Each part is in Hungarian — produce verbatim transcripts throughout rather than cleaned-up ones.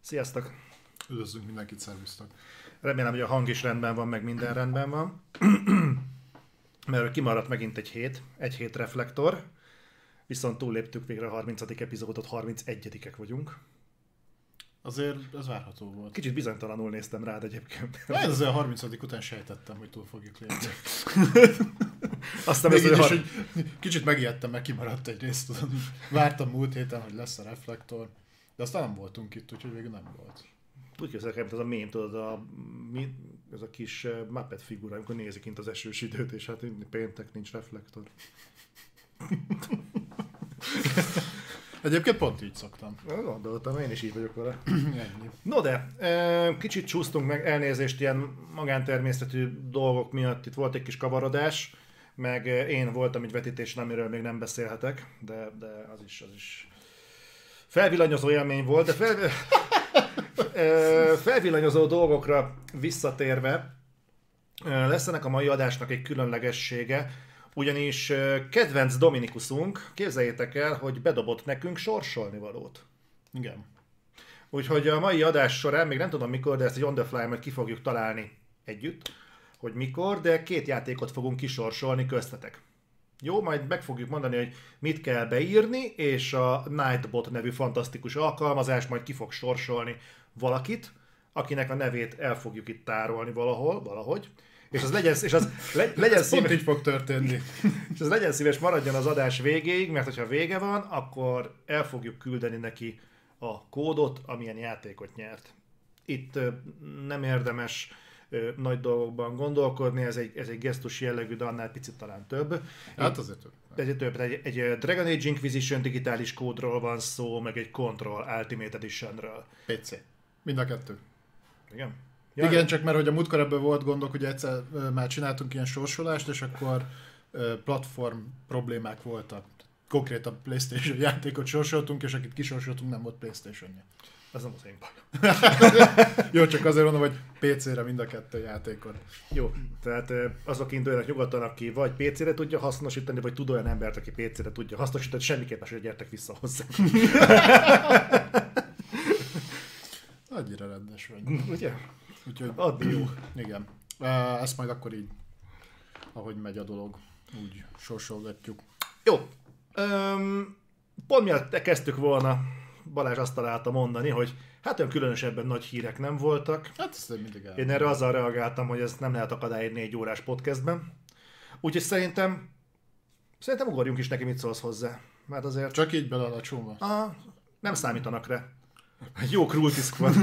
Sziasztok! Üdvözlünk mindenkit, szervusztok! Remélem, hogy a hang is rendben van, meg minden rendben van. Mert kimaradt megint egy hét, egy hét reflektor. Viszont túlléptük végre a harmincadik epizódot, harmincegyedikek vagyunk. Azért ez várható volt. Kicsit bizonytalanul néztem rád egyébként. Ez azért a harmincadik után sejtettem, hogy túl fogjuk lépni. Aztán Még ez, így is, har... hogy kicsit megijedtem, mert kimaradt egy részt, tudod. Vártam múlt héten, hogy lesz a reflektor. De aztán nem voltunk itt, úgyhogy végül nem volt. Úgy képzelek, mint az a mém, tudod, a, mi, ez a kis Muppet figura, amikor nézik kint az esős időt, és hát péntek nincs reflektor. Egyébként pont így szoktam. Gondoltam, én is így vagyok vele. Ennyi. No de, kicsit csúsztunk meg, elnézést ilyen magántermészetű dolgok miatt, itt volt egy kis kavarodás, meg én voltam egy vetítésen, amiről még nem beszélhetek, de, de az is, az is felvillanyozó élmény volt, de fel, felvillanyozó dolgokra visszatérve, lesz ennek a mai adásnak egy különlegessége, ugyanis kedvenc Dominikusunk, képzeljétek el, hogy bedobott nekünk sorsolni valót. Igen. Úgyhogy a mai adás során, még nem tudom mikor, de ezt egy on the fly, majd ki fogjuk találni együtt, hogy mikor, de két játékot fogunk kisorsolni köztetek. Jó, majd meg fogjuk mondani, hogy mit kell beírni, és a Nightbot nevű fantasztikus alkalmazás majd ki fog sorsolni valakit, akinek a nevét el fogjuk itt tárolni valahol, valahogy. És az legyen, és az le, legyen szíves, így fog történni. És az legyen szíves, maradjon az adás végéig, mert hogyha vége van, akkor el fogjuk küldeni neki a kódot, amilyen játékot nyert. Itt ö, nem érdemes ö, nagy dolgokban gondolkodni, ez egy, ez egy gesztus jellegű, de annál picit talán több. Hát azért több. Egy, több egy, egy Dragon Age Inquisition digitális kódról van szó, meg egy Control Ultimate Editionről. pé cé. Mind a kettő. Igen? Ja, igen, csak mert hogy a múltkor ebből volt gondok, hogy egyszer már csináltunk ilyen sorsolást, és akkor platform problémák voltak. Konkrétan PlayStation játékot sorsoltunk, és akit kisorsoltunk, nem volt PlayStation-ja. Ez nem az én baj. Jó, csak azért mondom, hogy pé cére mind a kettő játékot. Jó, tehát azok induljanak nyugodtan, aki vagy pé cére tudja hasznosítani, vagy tud olyan embert, aki pé cére tudja hasznosítani, semmiképpen sem gyertek vissza hozzá. Annyira rendes vagy. Ugye? Úgyhogy, adni jó. Igen. Ezt majd akkor így, ahogy megy a dolog, úgy sorsolgatjuk. Jó. Öm, pont miatt kezdtük volna, Balázs azt találta mondani, hogy hát olyan különösebben nagy hírek nem voltak. Hát ezt mindig el. Én erre azzal reagáltam, hogy ezt nem lehet akadály egy négy órás podcastben. Úgyhogy szerintem szerintem ugorjunk is neki, mit szólsz hozzá. Mert azért... Csak így bele a csóma. Aha, nem számítanak rá. Jó krultisk van.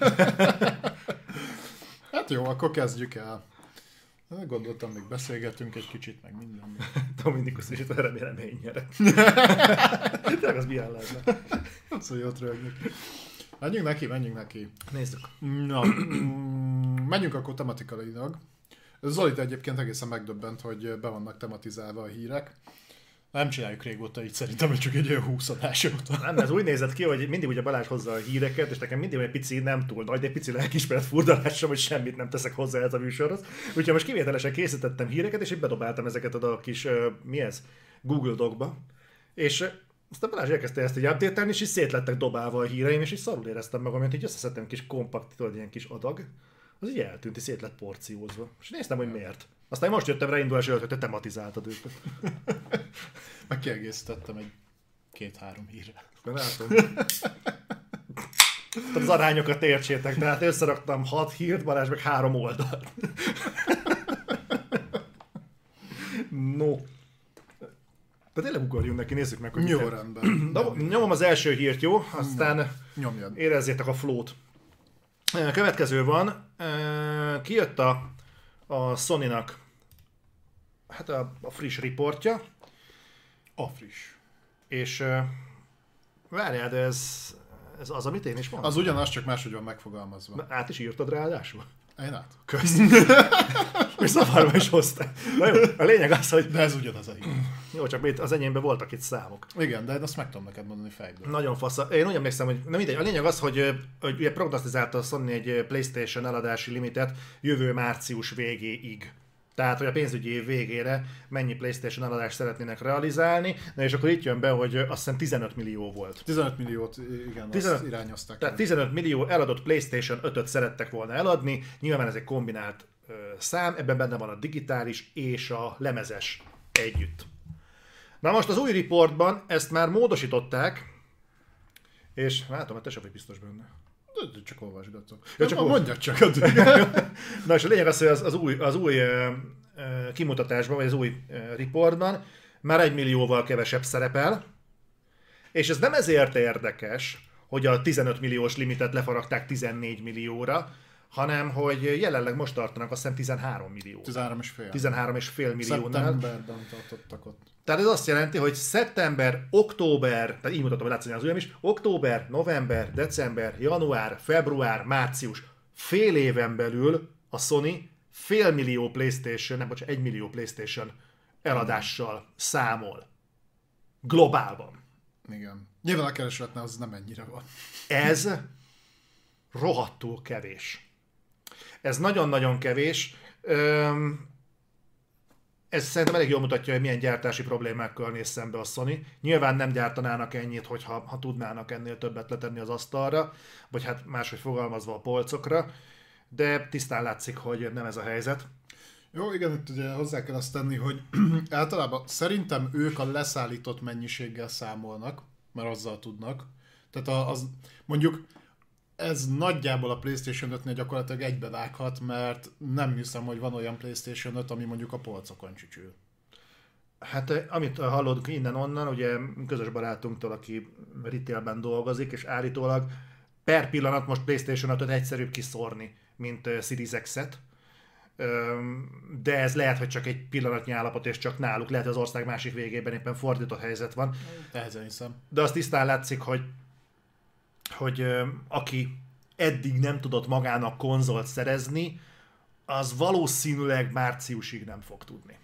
Hát jó, akkor kezdjük el. Gondoltam, még beszélgetünk egy kicsit, meg minden. Dominikus is itt remélem én nyerek. Tényleg az milyen lenne. Az, hogy ott rögnek. Menjünk neki, menjünk neki. Nézzük. Na, menjünk akkor tematikailag. Zolit egyébként egészen megdöbbent, hogy be vannak tematizálva a hírek. Nem csináljuk régóta így szerintem, hogy csak egy olyan húsz adás óta. Nem, ez úgy nézett ki, hogy mindig ugye Balázs hozza a híreket, és nekem mindig egy pici nem túl nagy, de egy pici lelkiismeret furdalásom, hogy semmit nem teszek hozzá ez a műsorhoz. Úgyhogy most kivételesen készítettem híreket, és így bedobáltam ezeket oda a kis, uh, mi ez, Google Docba. És uh, aztán Balázs elkezdte ezt így update-elni, és így szét lettek dobálva a híreim, és így szarul éreztem magam, mint így összeszedtem kis kompakt, tudod, ilyen kis adag. Az így eltűnt, és szét lett porciózva. És néztem, hogy miért. Aztán most jöttem rá indulás előtt, hogy te tematizáltad őket. Meg kiegészítettem egy két-három hírre. Látom. Az arányokat értsétek, tehát összeraktam hat hírt, Balázs meg három oldalt. No. De tényleg ugorjunk neki, nézzük meg, hogy jó kell. rendben. Nyomom az első hírt, jó? Aztán Nyomjad. Érezzétek a flót. Következő van. Kijött a, a Sony-nak hát a, a friss riportja. A friss. És uh, várjál, de ez, ez az, amit én is mondtam? Az ugyanaz, csak máshogy van megfogalmazva. Na, át is írtad ráadásul? Én át. Kösz. És szavarba is hoztál. Na jó, a lényeg az, hogy... De ez ugyanaz a hír. Jó, csak az enyémben voltak itt számok. Igen, de azt meg tudom neked mondani fejből. Nagyon fasz. Én úgy emlékszem, hogy nem mindegy. A lényeg az, hogy, hogy ugye prognosztizálta a Sony egy PlayStation eladási limitet jövő március végéig. Tehát, hogy a pénzügyi év végére mennyi PlayStation eladást szeretnének realizálni, na és akkor itt jön be, hogy azt hiszem tizenöt millió volt. tizenöt milliót, igen, tizenöt, azt irányozták. Tehát tizenöt millió eladott PlayStation ötöt szerettek volna eladni, nyilván ez egy kombinált ö, szám, ebben benne van a digitális és a lemezes együtt. Na most az új reportban ezt már módosították, és látom, hogy te sem vagy biztos benne. De csak olvasgatok. Ja, csak mondjad csak. Na és a lényeg az, hogy az, az új, az új uh, uh, kimutatásban, vagy az új uh, reportban már egy millióval kevesebb szerepel, és ez nem ezért érdekes, hogy a tizenöt milliós limitet lefaragták tizennégy millióra, hanem hogy jelenleg most tartanak azt hiszem tizenhárom millió. tizenhárom és fél. tizenhárom és fél milliónál. Szeptemberben tartottak ott. Tehát ez azt jelenti, hogy szeptember, október, tehát így mutatom, hogy látszani az ujjam is, október, november, december, január, február, március, fél éven belül a Sony fél millió PlayStation, nem bocsánat, egy millió PlayStation eladással számol. Globálban. Igen. Nyilván a keresletnél az nem ennyire van. Ez rohadtul kevés. Ez nagyon-nagyon kevés. Öm, Ez szerintem elég jól mutatja, hogy milyen gyártási problémákkal néz szembe a Sony. Nyilván nem gyártanának ennyit, hogyha ha tudnának ennél többet letenni az asztalra, vagy hát máshogy fogalmazva a polcokra, de tisztán látszik, hogy nem ez a helyzet. Jó, igen, itt ugye hozzá kell azt tenni, hogy általában szerintem ők a leszállított mennyiséggel számolnak, mert azzal tudnak. Tehát az, mondjuk ez nagyjából a PlayStation ötnél gyakorlatilag egybevághat, mert nem hiszem, hogy van olyan PlayStation öt, ami mondjuk a polcokon csücsül. Hát amit hallod innen-onnan, ugye közös barátunktól, aki retailben dolgozik, és állítólag per pillanat most PlayStation ötöt egyszerűbb kiszórni, mint Series X-et. De ez lehet, hogy csak egy pillanatnyi állapot, és csak náluk, lehet, hogy az ország másik végében éppen fordított helyzet van. Ezen hiszem. De azt tisztán látszik, hogy hogy ö, aki eddig nem tudott magának konzolt szerezni, az valószínűleg márciusig nem fog tudni.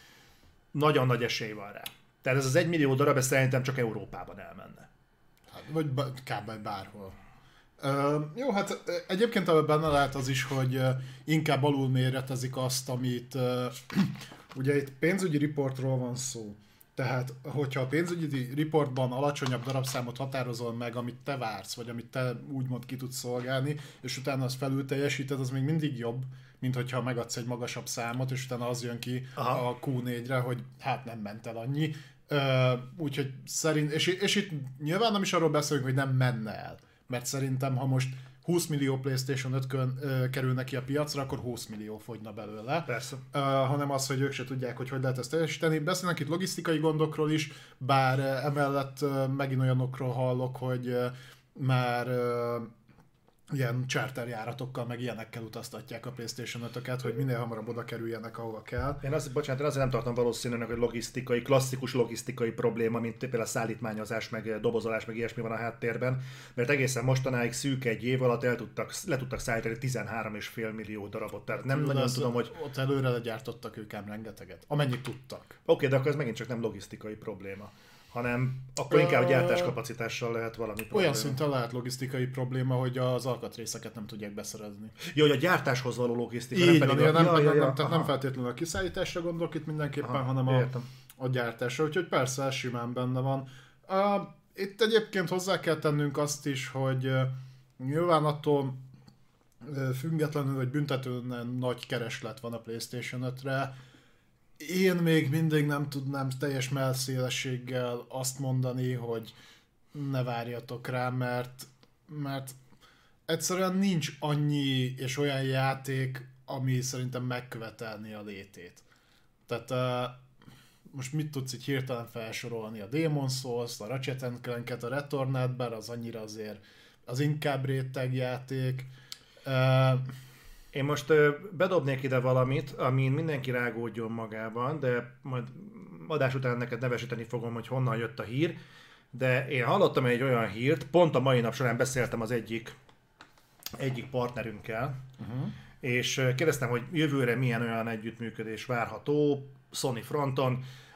Nagyon nagy esély van rá. Tehát ez az egymillió darab, ez szerintem csak Európában elmenne. Hát, vagy kb. Bárhol. Uh, jó, hát egyébként abban benne lehet az is, hogy uh, inkább alulméretezik azt, amit uh, ugye itt pénzügyi riportról van szó. Tehát, hogyha a pénzügyi riportban alacsonyabb darabszámot határozol meg, amit te vársz, vagy amit te úgymond ki tudsz szolgálni, és utána azt felül teljesíted, az még mindig jobb, mint hogyha megadsz egy magasabb számot, és utána az jön ki Aha. a kú négyre, hogy hát nem ment el annyi. Uh, úgyhogy szerint, és, és itt nyilván nem is arról beszélünk, hogy nem menne el, mert szerintem, ha most húsz millió PlayStation öt kerül neki a piacra, akkor húsz millió fogyna belőle. Persze. Uh, hanem az, hogy ők se tudják, hogy hogy lehet ezt teljesíteni. Beszélnek itt logisztikai gondokról is, bár uh, emellett uh, megint olyanokról hallok, hogy uh, már uh, ilyen charterjáratokkal, meg ilyenekkel utaztatják a PlayStation ötöket, hogy minél hamarabb oda kerüljenek, ahova kell. Én azt, bocsánat, én azért nem tartom valószínűleg, hogy logisztikai, klasszikus logisztikai probléma, mint például a szállítmányozás, meg dobozolás, meg ilyesmi van a háttérben, mert egészen mostanáig szűk egy év alatt el tudtak, le tudtak szállítani tizenhárom és fél millió darabot, tehát nem nagyon az, tudom, hogy... Ott előre legyártottak ők ám rengeteget, amennyit tudtak. Oké, okay, de akkor ez megint csak nem logisztikai probléma, hanem akkor inkább a gyártáskapacitással lehet valami probléma. Olyan szinten lehet logisztikai probléma, hogy az alkatrészeket nem tudják beszerezni. Jó, hogy a gyártáshoz való logisztika, nem pedig van, a... nem, ja, nem, ja, ja, nem, tehát nem feltétlenül a kiszállításra gondolok itt mindenképpen, aha, hanem a, a gyártásra, úgyhogy persze ez simán benne van. Uh, itt egyébként hozzá kell tennünk azt is, hogy uh, nyilván attól uh, függetlenül, hogy büntetően nagy kereslet van a PlayStation ötre, én még mindig nem tudnám teljes mellszélességgel azt mondani, hogy ne várjatok rá, mert, mert egyszerűen nincs annyi és olyan játék, ami szerintem megkövetelni a létét. Tehát uh, most mit tudsz így hirtelen felsorolni? A Demon's Souls, a Ratchet and Clank-et, a Returnal, bár az annyira azért az inkább rétegjáték. Uh, Én most ö, bedobnék ide valamit, amin mindenki rágódjon magában, de majd adás után neked nevesíteni fogom, hogy honnan jött a hír, de én hallottam egy olyan hírt, pont a mai nap során beszéltem az egyik, egyik partnerünkkel, uh-huh. és kérdeztem, hogy jövőre milyen olyan együttműködés várható Sony fronton,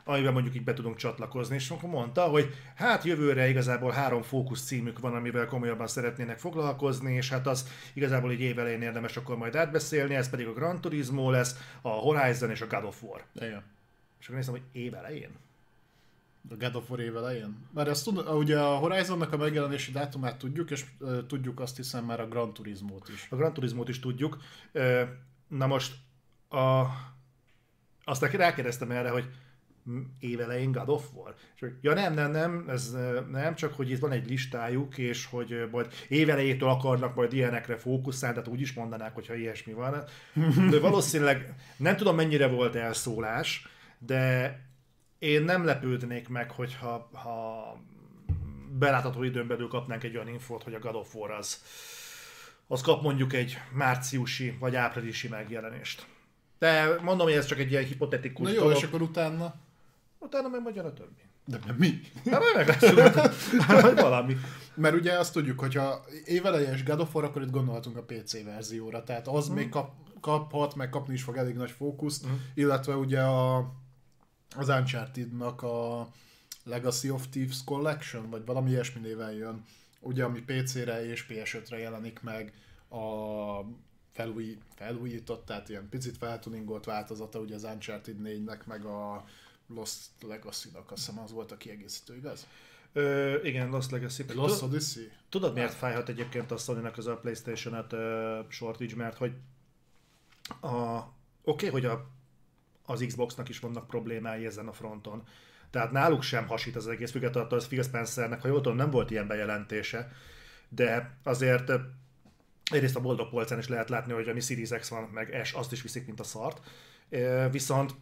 amiben mondjuk így be tudunk csatlakozni, és akkor mondta, hogy hát jövőre igazából három fókusz címük van, amivel komolyabban szeretnének foglalkozni, és hát az igazából egy év elején érdemes akkor majd átbeszélni, ez pedig a Gran Turismo lesz, a Horizon és a God of War. Igen. És akkor néztem, hogy év elején? A God of War év elején? Mert ezt tud, ugye a Horizonnak a megjelenési dátumát tudjuk, és uh, tudjuk azt hiszem már a Gran Turismót is. A Gran Turismót is tudjuk. Uh, na most a... Aztán rákérdeztem erre, hogy év elején God of War. És hogy, ja nem, nem, nem, ez nem, csak hogy itt van egy listájuk, és hogy majd év elejétől akarnak majd ilyenekre fókuszálni, tehát úgy is mondanák, hogyha ilyesmi van. De valószínűleg nem tudom mennyire volt elszólás, de én nem lepődnék meg, hogyha ha belátható időn belül kapnánk egy olyan infót, hogy a God of War az, az kap mondjuk egy márciusi vagy áprilisi megjelenést. De mondom, hogy ez csak egy ilyen hipotetikus Na jó, dolog. és akkor utána? Utána meg majd jön a többi. De nem mi? Hát majd meglátjuk, majd valami. Mert ugye azt tudjuk, hogyha évelejés God of War, akkor itt gondolhatunk a pé cé verzióra, tehát az mm. még kap, kaphat, meg kapni is fog elég nagy fókuszt, mm. illetve ugye a, az Uncharted-nak a Legacy of Thieves Collection, vagy valami ilyesmi néven jön, ugye ami pé cére és pé es ötre jelenik meg a felúj, felújított, tehát ilyen picit feltuningolt változata ugye az Uncharted négynek, meg a Lost Legacy-nak, azt hiszem az volt a kiegészítő, igaz? Ö, igen, Lost Legacy. Lost Odyssey? Tudod, miért fájhat egyébként a Sony-nak az a PlayStation öt uh, shortage, mert hogy a, oké, okay, hogy a, az Xboxnak is vannak problémái ezen a fronton. Tehát náluk sem hasít az egész, függetlenül attól, hogy Phil Spencernek, ha jól tudom, nem volt ilyen bejelentése, de azért egyrészt a boldog polcán is lehet látni, hogy a mi Series X van, meg S, azt is viszik, mint a szart. Viszont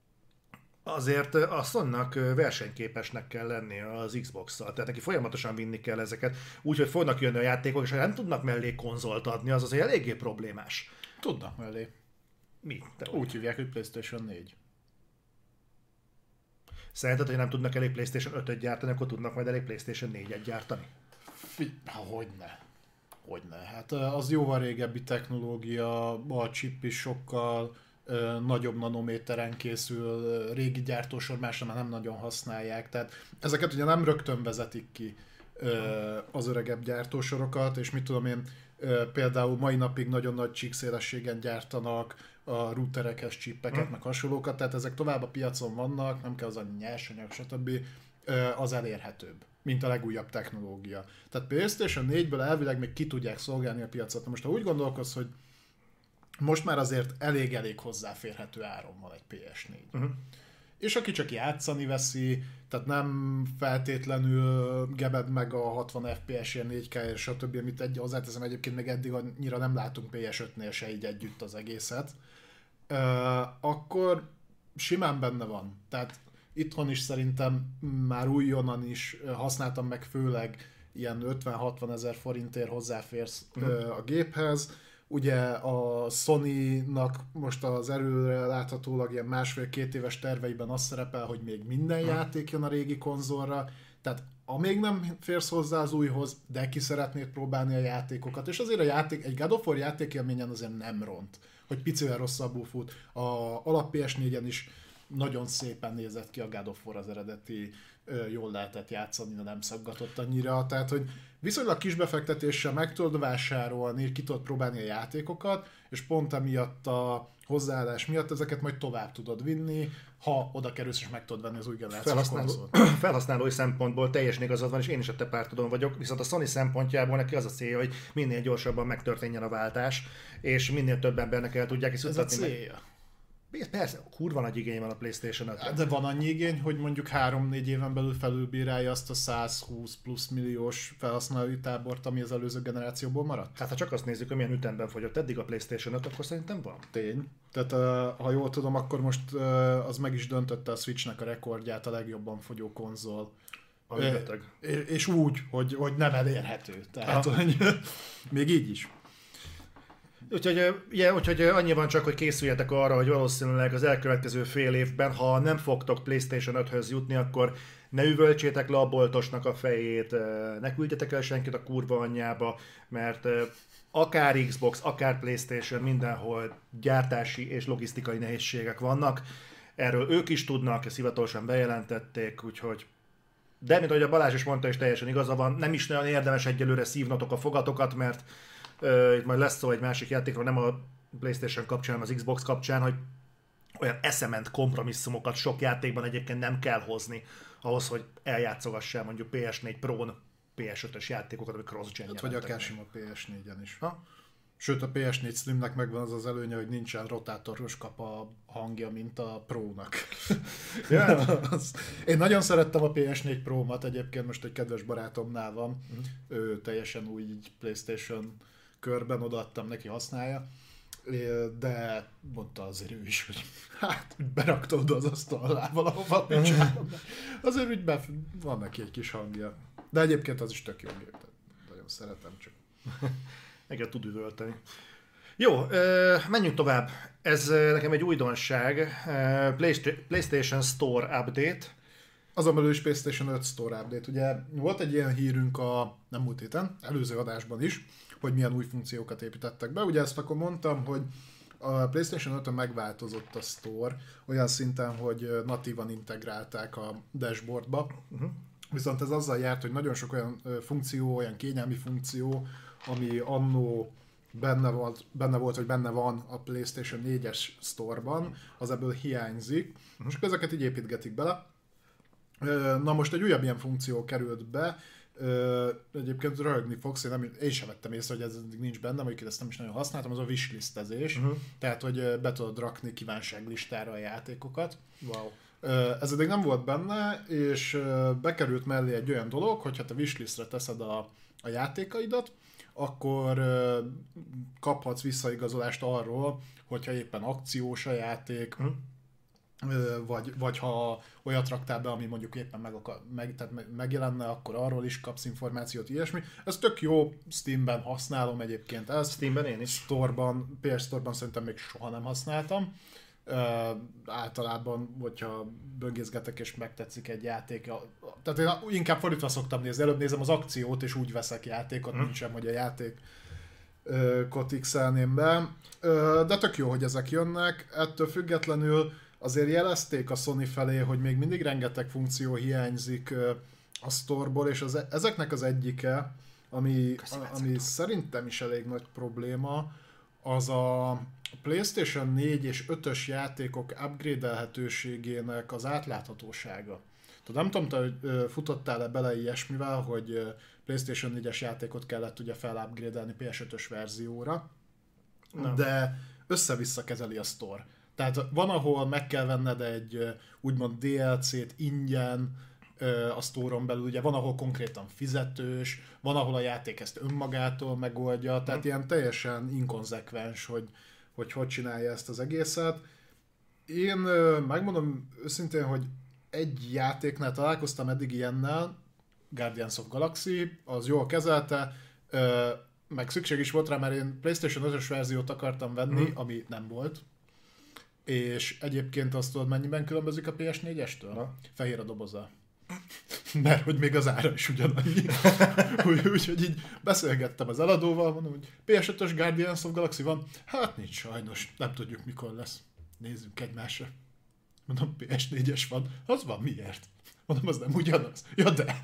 azért a Sony-nak versenyképesnek kell lennie az Xbox-szal, tehát neki folyamatosan vinni kell ezeket, úgyhogy fognak jönni a játékok, és ha nem tudnak mellé konzolt adni, az azért eléggé problémás. Tudnak mellé. Mi? Te úgy hívják, hogy PlayStation négy. Szerinted, hogy nem tudnak elég PlayStation ötöt gyártani, akkor tudnak majd elég PlayStation négyet gyártani? Hogyne. Hogyne. Hát az jóval régebbi technológia, a chip is sokkal ö, nagyobb nanométeren készül, régi gyártósor másra már nem nagyon használják, tehát ezeket ugye nem rögtön vezetik ki ö, az öregebb gyártósorokat, és mit tudom én, ö, például mai napig nagyon nagy csíkszélességen gyártanak a routerekhez csippeket, hmm. meg hasonlókat, tehát ezek tovább a piacon vannak, nem kell az a nyersanyag, stb. Az elérhetőbb, mint a legújabb technológia. Tehát PlayStation négyből elvileg még ki tudják szolgálni a piacot. Most ha úgy gondolkozz, hogy most már azért elég-elég hozzáférhető áron van egy pé es négy. Uh-huh. És aki csak játszani veszi, tehát nem feltétlenül gebed meg a hatvan ef pé es-ért, négy ká-ért, stb. Amit egy, hozzáteszem, egyébként még eddig annyira nem látunk pé es ötnél se így együtt az egészet, uh, akkor simán benne van. Tehát itthon is szerintem már újonnan is használtam meg, főleg ilyen ötven-hatvan ezer forintért hozzáférsz uh-huh. a géphez. Ugye a Sony-nak most az előre láthatólag ilyen másfél-két éves terveiben az szerepel, hogy még minden uh-huh. játék jön a régi konzolra, tehát amíg nem férsz hozzá az újhoz, de ki szeretnéd próbálni a játékokat, és azért a játék, egy God of War játékélményen azért nem ront, hogy picivel rosszabbul fut. A alap pé es négyen is nagyon szépen nézett ki a God of War az eredeti, jól lehetett játszani, de nem szaggatott annyira, tehát hogy viszonylag kis befektetéssel meg tudod vásárolni, ki tudod próbálni a játékokat, és pont emiatt a hozzáállás miatt ezeket majd tovább tudod vinni, ha oda kerülsz és meg tudod venni az új generációs konzolt. Felhasználói szempontból teljesen igazad van, és én is a te pártodon vagyok, viszont a Sony szempontjából neki az a célja, hogy minél gyorsabban megtörténjen a váltás, és minél több embernek el tudják is juttatni. Ez a célja. Meg. Persze, kurva nagy igény van a PlayStation ötre. De van annyi igény, hogy mondjuk három-négy éven belül felülbírálja azt a százhúsz plusz milliós felhasználói tábort, ami az előző generációból maradt? Hát ha csak azt nézzük, hogy milyen ütemben fogyott eddig a PlayStation öt, akkor szerintem van. Tény. Tehát ha jól tudom, akkor most az meg is döntötte a Switchnek a rekordját, a legjobban fogyó konzol. E, és úgy, hogy, hogy nem elérhető. Tehát, hogy még így is. Úgyhogy, ugye, úgyhogy annyi van csak, hogy készüljetek arra, hogy valószínűleg az elkövetkező fél évben, ha nem fogtok PlayStation öthöz jutni, akkor ne üvöltsétek le a boltosnak a fejét, ne küldjetek el senkit a kurva anyjába, mert akár Xbox, akár PlayStation, mindenhol gyártási és logisztikai nehézségek vannak. erről ők is tudnak, ezt hivatalosan bejelentették, úgyhogy... De, mint ahogy a Balázs is mondta, és teljesen igaza van, nem is nagyon érdemes egyelőre szívnotok a fogatokat, mert uh, itt majd lesz szó egy másik játékról, nem a PlayStation kapcsán, hanem az Xbox kapcsán, hogy olyan eszement kompromisszumokat sok játékban egyébként nem kell hozni ahhoz, hogy eljátszogassál mondjuk pé es négy Pro-n pé es ötös játékokat, amik cross-gen hát, vagy akár sima pé es négyen is. Ha? Sőt, a pé es négy Slimnek megvan az az előnye, hogy nincsen rotátoros kapa hangja, mint a Pro-nak. Ja. az... Én nagyon szerettem a pé es négy Pro-mat, egyébként most egy kedves barátomnál van, mm. ő teljesen új így PlayStation körben odaadtam neki, használja, de mondta azért ő is, hogy hát berakta oda az asztal alá valahova, azért úgy bef... van neki egy kis hangja. De egyébként az is tök jó gép, nagyon szeretem csak. Meg tud üvölteni. Jó, menjünk tovább. Ez nekem egy újdonság. PlayStation Store Update. Azon belül is PlayStation öt Store Update. Ugye volt egy ilyen hírünk a nem múlt héten, előző adásban is, hogy milyen új funkciókat építettek be. Ugye ezt akkor mondtam, hogy a PlayStation ötön megváltozott a Store olyan szinten, hogy natívan integrálták a dashboardba. Uh-huh. Viszont ez azzal járt, hogy nagyon sok olyan funkció, olyan kényelmi funkció, ami annó benne volt, benne volt, hogy benne van a PlayStation négyes Store-ban, az ebből hiányzik, uh-huh. és ezeket így építgetik bele. Na most egy újabb ilyen funkció került be, egyébként röhögni fogsz, én, nem, én sem vettem észre, hogy ez nincs benne, vagy ezt nem is nagyon használtam, az a wishlistezés, uh-huh. tehát hogy be tudod rakni kívánságlistára a játékokat. Wow. Ez eddig nem volt benne, és bekerült mellé egy olyan dolog, hogy ha te wishlistre teszed a, a játékaidat, akkor kaphatsz visszaigazolást arról, hogyha éppen akciós a játék, hmm. vagy, vagy ha olyat raktál be, ami mondjuk éppen meg, meg, tehát megjelenne, akkor arról is kapsz információt, ilyesmi. Ez tök jó, Steamben használom egyébként ezt. Steamben én is. Store-ban, pé es Store-ban szerintem még soha nem használtam. Uh, általában, hogyha böngészgetek és megtetszik egy játék, tehát én inkább fordítva szoktam nézni, előbb nézem az akciót és úgy veszek játékot, hmm. mint sem, hogy a játékot uh, x-elném be. Uh, de tök jó, hogy ezek jönnek, ettől függetlenül azért jelezték a Sony felé, hogy még mindig rengeteg funkció hiányzik uh, a Store-ból, és az, ezeknek az egyike, ami, ami szerintem is elég nagy probléma, az a PlayStation négy és ötös játékok upgrade-elhetőségének az átláthatósága. Tudom, nem tudom, te hogy futottál-e bele ilyesmivel, hogy PlayStation négyes játékot kellett ugye fel-upgrade-elni pé es ötös verzióra, nem. De össze-vissza kezeli a Store. Tehát van, ahol meg kell venned egy úgymond dé el cét ingyen a Store-on belül, ugye van, ahol konkrétan fizetős, van, ahol a játék ezt önmagától megoldja, tehát ilyen teljesen inkonzekvens, hogy hogy hogy csinálja ezt az egészet. Én megmondom őszintén, hogy egy játéknál találkoztam eddig ilyennel, Guardians of Galaxy, az jól kezelte, meg szükség is volt rá, mert én PlayStation ötös verziót akartam venni, mm. ami nem volt. És egyébként azt tudod, mennyiben különbözik a pé es négyestől? Na. Fehér a doboza. Mert hogy még az ára is ugyanannyi. Úgyhogy így beszélgettem az eladóval, mondom, hogy pé es ötös Guardians of Galaxy van. Hát nincs sajnos, nem tudjuk mikor lesz. Nézzünk egymásra. Mondom, pé es négyes van. Az van, miért? Mondom, az nem ugyanaz. Ja, de.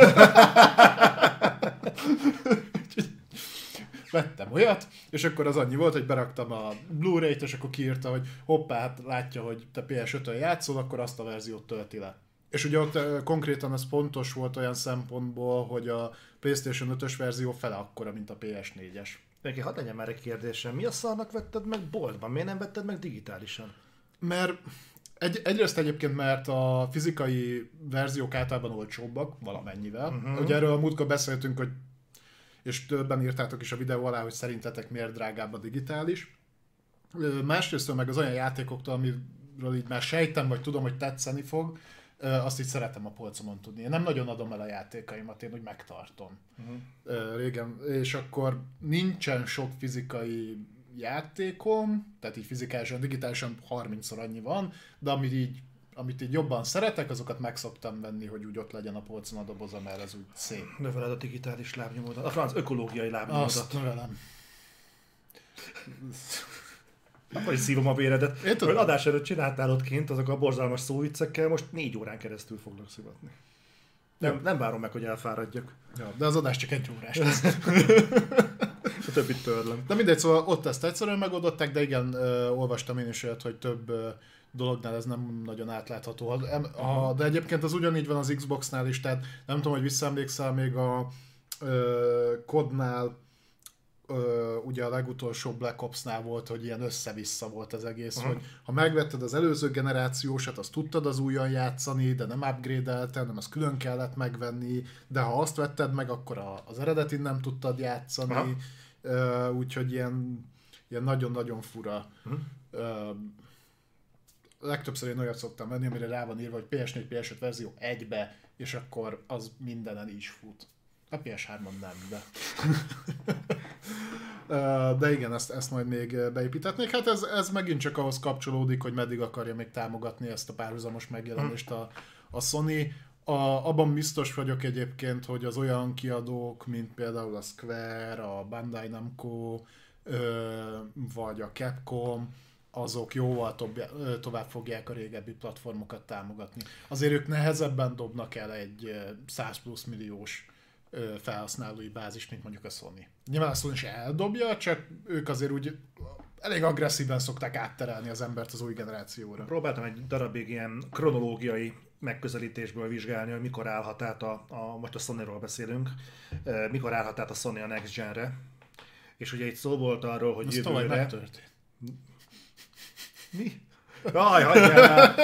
Vettem olyat, és akkor az annyi volt, hogy beraktam a Blu-ray-t, és akkor kiírta, hogy hoppá, hát látja, hogy te pé es ötön játszol, akkor azt a verziót tölti le. És ugye ott konkrétan ez pontos volt olyan szempontból, hogy a PlayStation ötös verzió fele akkora, mint a pé es négyes. Neki hadd legyen már egy kérdésem, mi a szarnak vetted meg boltban? Miért nem vetted meg digitálisan? Mert egy, egyrészt egyébként, mert a fizikai verziók általában olcsóbbak, valamennyivel. Uh-huh. Ugye erről a múltkor beszéltünk, hogy és többen írtátok is a videó alá, hogy szerintetek miért drágább a digitális. Másrészt meg az olyan játékoktól, amiről így már sejtem, vagy tudom, hogy tetszeni fog, azt így szeretem a polcomon tudni. Én nem nagyon adom el a játékaimat, én úgy megtartom. Uh-huh. Régen. És akkor nincsen sok fizikai játékom, tehát így fizikálisan, digitálisan harmincszor annyi van, de amit így, amit így jobban szeretek, azokat meg szoktam venni, hogy úgy ott legyen a polcon a doboza, mert ez úgy szép. Növeled a digitális lábnyomódat, a franc ökológiai lábnyomódat. Azt növelem. Akkor is szívom a véredet. Én tudom. Adás előtt csináltál ott kint, azok a borzalmas szóviccekkel, most négy órán keresztül foglak szivatni. Nem, nem várom meg, hogy elfáradjak. Ja, de az adás csak egy órás lesz. A többit törlöm. De mindegy, szóval ott ezt egyszerűen megoldották, de igen, ö, olvastam én is olyat, hogy több ö, dolognál ez nem nagyon átlátható. Ha, em, ha, de egyébként az ugyanígy van az Xboxnál is, tehát nem tudom, hogy visszaemlékszel még a ö, kodnál, ö, ugye a legutolsó Black Opsnál volt, hogy ilyen össze-vissza volt az egész, uh-huh. hogy ha megvetted az előző generációsat, azt tudtad az újon játszani, de nem upgrade-elted, nem azt külön kellett megvenni, de ha azt vetted meg, akkor a, az eredetin nem tudtad játszani, uh-huh. Uh, úgyhogy ilyen, ilyen nagyon-nagyon fura. Uh-huh. Uh, legtöbbször én olyat szoktam venni, amire rá van írva, hogy pé es négy pé es öt verzió egybe, és akkor az mindenen is fut. A pé es hármon nem, de... uh, de igen, ezt, ezt majd még beépítetnék. Hát ez, ez megint csak ahhoz kapcsolódik, hogy meddig akarja még támogatni ezt a párhuzamos megjelenést a, a Sony. A, abban biztos vagyok egyébként, hogy az olyan kiadók, mint például a Square, a Bandai Namco, ö, vagy a Capcom, azok jóval tobb, ö, tovább fogják a régebbi platformokat támogatni. Azért ők nehezebben dobnak el egy száz plusz milliós ö, felhasználói bázist, mint mondjuk a Sony. Nyilván a Sony is eldobja, csak ők azért úgy elég agresszíven szokták átterelni az embert az új generációra. Próbáltam egy darabig ilyen kronológiai megközelítésből vizsgálni, hogy mikor állhat át a, a most a Sonyról beszélünk, mikor állhat át a Sony a Next Gen-re. És ugye itt szó volt arról, hogy azt jövőre... tovább megtörtént. Mi? Jaj, hagyjál!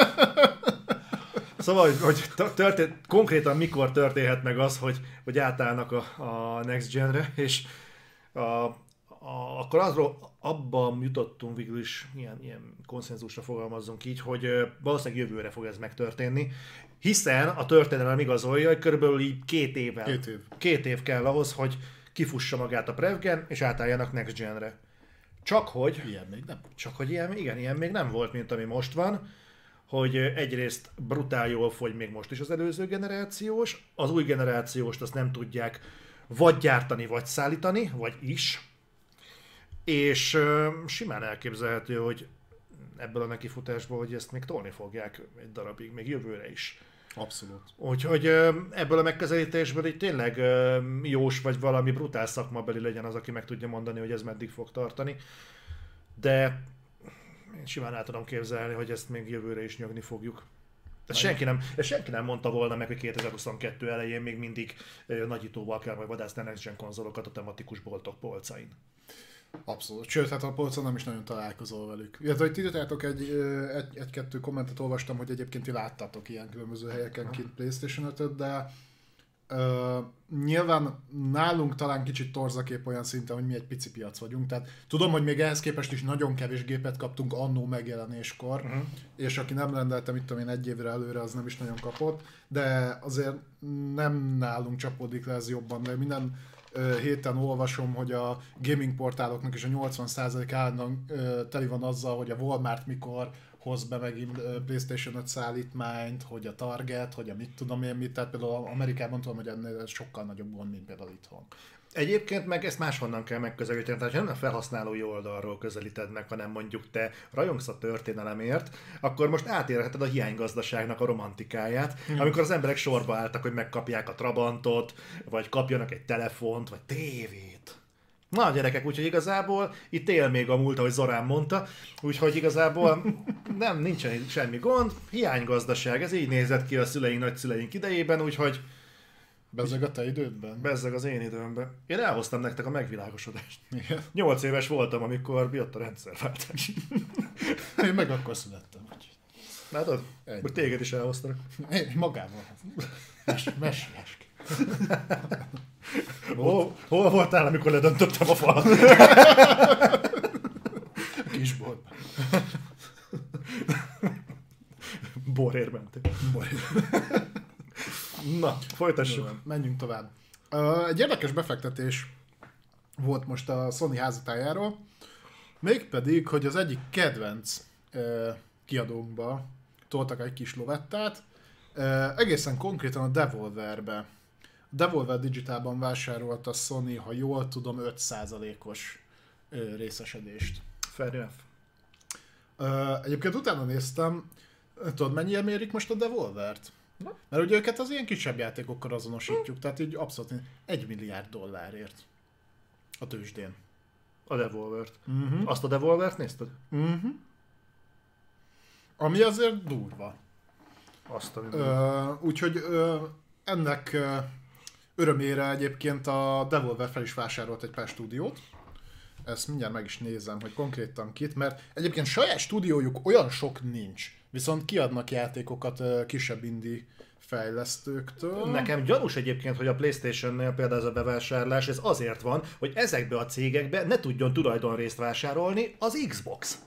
Szóval, hogy történt, konkrétan mikor történhet meg az, hogy, hogy átállnak a, a Next Gen-re, és a, a, akkor azról abban jutottunk végül is, ilyen, ilyen konszenzusra fogalmazzunk így, hogy valószínűleg jövőre fog ez megtörténni, hiszen a történelem igazolja, hogy körülbelül így két évvel, két év. két év kell ahhoz, hogy kifussa magát a Prevgen, és átálljanak Next Gen-re. Csak hogy... Ilyen még nem. Csak hogy ilyen, igen, ilyen még nem volt, mint ami most van, hogy egyrészt brutál jól fogy még most is az előző generációs, az új generációst azt nem tudják vagy gyártani, vagy szállítani, vagy is, és uh, simán elképzelhető, hogy ebből a nekifutásból, hogy ezt még tolni fogják egy darabig, még jövőre is. Abszolút. Úgyhogy uh, ebből a megközelítésből így tényleg uh, jós vagy valami brutál szakmabeli legyen az, aki meg tudja mondani, hogy ez meddig fog tartani. De én simán el tudom képzelni, hogy ezt még jövőre is nyögni fogjuk. Ezt senki, nem, ezt senki nem mondta volna meg, hogy kétezer-huszonkettő elején még mindig uh, nagyítóval kell majd vadászni a Next Gen konzolokat a tematikus boltok polcain. Abszolút. Sőt, hát a polcon nem is nagyon találkozol velük. Illetve, hogy ti írtátok egy, egy, egy-kettő kommentet olvastam, hogy egyébként ti láttatok ilyen különböző helyeken kint PlayStation ötöt, de uh, nyilván nálunk talán kicsit torzakép olyan szinten, hogy mi egy pici piac vagyunk. Tehát tudom, hogy még ehhez képest is nagyon kevés gépet kaptunk annó megjelenéskor, uh-huh. és aki nem rendelte, mit tudom én, egy évre előre, az nem is nagyon kapott, de azért nem nálunk csapódik le ez jobban, de minden héten olvasom, hogy a gaming portáloknak is a nyolcvan százalék állandóan teli van azzal, hogy a Walmart mikor hoz be megint PlayStation öt szállítmányt, hogy a Target, hogy a mit tudom én mit, tehát például Amerikában tudom, hogy ennél sokkal nagyobb gond, mint például itthon. Egyébként meg ezt máshonnan kell megközelíteni, tehát ha nem a felhasználói oldalról közelíted meg, hanem mondjuk te rajongsz a történelemért, akkor most átérheted a hiánygazdaságnak a romantikáját, hmm. amikor az emberek sorba álltak, hogy megkapják a Trabantot, vagy kapjanak egy telefont, vagy tévét. Na gyerekek, úgyhogy igazából itt él még a múlt, ahogy Zorán mondta, úgyhogy igazából nem, nincsen semmi gond, hiánygazdaság, ez így nézett ki a szüleink, nagyszüleink idejében, úgyhogy Bezzeg a te idődben? Bezzeg az én időmben. Én elhoztam nektek a megvilágosodást. Igen. Nyolc éves voltam, amikor jött a rendszerváltás. Én meg akkor születtem. Látod? Most téged is elhoztak. Én magával. Messiás. Hol, hol voltál, amikor ledöntöttem a falat? Kisboltban. Borért mentél. Na, folytassuk. Jó, menjünk tovább. Uh, egy érdekes befektetés volt most a Sony házatájáról, mégpedig, hogy az egyik kedvenc uh, kiadónkba toltak egy kis lovettát, uh, egészen konkrétan a Devolverbe. A Devolver Digitalban vásárolt a Sony, ha jól tudom, öt százalékos uh, részesedést. Fair enough. Ö, egyébként utána néztem, tudod mennyire mérik most a Devolvert? Na? Mert ugye őket az ilyen kisebb játékokkal azonosítjuk, tehát így abszolút egy milliárd dollárért a tőzsdén. A Devolvert. Uh-huh. Azt a Devolvert nézted? Uh-huh. Ami azért durva. Azt a Ö, úgyhogy ö, ennek ö, örömére egyébként a Devolver fel is vásárolt egy pár stúdiót. Ezt mindjárt meg is nézem, hogy konkrétan kit, mert egyébként saját stúdiójuk olyan sok nincs, viszont kiadnak játékokat ö, kisebb indie fejlesztőktől. Nekem gyanús egyébként, hogy a PlayStation-nél például ez a bevásárlás, ez azért van, hogy ezekbe a cégekbe ne tudjon tulajdonrészt vásárolni az Xbox.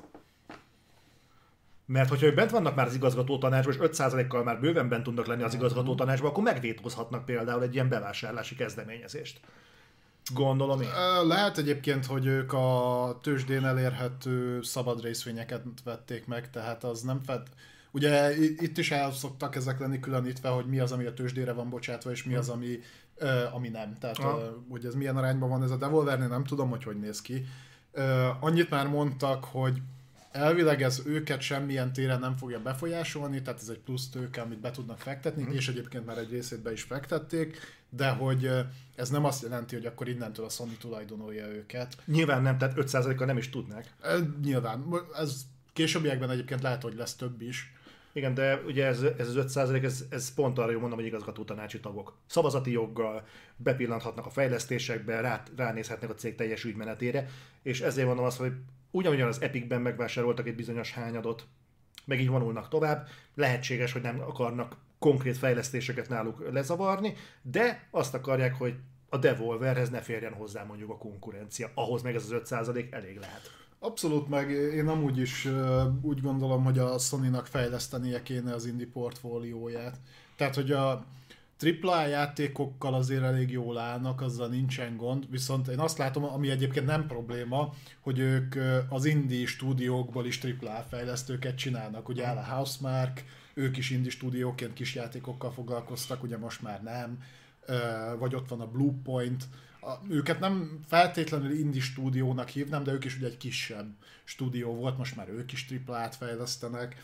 Mert hogyha ők bent vannak már az igazgató tanácsban, és öt százalékkal már bőven bent tudnak lenni az igazgató tanácsban, akkor megvétózhatnak például egy ilyen bevásárlási kezdeményezést. Gondolom én. Lehet egyébként, hogy ők a tőzsdén elérhető szabad részvényeket vették meg, tehát az nem fed... Ugye itt is el szoktak ezek lenni különítve, hogy mi az, ami a tőzsdére van bocsátva, és mi az, ami, ami nem. Tehát, hogy ez milyen arányban van ez a Devolvernél, nem tudom, hogy hogy néz ki. Annyit már mondtak, hogy elvileg ez őket semmilyen téren nem fogja befolyásolni, tehát ez egy plusz tőke, amit be tudnak fektetni, mm. és egyébként már egy részét be is fektették, de hogy ez nem azt jelenti, hogy akkor innentől a Sony tulajdonolja őket. Nyilván nem, tehát öt százalékkal nem is tudnák. E, nyilván. Ez későbbiekben egyébként lehet, hogy lesz több is. Igen, de ugye ez, ez az öt százalék, ez, ez pont arra jó mondom, hogy igazgató tanácsi tagok. Szavazati joggal bepillanthatnak a fejlesztésekbe, rá, ránézhetnek a cég teljes ügymenetére, és ezért mondom azt, hogy ugyanúgyan az Epicben megvásároltak egy bizonyos hányadot, meg így vonulnak tovább, lehetséges, hogy nem akarnak konkrét fejlesztéseket náluk lezavarni, de azt akarják, hogy a Devolverhez ne férjen hozzá mondjuk a konkurencia. Ahhoz meg ez az öt százalék elég lehet. Abszolút, meg én amúgy is uh, úgy gondolom, hogy a Sony-nak fejlesztenie kéne az indie portfólióját. Tehát, hogy a tripla á játékokkal azért elég jól állnak, azzal nincsen gond, viszont én azt látom, ami egyébként nem probléma, hogy ők az indie stúdiókból is tripla á fejlesztőket csinálnak. Ugye áll a Housemarque, ők is indie stúdióként kis játékokkal foglalkoztak, ugye most már nem, vagy ott van a Bluepoint. Őket nem feltétlenül indie stúdiónak hívnám, de ők is ugye egy kisebb stúdió volt, most már ők is tripla á-t fejlesztenek.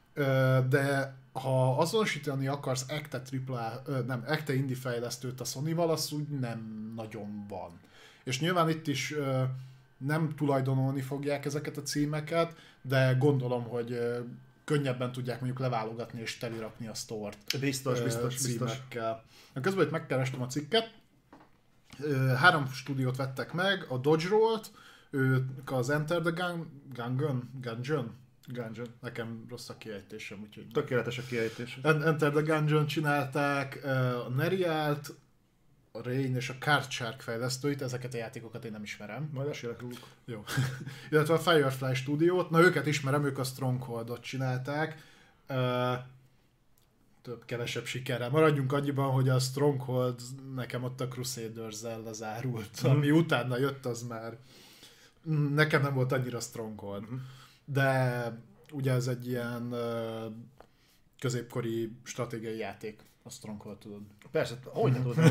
De ha azonosítani akarsz ekte tripla á, nem, ekte indie fejlesztőt a Sony-val, az úgy nem nagyon van. És nyilván itt is nem tulajdonolni fogják ezeket a címeket, de gondolom, hogy könnyebben tudják mondjuk leválogatni és telirakni a sztort. Biztos, biztos, címekkel. Biztos. Közben itt megkerestem a cikket. Három stúdiót vettek meg, a Dodge Roll-t, ők az Enter the Gun, Gungeon, Gungeon, Gungeon. Nekem rossz a kiejtésem, úgyhogy... Tökéletes a kiejtés. Enter the Gungeon csinálták, a Nerialt, a Rain és a Card Shark fejlesztőit, ezeket a játékokat én nem ismerem. Majd esélek róluk. Jó. Illetve a Firefly stúdiót, na őket ismerem, ők a Strongholdot csinálták. Uh, több, kevesebb sikerrel. Maradjunk annyiban, hogy a Stronghold nekem ott a Crusaders-zel lezárult, mm. ami utána jött, az már nekem nem volt annyira Stronghold. Mm. De ugye ez egy ilyen uh, középkori stratégiai játék, a Stronghold, tudod. Persze, hogy nem tudod.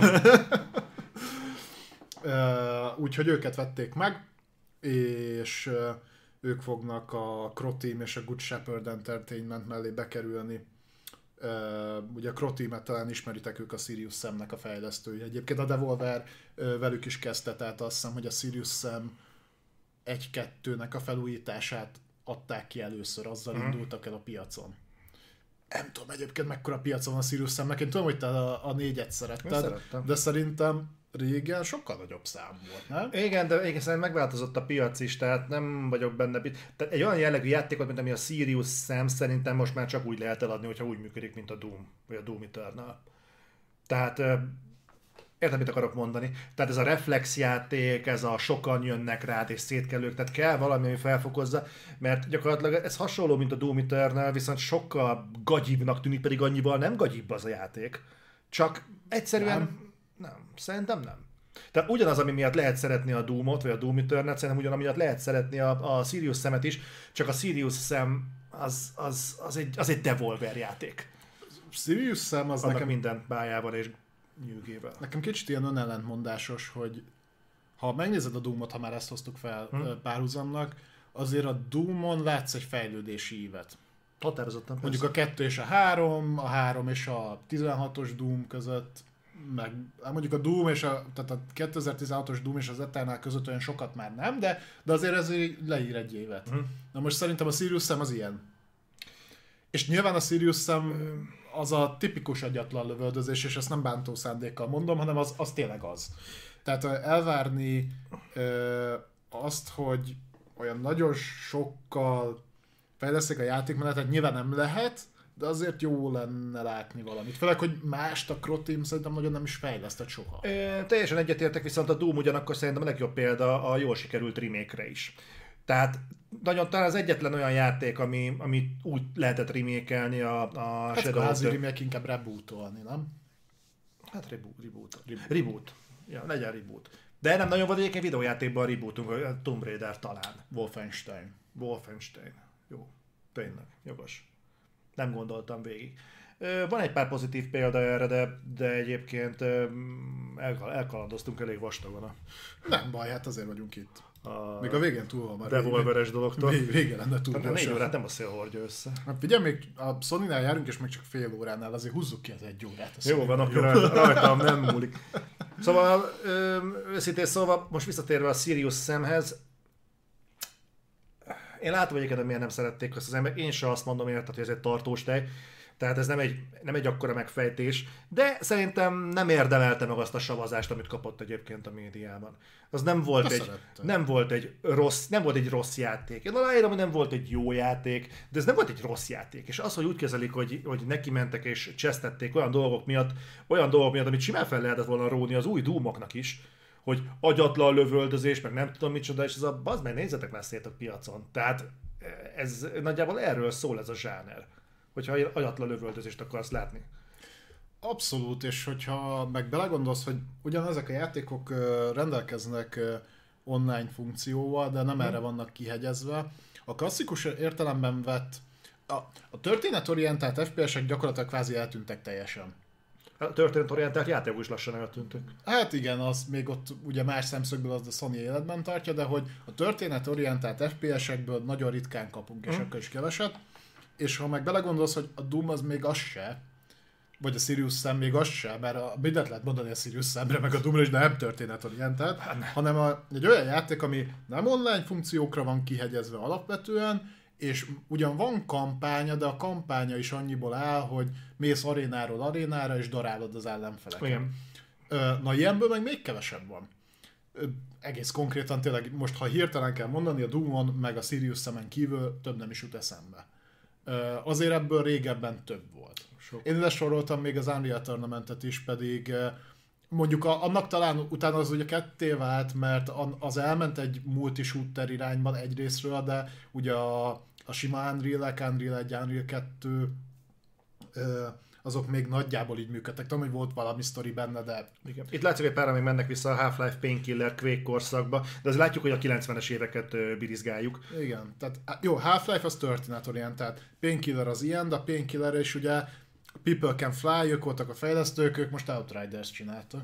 uh, Úgyhogy őket vették meg, és uh, ők fognak a Crow Team és a Good Shepherd Entertainment mellé bekerülni. Uh, ugye a Crow Team-et talán ismeritek, ők a Serious Sam-nek a fejlesztői. Egyébként a Devolver uh, velük is kezdte, tehát azt hiszem, hogy a Serious Sam egy-kettőnek a felújítását adták ki először, azzal mm. indultak el a piacon. Nem tudom egyébként mekkora piacon van a Serious Sam-nek, én tudom, hogy te a, a négyet szeretted, de szerintem régen sokkal nagyobb szám volt, nem? Igen, de igen, szerintem megváltozott a piac is, tehát nem vagyok benne. Tehát egy olyan jellegű játékot, mint ami a Serious Sam, szerintem most már csak úgy lehet eladni, hogyha úgy működik, mint a Doom, vagy a Doom Eternal. Tehát értem, mit akarok mondani. Tehát ez a reflex játék, ez a sokan jönnek rád és szétkelők, tehát kell valami, ami felfokozza, mert gyakorlatilag ez hasonló, mint a Doom Eternal, viszont sokkal gagyibbnak tűnik, pedig annyival nem gagyibb az a játék. Csak egyszerűen nem, nem szerintem nem. Tehát ugyanaz, ami miatt lehet szeretni a Doomot, vagy a Doom Eternal, szerintem ugyanaz miatt lehet szeretni a, a Serious Sam-et is, csak a Serious Sam az, az, az, egy, az egy Devolver játék. Serious Sam az annak nekem... minden bájával és nyűgével. Nekem kicsit ilyen önellentmondásos, hogy ha megnézed a Doomot, ha már ezt hoztuk fel hmm. párhuzamnak, azért a Doom-on látsz egy fejlődési ívet. Határozottan. Mondjuk a kettő és a három, a három és a tizenhatos Doom között, meg mondjuk a Doom és a, tehát a kétezer-tizenhatos Doom és az Eternal között olyan sokat már nem, de, de azért ez leír egy évet. Uh-huh. Na most szerintem a Sirius Sam az ilyen. És nyilván a Sirius Sam az a tipikus agyatlan lövöldözés, és ezt nem bántó szándékkal mondom, hanem az, az tényleg az. Tehát elvárni ö, azt, hogy olyan nagyon sokkal fejleszték a játékmenetet, nyilván nem lehet, de azért jó lenne látni valamit. Főleg, hogy mást a Croteam szerintem nagyon nem is fejlesztett soha. É, teljesen egyetértek, viszont a Doom ugyanakkor szerintem a legjobb példa a jól sikerült remake-re is. Tehát nagyon talán az egyetlen olyan játék, ami, ami úgy lehetett remake-elni a, a hát Shadow of the... remake inkább rebootolni, nem? Hát reboot. Reboot. Reboot. reboot. Ja, legyen reboot. De nem nagyon volt egyébként videójátékban a rebootunk, a Tomb Raider talán. Wolfenstein. Wolfenstein. Jó. Tényleg. Jogos. Nem gondoltam végig. Van egy pár pozitív példa erre, de, de egyébként el, elkalandoztunk elég vastagon. A... Nem baj, hát azért vagyunk itt. A... Még a végén túl van már. Devolveres dologtól. Még vége lenne túl. Hát négy órát nem a szél hordja össze. Hát figyelj, még a Sony-nál járunk, és még csak fél óránál, azért húzzuk ki az egy órát. Jó van, akkor rajtam nem múlik. Szóval, őszintén szóval, most visszatérve a Sirius Samhez, én látom egyébként, hogy miért nem szerették azt az emberek, én sem azt mondom érted, hogy ez egy tartós tej, tehát ez nem egy, nem egy akkora megfejtés, de szerintem nem érdemelte meg azt a savazást, amit kapott egyébként a médiában. Az nem volt, egy, nem volt egy rossz, nem volt egy rossz játék. Én aláírom, hogy nem volt egy jó játék, de ez nem volt egy rossz játék. És az, hogy úgy kezelik, hogy, hogy neki mentek és csesztették olyan dolgok miatt, olyan dolgok miatt, amit simán fel lehetett volna róni az új Doomoknak is, hogy agyatlan lövöldözés, meg nem tudom micsoda, és ez a bazd meg nézzetek már szét a piacon. Tehát ez nagyjából erről szól ez a zsáner, hogyha agyatlan lövöldözést akarsz látni. Abszolút, és hogyha meg belegondolsz, hogy ugyanezek a játékok rendelkeznek online funkcióval, de nem hmm. erre vannak kihegyezve, a klasszikus értelemben vett, a, a történetorientált ef pé esek gyakorlatilag kvázi eltűntek teljesen. A történetorientált játékok is lassan eltűntek. Hát igen, az még ott ugye más szemszögből az a Sony életben tartja, de hogy a történetorientált ef pé esekből nagyon ritkán kapunk, és hmm. akkor is keveset. És ha meg belegondolsz, hogy a Doom az még az se, vagy a Sirius Sam még az se, mert a, mindent lehet mondani a Sirius Samre, meg a Doomra is, de nem történetorientált, hanem a, egy olyan játék, ami nem online funkciókra van kihegyezve alapvetően, és ugyan van kampánya, de a kampánya is annyiból áll, hogy mész arénáról arénára, és darálod az ellenfeleket. Igen. Na ilyenből meg még kevesebb van. Egész konkrétan tényleg, most ha hirtelen kell mondani, a Doomon meg a Sirius Samen kívül több nem is jut eszembe. Azért ebből régebben több volt. Sok. Én ide soroltam még az Unreal Tournamentet is, pedig mondjuk a, annak talán utána az ugye ketté vált, mert az elment egy multi-shooter irányban egyrésztről, de ugye a, a sima Unreal-ek, Unreal egy, Unreal kettő, azok még nagyjából így működtek. Tudom, hogy volt valami sztori benne, de... Igen. Itt látszik, hogy pár még mennek vissza a Half-Life, Painkiller, Quake korszakba, de azért látjuk, hogy a kilencvenes éveket birizgáljuk. Igen, tehát jó, Half-Life az történetorientált, Painkiller az ilyen, de a Painkiller is ugye People Can Fly, ők voltak a fejlesztők, ők most Outriders csináltak.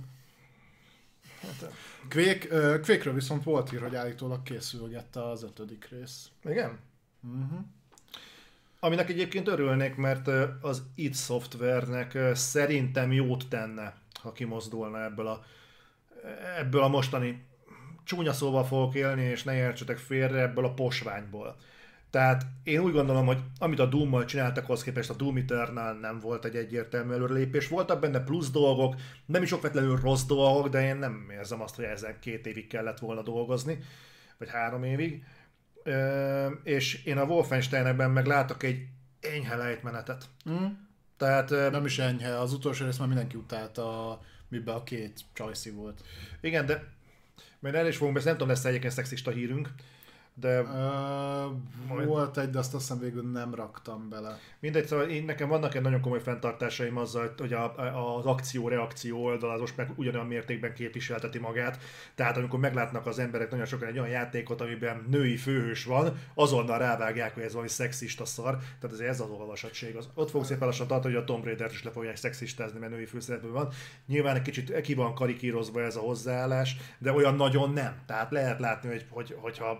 Hát, Quake, uh, Quake-ről viszont volt hír, hogy állítólag készülgette az ötödik rész. Igen? Uh-huh. Aminek egyébként örülnék, mert az id Software-nek szerintem jót tenne, ha kimozdulna ebből a, ebből a mostani, csúnya szóval fogok élni, és ne értsetek félre, ebből a posványból. Tehát én úgy gondolom, hogy amit a Doom-mal csináltak, ahhoz képest a Doom Eternal nem volt egy egyértelmű előrelépés. Voltak benne plusz dolgok, nem is okvetlenül rossz dolgok, de én nem érzem azt, hogy ezen két évig kellett volna dolgozni, vagy három évig. Ö, és én a Wolfensteinekben meg látok egy enyhe lejtmenetet. Mm. Tehát, nem is enyhe, az utolsó rész már mindenki utálta, miben a két csajszi volt. Igen, de mert erre is fogunk beszélni, nem tudom, lesz egyébként szexista hírünk, de... Uh, volt egy, de azt azt hiszem végül nem raktam bele. Mindegy, szóval én, nekem vannak egy nagyon komoly fenntartásaim azzal, hogy a, a, az akció-reakció oldal az most meg ugyanolyan mértékben képviselteti magát. Tehát amikor meglátnak az emberek nagyon sokan egy olyan játékot, amiben női főhős van, azonnal rávágják, hogy ez valami szexista szar. Tehát ez az olvasatség. Az, ott fog szépen lassan tartani, hogy a Tomb Raidert is le fogják szexistázni, mert női főszereplő van. Nyilván egy kicsit ki van karikírozva ez a hozzáállás, de olyan nagyon nem. Tehát lehet látni, hogy, hogy hogyha van mondjuk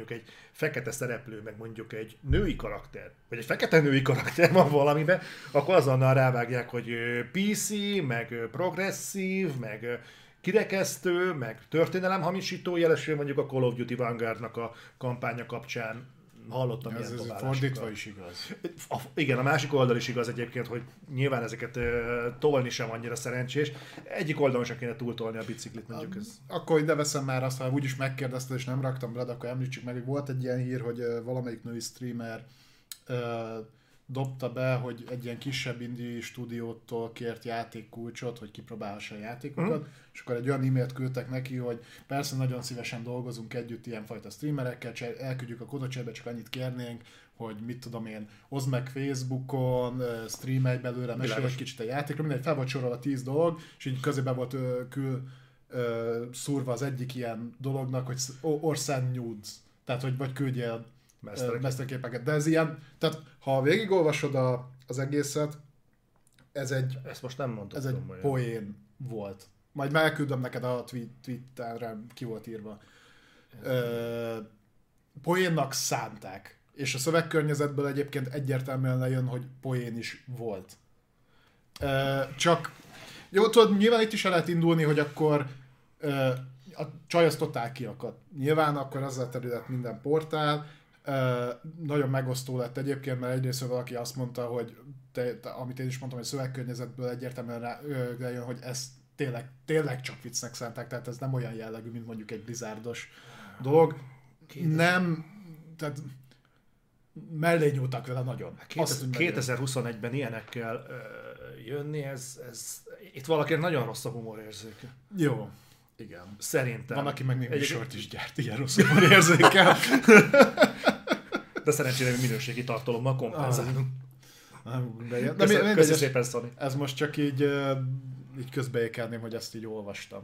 mondjuk egy fekete szereplő, meg mondjuk egy női karakter, vagy egy fekete női karakter van valamiben, akkor azonnal rávágják, hogy pé cé, meg progresszív, meg kirekesztő, meg történelemhamisító, jelesül mondjuk a Call of Duty Vanguardnak a kampánya kapcsán hallottam ez, ilyen ez dobálásokat. fordítva is igaz. A, igen, a másik oldal is igaz egyébként, hogy nyilván ezeket uh, tolni sem annyira szerencsés. Egyik oldalon sem kéne túltolni a biciklit, mondjuk ez. Akkor ide veszem már azt, ha úgyis megkérdezted és nem raktam bele, akkor említsük meg, hogy volt egy ilyen hír, hogy uh, valamelyik női streamer uh, dobta be, hogy egy ilyen kisebb indie stúdiótól kért játékkulcsot, hogy kipróbálhassa a játékokat, mm. és akkor egy olyan e-mailt küldtek neki, hogy persze nagyon szívesen dolgozunk együtt ilyenfajta streamerekkel, elküldjük a kodocserbe, csak annyit kérnénk, hogy mit tudom én, oszd meg Facebookon, streamelj belőle, mesélj egy kicsit a játékról, mindegy, fel volt sorolva tíz dolog, és így közébe volt ö, kül ö, szúrva az egyik ilyen dolognak, hogy ország nudes, tehát hogy vagy küldjél mesterképeket. De ez ilyen, tehát ha végigolvasod a, az egészet, ez egy, ezt most nem mondtam, ez egy poén volt. Majd már elküldöm neked a tweet, Twitterre, ki volt írva. Ö, poénnak szánták. És a szövegkörnyezetből egyébként egyértelműen lejön, hogy poén is volt. Ö, csak, jó, tudod, nyilván itt is el lehet indulni, hogy akkor ö, a csaj az totál kiakadt. Nyilván akkor azzal terület minden portál. Uh, nagyon megosztó lett egyébként, mert egyrészt valaki azt mondta, hogy te, te, amit én is mondtam, hogy szövegkörnyezetből egyértelműen rá, jön, hogy ez tényleg, tényleg csak viccnek szánták, tehát ez nem olyan jellegű, mint mondjuk egy Blizzardos dolog. Kétezer... Nem, tehát mellé nyúltak vele nagyon. kétezer-huszonegyben ilyenekkel uh, jönni, ez, ez, itt valakinek nagyon rossz a humorérzéke. Jó. Igen. Szerintem. Van, aki meg még műsort is gyárt, ilyen rossz humorérzékkel. De szerencsére minőségi tartalommal kompenzálunk. Ah, de Köszönöm, köszönöm szépen, Szani. Ez most csak így, így közbeékelném, hogy ezt így olvastam.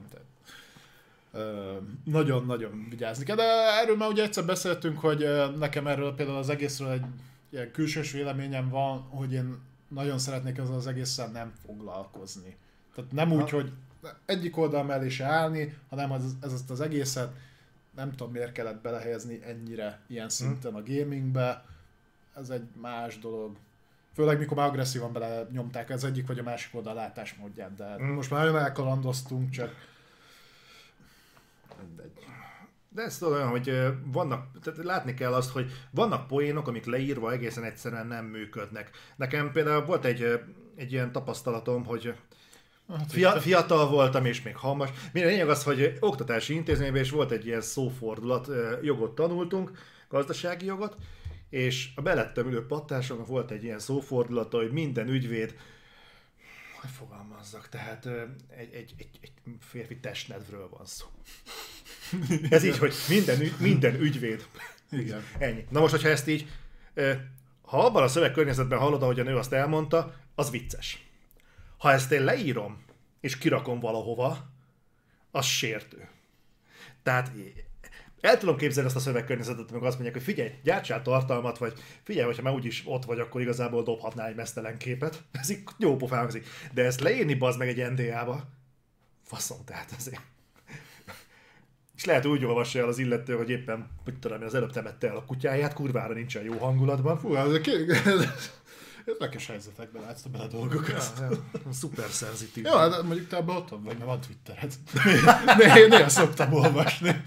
Nagyon-nagyon vigyázni kell. De erről már ugye egyszer beszéltünk, hogy nekem erről például az egészről egy ilyen külsős véleményem van, hogy én nagyon szeretnék ezzel az egésszel nem foglalkozni. Tehát nem úgy, ha. hogy egyik oldal mellé se állni, hanem az, ez azt az egészet nem tudom miért kellett belehelyezni ennyire ilyen szinten a gamingbe. Ez egy más dolog. Főleg mikor már agresszívan bele nyomták az egyik vagy a másik oldal látásmódját, de mm. most már nagyon elkalandoztunk, csak mindegy. De ez olyan, hogy vannak, tehát látni kell azt, hogy vannak poénok, amik leírva egészen egyszerűen nem működnek. Nekem például volt egy, egy ilyen tapasztalatom, hogy Fia, fiatal voltam és még halmas. Minden lényeg az, hogy oktatási intézményben is volt egy ilyen szófordulat, jogot tanultunk, gazdasági jogot, és a belettem ülő pattáson volt egy ilyen szófordulata, hogy minden ügyvéd, hogy fogalmazzak, tehát egy, egy, egy, egy férfi testnedvről van szó. Ez így, hogy minden, ügy, minden ügyvéd. Igen. Ennyi. Na most, hogyha ezt így, ha abban a szövegkörnyezetben hallod, ahogy a nő azt elmondta, az vicces. Ha ezt én leírom, és kirakom valahova, az sértő. Tehát el tudom képzelni azt a szövegkörnyezetet, amikor azt mondják, hogy figyelj, gyártsál tartalmat, vagy figyelj, hogyha már úgyis ott vagy, akkor igazából dobhatnál egy mesztelen képet. Ez így jó pofán hangzik. De ezt leírni bazd meg egy en dé á-ba, faszom, tehát azért. És lehet úgy olvassa el az illető, hogy éppen, mit tudom én, az előbb temette el a kutyáját, kurvára nincsen jó hangulatban. Fú, ez a két... Érdekes helyzetekben látsz bele dolgokat. Ja, ja, szuper szenzitív. Jó, de mondjuk te abban otthon vagy, mert van Twittered. Néha, néha szoktam olvasni.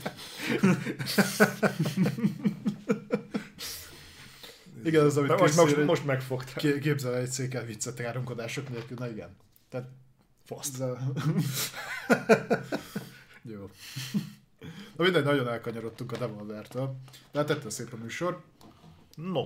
Igen, az, amit most, most, most megfogtál. Képzel egy székel viccet káromkodások nélkül, na igen. Tehát... Faszt. A... Jó. Na mindegy, nagyon elkanyarodtunk a Devolvertől. De hát ettől szép a műsor. No.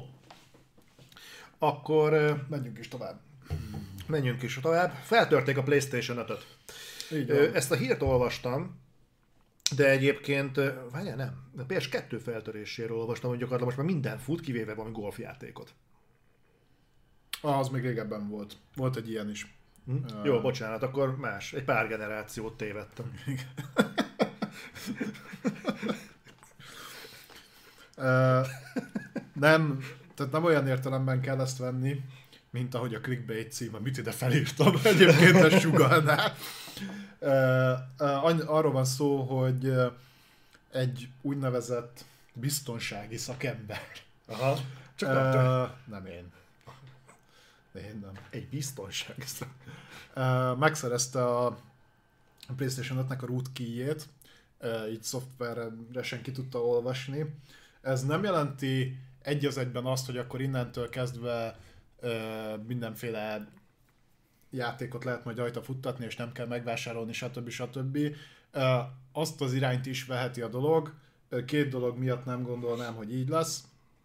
Akkor menjünk is tovább. Menjünk is tovább. Feltörték a PlayStation ötöt. Ezt a hírt olvastam, de egyébként, várjál, nem, a pé es kettő feltöréséről olvastam, hogy gyakorlatilag most már minden fut, kivéve valami golfjátékot. Ah, az még régebben volt. Volt egy ilyen is. Hm? Uh... Jó, bocsánat, akkor más. Egy pár generációt tévedtem. uh, nem... Tehát nem olyan értelemben kell ezt venni, mint ahogy a clickbait cím, amit ide felírtam, egyébként ezt sugallná. Arról van szó, hogy egy úgynevezett biztonsági szakember. Aha. Csak uh, nem én. Én nem. Egy biztonsági uh, Megszerezte a PlayStation ötnek a root key-jét, uh, így szoftveresen ki tudta olvasni. Ez nem jelenti egy az egyben azt, hogy akkor innentől kezdve uh, mindenféle játékot lehet majd rajta futtatni, és nem kell megvásárolni, stb. stb. Uh, azt az irányt is veheti a dolog. Uh, két dolog miatt nem gondolnám, hogy így lesz.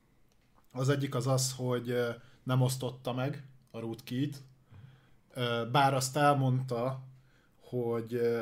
Az egyik az az, hogy uh, nem osztotta meg a root key-t, uh, bár azt elmondta, hogy uh,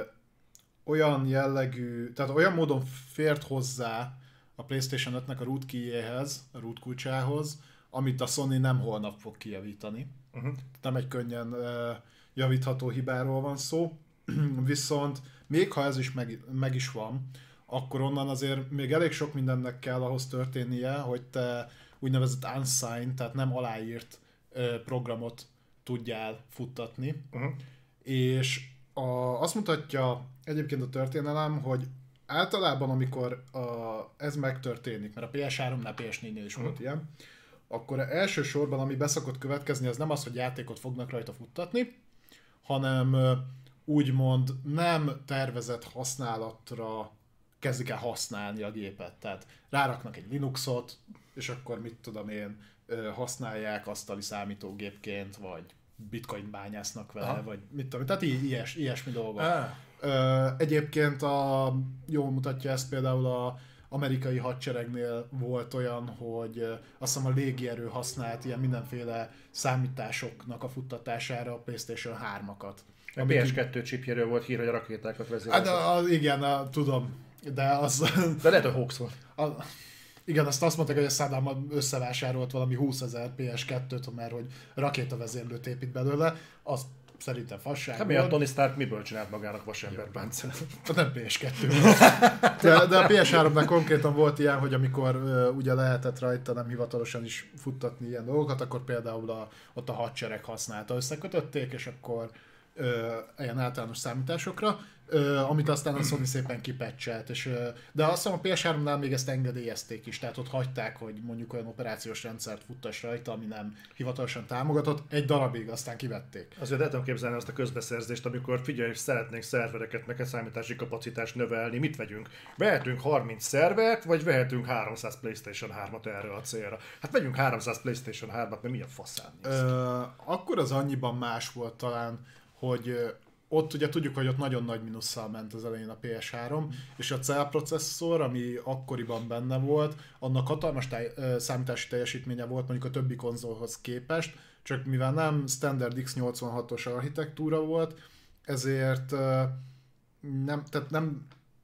olyan jellegű, tehát olyan módon fért hozzá a PlayStation ötnek a root key-jéhez, a root kulcsához, amit a Sony nem holnap fog kijavítani. Uh-huh. Nem egy könnyen uh, javítható hibáról van szó, viszont még ha ez is meg, meg is van, akkor onnan azért még elég sok mindennek kell ahhoz történnie, hogy te úgynevezett unsigned, tehát nem aláírt uh, programot tudjál futtatni. Uh-huh. És a, azt mutatja egyébként a történelem, hogy általában amikor a, ez megtörténik, mert a pé es háromnál, pé es négynél is uh-huh. volt ilyen, akkor elsősorban, ami beszokott következni, az nem az, hogy játékot fognak rajta futtatni, hanem úgymond nem tervezett használatra kezdik el használni a gépet. Tehát ráraknak egy Linuxot, és akkor mit tudom én, használják asztali számítógépként, vagy bitcoin bányásznak vele, aha. vagy mit tudom, tehát ilyes, ilyesmi dolgok. Ah. Egyébként a, jól mutatja ezt például a amerikai hadseregnél volt olyan, hogy azt hiszem a légierő használt ilyen mindenféle számításoknak a futtatására a PlayStation hármakat. A pé es kettő csipjéről volt hír, hogy a rakétákat vezéreltek. Hát igen, a, tudom, de az... De lehet, hogy hoax volt. A, igen, azt azt mondták, hogy a Saddam összevásárolt valami húszezer pé es kettőt, mert hogy rakétavezérlőt épít belőle, az szerintem fasság. Hát mi a Tony Stark miből csinált magának vasember páncélt? Nem pé es kettő. De, de a pé es háromnál konkrétan volt ilyen, hogy amikor uh, ugye lehetett rajta nem hivatalosan is futtatni ilyen dolgokat, akkor például a, ott a hadsereg használta, összekötötték, és akkor uh, ilyen általános számításokra, uh, amit aztán a Sony szépen kipatchelt, és uh, de azt hiszem a pé es háromnál még ezt engedélyezték is, tehát ott hagyták, hogy mondjuk olyan operációs rendszert futtass rajta, ami nem hivatalosan támogatott, egy darabig aztán kivették. Azért el tudom képzelni azt a közbeszerzést, amikor figyelj, szeretnénk szervereket, meg a számítási kapacitást növelni, mit vegyünk? Vehetünk harminc szervert, vagy vehetünk háromszáz PlayStation hármat erre a célra? Hát vegyünk háromszáz PlayStation hármat, mert milyen faszán néz ki. Ö, akkor az annyiban más volt talán, hogy ott ugye tudjuk, hogy ott nagyon nagy minusszal ment az elején a pé es három, mm. és a Cell processzor, ami akkoriban benne volt, annak hatalmas táj, számítási teljesítménye volt mondjuk a többi konzolhoz képest, csak mivel nem standard iksz nyolcvanhatos architektúra volt, ezért nem, tehát nem,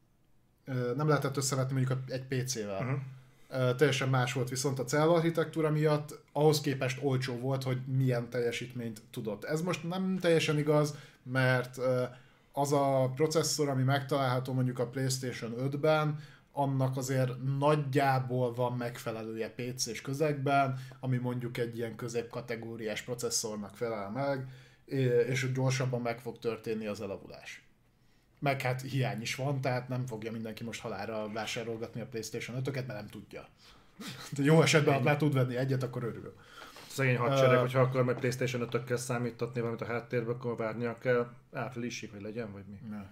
nem lehetett összevetni mondjuk egy pé cével. Uh-huh. Teljesen más volt viszont a Cell architektúra miatt, ahhoz képest olcsó volt, hogy milyen teljesítményt tudott. Ez most nem teljesen igaz, mert az a processzor, ami megtalálható mondjuk a PlayStation ötben, annak azért nagyjából van megfelelője pé cés közegben, ami mondjuk egy ilyen középkategóriás processzornak felel meg, és gyorsabban meg fog történni az elavulás. Meg hát hiány is van, tehát nem fogja mindenki most halálra vásárolgatni a PlayStation ötöket, mert nem tudja. Jó esetben, ha már tud venni egyet, akkor örül. Szegény hadsereg, uh, hogyha akar meg PlayStation ötökkel számítatni valamit a háttérbe, akkor várnia kell áprilisig, hogy legyen, vagy mi? Ne.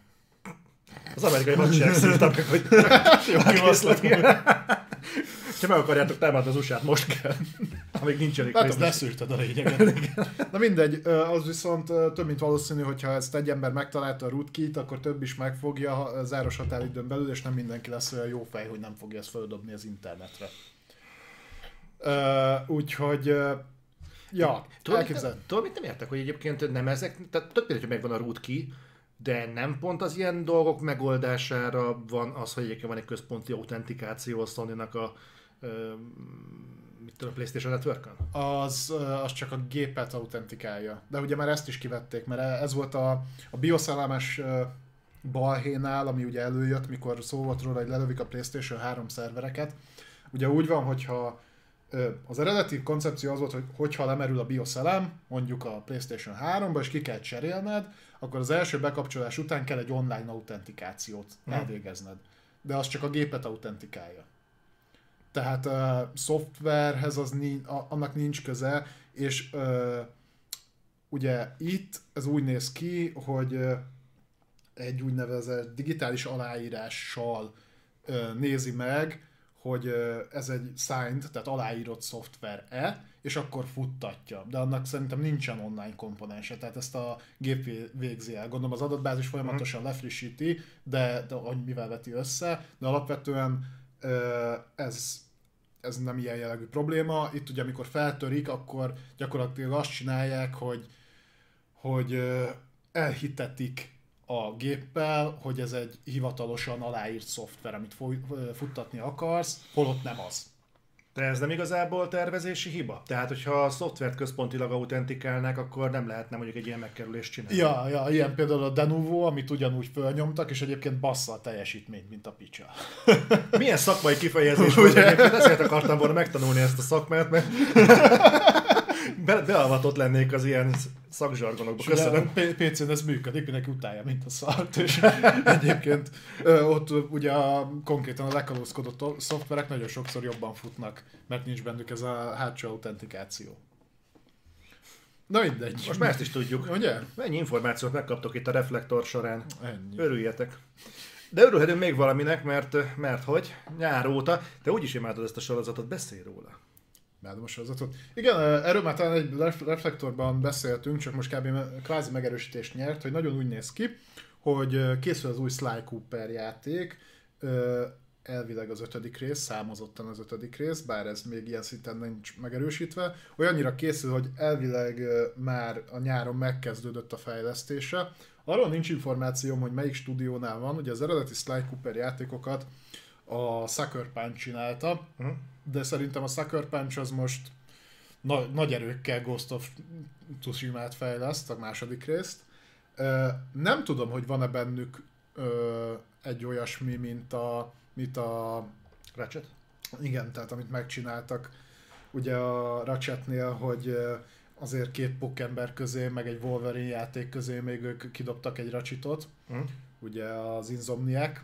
Az amerikai hadsereg szívta meg, hogy jó kivasszlat. Ha meg akarjátok támadni az u es á-t, most kell. Amíg nincsenek. Hát, leszűrted a lényeget. Na mindegy, az viszont több mint valószínű, hogyha ezt egy ember megtalálta a root key-t, akkor több is megfogja a záros határidőn belül, és nem mindenki lesz olyan jó fej, hogy nem fogja ezt földobni az internetre. Uh, úgyhogy uh, ja, elképzelem. Tudod, mit nem értek, hogy egyébként nem ezek, tehát tök például, hogy megvan a root key, de nem pont az ilyen dolgok megoldására van az, hogy egyébként van egy központi autentikáció a Sony-nak a, uh, mit tudom, a PlayStation Network-on? Az, az csak a gépet autentikálja. De ugye már ezt is kivették, mert ez volt a, a BIOS-elemes balhénál, ami ugye előjött, mikor szó volt róla, hogy lelövik a PlayStation három szervereket. Ugye úgy van, hogyha az eredeti koncepció az volt, hogy hogyha lemerül a BIOS elem, mondjuk a PlayStation háromba, és ki kell cserélned, akkor az első bekapcsolás után kell egy online autentikációt elvégezned. De az csak a gépet autentikálja. Tehát a szoftverhez az nincs, annak nincs köze, és uh, ugye itt ez úgy néz ki, hogy uh, egy úgynevezett digitális aláírással uh, nézi meg, hogy uh, ez egy signed, tehát aláírott szoftver-e, és akkor futtatja. De annak szerintem nincsen online komponense, tehát ezt a gép végzi el. Gondolom az adatbázis folyamatosan lefrissíti, de, de mivel veti össze, de alapvetően uh, ez ez nem ilyen jellegű probléma. Itt ugye amikor feltörik, akkor gyakorlatilag azt csinálják, hogy, hogy elhitetik a géppel, hogy ez egy hivatalosan aláírt szoftver, amit futtatni akarsz, holott nem az. De ez nem igazából tervezési hiba? Tehát, hogyha a szoftvert központilag autentikálnák, akkor nem lehetne mondjuk egy ilyen megkerülést csinálni? Ja, ja, ilyen például a Denuvo, amit ugyanúgy fölnyomtak, és egyébként bassza a teljesítményt, mint a picsa. Milyen szakmai kifejezés volt egyébként? Ezért akartam volna megtanulni ezt a szakmát, mert be- beavatott lennék az ilyen szakzsargonokba. Köszönöm. pé cén ez működik, mindenki utálja, mint a szart, és egyébként ott ugye a, konkrétan a lekalózkodott szoftverek nagyon sokszor jobban futnak, mert nincs bennük ez a hátsó autentikáció. Na mindegy. Most már ezt is tudjuk. Ugye? Mennyi információt megkaptok itt a Reflektor során. Ennyi. Örüljetek. De örülhetünk még valaminek, mert, mert hogy nyár óta, te úgyis imádod ezt a sorozatot, beszélj róla. Imádom a sorozatot. Igen, erről már talán egy reflektorban beszéltünk, csak most kb. Kvázi megerősítést nyert, hogy nagyon úgy néz ki, hogy készül az új Sly Cooper játék, elvileg az ötödik rész, számozottan az ötödik rész, bár ez még ilyen szinten nincs megerősítve. Olyannyira készül, hogy elvileg már a nyáron megkezdődött a fejlesztése. Arról nincs információm, hogy melyik stúdiónál van, ugye az eredeti Sly Cooper játékokat a Sucker Punch csinálta, hm. de szerintem a Sucker Punch az most na- nagy erőkkel Ghost of Tsushima-t fejleszt, a második részt. Nem tudom, hogy van-e bennük egy olyasmi, mint a, mint a Ratchet? Igen, tehát amit megcsináltak ugye a Ratchetnél, hogy azért két pókember közé, meg egy Wolverine játék közé még ők kidobtak egy Ratchetot, hm. ugye az Insomniac.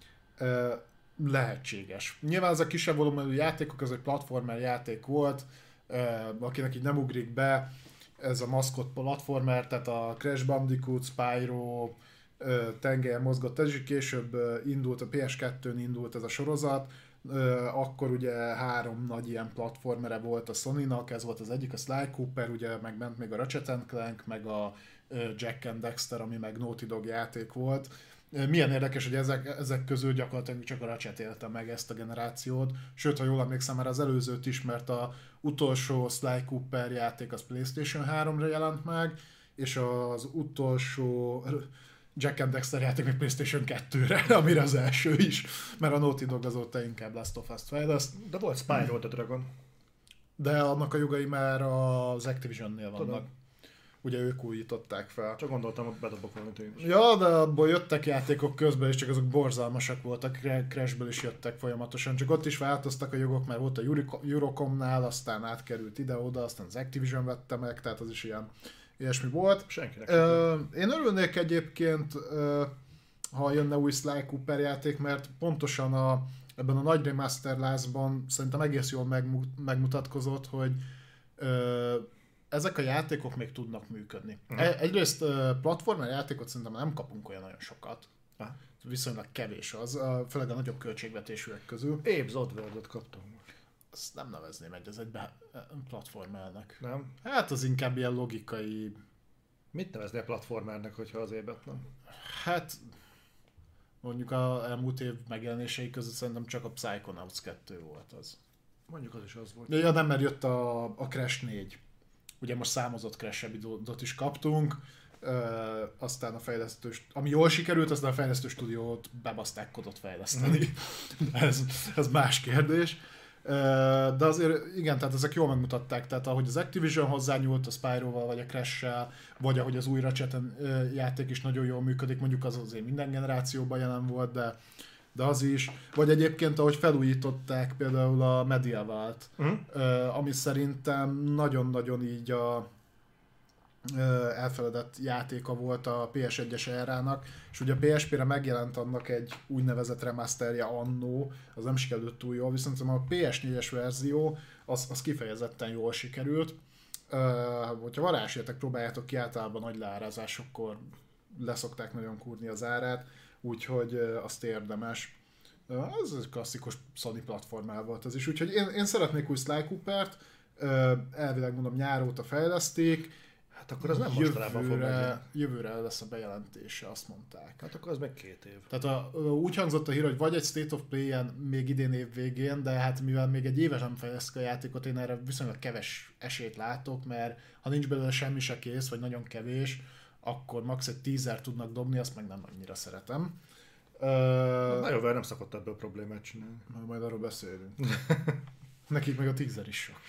Lehetséges. Nyilván ez a kisebb volumenű játékok, ez egy platformer játék volt, akinek így nem ugrik be, ez a maszkot platformer, tehát a Crash Bandicoot, Spyro, tengelyen mozgott, ez is később indult, a pé es kettőn indult ez a sorozat, akkor ugye három nagy ilyen platformere volt a Sony-nak, ez volt az egyik, a Sly Cooper, ugye megment még a Ratchet and Clank, meg a Jack and Dexter, ami meg Naughty Dog játék volt. Milyen érdekes, hogy ezek, ezek közül gyakorlatilag csak a Ratchet élte meg ezt a generációt, sőt, ha jól emlékszem, már az előzőt is, mert a utolsó Sly Cooper játék az PlayStation háromra jelent meg, és az utolsó Jack and Dexter játék még PlayStation kettőre, amire az első is, mert a Naughty Dog azóta inkább Last of Us-t fejleszt. De volt Spyro the Dragon. De annak a jogai már az Activision-nél vannak. Tudom. Ugye ők újították fel. Csak gondoltam, hogy bedobok valamit én is. Ja, de abból jöttek játékok közben, és csak azok borzalmasak voltak, Crashből is jöttek folyamatosan, csak ott is változtak a jogok, mert volt a Eurocomnál, aztán átkerült ide-oda, aztán az Activision vette meg, tehát az is ilyen ilyesmi volt. Senkinek uh, Én örülnék egyébként, uh, ha jönne új Sly Cooper játék, mert pontosan a, ebben a nagy remaster lázban szerintem egész jól megmutatkozott, hogy uh, ezek a játékok még tudnak működni. Uh-huh. Egyrészt uh, platformer játékot szerintem nem kapunk olyan nagyon sokat. Uh-huh. Viszonylag kevés az, uh, főleg a nagyobb költségvetésűek közül. Abe's Oddworld-ot kaptam most. Azt nem nevezném egy, ez egy be- platformernek. Nem? Hát az inkább ilyen logikai... Mit neveznél platformernek, hogyha az Abe-et nem? Hát mondjuk a elmúlt év megjelenései között szerintem csak a Psychonauts kettő volt az. Mondjuk az is az volt. Ja, nem, mert jött a, a Crash négy. Ugye most számozott Crash epizódot is kaptunk, ö, aztán a fejlesztő, ami jól sikerült, aztán a fejlesztő stúdiót bebaszták kodot fejleszteni. ez, ez más kérdés. Ö, de azért igen, tehát ezek jól megmutatták, tehát ahogy az Activision hozzányúlt a Spyro-val, vagy a Crash-sel, vagy ahogy az új Ratchet játék is nagyon jól működik, mondjuk az azért minden generációban jelen volt, de de az is, vagy egyébként ahogy felújították például a Medievalt, uh-huh. ami szerintem nagyon-nagyon így a, elfeledett játéka volt a pé es egyes érának, és ugye a pé es pére megjelent annak egy úgynevezett remasterje annó, az nem sikerült túl jól, viszont a pé es négyes verzió az, az kifejezetten jól sikerült. Uh, hogyha varázsértek próbáljátok ki, általában nagy leárazásokkor leszokták nagyon kúrni az árát, úgyhogy uh, azt érdemes. Uh, ez egy klasszikus Sony platformál volt ez is, úgyhogy én, én szeretnék új Sly Coopert, uh, elvileg mondom nyár óta fejleszték. Hát akkor az nem mostanában fog menni. Jövőre lesz a bejelentése, azt mondták. Hát akkor az meg két év. Tehát a, úgy hangzott a hír, hogy vagy egy State of Play-en még idén év végén, de hát mivel még egy éves nem fejlesztik a játékot, én erre viszonylag keves esélyt látok, mert ha nincs belőle semmi se kész, vagy nagyon kevés, akkor max. Egy tízer tudnak dobni, azt meg nem annyira szeretem. Uh, Na jó, nem szokott ebből problémát csinálni. Majd arról beszélünk. Nekik meg a tízer is sok.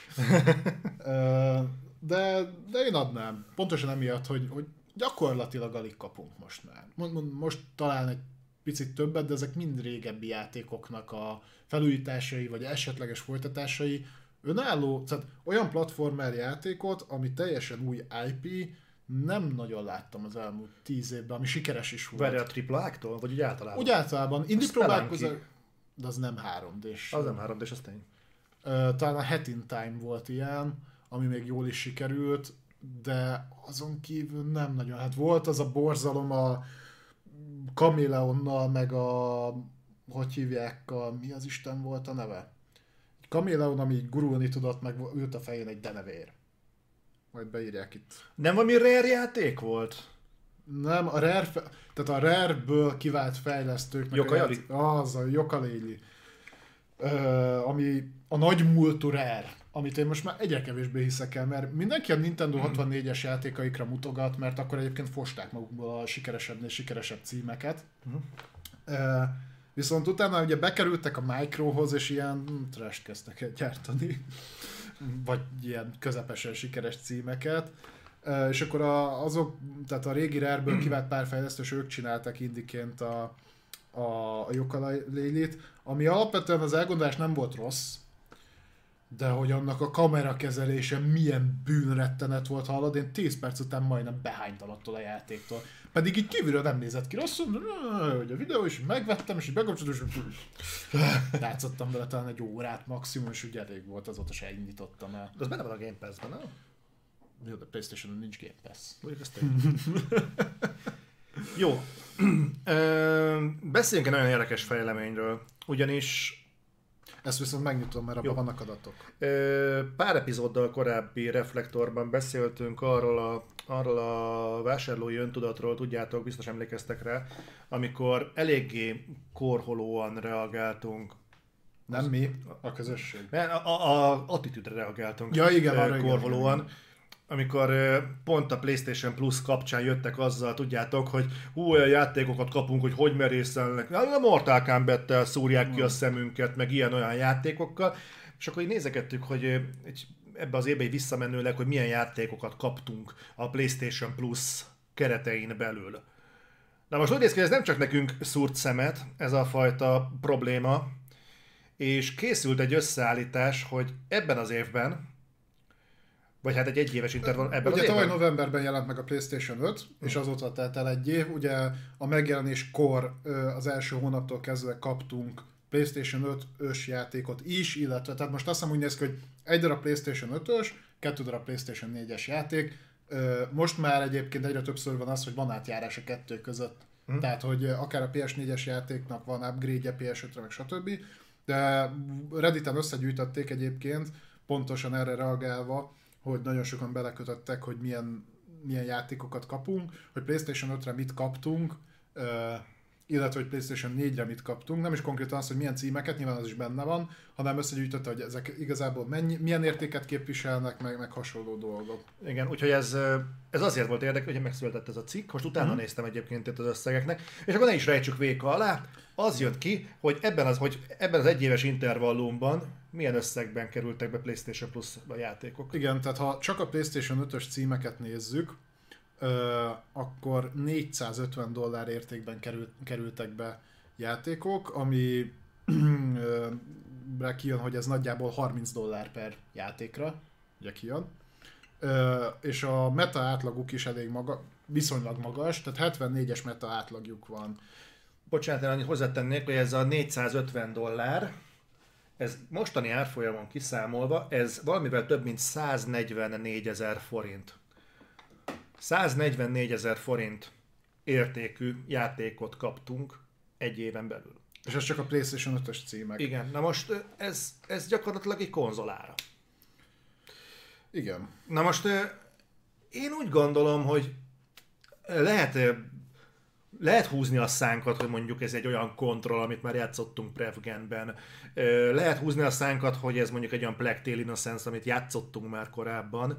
uh, De, de én adnám. Pontosan emiatt, hogy, hogy gyakorlatilag alig kapunk most már. Most talán egy picit többet, de ezek mind régebbi játékoknak a felújításai, vagy esetleges folytatásai. Önálló, tehát olyan platformer játékot, ami teljesen új i pé, nem nagyon láttam az elmúlt tíz évben, ami sikeres is volt. Várja a tripláktól, vagy úgy általában? Úgy általában. Indie próbálkozak, de az nem három dés. Az nem három dés, az tény. Uh, talán a Hat in Time volt ilyen, ami még jól is sikerült, de azon kívül nem nagyon. Hát volt az a borzalom a Kameleonnal, meg a... hogy hívják, a, mi az Isten volt a neve? Kameleon, ami így gurulni tudott, meg ült a fején egy denevér. Majd beírják itt. Nem valami Rare játék volt? Nem, a Rare, fe... tehát a Rare-ből kivált fejlesztőknek Yooka-Laylee? Az, a Yooka-Laylee. Uh, ami a nagy múltú Rare, amit én most már egyre kevésbé hiszek el, mert mindenki a Nintendo hatvannégyes játékaikra mutogat, mert akkor egyébként fosták magukból a sikeresebbnél sikeresebb címeket. Uh-huh. Uh, viszont utána ugye bekerültek a Microhoz, és ilyen trash-t kezdtek el gyártani, vagy ilyen közepesen sikeres címeket. Uh, és akkor a, azok, tehát a régi Rare-ből kivált pár fejlesztős, ők csináltak indiként a a Yooka-Laylee-t, ami alapvetően az elgondolás nem volt rossz, de hogy annak a kamerakezelése milyen bűnrettenet volt, hallod, én tíz perc után majdnem behánytam attól a játéktól. Pedig így kívülről nem nézett ki rosszul, hogy a videó is megvettem, és így bekapcsoltam, és játszottam vele talán egy órát maximum, és úgy elég volt, azóta se indítottam el. De az benne van a Game Pass-ben, nem? Jó, de PlayStation-on nincs Game Pass. Jó. Ö, beszéljünk egy nagyon érdekes fejleményről, ugyanis... Ezt viszont megnyitom, mert abban vannak adatok. Ö, pár epizóddal korábbi Reflektorban beszéltünk arról a, arról a vásárlói öntudatról, tudjátok, biztos emlékeztek rá, amikor eléggé korholóan reagáltunk. Nem az, mi, a közösség. A, a, a attitűdre reagáltunk. Ja, igen, arra korholóan. Igen, igen. Amikor pont a PlayStation Plus kapcsán jöttek azzal, tudjátok, hogy hú, olyan játékokat kapunk, hogy hogy merészelnek. A Mortal Kombattel szúrják ki a szemünket, meg ilyen-olyan játékokkal. És akkor így nézegettük, hogy egy, ebbe az évben visszamenőleg, hogy milyen játékokat kaptunk a PlayStation Plus keretein belül. Na most úgy néz ki, hogy ez nem csak nekünk szúrt szemet, ez a fajta probléma, és készült egy összeállítás, hogy ebben az évben, vagy hát egy egyéves intervall ebben ugye az évben. Ugye tavaly novemberben jelent meg a PlayStation öt, mm. és azóta telt el egy év. Ugye a megjelenéskor az első hónaptól kezdve kaptunk PlayStation öt-ös játékot is, illetve tehát most azt hiszem úgy néz ki, hogy egy darab PlayStation ötös, kettő darab PlayStation négyes játék. Most már egyébként egyre többször van az, hogy van átjárás a kettő között. Mm. Tehát, hogy akár a pé es négyes játéknak van upgrade-je pé es ötre, meg stb. De Redditen összegyűjtötték egyébként, pontosan erre reagálva, hogy nagyon sokan belekötöttek, hogy milyen, milyen játékokat kapunk, hogy PlayStation ötre mit kaptunk, uh, illetve hogy PlayStation négyre mit kaptunk. Nem is konkrétan az, hogy milyen címeket, nyilván az is benne van, hanem összegyűjtötte, hogy ezek igazából mennyi, milyen értéket képviselnek, meg, meg hasonló dolgok. Igen, úgyhogy ez, ez azért volt érdekes, hogy megszületett ez a cikk, most utána mm-hmm. néztem egyébként itt az összegeknek, és akkor ne is rejtsük véka alá, az jött ki, hogy ebben az, hogy ebben az egyéves intervallumban milyen összegben kerültek be PlayStation Plus-ba játékok. Igen, tehát ha csak a PlayStation ötös címeket nézzük, ö, akkor négyszázötven dollár értékben került, kerültek be játékok, ami ö, kijön, hogy ez nagyjából harminc dollár per játékra, ugye kijön. és a meta átlaguk is elég maga, viszonylag magas, tehát hetvennégyes meta átlagjuk van. Bocsánat, én annyit hozzátennék, hogy ez a négyszázötven dollár, ez mostani árfolyamon kiszámolva, ez valamivel több mint száznegyvennégyezer forint. száznegyvennégyezer forint értékű játékot kaptunk egy éven belül. És ez csak a PlayStation ötös címek. Igen, na most ez, ez gyakorlatilag egy konzolára. Igen. Na most én úgy gondolom, hogy lehet, lehet húzni a szánkat, hogy mondjuk ez egy olyan kontroll, amit már játszottunk Prevgenben. Lehet húzni a szánkat, hogy ez mondjuk egy olyan Plague Tale Innocence, amit játszottunk már korábban.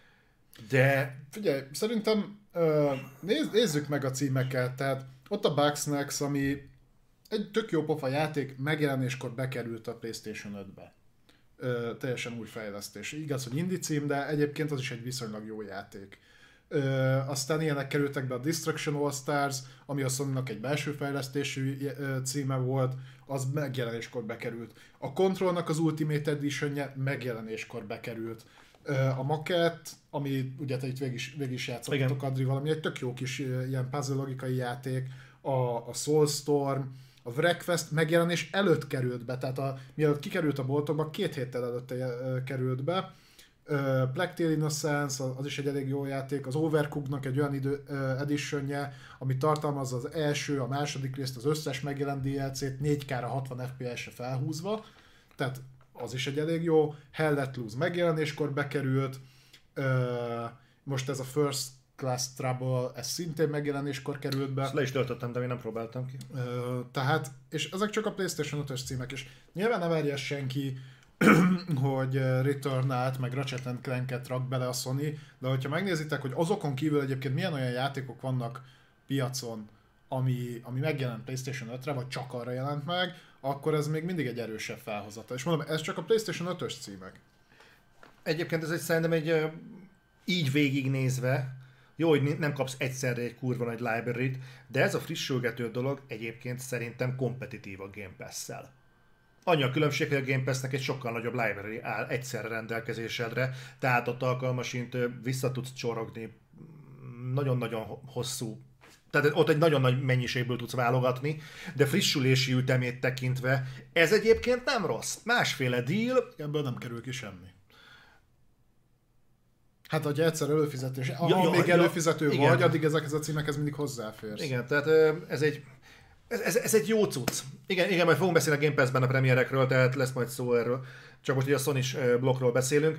De... Figyelj, szerintem nézz, nézzük meg a címeket. Tehát ott a Bugsnax, ami egy tök jó pofa játék, megjelenéskor bekerült a PlayStation ötbe. Ö, teljesen új fejlesztés. Igaz, hogy indie cím, de egyébként az is egy viszonylag jó játék. Ö, aztán ilyenek kerültek be a Destruction All Stars, ami a Sony-nak egy belső fejlesztésű címe volt, az megjelenéskor bekerült. A Controlnak az Ultimate Edition-je megjelenéskor bekerült. Ö, a Maquette, ami ugye te itt végig is, végig is játszottatok, Adrival, ami egy tök jó kis ilyen puzzle logikai játék. A, a Soulstorm, a Wreckfest megjelenés előtt került be, tehát a, mielőtt kikerült a boltokba, két héttel előtte uh, került be. Uh, Plague Tale Innocence, az is egy elég jó játék, az Overcooked-nak egy olyan idő, uh, editionje, ami tartalmazza az első, a második részt, az összes megjelent dé el cét négy ká-ra hatvan ef pé es-re felhúzva, tehát az is egy elég jó. Hell Let Loose megjelenéskor bekerült, uh, most ez a First Class Trouble, ez szintén megjelenéskor került be. Ezt le is töltöttem, de én nem próbáltam ki. Ö, tehát, és ezek csak a PlayStation ötös címek, és nyilván ne várja senki, hogy Returnal-t, meg Ratchet and Clank-et rak bele a Sony, de hogyha megnézitek, hogy azokon kívül egyébként milyen olyan játékok vannak piacon, ami, ami megjelent PlayStation ötre, vagy csak arra jelent meg, akkor ez még mindig egy erősebb felhozata. És mondom, ez csak a PlayStation ötös címek. Egyébként ez egy szerintem egy így végignézve, jó, hogy nem kapsz egyszerre egy kurva nagy library-t, de ez a frissülgető dolog egyébként szerintem kompetitív a Game Pass-szel. Annyi a különbség, hogy a Game Pass-nek egy sokkal nagyobb library áll egyszerre rendelkezésedre, tehát ott alkalmasint vissza tudsz csorogni nagyon-nagyon hosszú, tehát ott egy nagyon nagy mennyiségből tudsz válogatni, de frissülési ütemét tekintve ez egyébként nem rossz. Másféle deal. Ebből nem kerül ki semmi. Hát, hogyha egyszer előfizetés, ha ja, még ja, előfizető igen. vagy, addig ezekhez a címekhez mindig hozzáférsz. Igen, tehát ez egy, ez, ez, ez egy jó cucc. Igen, igen, majd fogunk beszélni a Game Pass-ben a premierekről, tehát lesz majd szó erről. Csak most ugye a Sony-s blokkról beszélünk.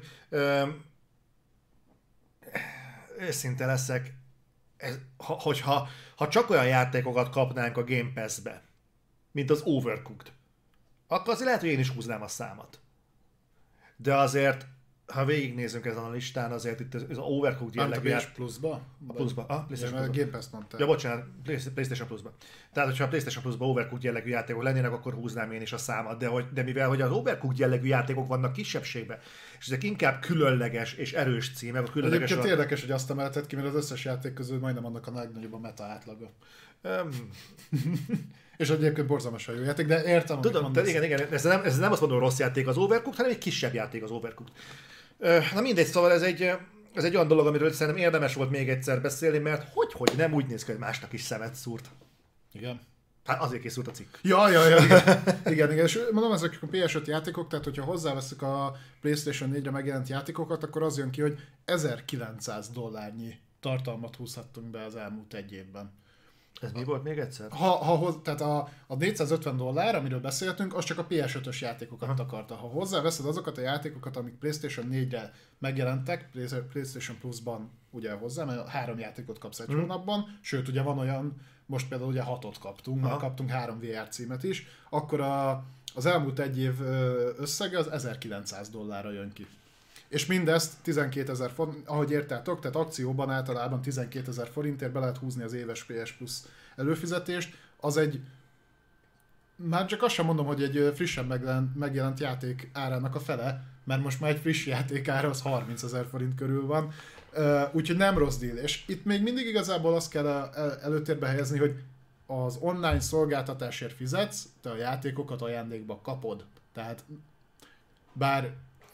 Őszinte leszek, ez, ha, hogyha ha csak olyan játékokat kapnánk a Game Pass-be, mint az Overcooked, akkor azért lehet, hogy én is húznám a számat. De azért ha végignézünk ezen a listán, azért itt az Overcooked jellegű... Nem, a Plus-ba? A Plus-ba. Ah, PlayStation Plus-ba. Game Pass mondtál. Ja, bocsánat, PlayStation Plus-ba. Tehát, hogyha a PlayStation Plus-ba Overcooked jellegű játékok lennének, akkor húznám én is a számat. De, hogy, de mivel hogy az Overcooked jellegű játékok vannak kisebbségben, és ezek inkább különleges és erős címek, a különleges... Egyébként a... érdekes, hogy azt emelted ki, mert az összes játék közül majdnem annak a legnagyobb a meta átlaga. Um... És egyébként borzalmasan jó játék, de értem, tudom, te, igen, igen, ez nem, ez nem azt mondom, rossz játék az Overcooked, hanem egy kisebb játék az Overcooked. Na mindegy, szóval ez egy, ez egy olyan dolog, amiről szerintem érdemes volt még egyszer beszélni, mert hogy-hogy nem úgy néz ki, hogy másnak is szemet szúrt. Igen. Hát azért készült a cikk. Ja, ja, ja, igen. igen, igen. És mondom, ezek a pé es öt játékok, tehát hogyha hozzáveszünk a PlayStation négyre megjelent játékokat, akkor az jön ki, hogy ezerkilencszáz dollárnyi tartalmat húzhattunk be az elmúlt egy évben. Ez mi volt még egyszer? Ha, ha, tehát a, a négyszázötven dollár, amiről beszéltünk, az csak a pé es ötös játékokat Aha. akarta. Ha hozzáveszed azokat a játékokat, amik PlayStation négyre megjelentek, PlayStation Plus-ban ugye hozzá, mert három játékot kapsz egy hmm. hónapban, sőt ugye van olyan, most például ugye hatot kaptunk, mert kaptunk három vé er címet is, akkor a, az elmúlt egy év összege az ezerkilencszáz dollárra jön ki. És mindezt tizenkétezer forint, ahogy érteltok, tehát akcióban általában tizenkétezer forintért be lehet húzni az éves pé es Plus előfizetést. Az egy, már csak azt sem mondom, hogy egy frissen megjelent, megjelent játék árának a fele, mert most már egy friss játék ára az harmincezer forint körül van, úgyhogy nem rossz deal. És itt még mindig igazából azt kell előtérbe helyezni, hogy az online szolgáltatásért fizetsz, te a játékokat ajándékba kapod. Tehát bár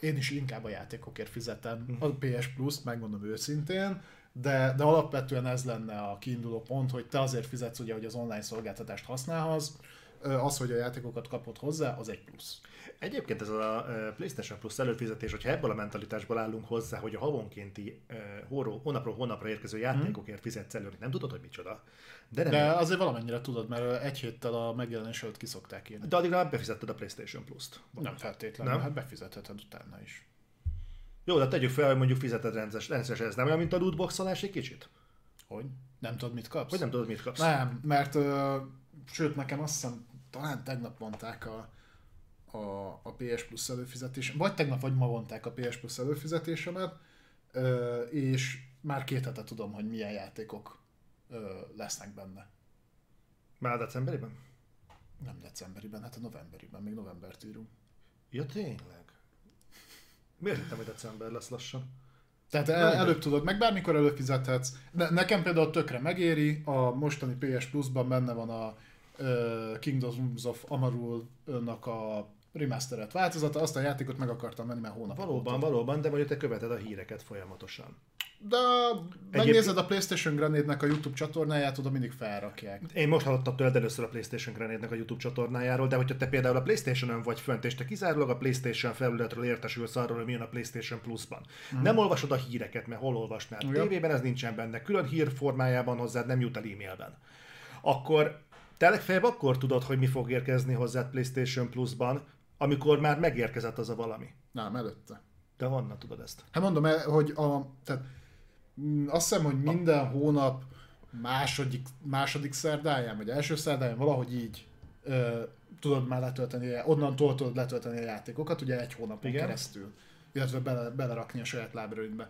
én is inkább a játékokért fizetem a pé es Plus-t, megmondom őszintén, de, de alapvetően ez lenne a kiinduló pont, hogy te azért fizetsz, ugye, hogy az online szolgáltatást használhatsz, az, hogy a játékokat kapod hozzá, az egy plusz. Egyébként ez a PlayStation Plus előfizetés, hogyha ebből a mentalitásból állunk hozzá, hogy a havonkénti uh, hónapról hónapra érkező játékokért fizetsz előre, nem tudod, hogy micsoda. De, nem de azért valamennyire tudod, mert egy héttel a megjelenés előtt ki szokták írni. De addigra befizetted a PlayStation Plus-t. Nem feltétlenül, nem? Hát befizetheted utána is. Jó, de tegyük fel, hogy mondjuk fizeted rendszeresen, ez nem olyan, mint a lootboxolás egy kicsit? Hogy? Nem tudod, mit kapsz? Hogy nem tudod, mit kapsz? Nem, mert uh, sőt, nekem azt hiszem, talán tegnap mondták a, a, a pé es Plus előfizetésem, vagy tegnap, vagy ma mondták a pé es Plus előfizetésemet, uh, és már két hete tudom, hogy milyen játékok uh, lesznek benne. Már decemberiben? Nem decemberiben, hát a novemberiben, még novembert írunk. Ja, tényleg? Miért hittem, hogy december lesz lassan? Tehát el, előbb tudod, meg bármikor előfizethetsz. Ne, nekem például tökre megéri, a mostani pé es Plus-ban benne van a uh, Kingdoms of Amarul-nak a remastered változata, azt a játékot meg akartam venni, mert hónapok Valóban, óta. valóban, de mondjuk te követed a híreket folyamatosan. De megnézed a PlayStation Grenade-nek a YouTube csatornáját, oda mindig felrakják. Én most hallottam tőled először a PlayStation Grenade-nek a YouTube csatornájáról, de hogyha te például a PlayStation-ön vagy fönt, és te kizárólag a PlayStation felületről értesülsz arról, hogy milyen a PlayStation Plus-ban. Mm. Nem olvasod a híreket, mert hol olvasnád? Ja. Tévében ez nincsen benne, külön hír formájában hozzád nem jut el e-mailben. Akkor te legfeljebb akkor tudod, hogy mi fog érkezni hozzád PlayStation Plus-ban, amikor már megérkezett az a valami. Nem, előtte. De honnan tudod ezt? Hát mondom, hogy a, tehát azt hiszem, hogy minden hónap második, második szerdáján, vagy első szerdáján valahogy így ö, tudod már letölteni, onnantól tudod letölteni a játékokat, ugye egy hónapon Igen. keresztül, illetve bele, belerakni a saját lábrőidbe.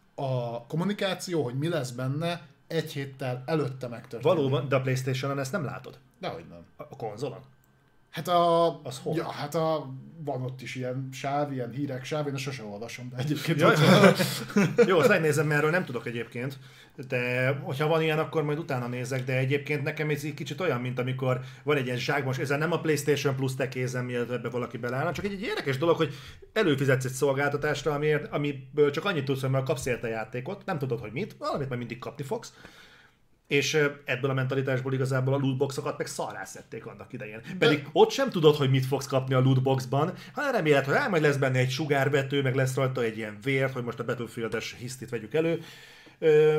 A kommunikáció, hogy mi lesz benne, egy héttel előtte megtörténik. Valóban, de a PlayStation-on ezt nem látod? Dehogy nem. A, a konzolon? Hát a... Az hol? Ja, hát a... Van ott is ilyen sáv, ilyen hírek sáv, én sose olvasom, de egyébként... Ja, jó, azt megnézem, mert erről nem tudok egyébként, de hogyha van ilyen, akkor majd utána nézek, de egyébként nekem ez egy kicsit olyan, mint amikor van egy ilyen zsákmos, ezzel nem a PlayStation Plus te kézem, mielőtt ebbe valaki belállna, csak egy, egy érdekes dolog, hogy előfizetsz egy szolgáltatásra, amiért, amiből csak annyit tudsz, hogy már kapsz érte játékot, nem tudod, hogy mit, valamit majd mindig kapni fogsz. És ebből a mentalitásból igazából a lootboxokat meg szarrá szedték annak idején. De... Pedig ott sem tudod, hogy mit fogsz kapni a lootboxban, hanem reméled, hogy majd lesz benne egy sugárvető, meg lesz rajta egy ilyen vért, hogy most a Battlefield-es hisztit vegyük elő. Ö...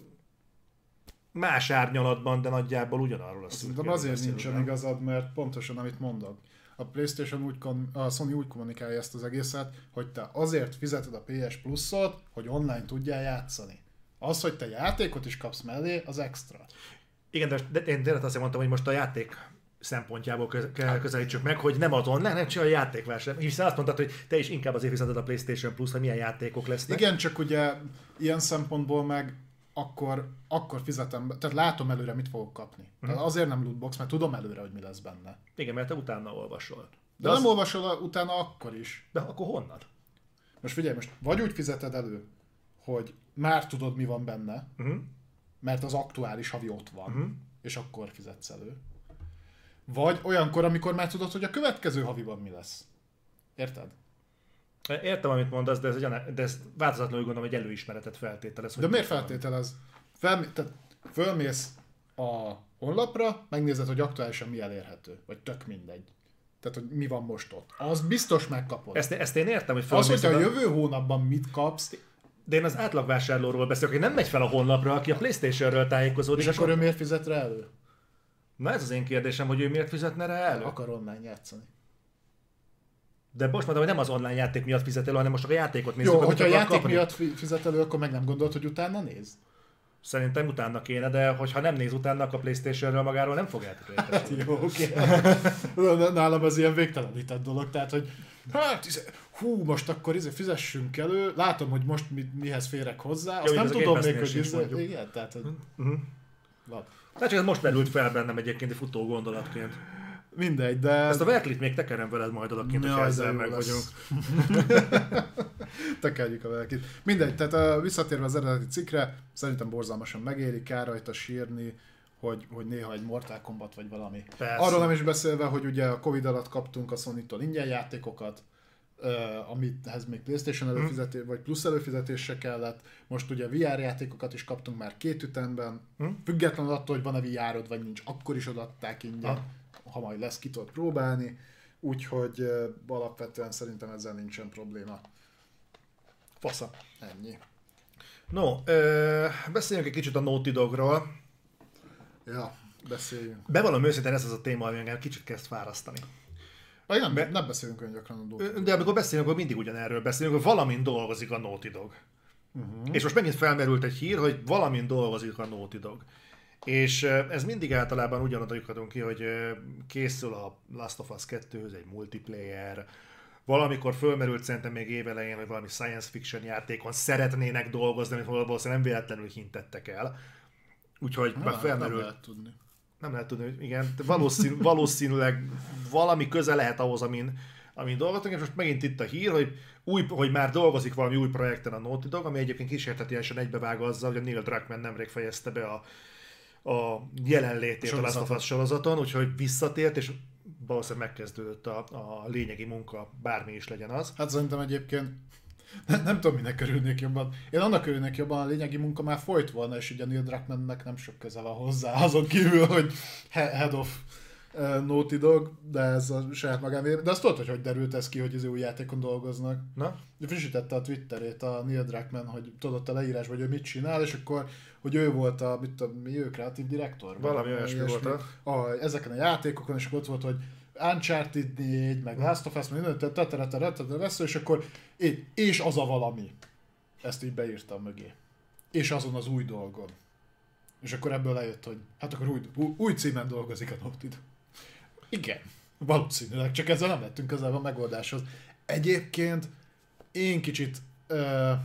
Más árnyalatban, de nagyjából ugyanarról a szintén. Azért nincsen igazad, mert pontosan amit mondod. A PlayStation úgy, a Sony úgy kommunikálja ezt az egészet, hogy te azért fizeted a pé es Plus-ot, hogy online tudjál játszani. Az, hogy te játékot is kapsz mellé, az extra. Igen, de, de én tényleg azt mondtam, hogy most a játék szempontjából kell közelítsük meg, hogy nem azon, nem, nem csak a játékvásár. Hiszen azt mondtad, hogy te is inkább azért fizeted a PlayStation Plus, hogy milyen játékok lesznek. Igen, csak ugye ilyen szempontból meg akkor, akkor fizetem, tehát látom előre, mit fogok kapni. Uh-huh. Tehát azért nem lootbox, mert tudom előre, hogy mi lesz benne. Igen, mert te utána olvasol. De, de nem az... olvasol utána akkor is. De akkor honnan? Most figyelj, most vagy úgy fizeted elő, hogy már tudod, mi van benne, uh-huh. mert az aktuális havi ott van, uh-huh. és akkor fizetsz elő. Vagy olyankor, amikor már tudod, hogy a következő haviban mi lesz. Érted? Értem, amit mondasz, de ez, egy, de ez változatlanul gondolom, hogy előismeretet feltételez. De miért feltételez? Fel, tehát fölmész a honlapra, megnézed, hogy aktuálisan mi elérhető. Vagy tök mindegy. Tehát, hogy mi van most ott. Az biztos megkapod. Ezt, ezt én értem, hogy fölmész. Az, hogy a jövő hónapban mit kapsz, de én az átlagvásárlóról beszélek, hogy nem megy fel a honlapra, aki a PlayStation-ről tájékozódik. És, és akkor ő miért fizet rá elő? Na ez az én kérdésem, hogy ő miért fizetne rá elő? Akar online játszani. De most mondom, hogy nem az online játék miatt fizet elő, hanem most csak a játékot nézzük. Jó, hogyha a játék kapni. miatt fizet elő, akkor meg nem gondolt, hogy utána néz? Szerintem utána kéne, de hogyha nem néz utána, akkor a PlayStation-ről magáról nem fog eltökélni. Hát jó, oké. Okay. Nálam az ilyen végtelenített dolog, tehát hogy hát, hú, most akkor fizessünk elő, látom, hogy most mi, mihez férek hozzá, azt jó, nem tudom még, hogy ez, igen, tehát, hogy... Uh-huh. Tehát csak ez most merült fel bennem egyébként egy futó gondolatként. Mindegy, de... Ezt a verklit még tekerem veled majd odakint, ja, hogy ezzel meg vagyunk. Tekerjük a verklit. Mindegy, tehát uh, visszatérve az eredeti cikkre, szerintem borzalmasan megéri, kár rajta sírni, hogy, hogy néha egy Mortal Kombat vagy valami. Persze. Arról nem is beszélve, hogy ugye a Covid alatt kaptunk a Sony-tól ingyen játékokat, uh, amithez még PlayStation előfizetés, hmm. vagy plusz előfizetés se kellett. Most ugye vé er játékokat is kaptunk már két ütemben, hmm. függetlenül attól, hogy van-e vé er-od, vagy nincs, akkor is odaadták ingyen, ah. ha majd lesz, ki tudod próbálni. Úgyhogy uh, alapvetően szerintem ezzel nincsen probléma. Fasza. Ennyi. No, ö, beszéljünk egy kicsit a Naughty Dogról. Ja, beszéljünk. Bevallom őszintén, ez az a téma, ami engem kicsit kezd fárasztani. Vagy nem, Be... nem beszélünk olyan gyakran a dolgokról. De amikor beszélünk, akkor mindig ugyanerről beszélünk, hogy valamin dolgozik a Naughty Dog. Uh-huh. És most megint felmerült egy hír, hogy valamin dolgozik a Naughty Dog. És ez mindig általában ugyanoda lyukadunk ki, hogy készül a Last of Us kettőhöz egy multiplayer. Valamikor fölmerült szerintem még évelején, hogy valami science fiction játékon szeretnének dolgozni, amit valószínűleg nem véletlenül hintettek el. Úgyhogy nem, már felmerült. Nem lehet tudni. Nem lehet tudni, hogy igen. Valószínű, valószínűleg valami köze lehet ahhoz, amin, amin dolgoztunk, és most megint itt a hír, hogy, új, hogy már dolgozik valami új projekten a Naughty Dog, ami egyébként kísértetiesen egybevág azzal, hogy a Neil Druckmann nemrég fejezte be a, a jelenlétét a Last of Us sorozaton, úgyhogy visszatért, és valószínűleg megkezdődött a, a lényegi munka, bármi is legyen az. Hát szerintem egyébként nem, nem tudom, minek örülnék jobban. Én annak örülnék jobban, a lényegi munka már folyt volna, és ugye Neil Druckmannnek nem sok köze van hozzá, azon kívül, hogy head of uh, Naughty Dog, de ez a saját magán. De azt tudod, hogy hogy derült ez ki, hogy az új játékon dolgoznak. Na? Frissítette a Twitterét a Neil Druckmann, hogy tudott a leírás, hogy ő mit csinál, és akkor, hogy ő volt a, mit tudom, mi, ő kreatív direktor? Valami olyasmi volt a... a... Ezeken a játékokon, és akkor ott volt, hogy Uncharted négy, meg Last of Us, meg minden, tetereteretetere lesz, és akkor és az a valami. Ezt így beírtam mögé. És azon az új dolgon. És akkor ebből lejött, hogy hát akkor új, új, új címen dolgozik a Naughty Dog. Igen, valószínűleg, csak ezzel nem lettünk közel a megoldáshoz. Egyébként én kicsit, ö,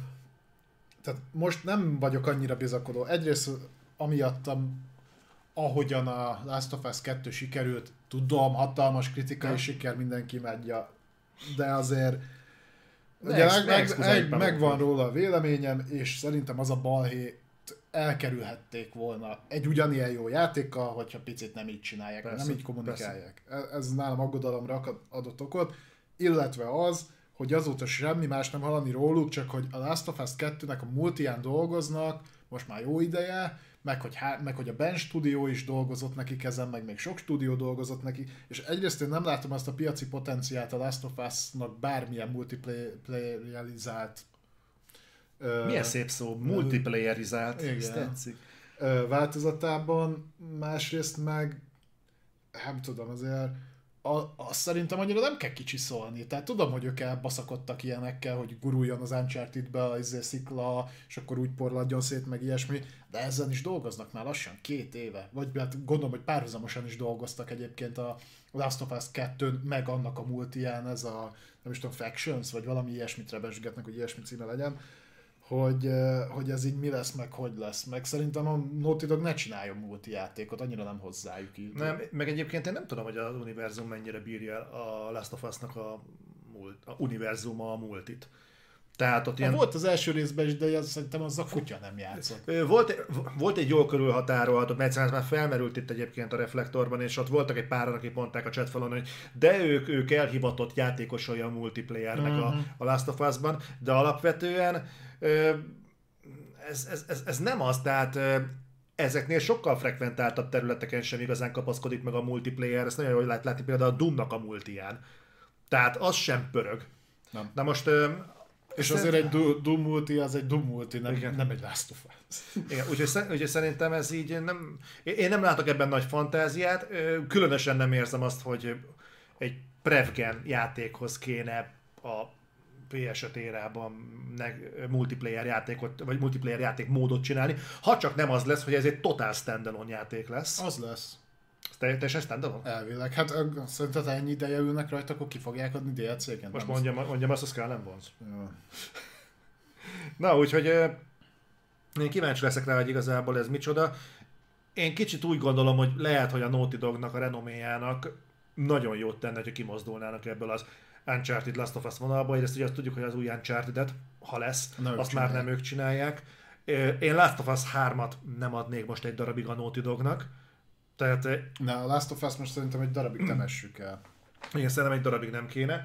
tehát most nem vagyok annyira bizakodó. Egyrészt amiattam, ahogyan a Last of Us kettő sikerült, tudom, hatalmas kritikai ja. siker, mindenki imádja, de azért ugye meg, meg, meg, megvan róla a véleményem, és szerintem az a balhét elkerülhették volna egy ugyanilyen jó játékkal, hogyha picit nem így csinálják, persze, nem így kommunikálják. Persze. Ez nálam aggodalomra adott okot, illetve az, hogy azóta semmi más nem hallani róluk, csak hogy a Last of Us kettőnek a multiján dolgoznak, most már jó ideje, meg hogy, há- meg hogy a Ben stúdió is dolgozott nekik ezen, meg még sok stúdió dolgozott neki, és egyrészt én nem látom azt a piaci potenciált a Last of Us-nak bármilyen multiplayerizált milyen uh, szép szó, multiplayerizált, ez tetszik. Uh, változatában, másrészt meg nem tudom, azért a, azt szerintem annyira nem kell kicsiszolni. Tehát tudom, hogy ők elbaszakodtak ilyenekkel, hogy guruljon az Uncharted-be a izé szikla, és akkor úgy porladjon szét, meg ilyesmi, de ezen is dolgoznak már lassan két éve. Vagy hát gondolom, hogy párhuzamosan is dolgoztak egyébként a Last of Us kettőn, meg annak a multiján, ez a, nem is tudom, Factions, vagy valami ilyesmit rebesgetnek, hogy ilyesmi címe legyen, hogy, hogy ez így mi lesz, meg hogy lesz. Meg szerintem a Naughty Dog ne csináljon multi játékot, annyira nem hozzájuk így. Nem, meg egyébként én nem tudom, hogy az univerzum mennyire bírja a Last of Us-nak a, mult, a univerzuma a multit. Tehát ott ilyen... Volt az első részben is, de az, szerintem az a kutya nem játszott. Volt, volt egy jól körülhatárolt, mert egyszerűen már felmerült itt egyébként a reflektorban, és ott voltak egy páran, akik mondták a chatfalon, hogy de ők, ők elhivatott játékosai a multiplayernek uh-huh. a, a Last of Us-ban, de alapvetően ez, ez, ez, ez nem az, tehát ezeknél sokkal frekventáltabb területeken sem igazán kapaszkodik meg a multiplayer, ezt nagyon jól lehet látni például a Doom-nak a multiján. Tehát az sem pörög. Nem. Na most... És azért egy Doom multi, az egy Doom multi, nem, nem egy Last of Us. Igen, úgyhogy, úgyhogy szerintem ez így nem... Én nem látok ebben nagy fantáziát, különösen nem érzem azt, hogy egy Prevgen játékhoz kéne a pé es öt érában multiplayer játékot, vagy multiplayer játék módot csinálni, ha csak nem az lesz, hogy ez egy totál standalone játék lesz. Az lesz. Teljesen standalone? Elvileg. Hát szerinted ennyi ideje ülnek rajta, akkor ki fogják adni dé el cé-ként? Most mondjam, mondjam azt, a Skull and Bones. Ja. Na, úgyhogy én kíváncsi leszek rá, hogy igazából ez micsoda. Én kicsit úgy gondolom, hogy lehet, hogy a Naughty Dognak, a renoméjának nagyon jót tenne, hogy kimozdulnának ebből az Uncharted Last of Us vonalba. Egyrészt ugye azt tudjuk, hogy az új Uncharted-et, ha lesz, nem azt már nem ők csinálják. Én Last of Us hármat nem adnék most egy darabig a Naughty Dognak. Tehát... Na, a Last of Us most szerintem egy darabig temessük el. Igen, szerintem egy darabig nem kéne.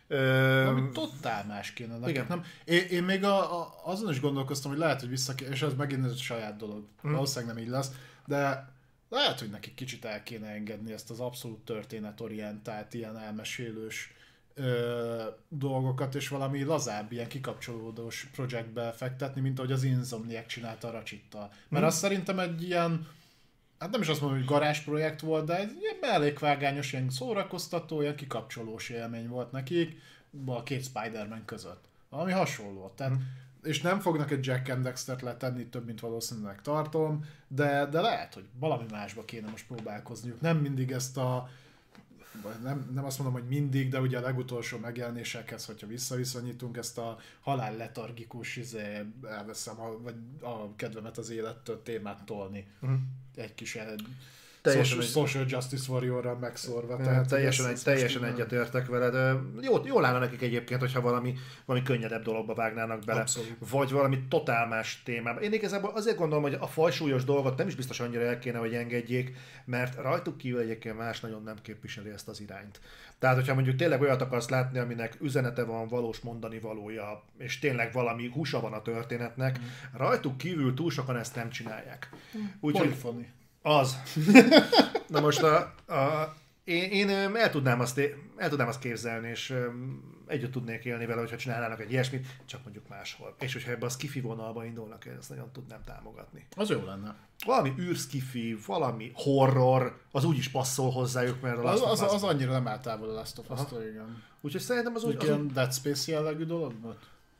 Ö... Ami totál más kéne nekik, nem? Én, én még a, a, azon is gondolkoztam, hogy lehet, hogy vissza és ez megint egy saját dolog. Hmm. Valószínűleg nem így lesz, de lehet, hogy nekik kicsit el kéne engedni ezt az abszolút történetorientált, ilyen elmesélős ö, dolgokat, és valami lazább, ilyen kikapcsolódós projektbe fektetni, mint ahogy az Insomniac csinálta a Ratchettal. Mert hmm. az szerintem egy ilyen, hát nem is azt mondom, hogy garázsprojekt volt, de egy ilyen mellékvágányos, ilyen szórakoztató, ilyen kikapcsolós élmény volt nekik a két Spider-Man között. Valami hasonló. Tehát, hmm. és nem fognak egy Jack and Dextert letenni, több, mint valószínűleg tartom, de, de lehet, hogy valami másba kéne most próbálkozniuk. Nem mindig ezt a Nem, nem azt mondom, hogy mindig, de ugye a legutolsó megjelenésekhez, hogyha visszaviszonyítunk, ezt a halál letargikus, izé, elveszem a, vagy a kedvemet az élettől témát tolni. Uh-huh. Egy kis el, social, egy... social Justice Warrior-ra megszórva. Tehát teljesen egy, teljesen egyetértek veled. Jó, jól állna nekik egyébként, hogyha valami, valami könnyedebb dologba vágnának bele. Abszolút. Vagy valami totál más témába. Én igazából azért gondolom, hogy a fajsúlyos dolgot nem is biztos annyira el kéne, hogy engedjék, mert rajtuk kívül egyébként más nagyon nem képviseli ezt az irányt. Tehát, hogyha mondjuk tényleg olyat akarsz látni, aminek üzenete van, valós mondani valója, és tényleg valami húsa van a történetnek, mm. rajtuk kívül túl sokan ezt nem csinálják. Úgyhogy az. Na most a, a, én, én el, tudnám azt, el tudnám azt képzelni, és együtt tudnék élni vele, hogyha csinálnának egy ilyesmit, csak mondjuk máshol. És hogyha ebbe a skifi vonalba indulnak, ezt nagyon tudnám támogatni. Az jó lenne. Valami űrskifi, valami horror, az úgyis passzol hozzájuk, mert a Last az, az, az annyira nem áll távol a Last of Us-tól, igen. Úgyhogy szerintem az úgy... Az ilyen úgy... Dead Space jellegű dolog volt?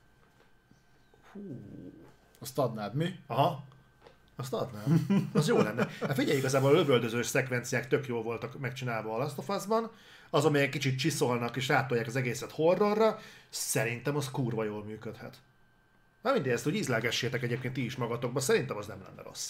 Hú... Azt adnád, mi? Aha. Azt adnám. Az jó lenne. Hát figyelj, igazából a lövöldözős szekvenciák tök jól voltak megcsinálva a Last of Us-ban. Az, amilyen kicsit csiszolnak és rátolják az egészet horrorra, szerintem az kurva jól működhet. Na mindig ezt úgy ízlágessétek egyébként ti is magatokba, szerintem az nem lenne rossz.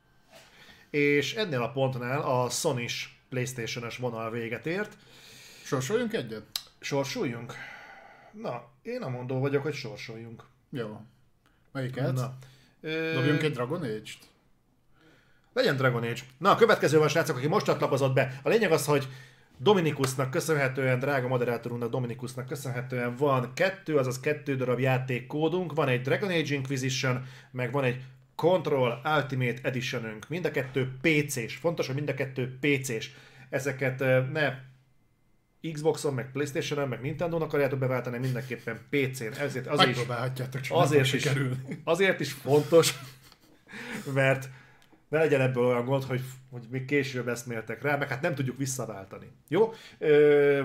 És ennél a pontnál a Sony-s PlayStation-ös vonal véget ért. Sorsoljunk egyet? Sorsoljunk? Na, én a mondó vagyok, hogy sorsoljunk. Jó. Melyiket? Na. Dobjunk egy Dragon Age-t? Legyen Dragon Age. Na, a következő van, srácok, aki most csatlakozott be. A lényeg az, hogy Dominikusnak köszönhetően, drága moderátorunknak Dominikusnak köszönhetően van kettő, azaz kettő darab játékkódunk, van egy Dragon Age Inquisition, meg van egy Control Ultimate Editionünk. Mind a kettő pé cés. Fontos, hogy mind a kettő pé cés. Ezeket ne Xboxon, meg PlayStation-on, meg Nintendo-n akarjátok beváltani, mindenképpen pé cén. Ezért azért megpróbálhatjátok, csak azért is, azért is fontos, mert ne legyen ebből olyan gond, hogy, hogy még később eszméltek rá, meg hát nem tudjuk visszaváltani. Jó? Ö...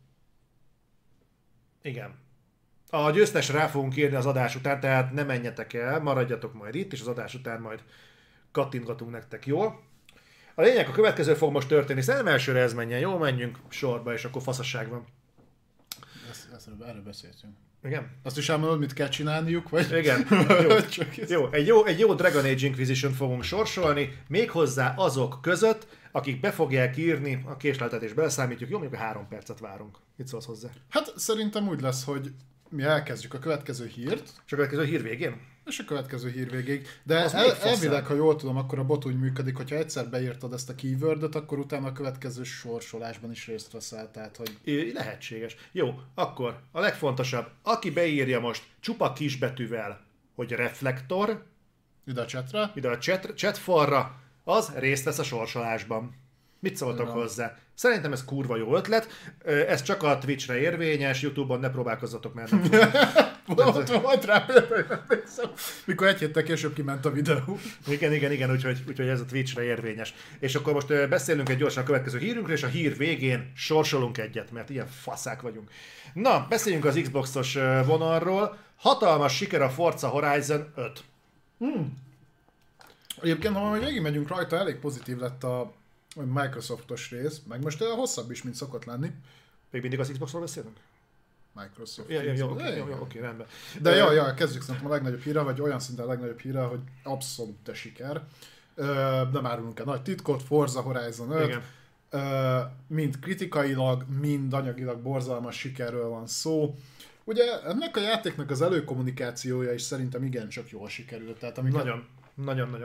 Igen. A győztesre rá fogunk írni az adás után, tehát ne menjetek el, maradjatok majd itt, és az adás után majd kattintgatunk nektek, jól? A lényeg, a következő fog most történni. Szerintem elsőre ez menjen, jó? Menjünk sorba, és akkor faszasság van. Ezt, ezt, erről beszéltünk. Igen. Azt is elmondod, mit kell csinálniuk, vagy? Igen. Jó. jó, egy jó, egy jó Dragon Age Inquisition fogunk sorsolni, méghozzá azok között, akik be fogják írni, a késleltetést beleszámítjuk, jó, mondjuk a három percet várunk. Mit szólsz hozzá? Hát szerintem úgy lesz, hogy mi elkezdjük a következő hírt. És a következő hír végén? És a következő hír végig. De el, elvileg, ha jól tudom, akkor a bot úgy működik, hogyha egyszer beírtad ezt a keywordot, akkor utána a következő sorsolásban is részt veszel. Tehát, hogy... É, lehetséges. Jó, akkor a legfontosabb, aki beírja most csupa kisbetűvel, hogy reflektor, ide a chatre, ide a chat, chat falra, az részt vesz a sorsolásban. Mit szóltok Igen. hozzá? Szerintem ez kurva jó ötlet. Ez csak a Twitchre érvényes, YouTube-on ne próbálkozzatok, mert nem volt, volt rá például, mikor egy héttel később kiment a videó. Igen, igen, igen, úgyhogy, úgyhogy ez a Twitchre érvényes. És akkor most beszélünk egy gyorsan a következő hírünkről, és a hír végén sorsolunk egyet, mert ilyen faszák vagyunk. Na, beszéljünk az Xboxos vonalról. Hatalmas siker a Forza Horizon öt. Hmm. Egyébként, ha majd végig megyünk rajta, elég pozitív lett a Microsoftos rész, meg most hosszabb is, mint szokott lenni. Még mindig az Xboxról beszélünk? Microsoft. Ja, ja, jó, oké, jó, jó, oké, rendben. De uh, jó, jó, kezdjük szerintem a legnagyobb híre, vagy olyan szinten a legnagyobb híre, hogy abszolút te siker. Uh, nem árulunk el nagy titkot, Forza Horizon öt. Igen. Uh, mind kritikailag, mind anyagilag borzalmas sikerről van szó. Ugye ennek a játéknak az előkommunikációja is szerintem igencsak jól sikerült. Tehát amikor... Nagyon, nagyon, nagyon.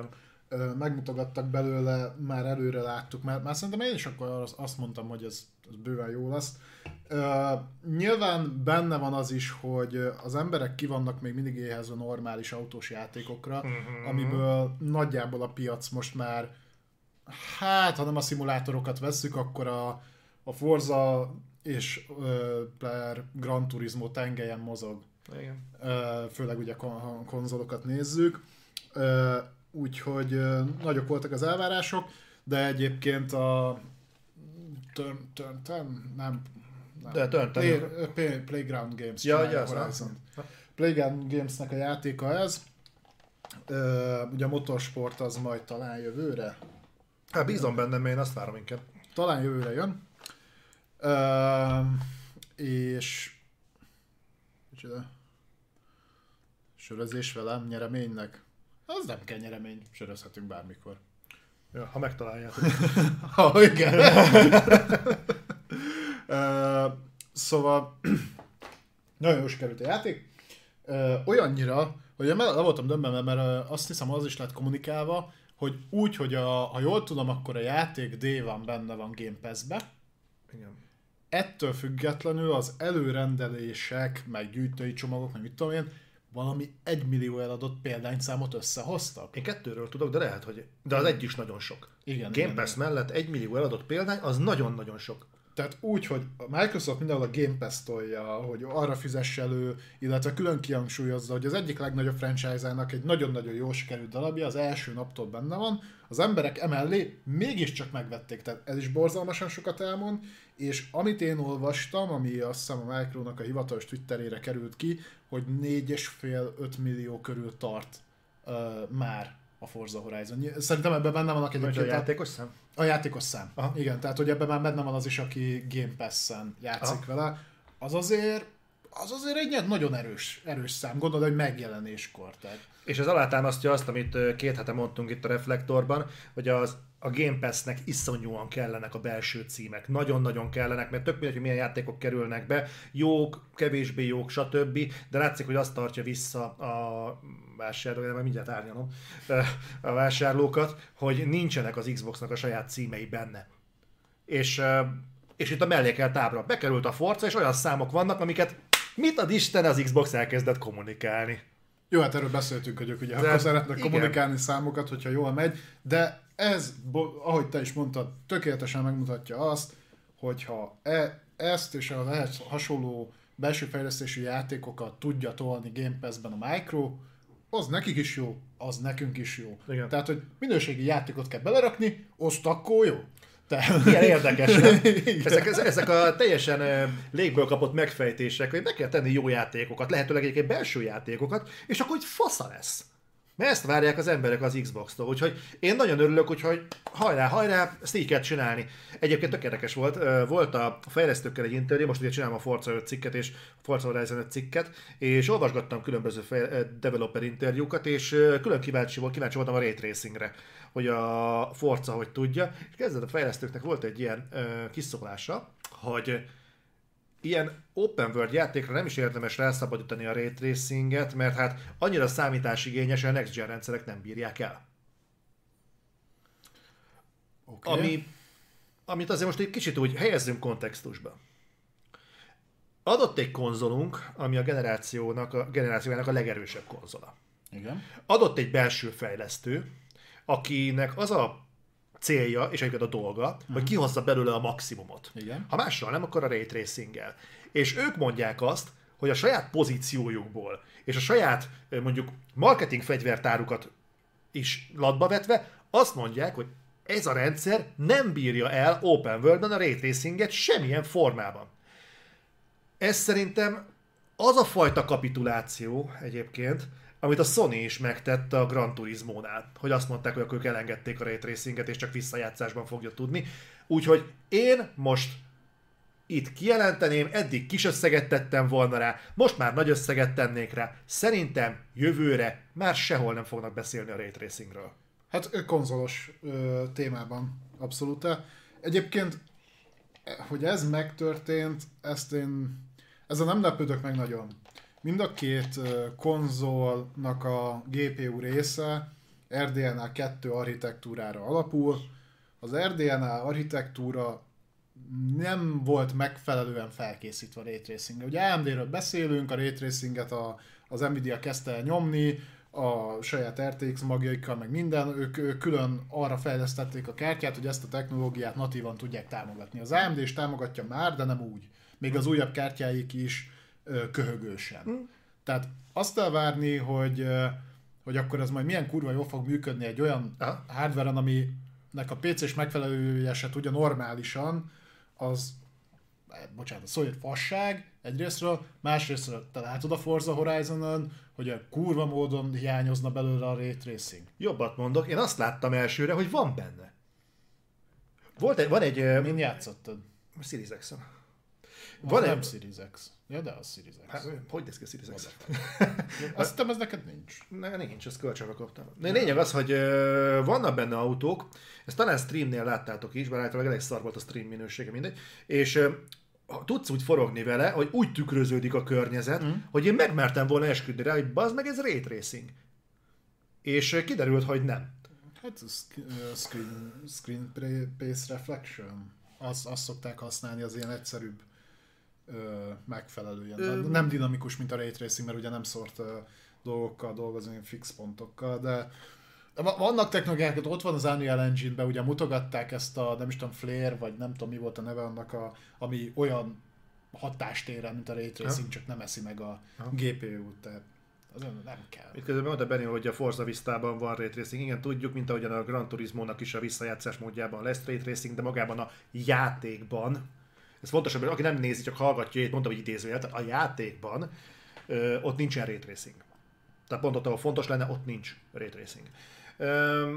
megmutogattak belőle, már előre láttuk, mert már szerintem én is akkor azt mondtam, hogy ez, ez bőven jó lesz. Uh, nyilván benne van az is, hogy az emberek ki vannak még mindig éhezve normális autós játékokra, uh-huh. amiből nagyjából a piac most már, hát ha nem a szimulátorokat vesszük, akkor a, a Forza és uh, per Gran Turismo tengelyen mozog. Igen. Uh, főleg ugye a konzolokat nézzük. Uh, úgyhogy uh, nagyok voltak az elvárások, de egyébként a turn, turn, turn, nem, nem. De turn, Play, play, Playground Games ja, csinálja yes, Horizon. Playground Gamesnek a játéka ez. Uh, ugye a motorsport az majd talán jövőre. Hát bízom benne, mert én azt várom inkább. Talán jövőre jön. Uh, és micsoda? Sörözés velem nyereménynek? Az nem kell nyeremény, sörözhetünk bármikor. Ja, ha megtaláljátok. Ha, igen. uh, szóval nagyon jó sikerült a játék. Uh, olyannyira, hogy én le voltam döbbenve, mert uh, azt hiszem az is lett kommunikálva, hogy úgy, hogy a, ha jól tudom, akkor a játék Day One benne van Game Pass-be. Igen. Ettől függetlenül az előrendelések, meg gyűjtői csomagok, meg mit tudom én, valami egymillió eladott példányszámot összehoztak. Én kettőről tudok, de lehet, hogy... De az egy is nagyon sok. Igen, Game igen, Pass igen. mellett egymillió eladott példány, az nagyon-nagyon sok. Tehát úgy, hogy a Microsoft mindenhol a Game Pass tolja, hogy arra fizess elő, illetve külön kihangsúlyozza, hogy az egyik legnagyobb franchise-ának egy nagyon-nagyon jó sikerült darabja, az első naptól benne van, az emberek emellé mégiscsak megvették, tehát ez is borzalmasan sokat elmond, és amit én olvastam, ami azt hiszem a Micronak a hivatalos Twitterére került ki, hogy négy és fél öt millió körül tart uh, már a Forza Horizon. Szerintem ebben benne vannak egyébként... A játékos szám? A játékos szám. Aha. Igen, tehát hogy ebben már benne van az is, aki Game Pass-en játszik Aha. vele. Az azért, az azért egy nagyon erős, erős szám. Gondolod, hogy megjelenéskor. Tehát. És ez alátámasztja azt, amit két hete mondtunk itt a Reflektorban, hogy az a Game Pass-nek iszonyúan kellenek a belső címek. Nagyon-nagyon kellenek, mert tök mindegy, hogy milyen játékok kerülnek be. Jók, kevésbé jók, stb. De látszik, hogy azt tartja vissza a vásárlókat, mert mindjárt árnyalom a vásárlókat, hogy nincsenek az Xboxnak a saját címei benne. És, és itt a mellékelt ábra. Bekerült a Forza, és olyan számok vannak, amiket mit ad Isten az Xbox elkezdett kommunikálni. Jó, hát erről beszéltünk, hogy ők ugye de, akkor szeretnek igen. kommunikálni számokat, hogyha jól megy, de ez, ahogy te is mondtad, tökéletesen megmutatja azt, hogyha e, ezt és az ehhez hasonló belső fejlesztésű játékokat tudja tolni Game Pass-ben a Micro, az nekik is jó, az nekünk is jó. Igen. Tehát, hogy minőségi játékot kell belerakni, azt akkor jó. Tehát... Ilyen érdekes, nem? Ezek, ezek a teljesen légből kapott megfejtések, hogy be kell tenni jó játékokat, lehetőleg egyébként belső játékokat, és akkor hogy fasza lesz. Mert ezt várják az emberek az Xbox-tól, úgyhogy én nagyon örülök, úgyhogy hajrá, hajrá, ezt így kell csinálni. Egyébként tök érdekes volt, volt a fejlesztőkkel egy interjú, most ugye csinálom a Forza öt cikket és Forza Horizon öt cikket, és olvasgattam különböző developer interjúkat, és külön kíváncsi, volt, kíváncsi voltam a Ray Tracingre, hogy a Forza hogy tudja, és kezdett a fejlesztőknek volt egy ilyen uh, kiszólása, hogy ilyen open world játékra nem is érdemes rászabadítani a Ray Tracinget, mert hát annyira számításigényes, a next gen rendszerek nem bírják el. Okay. Ami, amit azért most egy kicsit úgy helyezzünk kontextusba. Adott egy konzolunk, ami a generációnak a, generációjának a legerősebb konzola. Igen. Adott egy belső fejlesztő, akinek az a célja, és egyébként a dolga, uh-huh. hogy kihozza belőle a maximumot. Igen. Ha mással nem, akkor a Ray Tracinggel. És ők mondják azt, hogy a saját pozíciójukból, és a saját mondjuk marketing fegyvertárukat is latba vetve, azt mondják, hogy ez a rendszer nem bírja el open worldben a Ray Tracinget semmilyen formában. Ez szerintem az a fajta kapituláció egyébként, amit a Sony is megtett a Gran Turismo-nál, hogy azt mondták, hogy ők elengedték a Ray Tracinget, és csak visszajátszásban fogja tudni. Úgyhogy én most itt kijelenteném, eddig kis összeget tettem volna rá, most már nagy összeget tennék rá. Szerintem jövőre már sehol nem fognak beszélni a Ray Tracingről. Hát konzolos ö, témában abszolút. Egyébként, hogy ez megtörtént, ezt én, ezzel nem lepődök meg nagyon. Mind a két konzolnak a gé pé u része er dé en á kettő architektúrára alapul. Az er dé en á architektúra nem volt megfelelően felkészítve a Ray Tracingre. Ugye á em dé-ről beszélünk, a Ray Tracinget a, az Nvidia kezdte el nyomni, a saját er té iksz magjaikkal, meg minden, ők, ők külön arra fejlesztették a kártyát, hogy ezt a technológiát natívan tudják támogatni. Az á em dé is támogatja már, de nem úgy. Még az újabb kártyáik is ö, köhögősen. Hmm. Tehát azt elvárni, hogy, ö, hogy akkor ez majd milyen kurva jól fog működni egy olyan Aha. hardware-en, aminek a pé cés megfelelője se tudja normálisan, az, bocsánat, szó, hogy fasság egyrésztről, másrésztről te látod a Forza Horizonon, hogy a kurva módon hiányozna belőle a Ray Tracing. Jobbat mondok, én azt láttam elsőre, hogy van benne. Volt egy, van egy... Min játszottad? Series X-en. Van nem egy... Series X. Ja, de az Series X. Hát, hogy néz ki a Series X? Azt hiszem, ez neked nincs. Ne, nincs, ezt kölcsönbe kaptam. De lényeg az, hogy uh, vannak benne autók, ezt talán streamnél láttátok is, bár általában elég szar volt a stream minősége, mindegy, és uh, tudsz úgy forogni vele, hogy úgy tükröződik a környezet, mm. hogy én megmertem volna esküdni rá, hogy bazd meg, ez Ray Tracing. És uh, kiderült, hogy nem. Hát screen, screen pace reflection. Azt, azt szokták használni az ilyen egyszerűbb ö, megfelelően. Ö... Nem dinamikus, mint a Ray Tracing, mert ugye nem szórt ö, dolgokkal dolgozni, fix pontokkal, de vannak technológiák, ott van az Unreal Engine-ben, ugye mutogatták ezt a, nem is tudom, Flare, vagy nem tudom mi volt a neve annak, a, ami olyan hatástéren, mint a Ray Tracing, ha? Csak nem eszi meg a ha? gé pé u-t, tehát az nem kell. Itt közben mondta Benni, hogy a Forza Vistában van Ray Tracing. Igen, tudjuk, mint ahogyan a Gran Turismo-nak is a visszajátszás módjában lesz Ray Tracing, de magában a játékban, ez fontos, hogy aki nem nézi, csak hallgatja, itt mondtam, hogy idézőjel, tehát a játékban ö, ott nincsen Ray Tracing. Tehát pont ott, ahol fontos lenne, ott nincs Ray Tracing. Ö,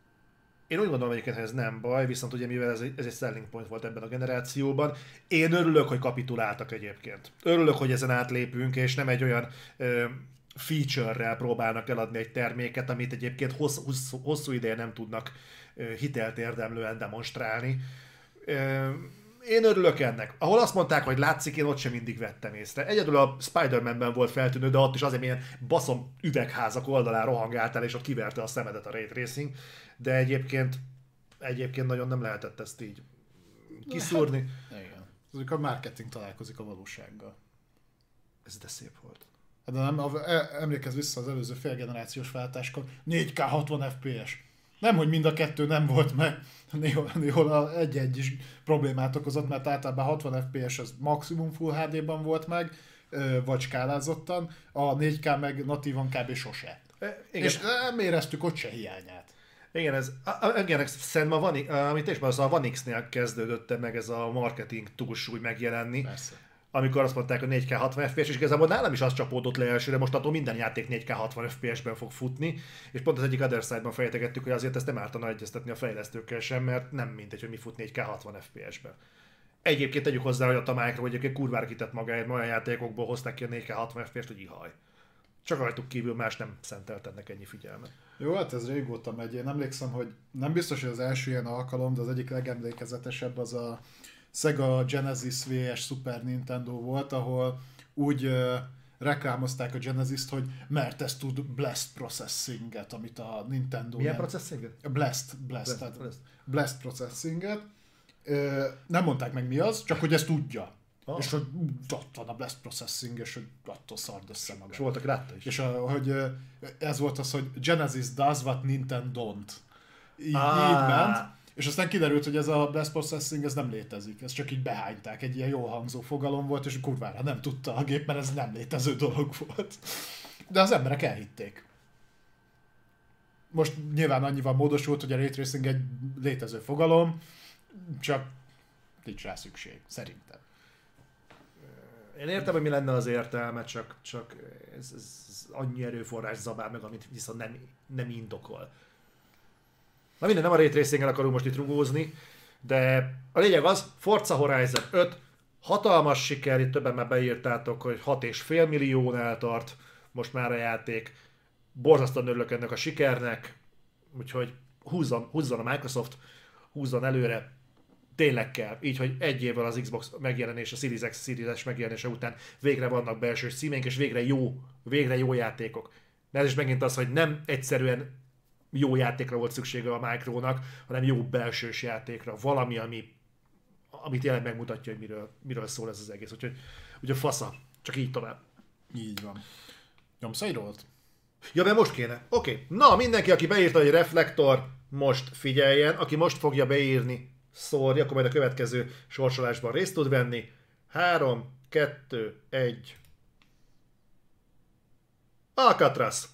én úgy gondolom egyébként, hogy ez nem baj, viszont ugye mivel ez egy, ez egy selling point volt ebben a generációban, én örülök, hogy kapituláltak egyébként. Örülök, hogy ezen átlépünk, és nem egy olyan ö, feature-rel próbálnak eladni egy terméket, amit egyébként hossz, hossz, hosszú ideje nem tudnak ö, hitelt érdemlően demonstrálni. Ö, én örülök ennek. Ahol azt mondták, hogy látszik, én ott sem mindig vettem észre. Egyedül a Spider-Man-ben volt feltűnő, de ott is azért milyen baszom üvegházak oldalán rohangáltál, és ott kiverte a szemedet a Ray Tracing. De egyébként, egyébként nagyon nem lehetett ezt így kiszúrni. Hát, igen. Azok a marketing találkozik a valósággal. Ez de szép volt. De nem, emlékezz vissza az előző félgenerációs váltáskor, négy ká hatvan ef pé es. Nem, hogy mind a kettő nem volt meg, néhol, néhol egy-egy is problémát okozott, mert általában hatvan ef pé es az maximum Full há dé-ban volt meg, vagy skálázottan, a négy ká meg natívan kb. Sose. E, és nem éreztük ott se hiányát. Igen, ez, igen, szerintem van, amit is mondom, a One X-nél kezdődött meg ez a marketing túlsúly megjelenni. Persze. Amikor azt mondták, hogy négy ká hatvan ef pé es, és igazából nálam is az csapódott le elsőre, most attól minden játék négy ká hatvan ef pé es-ben fog futni, és pont az egyik Other Side-ban fejtegettük, hogy azért ezt nem ártana egyeztetni a fejlesztőkkel sem, mert nem mindegy, hogy mi fut négy ká hatvan ef pé es-ben. Egyébként tegyük hozzá, hogy a Micro egyébként kurvára kitett magáért, olyan játékokból hozták ki a négy ká hatvan ef pé es-t, hogy ihaj. Csak rajtuk kívül más nem szentelt ennek ennyi figyelmet. Jó, hát ez régóta megy. Én emlékszem, hogy nem biztos, hogy az első ilyen alkalom, de az egyik legemlékezetesebb az a Sega Genesis versus Super Nintendo volt, ahol úgy uh, reklámozták a Genesis-t, hogy mert ez tud Blast Processinget, amit a Nintendo... Milyen nem... processinget? Blast, Blast, Blast, Blast. Blast Processinget. Uh, nem mondták meg mi az, csak hogy ezt tudja. Oh. És hogy ott van a Blast Processing, és hogy attól szard össze magát. És voltak látta is. És a, hogy uh, ez volt az, hogy Genesis does what Nintendo don't. Így, ah. így ment. És aztán kiderült, hogy ez a Blast Processing ez nem létezik. Ez csak így behányták. Egy ilyen jól hangzó fogalom volt, és kurvára nem tudta a gép, mert ez nem létező dolog volt. De az emberek elhitték. Most nyilván annyival módosult, hogy a Ray Tracing egy létező fogalom, csak nincs rá szükség, szerintem. Én értem, hogy mi lenne az értelme, csak, csak ez, ez annyi erőforrás zabál meg, amit viszont nem, nem indokol. Na minden, nem a Ray Tracing-el akarunk most itt rugózni, de a lényeg az, Forza Horizon öt, hatalmas siker, itt többen már beírtátok, hogy hat és fél milliónál tart most már a játék. Borzasztóan örülök ennek a sikernek, úgyhogy húzzon, húzzon a Microsoft, húzzon előre, tényleg kell. Így, hogy egy évvel az Xbox megjelenése, a Series X, Series S megjelenése után végre vannak belső címénk, és végre jó, végre jó játékok. De ez is megint az, hogy nem egyszerűen jó játékra volt szüksége a Micronak, hanem jó belsős játékra. Valami, ami, ami tényleg megmutatja, hogy miről, miről szól ez az egész. Úgyhogy, úgyhogy fasza. Csak így tovább. Így van. Nyomsz egy rólt? Ja, mert most kéne. Oké. Okay. Na, mindenki, aki beírta, hogy reflektor, most figyeljen. Aki most fogja beírni, szórja, akkor majd a következő sorsolásban részt tud venni. Három, kettő, egy. Alcatraz.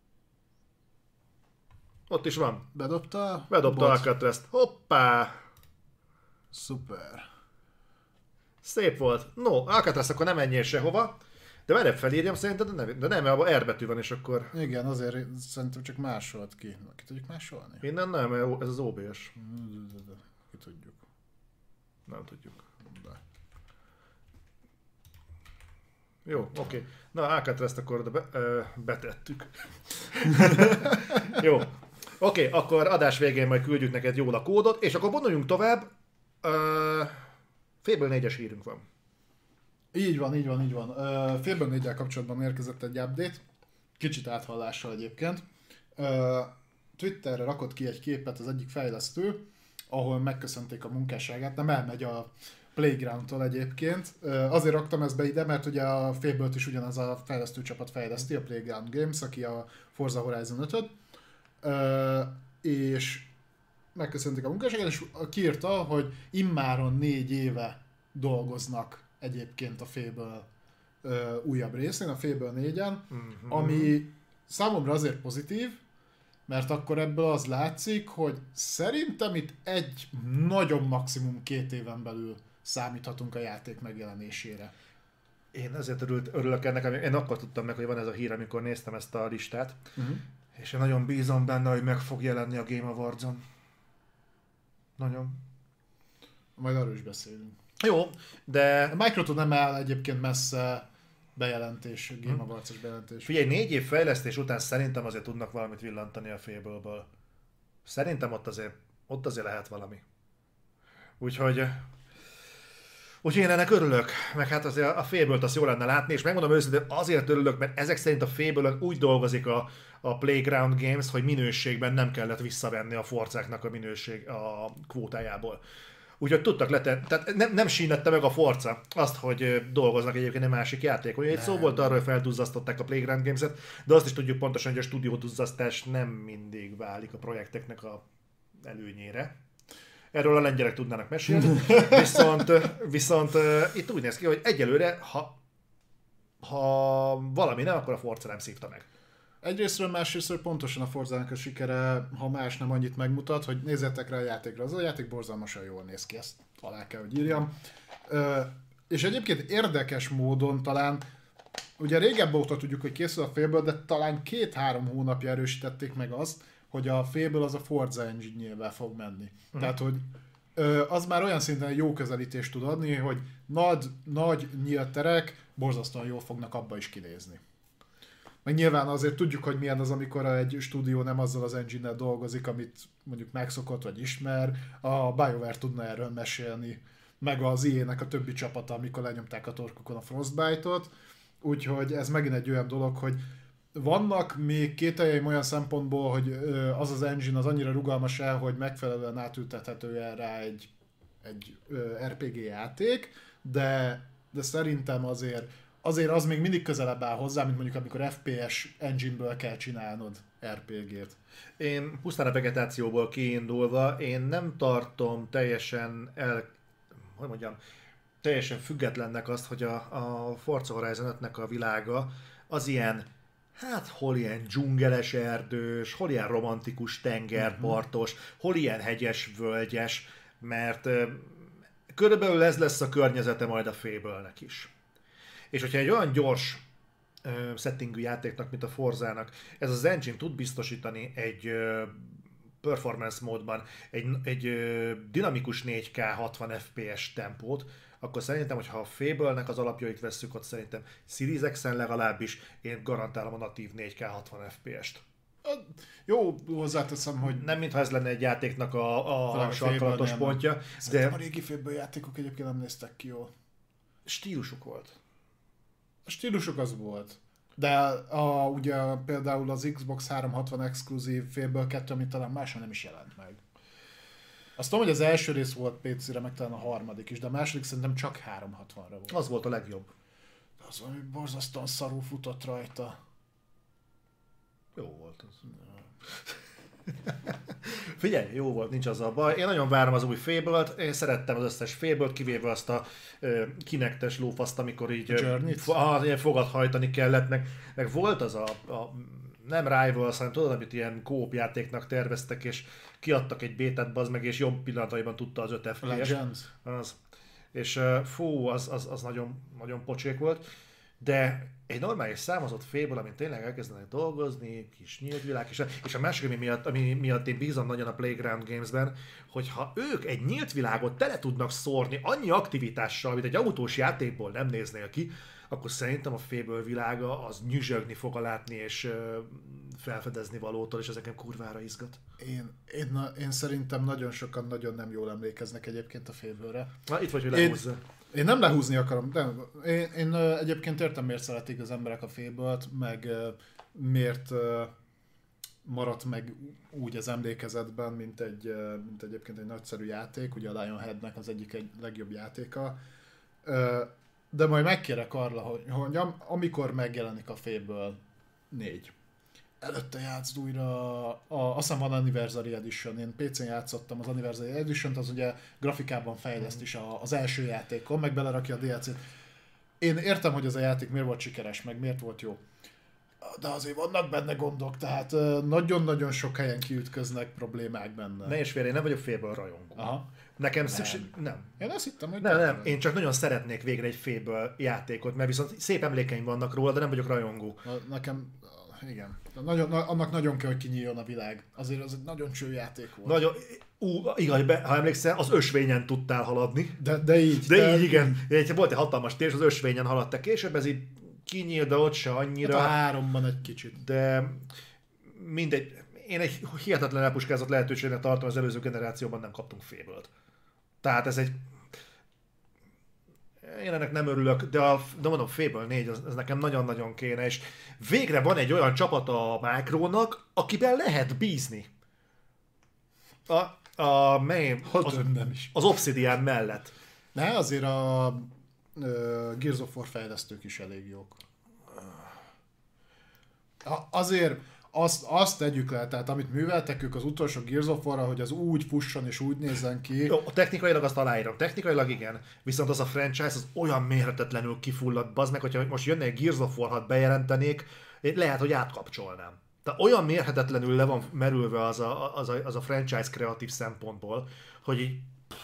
Ott is van. Bedobta? Bedobta Alcatraz-t. Hoppá! Szuper. Szép volt. No, Alcatraz, akkor nem menjél sehova. De merebb felírjam szerintem, de nem, de nem, abban R betű van, és akkor... Igen, azért szerintem csak másolt ki. Ki tudjuk másolni? Innen nem, mert ez az o bé es. Ki tudjuk. Nem tudjuk. De. Jó, oké. Okay. Na, Alcatraz-t akkor be, ö, betettük. Jó. Oké, okay, akkor adás végén majd küldjük neked jól a kódot, és akkor vonuljunk tovább. Ö, Fable négyes hírünk van. Így van, így van, így van. Uh, Fable négyel kapcsolatban érkezett egy update, kicsit áthallással egyébként. Uh, Twitterre rakott ki egy képet az egyik fejlesztő, ahol megköszönték a munkásságát, nem elmegy a Playground-tól egyébként. Uh, azért raktam ezt be ide, mert ugye a Fable-t is ugyanaz a fejlesztő csapat fejleszti, a Playground Games, aki a Forza Horizon ötöt. Uh, és megköszönték a munkásságát, és kiírta, hogy immáron négy éve dolgoznak egyébként a Fable ö, újabb részén, a Fable négyen, mm-hmm. ami számomra azért pozitív, mert akkor ebből az látszik, hogy szerintem itt egy, nagyon maximum két éven belül számíthatunk a játék megjelenésére. Én ezért örült, örülök ennek, én akkor tudtam meg, hogy van ez a hír, amikor néztem ezt a listát, uh-huh. és én nagyon bízom benne, hogy meg fog jelenni a Game Awards-on. Nagyon. Majd arról is beszélünk. Jó, de... A Microtól nem áll egyébként messze bejelentés, Game Awards-os bejelentés. Figyelj, négy év fejlesztés után szerintem azért tudnak valamit villantani a Fable-ből. Szerintem ott azért, ott azért lehet valami. Úgyhogy... Úgyhogy én ennek örülök, meg hát azért a Fable-t azt jól lenne látni, és megmondom őszintén, azért örülök, mert ezek szerint a Fable-ön úgy dolgozik a, a Playground Games, hogy minőségben nem kellett visszavenni a Forzáknak a minőség a kvótájából. Úgyhogy tudtak letenni, tehát nem, nem sínette meg a Forza azt, hogy dolgoznak egyébként egy másik játék. Ugye egy szó volt arról, hogy felduzzasztották a Playground Games-et, de azt is tudjuk pontosan, hogy a stúdióduzzasztás nem mindig válik a projekteknek a előnyére. Erről a lengyelek tudnának mesélni. Viszont, viszont itt úgy néz ki, hogy egyelőre, ha, ha valami nem, akkor a Forza nem szívta meg. Egyrésztről, másrésztről pontosan a Forzának a sikere, ha más nem annyit megmutat, hogy nézzetek rá a játékra. Az a játék borzalmasan jól néz ki, ezt alá kell, hogy írjam. Ö, és egyébként érdekes módon talán, ugye régebb óta tudjuk, hogy készül a Fable, de talán két-három hónapja erősítették meg azt, hogy a Fable az a Forza engine-jével fog menni. Mm. Tehát, hogy ö, az már olyan szinten jó közelítést tud adni, hogy nagy, nagy nyílt terek borzasztóan jól fognak abba is kinézni. Meg nyilván azért tudjuk, hogy milyen az, amikor egy stúdió nem azzal az engine-nel dolgozik, amit mondjuk megszokott vagy ismer. A BioWare tudna erről mesélni, meg az í á-nek a többi csapata, amikor lenyomták a torkukon a Frostbite-ot. Úgyhogy ez megint egy olyan dolog, hogy vannak még kételjeim olyan szempontból, hogy az az engine az annyira rugalmas el, hogy megfelelően átültethető el rá egy, egy er pé gé játék, de, de szerintem azért Azért az még mindig közelebb áll hozzá, mint mondjuk amikor ef pé es engine-ből kell csinálnod er pé gét. Én pusztán a vegetációból kiindulva, én nem tartom teljesen el, hogy mondjam, teljesen függetlennek azt, hogy a, a Forza Horizon ötnek a világa az ilyen, hát hol ilyen dzsungeles erdős, hol ilyen romantikus tengerpartos, uh-huh. hol ilyen hegyes, völgyes, mert körülbelül ez lesz a környezete majd a Fable-nek is. És hogyha egy olyan gyors uh, settingű játéknak, mint a Forzának, ez az engine tud biztosítani egy uh, performance módban egy, egy uh, dinamikus négy ká hatvan ef pé es tempót, akkor szerintem, hogyha a Fable-nek az alapjait vesszük, ott szerintem Series X-en legalábbis én garantálom a natív négy ká hatvan ef pé est. Jó, hozzáteszem, hogy... Nem mintha ez lenne egy játéknak a, a sarkalatos pontja. De... a régi Fable játékok egyébként nem néztek ki jól. Stílusuk volt. A stílusuk az volt. De a, ugye például az Xbox háromszázhatvan exkluzív Fable kettő, amit talán máshol nem is jelent meg. Azt tudom, hogy az első rész volt pé cére, meg talán a harmadik is, de a második szerintem csak háromszázhatvanra volt. Az volt a legjobb. Az valami borzasztóan szarul futott rajta. Jó volt az. Figyelj, jó volt, nincs az a baj. Én nagyon várom az új Fable-t, én szerettem az összes Fable-t, kivéve azt a uh, kinektes lófaszt, amikor így uh, fogat hajtani kellett, meg, meg volt az a, a nem Rivals, hanem tudod, amit ilyen kóp játéknak terveztek, és kiadtak egy bétát, bazd meg, és jobb pillanataiban tudta az öt ef pé es. Az. És uh, fú, az, az, az nagyon, nagyon pocsék volt. De egy normális számozott Fable, amin tényleg elkezdenek dolgozni, kis nyílt világ, és, és a másik, ami miatt, ami miatt én bízom nagyon a Playground Gamesben, hogy ha ők egy nyílt világot tele tudnak szórni annyi aktivitással, amit egy autós játékból nem néznél ki, akkor szerintem a Fable világa az nyüzsögni fog a látni, és uh, felfedezni valótól, és ez nekem kurvára izgat. Én, én, én szerintem nagyon sokan nagyon nem jól emlékeznek egyébként a Fable-re. Na, itt vagy, hogy lehúzza. Én... Én nem lehúzni akarom, de én, én egyébként értem, miért szeretik az emberek a Fable-t, meg miért maradt meg úgy az emlékezetben, mint, egy, mint egyébként egy nagyszerű játék, ugye a Lionheadnek az egyik egy legjobb játéka. De majd megkérek arra, hogy, hogy amikor megjelenik a Fable négy, előtte játszd újra, a, azt hiszem van Anniversary Edition, én pé cén játszottam az Anniversary Edition-t, az ugye grafikában fejleszt is a, az első játékon, meg belerakja a dé el cét. Én értem, hogy ez a játék miért volt sikeres, meg miért volt jó. De azért vannak benne gondok, tehát nagyon-nagyon sok helyen kiütköznek problémák benne. Ne és félre, én nem vagyok Fable rajongó. Aha. Nekem nem. szükség... Nem. Én azt hittem, hogy... Nem, nem, én csak nagyon szeretnék végre egy Fable játékot, mert viszont szép emlékeim vannak róla, de nem vagyok rajongó. Na, nekem... Igen. Nagyon, annak nagyon kell, hogy kinyíljon a világ. Azért az egy nagyon cső játék volt. Nagyon, ú, igaz, be, ha emlékszel, az ösvényen tudtál haladni. De, de így. De, de így, igen. Egy, volt egy hatalmas tér, és az ösvényen haladtak. Később ez így kinyílt, de ott se annyira. Hát a háromban egy kicsit. De mindegy. Én egy hihetetlen elpuskázott lehetőségnek tartom, az előző generációban nem kaptunk Fable-t. Tehát ez egy... Én ennek nem örülök, de, a, de mondom, Fable négy, az, az nekem nagyon-nagyon kéne, és végre van egy olyan csapat a Micronak, akiben lehet bízni. A, a mely, az, nem is. az Obsidian mellett. Ne, azért a uh, Gears of War fejlesztők is elég jók. A, azért azt, azt tegyük le, tehát amit műveltek ők az utolsó Gears of War-ra, hogy az úgy fusson és úgy nézzen ki. Jó, technikailag azt aláírom, technikailag igen, viszont az a franchise az olyan mérhetetlenül kifulladt, bazd meg, hogyha most jönne egy Gears of War hat bejelentenék, lehet, hogy átkapcsolnám. Tehát olyan mérhetetlenül le van merülve az a, az a, az a franchise kreatív szempontból, hogy így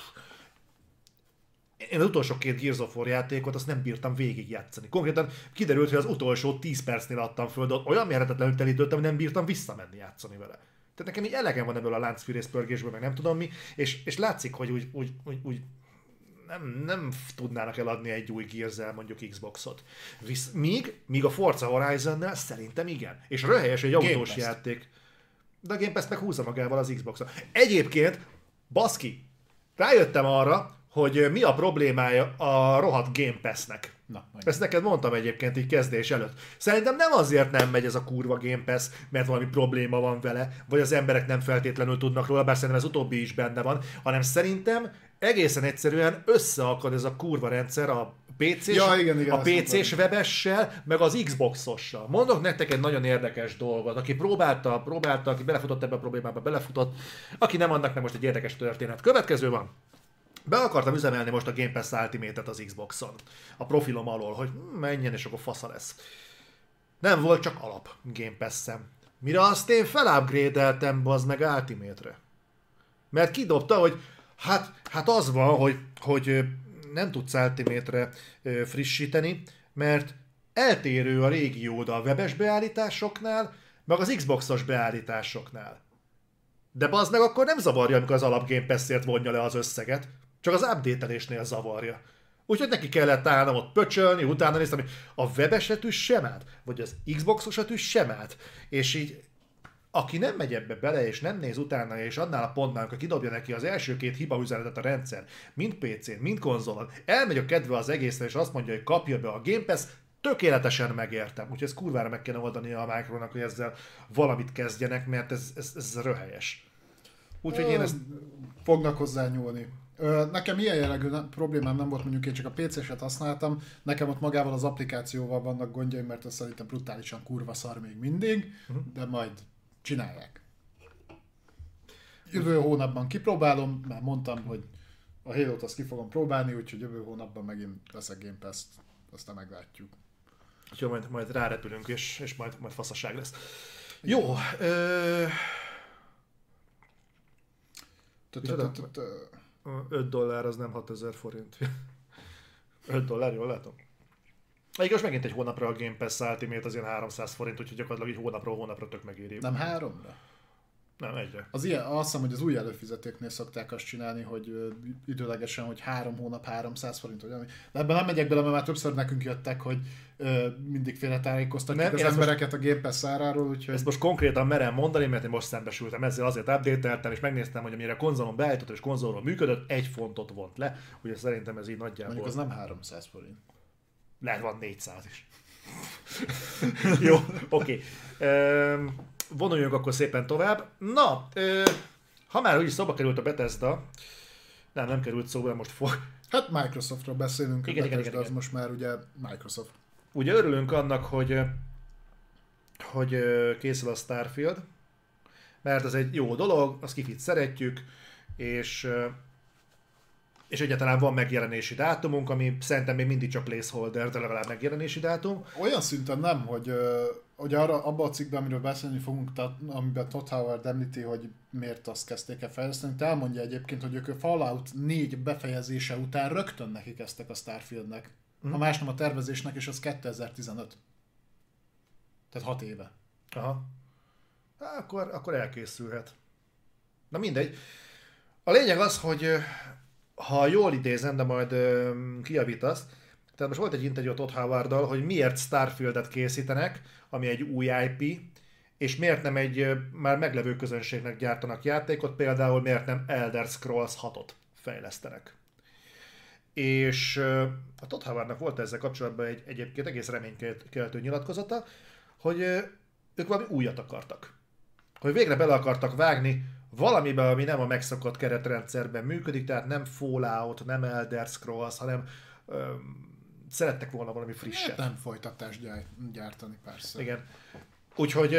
én az utolsó két Gears of War játékot azt nem bírtam végigjátszani. Konkrétan kiderült, hogy az utolsó tíz percnél adtam föl, de olyan mérhetetlenül telítődtem, hogy nem bírtam visszamenni játszani vele. Tehát nekem így elegem van ebből a láncfűrész pörgésből, meg nem tudom mi, és, és látszik, hogy úgy, úgy, úgy, úgy nem, nem tudnának eladni egy új Gears-el mondjuk Xboxot. Visz, míg, míg a Forza Horizon-nel szerintem igen. És röhelyes egy autós játék. De a Game Pass meg húzza magával az Xboxot. Egyébként, baszki, rájöttem arra, hogy mi a problémája a rohadt Game Pass-nek. Na, ezt neked mondtam egyébként így kezdés előtt. Szerintem nem azért nem megy ez a kurva Game Pass, mert valami probléma van vele, vagy az emberek nem feltétlenül tudnak róla, bár szerintem ez utóbbi is benne van, hanem szerintem egészen egyszerűen összeakad ez a kurva rendszer a pé cés, ja, igen, igen, a pé cés webessel, meg az Xboxossal. Mondok nektek egy nagyon érdekes dolgot. Aki próbálta, próbálta, aki belefutott ebbe a problémába, belefutott. Aki nem, annak meg most egy érdekes történet. Következő van. Be akartam üzemelni most a Game Pass Ultimate-et az Xboxon. A profilom alól, hogy menjen és akkor fasza lesz. Nem volt csak alap Game Pass-em. Mire azt én felupgrade-eltem bazd meg Ultimate-re. Mert kidobta, hogy hát, hát az van, hogy, hogy nem tudsz Ultimate-re frissíteni, mert eltérő a régiód a webes beállításoknál, meg az Xboxos beállításoknál. De bazd meg akkor nem zavarja, amikor az alap Game Pass-ért vonja le az összeget. Csak az update-elésnél zavarja. Úgyhogy neki kellett állnom ott pöcsölni, utána néztem, hogy a webeset is sem át, vagy az Xboxosat is sem át. És így, aki nem megy ebbe bele, és nem néz utána, és annál a pontnál, amikor kidobja neki az első két hibaüzenetet a rendszer, mind pé cén, mind konzolon, elmegy a kedve az egészre, és azt mondja, hogy kapja be a Game Pass, tökéletesen megértem. Úgyhogy ezt kurvára meg kéne oldani a Micronak, hogy ezzel valamit kezdjenek, mert ez, ez, ez röhelyes. Úgyhogy én ezt... Fognak hozzá nyúlni. Nekem ilyen jellegű problémám nem volt, mondjuk én csak a pé cé-set használtam, nekem ott magával az applikációval vannak gondjaim, mert ez szerintem brutálisan kurva szar még mindig, uh-huh. de majd csinálják. Jövő hónapban kipróbálom, mert mondtam, hogy a Halo-t azt ki fogom próbálni, úgyhogy jövő hónapban megint veszek Game Pass-t, aztán meglátjuk. Úgyhogy majd, majd rárepülünk, és, és majd, majd faszaság lesz. Jó. Ö... öt dollár az nem hatezer forint. öt dollár, jól látom? Egyébként most megint egy hónapra a Game Pass Ultimate az ilyen háromszáz forint, úgyhogy gyakorlatilag így hónapról hónapra tök megéri. Nem háromra? Nem, egyre. Az ilyen, azt hiszem, hogy az új előfizetéknél szokták azt csinálni, hogy ö, időlegesen, hogy három hónap háromszáz forint, vagy ami. De ebben nem megyek bele, mert már többször nekünk jöttek, hogy ö, mindig félretájékoztatjuk az embereket most, a Game Pass áráról, úgyhogy... Ezt most konkrétan merem mondani, mert én most szembesültem ezzel, azért update-eltem, és megnéztem, hogy amire a konzolon beállított és konzolról működött, egy fontot vont le, ugye szerintem ez így nagyjából... Mondjuk az nem háromszáz forint. Lehet van négyszáz is. Jó, oké. Okay. Vonuljunk akkor szépen tovább. Na, ö, ha már úgyis szóba került a Bethesda, nem, nem került szóba, most fog. Hát Microsoftról beszélünk, igen, a igen, Bethesda igen, igen. az most már ugye Microsoft. Ugye örülünk annak, hogy, hogy készül a Starfield, mert ez egy jó dolog, azt kifit szeretjük, és, és egyáltalán van megjelenési dátumunk, ami szerintem még mindig csak placeholder, de legalább megjelenési dátum. Olyan szinten nem, hogy, hogy arra, abban a cikkben, amiről beszélni fogunk, amiben Todd Howard említi, hogy miért azt kezdték el fejleszteni, te elmondja egyébként, hogy ők a Fallout négy befejezése után rögtön neki kezdtek a Starfieldnek. Mm. A más nem a tervezésnek, és az kétezer-tizenöt. Tehát hat éve. Aha. Há, akkor, akkor elkészülhet. Na mindegy. A lényeg az, hogy ha jól idézem, de majd kijavítasz, tehát most volt egy interjú a Todd Howarddal, hogy miért Starfieldet készítenek, ami egy új i pé, és miért nem egy már meglevő közönségnek gyártanak játékot, például miért nem Elder Scrolls hatot fejlesztenek. És a Todd Howardnak volt ezzel kapcsolatban egy egyébként egész reménykeltő nyilatkozata, hogy ők valami újat akartak. Hogy végre bele akartak vágni valamiben, ami nem a megszokott keretrendszerben működik, tehát nem Fallout, nem Elder Scrolls, hanem öm, szerettek volna valami frisset. Hát nem folytatást gyártani, persze. Igen. Úgyhogy,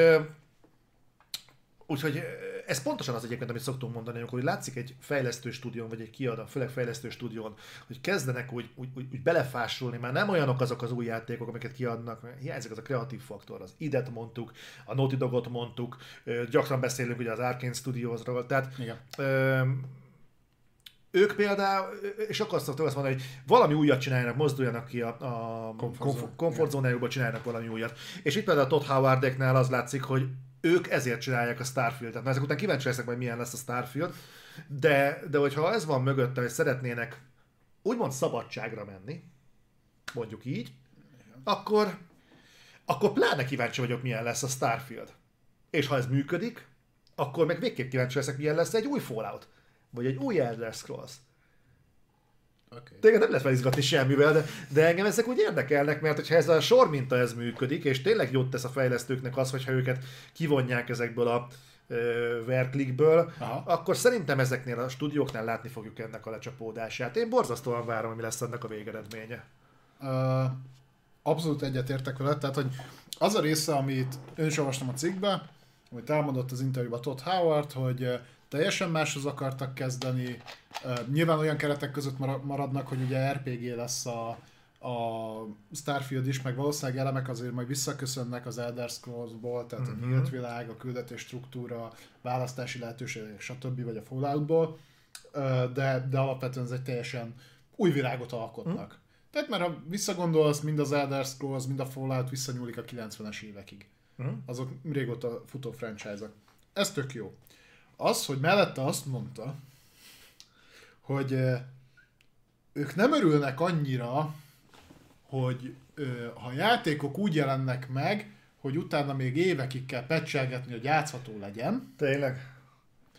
úgyhogy ez pontosan az egyébként, amit szoktunk mondani, amikor látszik egy fejlesztő stúdión, vagy egy kiadó, főleg fejlesztő stúdión, hogy kezdenek úgy, úgy, úgy, úgy belefásulni, már nem olyanok azok az új játékok, amiket kiadnak, mert hiányzik az a kreatív faktor, az idet mondtuk, a Naughty Dogot mondtuk, gyakran beszélünk ugye az Arkane Studiosról, tehát igen. Ö, ők például, és akkor azt szoktam azt mondani, hogy valami újat csináljanak, mozduljanak ki a, a komfortzónájukból, csináljanak valami újat. És itt például a Todd Howardéknál az látszik, hogy ők ezért csinálják a Starfieldet. Mert ezek után kíváncsi leszek majd milyen lesz a Starfield, de, de hogyha ez van mögötte, hogy szeretnének úgymond szabadságra menni, mondjuk így, akkor, akkor pláne kíváncsi vagyok, milyen lesz a Starfield. És ha ez működik, akkor meg végképp kíváncsi leszek, milyen lesz egy új Fallout. Vagy egy új Elder Scrolls. Okay. Tényleg nem lehet felizgatni semmivel, de, de engem ezek úgy érdekelnek, mert hogyha ez a sorminta ez működik, és tényleg jót tesz a fejlesztőknek az, hogyha őket kivonják ezekből a verklikből, akkor szerintem ezeknél a stúdióknál látni fogjuk ennek a lecsapódását. Én borzasztóan várom, ami lesz ennek a végeredménye. Uh, abszolút egyetértek veled, tehát hogy az a része, amit én is olvastam a cikkbe, amit elmondott az interjúban Todd Howard, hogy teljesen máshoz akartak kezdeni. Uh, nyilván olyan keretek között maradnak, hogy ugye er pé gé lesz a, a Starfield is, meg valószínűleg elemek azért majd visszaköszönnek az Elder Scrolls-ból, tehát mm-hmm. a nyílt világ, a küldetés struktúra, választási lehetőségek, stb. Vagy a Fallout-ból, uh, de, de alapvetően ez egy teljesen új világot alkotnak. Mm. Tehát már ha visszagondolsz, mind az Elder Scrolls, mind a Fallout visszanyúlik a kilencvenes évekig. Mm. Azok régóta futó franchise-ok. Ez tök jó. Az, hogy mellette azt mondta, hogy ők nem örülnek annyira, hogy ha játékok úgy jelennek meg, hogy utána még évekig kell patchelgetni, hogy játszható legyen. Tényleg?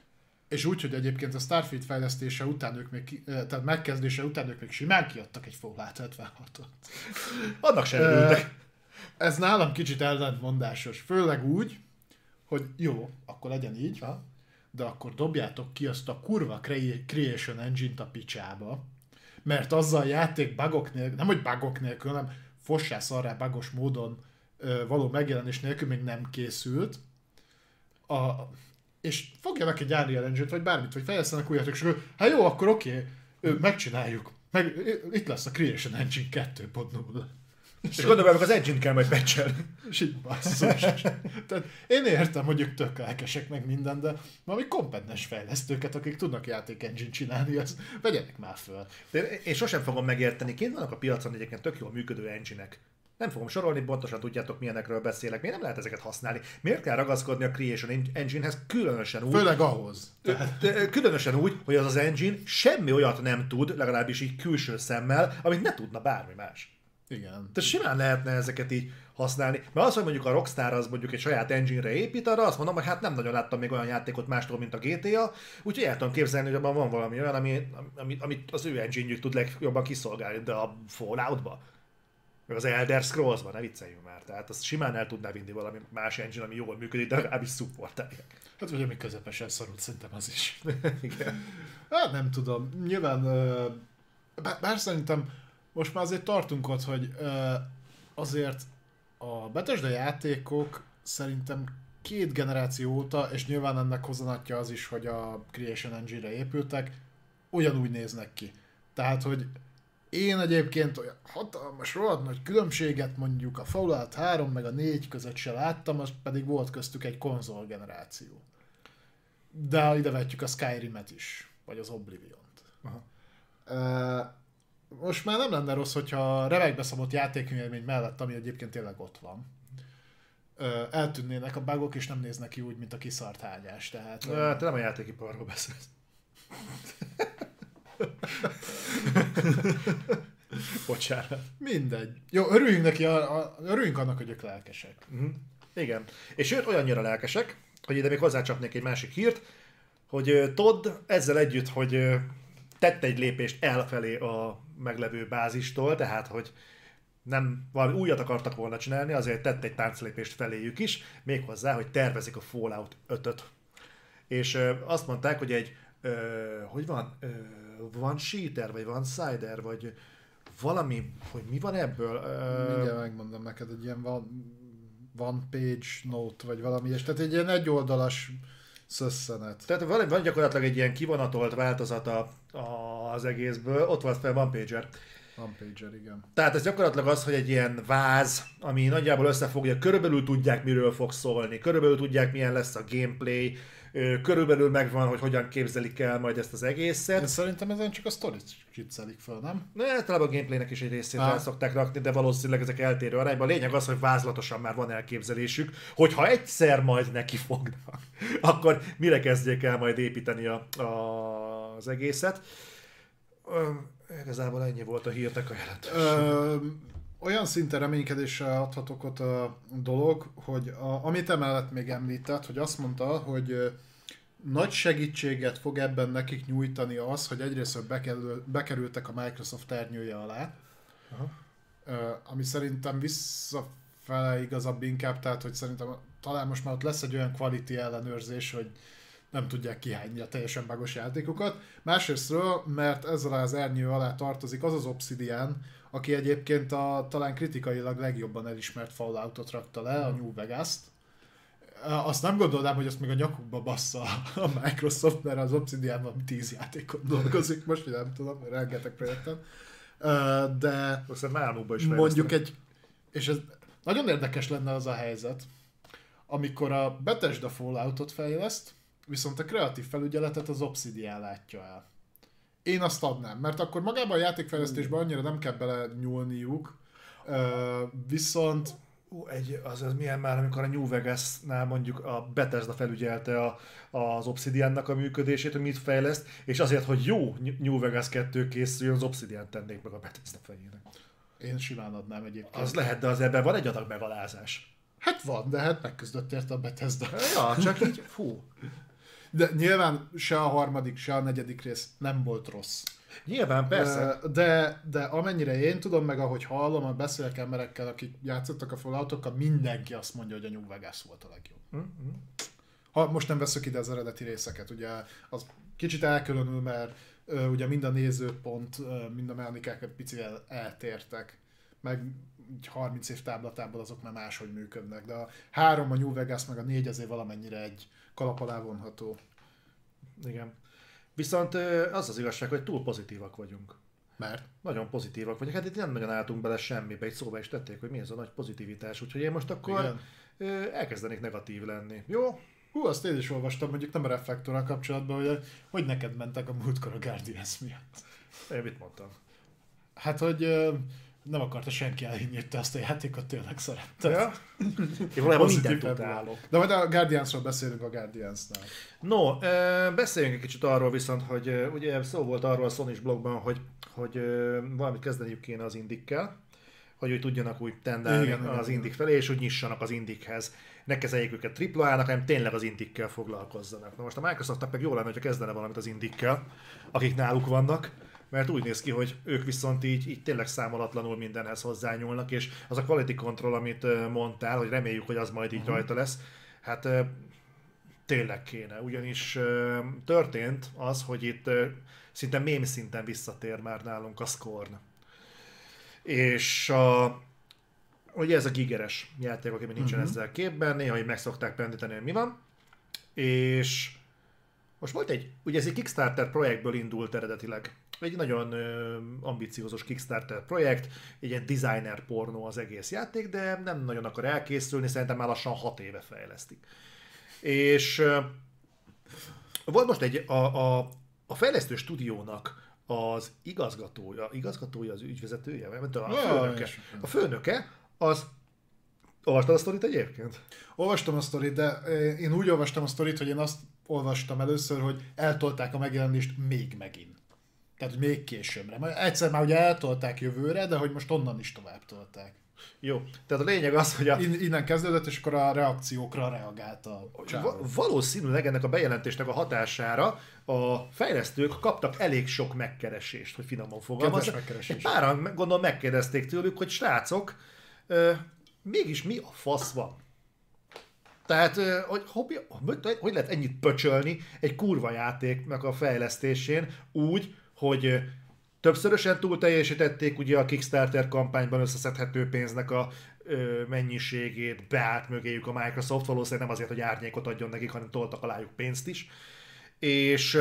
És úgy, hogy egyébként a Starfield fejlesztése után ők még, tehát megkezdése után ők még simán kiadtak egy Fallout hetvenhatot. Annak sem örültek. Ez nálam kicsit ellentmondásos. Főleg úgy, hogy jó, akkor legyen így, ha? De akkor dobjátok ki azt a kurva Creation Engine-t a picsába, mert azzal a játék bugok nélkül, nem hogy bugok nélkül, hanem fossá szarrá bugos módon ö, való megjelenés nélkül még nem készült. A, és fogjanak egy Unreal Engine-t, vagy bármit, vagy fejlesztenek újat, és akkor, hát jó, akkor oké, okay, megcsináljuk. Meg, itt lesz a Creation Engine kettő pont nulla. És gondolom, az engine kell majd patchelni. És így basszus. Tehát én értem, hogy ők tök lelkesek meg minden, de valami kompetens fejlesztőket, akik tudnak játék engine csinálni, azt vegyenek már föl. De én sosem fogom megérteni, kint vannak a piacon egyébként tök jól működő engine-ek. Nem fogom sorolni, pontosan tudjátok, milyenekről beszélek. Miért nem lehet ezeket használni? Miért kell ragaszkodni a Creation Engine-hez különösen úgy? Főleg ahhoz. Tehát... Különösen úgy, hogy az az engine semmi olyat nem tud, legalábbis így külső szemmel, amit ne tudna bármi más. Igen. Tehát simán lehetne ezeket így használni. Mert az, hogy mondjuk a Rockstar az mondjuk egy saját engine-re épít, arra azt mondom, hogy hát nem nagyon láttam még olyan játékot mástól, mint a gé té á, úgyhogy el tudom képzelni, hogy abban van valami olyan, ami, ami, amit az ő engine-jük tud legjobban kiszolgálni, de a Fallout-ba, meg az Elder Scrolls-ban, ne vicceljünk már. Tehát azt simán el tudná vinni valami más engine, ami jól működik, de legalábbis szupportálják. Hát vagy ami közepesen szorult, szerintem az is. Igen. Hát nem tudom. Nyilván, bár, bár szerintem most már azért tartunk ott, hogy azért a Bethesda játékok szerintem két generáció óta, és nyilván ennek hozanatja az is, hogy a Creation Engine-re épültek, ugyanúgy néznek ki. Tehát, hogy én egyébként olyan hatalmas, rohadt nagy különbséget mondjuk a Fallout három meg a négy között se láttam, az pedig volt köztük egy konzol generáció. De ide vetjük a Skyrim-et is, vagy az Oblivion-t. Aha. Uh, most már nem lenne rossz, hogyha remekbe szabott játékélmény mellett, ami egyébként tényleg ott van, uh, eltűnnének a bugok, és nem néznek ki úgy, mint a kiszart hágyás. Tehát, uh, te nem a játékiparról beszélsz. Bocsánat. Mindegy. Jó, örüljünk neki, a, a, örüljünk annak, hogy ők lelkesek. Uh-huh. Igen. És ők olyannyira lelkesek, hogy ide még hozzácsapnék egy másik hírt, hogy Todd ezzel együtt, hogy tett egy lépést elfelé a meglevő bázistól, tehát hogy nem valami újat akartak volna csinálni, azért tett egy tánclépést feléjük is, méghozzá, hogy tervezik a Fallout ötöt. És azt mondták, hogy egy, ö, hogy van, ö, van cheater, vagy van cider, vagy valami, hogy mi van ebből? Mindjárt megmondom neked, egy ilyen van, one page note, vagy valami, és tehát egy ilyen egyoldalas szösszenet. Tehát van, van gyakorlatilag egy ilyen kivonatolt változata az egészből, ott van fel One Pager. One Pager, igen. Tehát ez gyakorlatilag az, hogy egy ilyen váz, ami nagyjából összefogja, körülbelül tudják, miről fog szólni, körülbelül tudják, milyen lesz a gameplay, körülbelül megvan, hogy hogyan képzelik el majd ezt az egészet. Én szerintem ezen csak a sztorit kiccelik fel, nem? Ne, talán a gameplaynek is egy részét el szokták rakni, de valószínűleg ezek eltérő arányban. A lényeg az, hogy vázlatosan már van elképzelésük, hogyha egyszer majd neki fognak, akkor mire kezdjék el majd építeni a, a, az egészet. Ö, igazából ennyi volt a hírnek a jelentőség. Olyan szinten reménykedésre adhatok ott a dolog, hogy a, amit emellett még említett, hogy azt mondta, hogy nagy segítséget fog ebben nekik nyújtani az, hogy egyrészt bekerül, bekerültek a Microsoft ernyője alá, aha. Ami szerintem visszafele igazabb inkább, tehát hogy szerintem talán most már ott lesz egy olyan quality ellenőrzés, hogy nem tudják kihányni a teljesen bugos játékokat. Másrésztről, mert ezzel az ernyő alá tartozik az az Obsidian, aki egyébként a talán kritikailag legjobban elismert Falloutot rakta le, a New Vegas-t. Azt nem gondolnám, hogy azt még a nyakukba bassza a Microsoft, mert az Obsidian tíz játékon dolgozik most, nem tudom, rengeteg projekten. De is mondjuk egy, és ez nagyon érdekes lenne az a helyzet, amikor a Bethesda Falloutot fejleszt, viszont a kreatív felügyeletet az Obsidian látja el. Én azt adnám, mert akkor magában a játékfejlesztésben annyira nem kell bele nyúlniuk, viszont... Uh, egy, az, az milyen már, amikor a New Vegas-nál mondjuk a Bethesda felügyelte a, az Obsidiannak a működését, hogy mit fejleszt, és azért, hogy jó New Vegas kettő készüljön, az Obsidian tennék meg a Bethesda fejének. Én simán adnám egyébként. Az lehet, de az ebben van egy adag megalázás. Hát van, de hát megküzdött érte a Bethesda. Ja, csak így, fú. De nyilván se a harmadik, se a negyedik rész nem volt rossz. Nyilván, persze. De, de amennyire én tudom, meg ahogy hallom, a beszélek emberekkel, akik játszottak a Falloutokkal, mindenki azt mondja, hogy a New Vegas volt a legjobb. Mm-hmm. Ha most nem veszük ide az eredeti részeket, ugye az kicsit elkülönül, mert uh, ugye mind a nézőpont, uh, mind a mechanikák egy picivel eltértek, meg harminc év táblatából azok már máshogy működnek, de a három, a New Vegas, meg a négy azért valamennyire egy kalap alá vonható. Igen. Viszont az az igazság, hogy túl pozitívak vagyunk. Mert? Nagyon pozitívak vagyunk. Hát itt nem nagyon álltunk bele semmibe, egy szóba is tették, hogy mi ez a nagy pozitivitás. Úgyhogy én most akkor Igen. elkezdenék negatív lenni. Jó? Hú, azt én is olvastam, mondjuk nem a Reflektorral kapcsolatban, hogy, hogy neked mentek a múltkor a Guardians miatt. Én mit mondtam? Hát, hogy nem akarta senki elhinni, hogy te azt a játékot tényleg szeretted. Ja? Én valójában mindent utálok. De majd a Guardiansról beszélünk a Guardiansnál. No, beszéljünk egy kicsit arról viszont, hogy ugye szó volt arról a Sony-s blogban, hogy, hogy valamit kezdeniük kéne az indikkel, hogy úgy tudjanak úgy tendálni igen, az indik felé, és hogy nyissanak az indikhez. Ne kezeljék őket tripla á-nak, hanem tényleg az indikkel foglalkozzanak. Na most a Microsoftnak meg jó lenne, hogyha kezdene valamit az indikkel, akik náluk vannak, mert úgy néz ki, hogy ők viszont így, így tényleg számolatlanul mindenhez hozzányúlnak, és az a quality control, amit mondtál, hogy reméljük, hogy az majd így uh-huh. rajta lesz, hát tényleg kéne, ugyanis történt az, hogy itt szinte mém szinten visszatér már nálunk a Scorn. És a, ugye ez a gigeres játék, aki nincsen uh-huh. ezzel képben, néha így meg szokták pendíteni, hogy mi van, és most volt egy, ugye ez egy Kickstarter projektből indult eredetileg. Egy nagyon ö, ambiciózus Kickstarter projekt, egy ilyen designer pornó az egész játék, de nem nagyon akar elkészülni, szerintem már lassan hat éve fejlesztik. És ö, volt most egy, a, a, a fejlesztő stúdiónak az igazgatója, igazgatója, az ügyvezetője, vagy a főnöke, a főnöke, az olvastad a sztorit egyébként? Olvastam a sztorit, de én úgy olvastam a sztorit, hogy én azt olvastam először, hogy eltolták a megjelenést még megint. Tehát, hogy még későbbre. Egyszer már ugye eltolták jövőre, de hogy most onnan is tovább tolták. Jó. Tehát a lényeg az, hogy a... In- innen kezdődött, és akkor a reakciókra reagált a Va- Valószínűleg ennek a bejelentésnek a hatására a fejlesztők kaptak elég sok megkeresést, hogy finoman fogalmazzak. Egy páran gondolom megkérdezték tőlük, hogy srácok, euh, mégis mi a fasz van? Tehát, hogy, hogy, hogy lehet ennyit pöcsölni egy kurva játéknak a fejlesztésén úgy, hogy többszörösen túl teljesítették ugye a Kickstarter kampányban összeszedhető pénznek a ö, mennyiségét, beállt mögéjük a Microsoft, valószínűleg nem azért, hogy árnyékot adjon nekik, hanem toltak alájuk pénzt is. És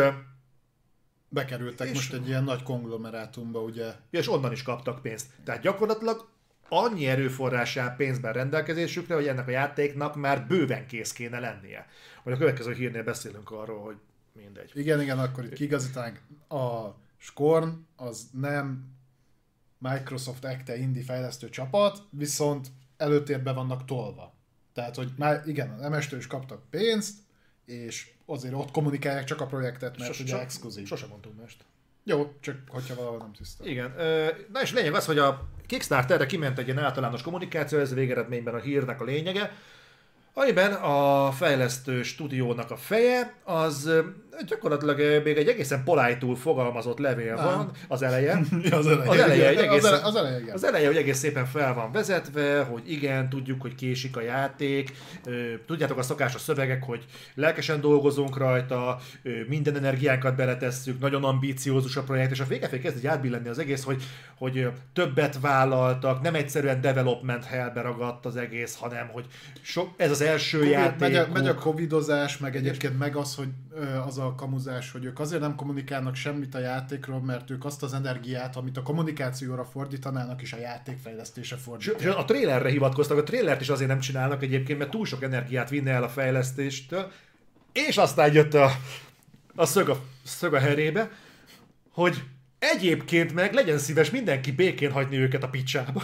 bekerültek és, most egy ilyen nagy konglomerátumba, ugye? És onnan is kaptak pénzt. Tehát gyakorlatilag annyi erőforrás áll pénzben rendelkezésükre, hogy ennek a játéknak már bőven kész kéne lennie. Vagy a következő hírnél beszélünk arról, hogy mindegy. Igen, igen, akkor itt kiigazítanánk. A Scorn az nem Microsoft Acte indie fejlesztő csapat, viszont előtérbe vannak tolva. Tehát, hogy már igen, az em es-től is kaptak pénzt, és azért ott kommunikálják csak a projektet, mert ugye exkluzív. Sosem mondtunk mást. Jó, csak hogyha valahol nem tiszta. Igen. Na és lényeg az, hogy a Kickstarterre kiment egy ilyen általános kommunikáció, ez végeredményben a hírnek a lényege, amiben a fejlesztő stúdiónak a feje, az gyakorlatilag még egy egészen polite-ul fogalmazott levél Nem. van az eleje. az eleje, az eleje, igen, egészen, az eleje, az eleje, az eleje, hogy egész szépen fel van vezetve, hogy igen, tudjuk, hogy késik a játék, tudjátok a szokásos szövegek, hogy lelkesen dolgozunk rajta, minden energiánkat beletesszük, nagyon ambíciózus a projekt, és a vége felé kezd egy átbillenni az egész, hogy, hogy többet vállaltak, nem egyszerűen development hellbe ragadt az egész, hanem hogy so, ez az első Covid, játék. Megy a, megy a covidozás, meg egyébként meg az, hogy az a kamuzás, hogy ők azért nem kommunikálnak semmit a játékról, mert ők azt az energiát, amit a kommunikációra fordítanának, is a játékfejlesztése fordítják. És a trailerre hivatkoztak, a trailert is azért nem csinálnak egyébként, mert túl sok energiát vinne el a fejlesztéstől, és aztán jött a, a szög a, szög a herébe, hogy egyébként meg legyen szíves mindenki békén hagyni őket a picsába.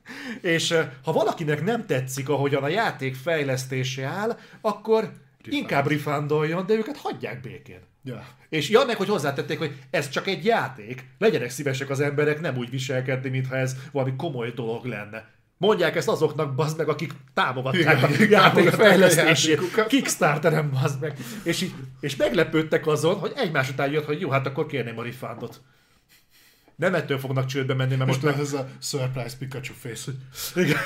És ha valakinek nem tetszik, ahogyan a játék fejlesztése áll, akkor Refund. inkább refundoljon, de őket hagyják békén. Ja. És ja, meg hogy hozzátették, hogy ez csak egy játék, legyenek szívesek az emberek nem úgy viselkedni, mintha ez valami komoly dolog lenne. Mondják ezt azoknak, bazd meg, akik támogatják a játék fejlesztését. Kickstarteren, bazd meg. És, így, és meglepődtek azon, hogy egymás után jött, hogy jó, hát akkor kérném a refundot. Nem ettől fognak csődbe menni, mert most, Most meg... ez a surprise Pikachu face, hogy... Igen.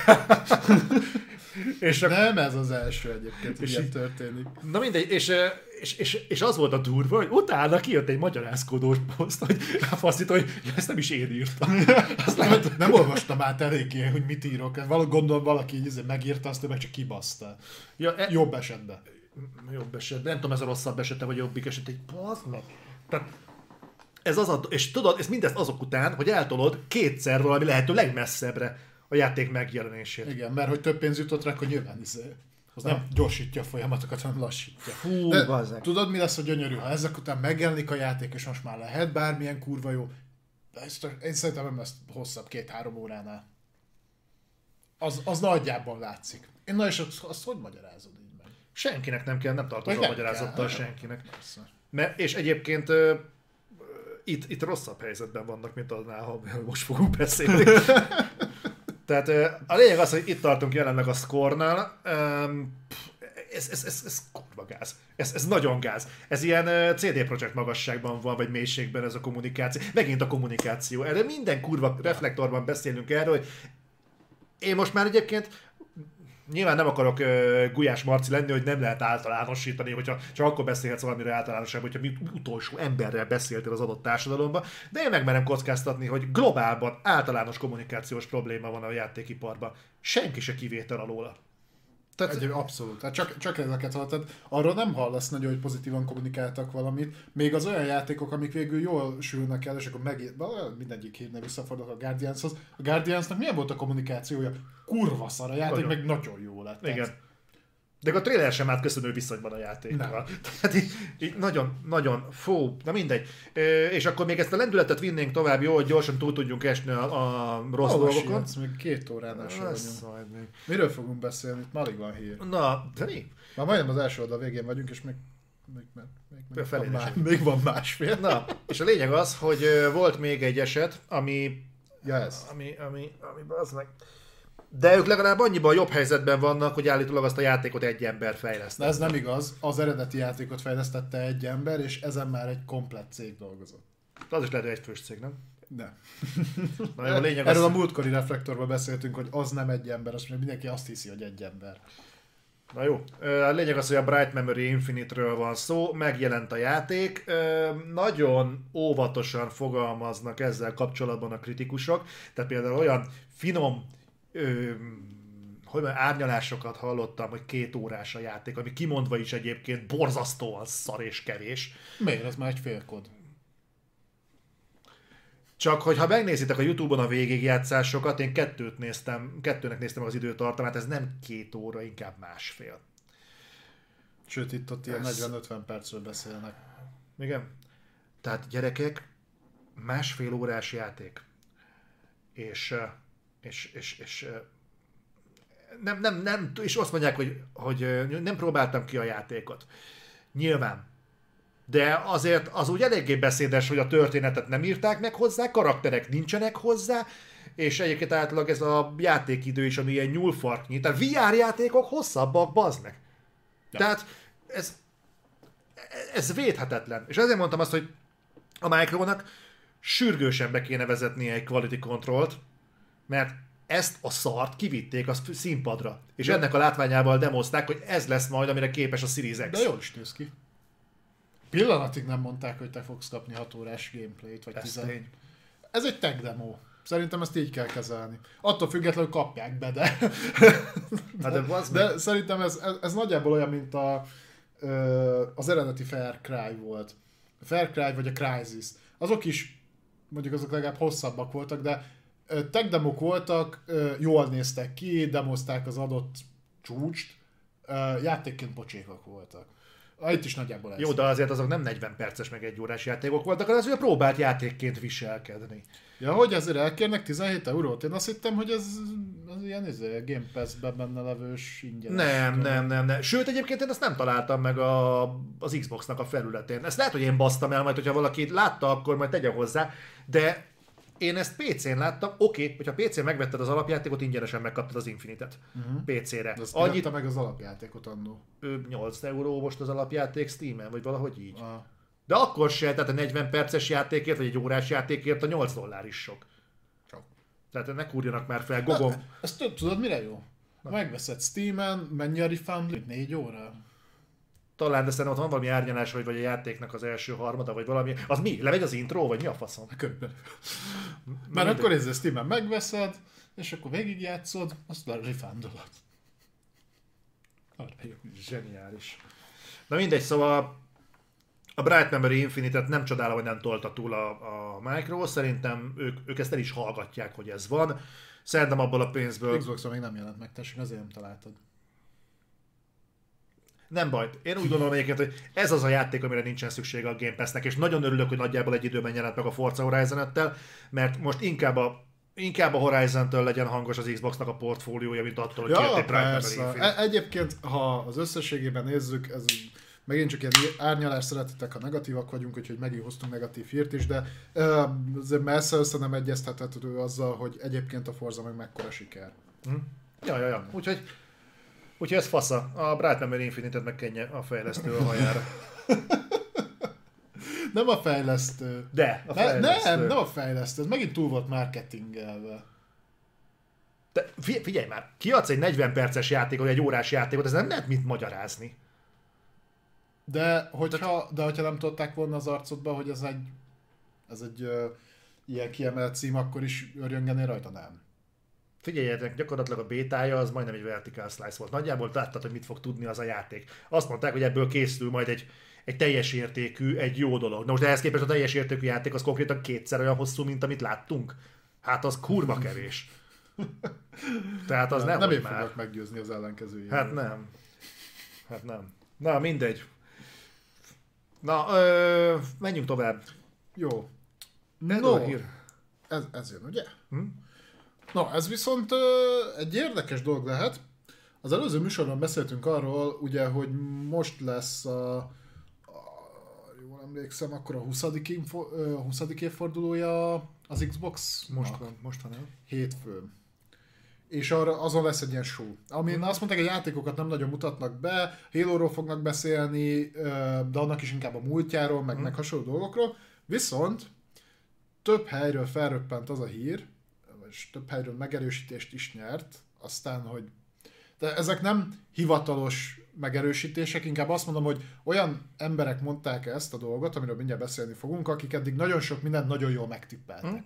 és a... Nem ez az első egyébként, hogy ilyen így... történik. Na mindegy, és, és, és, és az volt a durva, hogy utána kijött egy magyarázkodós poszt, hogy faszít, hogy ezt nem is én írtam. Azt nem, nem olvastam át eléggé, hogy mit írok. Val- Gondolom valaki így megírta, azt meg csak kibaszta. Ja, e... Jobb esetben. Jobb esetben. Nem tudom, ez a rosszabb esete, vagy jobbik eset, egy bazd meg. Tehát ez az a, és tudod, ez mindezt azok után, hogy eltolod kétszer valami lehető legmesszebbre a játék megjelenését. Igen, mert hogy több pénz jutott rá, akkor nyilván izé. Az nem gyorsítja a folyamatokat, hanem lassítja. Fú, de tudod, mi lesz a gyönyörű? Ha ezek után megjelenik a játék, és most már lehet bármilyen kurva jó, de ezt, én szerintem nem lesz hosszabb két-három óránál. Az, az nagyjából látszik. Én na és azt, azt hogy magyarázod így meg? Senkinek nem kell, nem tartozol a magyarázattal senkinek. Mert, és egyébként uh, itt, itt rosszabb helyzetben vannak, mint annál, ha most fogunk beszélni. Tehát a lényeg az, hogy itt tartunk jelenleg a score-nál. Ez, ez, ez, ez kurva gáz. Ez, ez nagyon gáz. Ez ilyen cé dé Projekt magasságban van, vagy mélységben ez a kommunikáció. Megint a kommunikáció. Erre minden kurva reflektorban beszélünk erről, hogy én most már egyébként nyilván nem akarok uh, Gulyás Marci lenni, hogy nem lehet általánosítani, hogyha csak akkor beszélhetsz valamire általánosabb, hogyha mi utolsó emberrel beszéltél az adott társadalomban, de én megmerem kockáztatni, hogy globálban általános kommunikációs probléma van a játékiparban. Senki se kivétel alóla. Tehát... Egy, abszolút. Tehát csak, csak ezeket hallottad. Arról nem hallasz nagyon, hogy pozitívan kommunikáltak valamit. Még az olyan játékok, amik végül jól sülnek el, és akkor meg... mindegyik hírne visszafordulok a Guardianshoz. A Guardiansnak milyen volt a kommunikációja? Kurva szar, a játék nagyon. Meg nagyon jó lett. Igen. Tehát... De a trailer sem állt köszönő viszonyban a játékkal. Tehát így, így nagyon, nagyon, fú, na mindegy. E, és akkor még ezt a lendületet vinnénk tovább, jó, hogy gyorsan túl tudjunk esni a, a rossz dolgokon. Még két óránál sem vagyunk. Miről fogunk beszélni? Itt már alig van hír. Na, de mi? Már majdnem az első oldal végén vagyunk, és még, még, még, még, van, más, még van másfél. Na, és a lényeg az, hogy volt még egy eset, ami... Ja, ez. Ami, ami, ami az meg... De ők legalább annyiban jobb helyzetben vannak, hogy állítólag azt a játékot egy ember fejlesztette. De ez nem igaz. Az eredeti játékot fejlesztette egy ember, és ezen már egy komplett cég dolgozott. Az is lehet, hogy egy fős cég, nem? Nem. Na jó, a lényeg Erről az... a múltkori reflektorban beszéltünk, hogy az nem egy ember, azt mindenki azt hiszi, hogy egy ember. Na jó, a lényeg az, hogy a Bright Memory Infinite-ről van szó, megjelent a játék, nagyon óvatosan fogalmaznak ezzel kapcsolatban a kritikusok, tehát például olyan finom Ö, hogy már árnyalásokat hallottam, hogy két órás a játék, ami kimondva is egyébként borzasztóan szar és kevés. Miért? Ez már egy félkod. Csak, hogyha megnézitek a YouTube-on a végigjátszásokat, én kettőt néztem, kettőnek néztem az időtartamát, ez nem két óra, inkább másfél. Sőt, itt ott ilyen ez... negyven-ötven percről beszélnek. Igen. Tehát gyerekek, másfél órás játék. És... És, és, és nem, nem, nem, és azt mondják, hogy, hogy nem próbáltam ki a játékot. Nyilván. De azért az úgy eléggé beszédes, hogy a történetet nem írták meg hozzá, karakterek nincsenek hozzá, és egyébként általában ez a játékidő is, ami ilyen nyúlfarknyi. Tehát vé er játékok hosszabbak, bazd meg. Ja. Tehát ez, ez védhetetlen. És ezért mondtam azt, hogy a Micronak sürgősen be kéne vezetnie egy quality controlt, mert ezt a szart kivitték a színpadra. És de... ennek a látványával demozták, hogy ez lesz majd, amire képes a Series X. De jól is néz ki. Pillanatig nem mondták, hogy te fogsz kapni hat órás gameplayt, vagy tíz. Ez egy tech demo. Szerintem ezt így kell kezelni. Attól függetlenül kapják be, de... de, de, de szerintem ez, ez, ez nagyjából olyan, mint a, az eredeti Far Cry volt. A Far Cry vagy a Crysis. Azok is, mondjuk azok legalább hosszabbak voltak, de tech demok voltak, jól néztek ki, demozták az adott csúcst, játékként pocsékok voltak. Itt is nagyjából ez. Jó, de azért azok nem negyven perces meg egy órás játékok voltak, hanem azért próbált játékként viselkedni. Ja, hogy ezért elkérnek tizenhét eurót? Én azt hittem, hogy ez, ez ilyen izé, Game Pass-ben benne levős ingyenes. Nem, nem, nem, nem. Sőt, egyébként én ezt nem találtam meg a, az Xboxnak a felületén. Ezt lehet, hogy én basztam el, majd hogyha valaki látta, akkor majd tegye hozzá, de én ezt pé cén láttam, oké, okay, hogyha pé cén megvetted az alapjátékot, ingyenesen megkaptad az Infinitet uh-huh. pé cére. De azt annyit... meg az alapjátékot annó. nyolc euró most az alapjáték Steamen, vagy valahogy így. Ah. De akkor se, tehát a negyven perces játékért, vagy egy órás játékért a nyolc dollár is sok. Csak. Tehát ne kúrjanak már fel, gogom. Na, ezt tudod, mire jó? Na. Megveszed Steamen, mennyi a refund? négy óra? Talán, de szerintem ott van valami árnyalás, vagy, vagy a játéknak az első harmada, vagy valami. Az mi? Lemegy az intro, vagy mi a faszom? Körülbelül. Mert akkor ezzel Steamen megveszed, és akkor végigjátszod, azt a refundolod. Zseniális. Na mindegy, szóval a Bright Memory Infinite-et nem csodálom, hogy nem tolta túl a, a Micro, szerintem ők, ők ezt el is hallgatják, hogy ez van. Szerintem abból a pénzből... Xboxon még nem jelent meg, tessék, azért nem találtad. Nem baj. Én úgy gondolom egyébként, hogy ez az a játék, amire nincsen szüksége a Game Pass-nek, és nagyon örülök, hogy nagyjából egy időben jelent meg a Forza Horizon öttel, mert most inkább a, inkább a Horizon-től legyen hangos az Xboxnak a portfóliója, mint attól, hogy ja, kért egy Bright Memory Infinite. Egyébként, ha az összességében nézzük, ez megint csak ilyen árnyalás szeretetek, ha negatívak vagyunk, úgyhogy megint hoztunk negatív hírt is, de azért messze össze nem egyeztethető azzal, hogy egyébként a Forza meg mekkora siker. Hm. Ja, ja, ja. Úgyhogy Úgyhogy ez fasza. A Bright Memory Infinite-et megkenje a fejlesztő a hajára. Nem a fejlesztő. De, a fejlesztő. Ne, nem, nem a fejlesztő. Ez megint túl volt marketingelve. De figyelj már, kiadsz egy negyven perces játékot, egy órás játékot, ez nem lehet mit magyarázni. De hogyha, de hogyha nem tudták volna az arcodba, hogy ez egy, ez egy uh, ilyen kiemelt cím, akkor is örjöngenél rajta? Nem. Figyeljetek, gyakorlatilag a bétája az majdnem egy vertical slice volt. Nagyjából láttad, hogy mit fog tudni az a játék. Azt mondták, hogy ebből készül majd egy, egy teljes értékű, egy jó dolog. Na most ehhez képest a teljes értékű játék az konkrétan kétszer olyan hosszú, mint amit láttunk. Hát az kurva kevés. Tehát az nem, nem nem én már. fogok meggyőzni az ellenkezőjét. Hát nem. Hát nem. Na, mindegy. Na, ö, menjünk tovább. Jó. No, ez, ez jön, ugye? Hm? Na, ez viszont ö, egy érdekes dolog lehet. Az előző műsorban beszéltünk arról, ugye, hogy most lesz a, a jól emlékszem, akkor a huszadik, info, ö, huszadik évfordulója az Xbox. Most van, most van el. Hétfőn. És arra, azon lesz egy ilyen show. Amin hmm. azt mondták, hogy játékokat nem nagyon mutatnak be, Halo-ról fognak beszélni, de annak is inkább a múltjáról, meg, hmm. meg hasonló dolgokról. Viszont több helyről felröppent az a hír, és több helyről megerősítést is nyert, aztán, hogy de ezek nem hivatalos megerősítések, inkább azt mondom, hogy olyan emberek mondták ezt a dolgot, amiről mindjárt beszélni fogunk, akik eddig nagyon sok mindent nagyon jól megtippeltek. Hmm.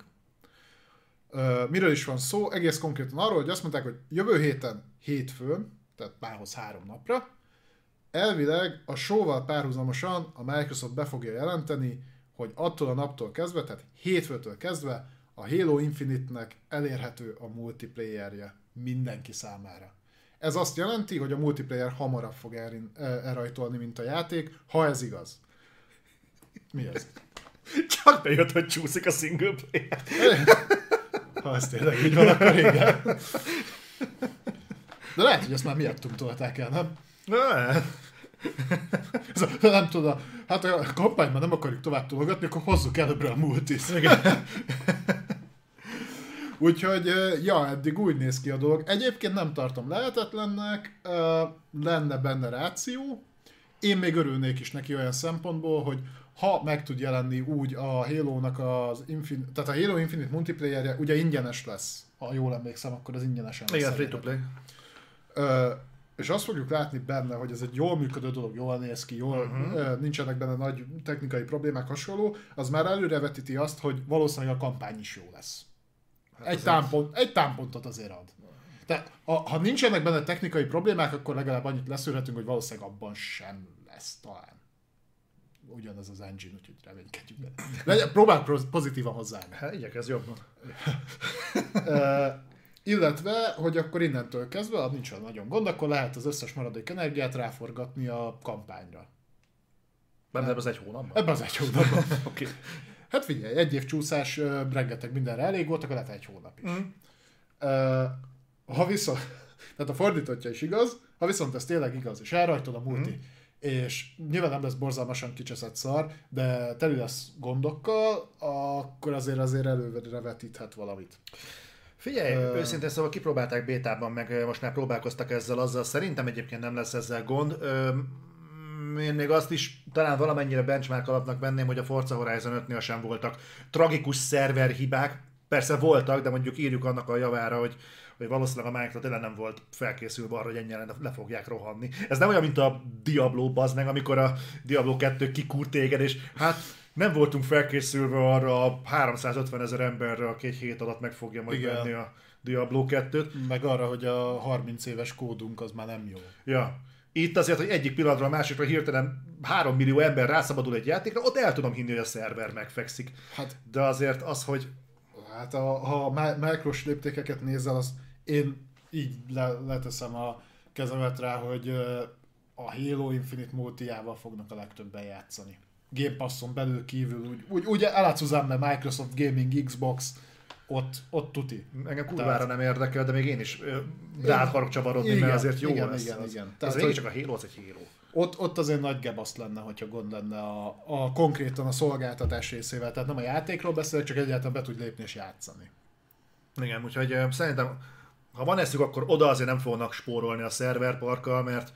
Uh, miről is van szó? Egész konkrétan arról, hogy azt mondták, hogy jövő héten, hétfőn, tehát mához három napra, elvileg a show-val párhuzamosan a Microsoft be fogja jelenteni, hogy attól a naptól kezdve, tehát hétfőtől kezdve a Halo Infinite-nek elérhető a multiplayerje mindenki számára. Ez azt jelenti, hogy a multiplayer hamarabb fog elrin, elrajtolni, mint a játék, ha ez igaz. Mi ez? Csak bejött, hogy csúszik a single player. Ha ez tényleg így van, akkor igen. De lehet, hogy ezt már miattunk tolták el, nem? Ne. Nem tudom, hát a kampányban nem akarjuk tovább tologatni, akkor hozzuk előbbre a multis. Úgyhogy, ja, eddig úgy néz ki a dolog. Egyébként nem tartom lehetetlennek, lenne benne ráció. Én még örülnék is neki olyan szempontból, hogy ha meg tud jelenni úgy a Halo-nak az Infinite, tehát a Halo Infinite multiplayerje ugye ingyenes lesz. Ha jól emlékszem, akkor az ingyenesen lesz. Igen, free to play. Ö, és azt fogjuk látni benne, hogy ez egy jól működő dolog, jól néz ki, jól, uh-huh. ö, nincsenek benne nagy technikai problémák, hasonló, az már előrevetíti azt, hogy valószínűleg a kampány is jó lesz. Hát egy, támpont, egy támpontot azért ad. Tehát ha, ha nincsenek benne technikai problémák, akkor legalább annyit leszűrhetünk, hogy valószínűleg abban sem lesz talán. Ugyanaz az engine, úgyhogy reménykedjük benne. Próbálj pozitívan hozzáállni. Hát igyekezz jobban. uh, illetve, hogy akkor innentől kezdve, ha nincs olyan nagyon gond, akkor lehet az összes maradék energiát ráforgatni a kampányra. Ebben az egy hónapban? Ebben az egy hónapban. Oké. Okay. Hát figyelj, egy év csúszás, rengeteg mindenre elég volt, akkor lehet egy hónap is. Mm. Uh, ha viszont, tehát a fordítottja is igaz, ha viszont ez tényleg igaz, és elrajtod a multi, mm. és nyilván nem lesz borzalmasan kicseszett szar, de teli lesz gondokkal, akkor azért azért előre vetíthet valamit. Figyelj, uh, őszintén szóval kipróbálták bétában, meg most már próbálkoztak ezzel, azzal szerintem egyébként nem lesz ezzel gond. Ö, én még azt is talán valamennyire benchmark alapnak venném, hogy a Forza Horizon ötnél sem voltak tragikus szerver hibák. Persze voltak, de mondjuk írjuk annak a javára, hogy, hogy valószínűleg a Microsoft tényleg nem volt felkészülve arra, hogy ennyire le fogják rohanni. Ez nem olyan, mint a Diablo, bazd meg, amikor a Diablo kettő kikúrt téged, és hát nem voltunk felkészülve arra a háromszázötven ezer emberre, aki egy hét alatt meg fogja majd Igen. venni a Diablo kettőt. Meg arra, hogy a harminc éves kódunk az már nem jó. Ja. Itt azért, hogy egyik pillanatra a másikra hirtelen három millió ember rászabadul egy játékra, ott el tudom hinni, hogy a szerver megfekszik. Hát, de azért az, hogy... Hát a, ha a Micros léptékeket nézel, azt én így le, leteszem a kezemet rá, hogy a Halo Infinite multijával fognak a legtöbben játszani. Game Passon belül kívül, úgy, úgy, úgy elátszuzám, mert Microsoft Gaming, Xbox, ott, ott tuti. Engem kurvára nem érdekel, de még én is rád akarok csavarodni, igen, mert azért jó igen, lesz. Igen, az, igen. Az végig csak a Halo, az egy Halo. Ott, ott azért nagy gebaszt lenne, hogyha gond lenne a, a konkrétan a szolgáltatás részével. Tehát nem a játékról beszélek, csak egyáltalán be tud lépni és játszani. Igen, úgyhogy uh, szerintem, ha van eszük, akkor oda azért nem fognak spórolni a szerverparkkal, mert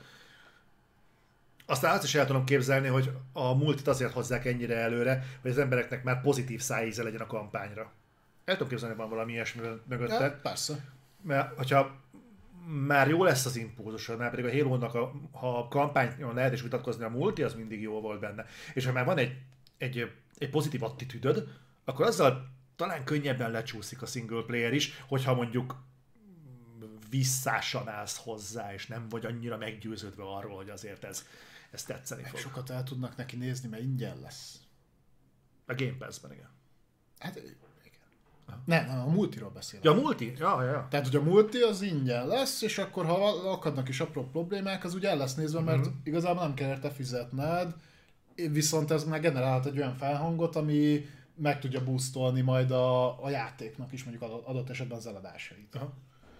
aztán azt is el tudom képzelni, hogy a multit azért hozzák ennyire előre, hogy az embereknek már pozitív szájíze legyen a kampányra. El tudom képzelni, hogy van valami ilyesmi mögötte. Ja, persze. Mert hogyha már jó lesz az impulzusod, már pedig a Halo-nak, a, ha a kampányon lehet is vitatkozni, a multi az mindig jó volt benne. És ha már van egy, egy, egy pozitív attitűdöd, akkor azzal talán könnyebben lecsúszik a single player is, hogyha mondjuk visszásan állsz hozzá, és nem vagy annyira meggyőződve arról, hogy azért ez, ez tetszeni Meg fog. sokat el tudnak neki nézni, mert ingyen lesz. A Game Pass-ben, igen. Hát igen. Nem, nem, a multiról beszélek. Ja, a multi? Ja, ja, ja. Tehát, hogy a multi az ingyen lesz, és akkor ha akadnak is apró problémák, az úgy el lesz nézve, mert mm-hmm. igazából nem kell érte fizetned, viszont ez meg generálhat egy olyan felhangot, ami meg tudja boostolni majd a, a játéknak is mondjuk adott esetben az eladásait. Aha.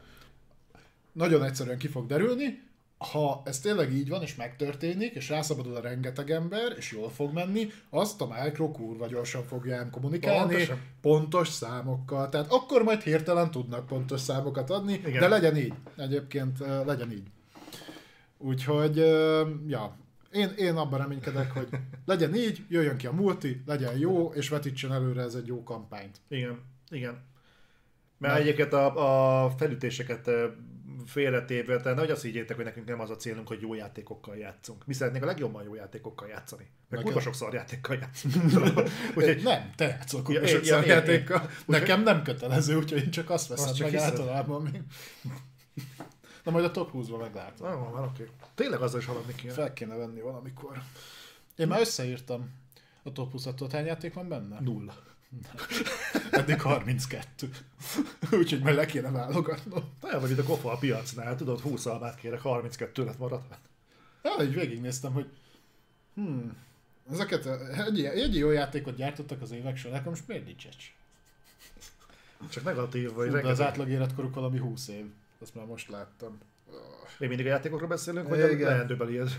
Nagyon egyszerűen ki fog derülni, ha ez tényleg így van, és megtörténik, és rászabadul a rengeteg ember, és jól fog menni, azt a Micro kurva gyorsan fogja kommunikálni, Pontosan. pontos számokkal. Tehát akkor majd hirtelen tudnak pontos számokat adni, igen. De legyen így. Egyébként legyen így. Úgyhogy, ja, én, én abban reménykedek, hogy legyen így, jöjjön ki a multi, legyen jó, és vetítsen előre ez egy jó kampányt. Igen, igen. Mert nem. Egyébként a, a felütéseket félretéve, tehát hogy azt higgyétek, hogy nekünk nem az a célunk, hogy jó játékokkal játszunk. Mi szeretnénk a legjobban jó játékokkal játszani. Meg kurva sok szarjátékkal játszunk. Úgyhogy nem, te játszol kurva sok szarjátékkal. Nekem nem kötelező, úgyhogy én csak azt veszem azt meg általában még. Na majd a top húszban meglátom. Na, van, oké. Tényleg azzal is haladni kéne. Fel kéne venni valamikor. Én már összeírtam a top húszat, hány játék van benne? Nulla. Eddig harminckettő. Úgyhogy meg le kéne válogatnom. Olyan vagy, mint a kofa a piacnál, tudod, húsz almát kérek, harminckettő lett maradt. Ja, így végignéztem, hogy hmm, ezeket egy, egy jó játékot gyártottak az évek során, most miért nincs egy? Csak negatív vagy. Fú, de az átlag életkoruk valami húsz év. Azt már most láttam. Még mindig a játékokról beszélünk, vagy a leendőbeli ez?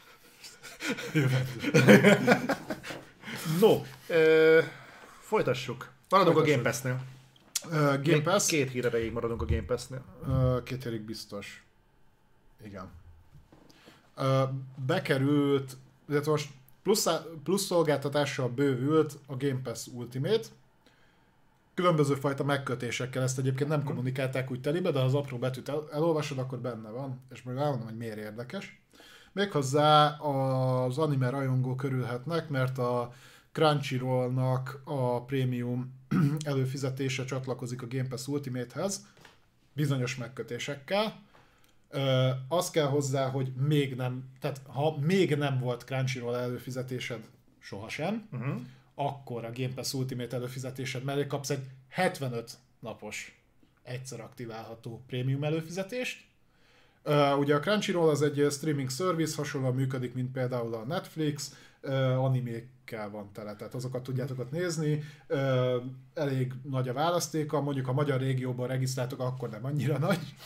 No, ö, folytassuk. Maradunk Folytassuk. a Game Pass-nél. Uh, Game Pass? Két hír erejéig maradunk a Game Pass-nél. Uh, két hérig biztos. Igen. Uh, bekerült, illetve most plusz, plusz szolgáltatással bővült a Game Pass Ultimate. Különböző fajta megkötésekkel, ezt egyébként nem hmm. kommunikálták úgy telibe, de ha az apró betűt el, elolvasod, akkor benne van, és meg elmondom, hogy miért érdekes. Méghozzá az anime rajongók örülhetnek, mert a Crunchyrollnak a prémium előfizetése csatlakozik a Game Pass Ultimate-hez, bizonyos megkötésekkel. Ö, az kell hozzá, hogy még nem, tehát ha még nem volt Crunchyroll előfizetésed sohasem, uh-huh. akkor a Game Pass Ultimate előfizetésed mellé kapsz egy hetvenöt napos egyszer aktiválható prémium előfizetést. Uh, ugye a Crunchyroll az egy streaming service, hasonlóan működik, mint például a Netflix, uh, animékkel van tele, tehát azokat tudjátok ott nézni, uh, elég nagy a választéka, mondjuk a magyar régióban regisztráltok, akkor nem annyira nagy,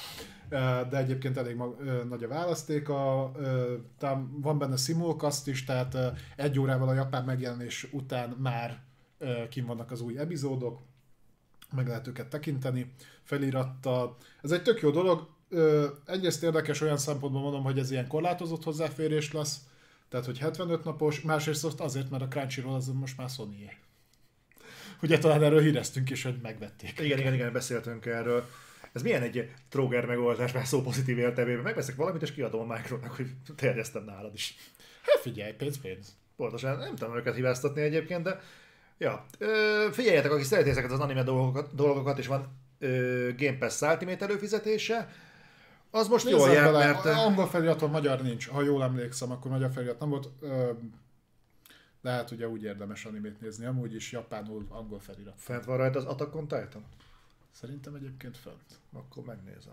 de egyébként elég mag- nagy a választék. A, van benne simulcast is, tehát egy órával a japán megjelenés után már kim vannak az új epizódok, meg lehet őket tekinteni felirattal. Ez egy tök jó dolog. Egyrészt érdekes olyan szempontból mondom, hogy ez ilyen korlátozott hozzáférés lesz, tehát hogy hetvenöt napos, másrészt azért, mert a Crunchyroll az most már Sony-é. Ugye talán erről híreztünk is, hogy megvették. Igen, igen, igen, beszéltünk erről. Ez milyen egy tróger megoldás, már szó pozitív értelmében. Megveszek valamit, és kiadom a Micronak, hogy terjesztem nálad is. Hát figyelj, pénz, pénz. Pontosan, nem tudom őket hibáztatni egyébként, de ja. Ö, figyeljetek, akik szereti ezeket az anime dolgokat, dolgokat és van ö, Game Pass Ultimate előfizetése, az most Nézzem jól jár, bele, mert... angol feliraton magyar nincs. Ha jól emlékszem, akkor magyar felirat nem volt. Ö, de hát ugye úgy érdemes animét nézni, amúgy is japánul angol felirat. Fent van rajta az Attack on Titan? Szerintem egyébként fent. Akkor megnézem.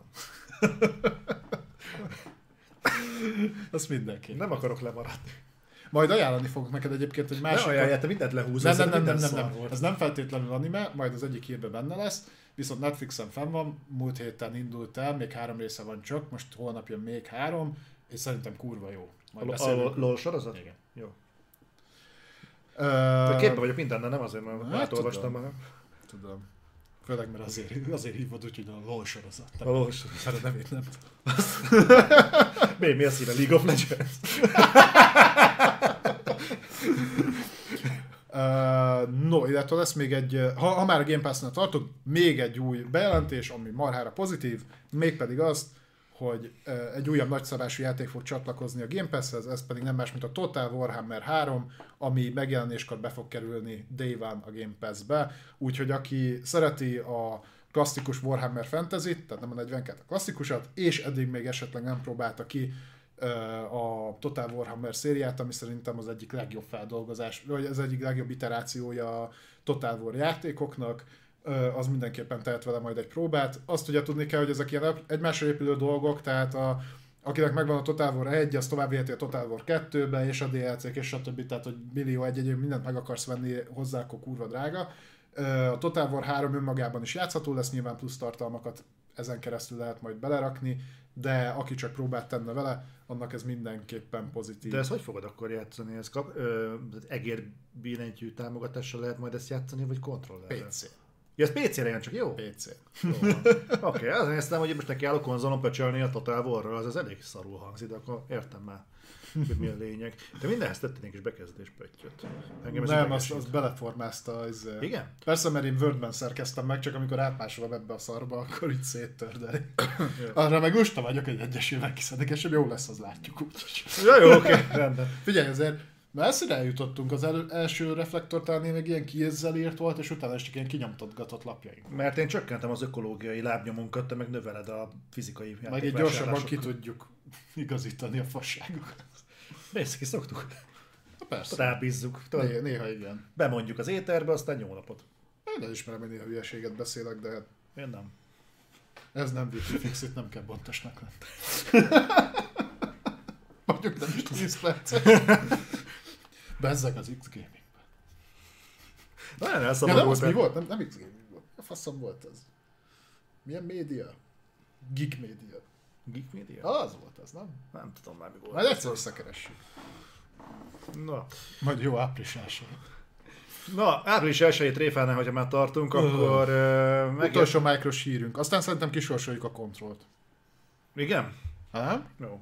Azt mindenki. Nem akarok lemaradni. Majd ajánlani fogok neked egyébként egy másik... Ne ajánljál, te mindent lehúzol. Nem, nem, nem, nem, nem, nem, nem. Ez nem feltétlenül anime, majd az egyik hírben benne lesz, viszont Netflixen fenn van, múlt héten indult el, még három része van csak, most holnap jön még három, és szerintem kurva jó. Majd A, a LOL sorozat? Igen. Jó. Uh, Képben vagyok mindennel, nem azért, mert hát átolvastam. tudom. tudom. Főleg, mert azért, azért hívod úgy, hogy a LOL sorozat. A LOL sorozat. Hát a nevét nem mi, mi a színe? League of Legends? uh, no, illetve lesz még egy, ha, ha már a Game Pass-nál tartok, még egy új bejelentés, ami marhára pozitív, mégpedig az, hogy uh, egy újabb nagyszabású játék fog csatlakozni a Game Pass-hez, ez pedig nem más, mint a Total Warhammer három, ami megjelenéskor be fog kerülni Day One a Game Pass-be, úgyhogy aki szereti a klasszikus Warhammer Fantasy-t, tehát nem a negyvenkettő a klasszikusat, és eddig még esetleg nem próbálta ki uh, a Total Warhammer szériát, ami szerintem az egyik legjobb feldolgozás, vagy az egyik legjobb iterációja a Total War játékoknak, az mindenképpen tehet vele majd egy próbát. Azt ugye tudni kell, hogy ezek ilyen egymásra épülő dolgok, tehát a, akinek megvan a Total War egy, az tovább viheti a Total War kettőbe, és a dé el cé-k, és stb. Tehát, hogy millió egy-egy, mindent meg akarsz venni hozzá, akkor kurva drága. A Total War három önmagában is játszható lesz, nyilván plusz tartalmakat ezen keresztül lehet majd belerakni, de aki csak próbát tenne vele, annak ez mindenképpen pozitív. De ezt hogy fogod akkor játszani? Ez kap, ö, egérbillentyű támogatással lehet majd ezt játszani, vagy kontrollerrel? pé cé. Ja, ez pé cére jön csak, jó? pé cé. Oké, okay, azért néztem, hogy most neki áll a konzolon pöcsölni a Total War-ral, az, az elég szarul hangzik, de akkor értem már, hogy mi a lényeg. De mindenhez tettél egy kis bekezdés pöttyöt. Nem, azt az beleformázta. Az, igen? Persze, mert én Wordben szerkeztem meg, csak amikor átmásolom ebbe a szarba, akkor így széttördeli. Arra meg lusta vagyok, hogy egyesével kiszedek, és hogy jó lesz, az látjuk úgyis. Ja, jó, oké, okay, rendben. Figyelj, azért messzire eljutottunk, az elő, első reflektortálnél még ilyen kézzel írt volt, és utána is csak ilyen kinyomtatgatott lapjaink. Mert én csökkentem az ökológiai lábnyomunkat, te meg növeled a fizikai játékvásárlásokat. Meg így gyorsabban ki tudjuk igazítani a fasságokat. Persze, ki szoktuk. Persze. Rábízzuk. Néha, néha igen. Bemondjuk az éterbe, aztán jó napot. Én nem ismerem, hogy néha hülyeséget beszélek, de én nem. Ez nem Wifi-fix, itt nem kell bontosnak lenni. Mondjuk nem is tíz percet. Bezzeg az X-Gaming-ben. Nagyon ja, elszabadult. nem, az mi volt? Nem, nem X-Gaming volt. A faszom volt ez. Milyen média? Geek média. Geek média? Az volt az, nem? Nem tudom már mi volt. Majd egyszer összekeressük. Na. Majd jó április első. Na, április elsejét tréfálnál, hogyha már tartunk, uh, akkor... Uh, meg utolsó Micros hírünk. Aztán szerintem kisorsoljuk a kontrollt. Igen? Ha? Jó.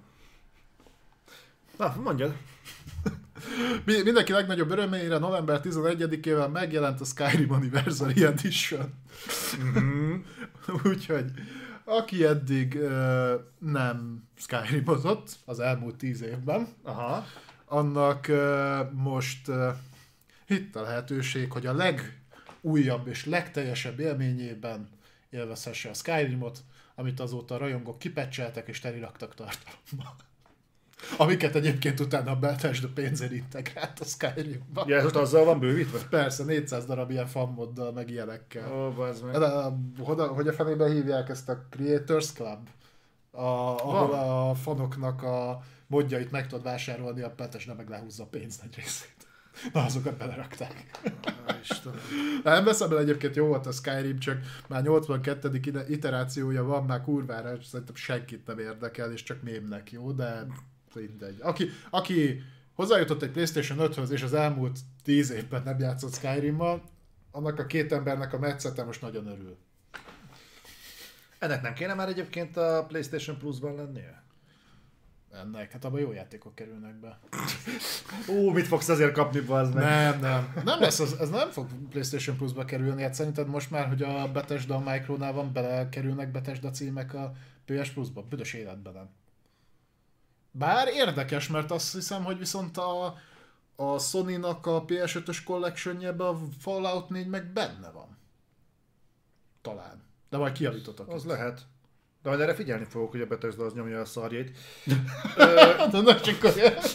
Na, mondjad. Mindenki legnagyobb örömére november tizenegyedikével megjelent a Skyrim Anniversary Edition. Mm-hmm. Úgyhogy aki eddig uh, nem Skyrimozott az elmúlt tíz évben, aha, annak uh, most uh, itt a lehetőség, hogy a legújabb és legteljesebb élményében élvezhesse a Skyrimot, amit azóta a rajongók kipecseltek és teliraktak tartalomba. Amiket egyébként utána a Bethesda pénzért integrált a Skyrimba. Ja, ez most azzal van bővítve? Persze, négyszáz darab ilyen fanmoddal, meg ilyenekkel. Ó, bazd meg. De, hogy, hogy a fenében hívják ezt a Creators Club? A, ahol van. A fanoknak a modjait meg tudod vásárolni, a Bethesda meg lehúzza a pénz nagy részét. Na, azokat belerakták. Nem veszem el, egyébként jó volt a Skyrim, csak már nyolcvankettedik iterációja van, már kurvára, szerintem senkit nem érdekel, és csak mémnek jó, de mindegy. Aki, aki hozzájutott egy PlayStation öthöz, és az elmúlt tíz évben nem játszott Skyrimmal, annak a két embernek a metszete most nagyon örül. Ennek nem kéne már egyébként a PlayStation Plus-ban lennie? Ennek, hát abban jó játékok kerülnek be. Ó, mit fogsz azért kapni, bazd meg? Nem, nem. Nem lesz, az, ez nem fog PlayStation Plus-ba kerülni. Hát szerinted most már, hogy a Bethesda a Micronál van, belekerülnek Bethesda címek a pé es Plus-ba? Büdös életben nem. Bár érdekes, mert azt hiszem, hogy viszont a, a Sony-nak a pé es ötös collectionjében a Fallout négy meg benne van. Talán. De majd kijavítotok. Az lehet. De majd erre figyelni fogok, hogy a Bethesda az nyomja a szarjait. De nem csak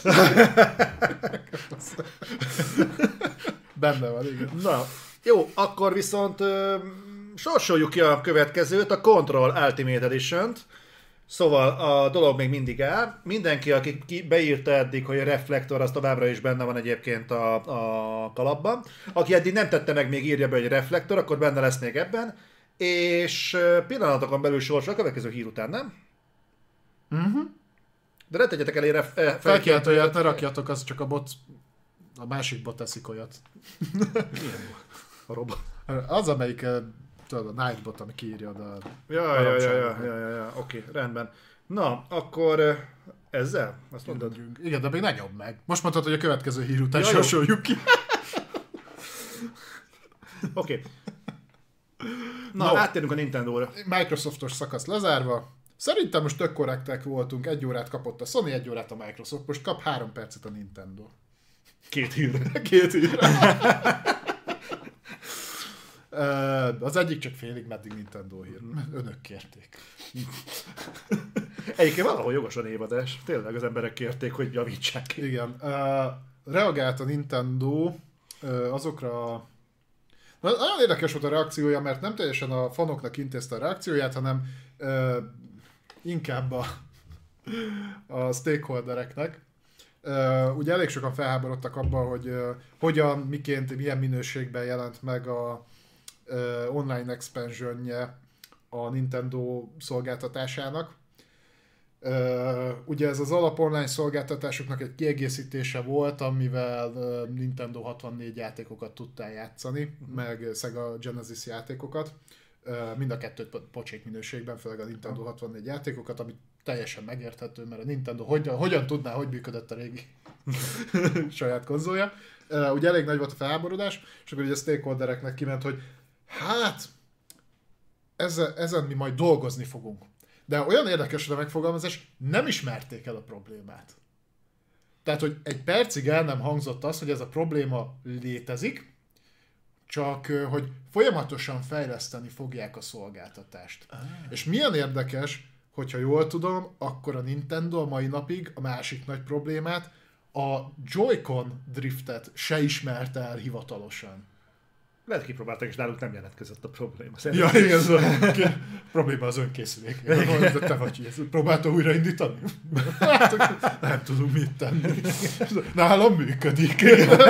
benne van, igen. Na, jó, akkor viszont ö, sorsoljuk ki a következőt, a Control Ultimate Edition-t. Szóval a dolog még mindig áll. Mindenki, aki ki beírta eddig, hogy a reflektor, az továbbra is benne van egyébként a, a kalapban. Aki eddig nem tette meg, még írja be, hogy reflektor, akkor benne lesz még ebben. És pillanatokon belül sorsa a következő hír után, nem? Uh-huh. De ne tegyetek elé ref... Felkiáltóját ne rakjatok, az csak a bot... A másik bot teszik olyat. Milyen a robot? Az, amelyik tudod, a Nightbot, ami kiírja oda. Ja, ja, ja, ja, ja, ja, ja, oké, rendben. Na, akkor ezzel? Azt mondod? Igen, de még ne nyomd meg. Most mondtad, hogy a következő hír után ja, sorsoljuk ki. Oké. Okay. Na, no. Áttérünk a Nintendo-ra. Microsoftos szakasz lezárva. Szerintem most tök korrektek voltunk. Egy órát kapott a Sony, egy órát a Microsoft. Most kap három percet a Nintendo. Két hír. Két hír. Az egyik csak félig meddig Nintendo hír. Önök kérték. Egyébként valahol jogos a névadás. Tényleg az emberek kérték, hogy javítsák. Igen. Reagált a Nintendo azokra a... Nagyon érdekes volt a reakciója, mert nem teljesen a fanoknak intézte a reakcióját, hanem uh, inkább a, a stakeholdereknek. Uh, ugye elég sokan felháborodtak abban, hogy uh, hogyan, miként, milyen minőségben jelent meg a uh, online expansionje a Nintendo szolgáltatásának. Uh, ugye ez az alap online szolgáltatásoknak egy kiegészítése volt, amivel uh, Nintendo hatvannégy játékokat tudtál játszani, uh-huh. meg Sega Genesis játékokat. Uh, mind a kettőt pocsék minőségben, főleg a Nintendo hatvannégy játékokat, ami teljesen megérthető, mert a Nintendo hogyan, hogyan tudná, hogy működött a régi saját konzolja. Uh, ugye elég nagy volt a felháborodás, és akkor ugye a stakeholdereknek kiment, hogy hát ezen, ezen mi majd dolgozni fogunk. De olyan érdekes a megfogalmazás, nem ismerték el a problémát. Tehát, hogy egy percig el nem hangzott az, hogy ez a probléma létezik, csak hogy folyamatosan fejleszteni fogják a szolgáltatást. Ah. És milyen érdekes, hogyha jól tudom, akkor a Nintendo a mai napig a másik nagy problémát, a Joy-Con driftet se ismerte el hivatalosan. Lehet kipróbáltak, és náluk nem jelentkezett a probléma. Ja, igen, ez a probléma az önkészülék. De te vagy, ezt próbálta újraindítani? Hát, nem tudunk mit tenni. Nálam működik.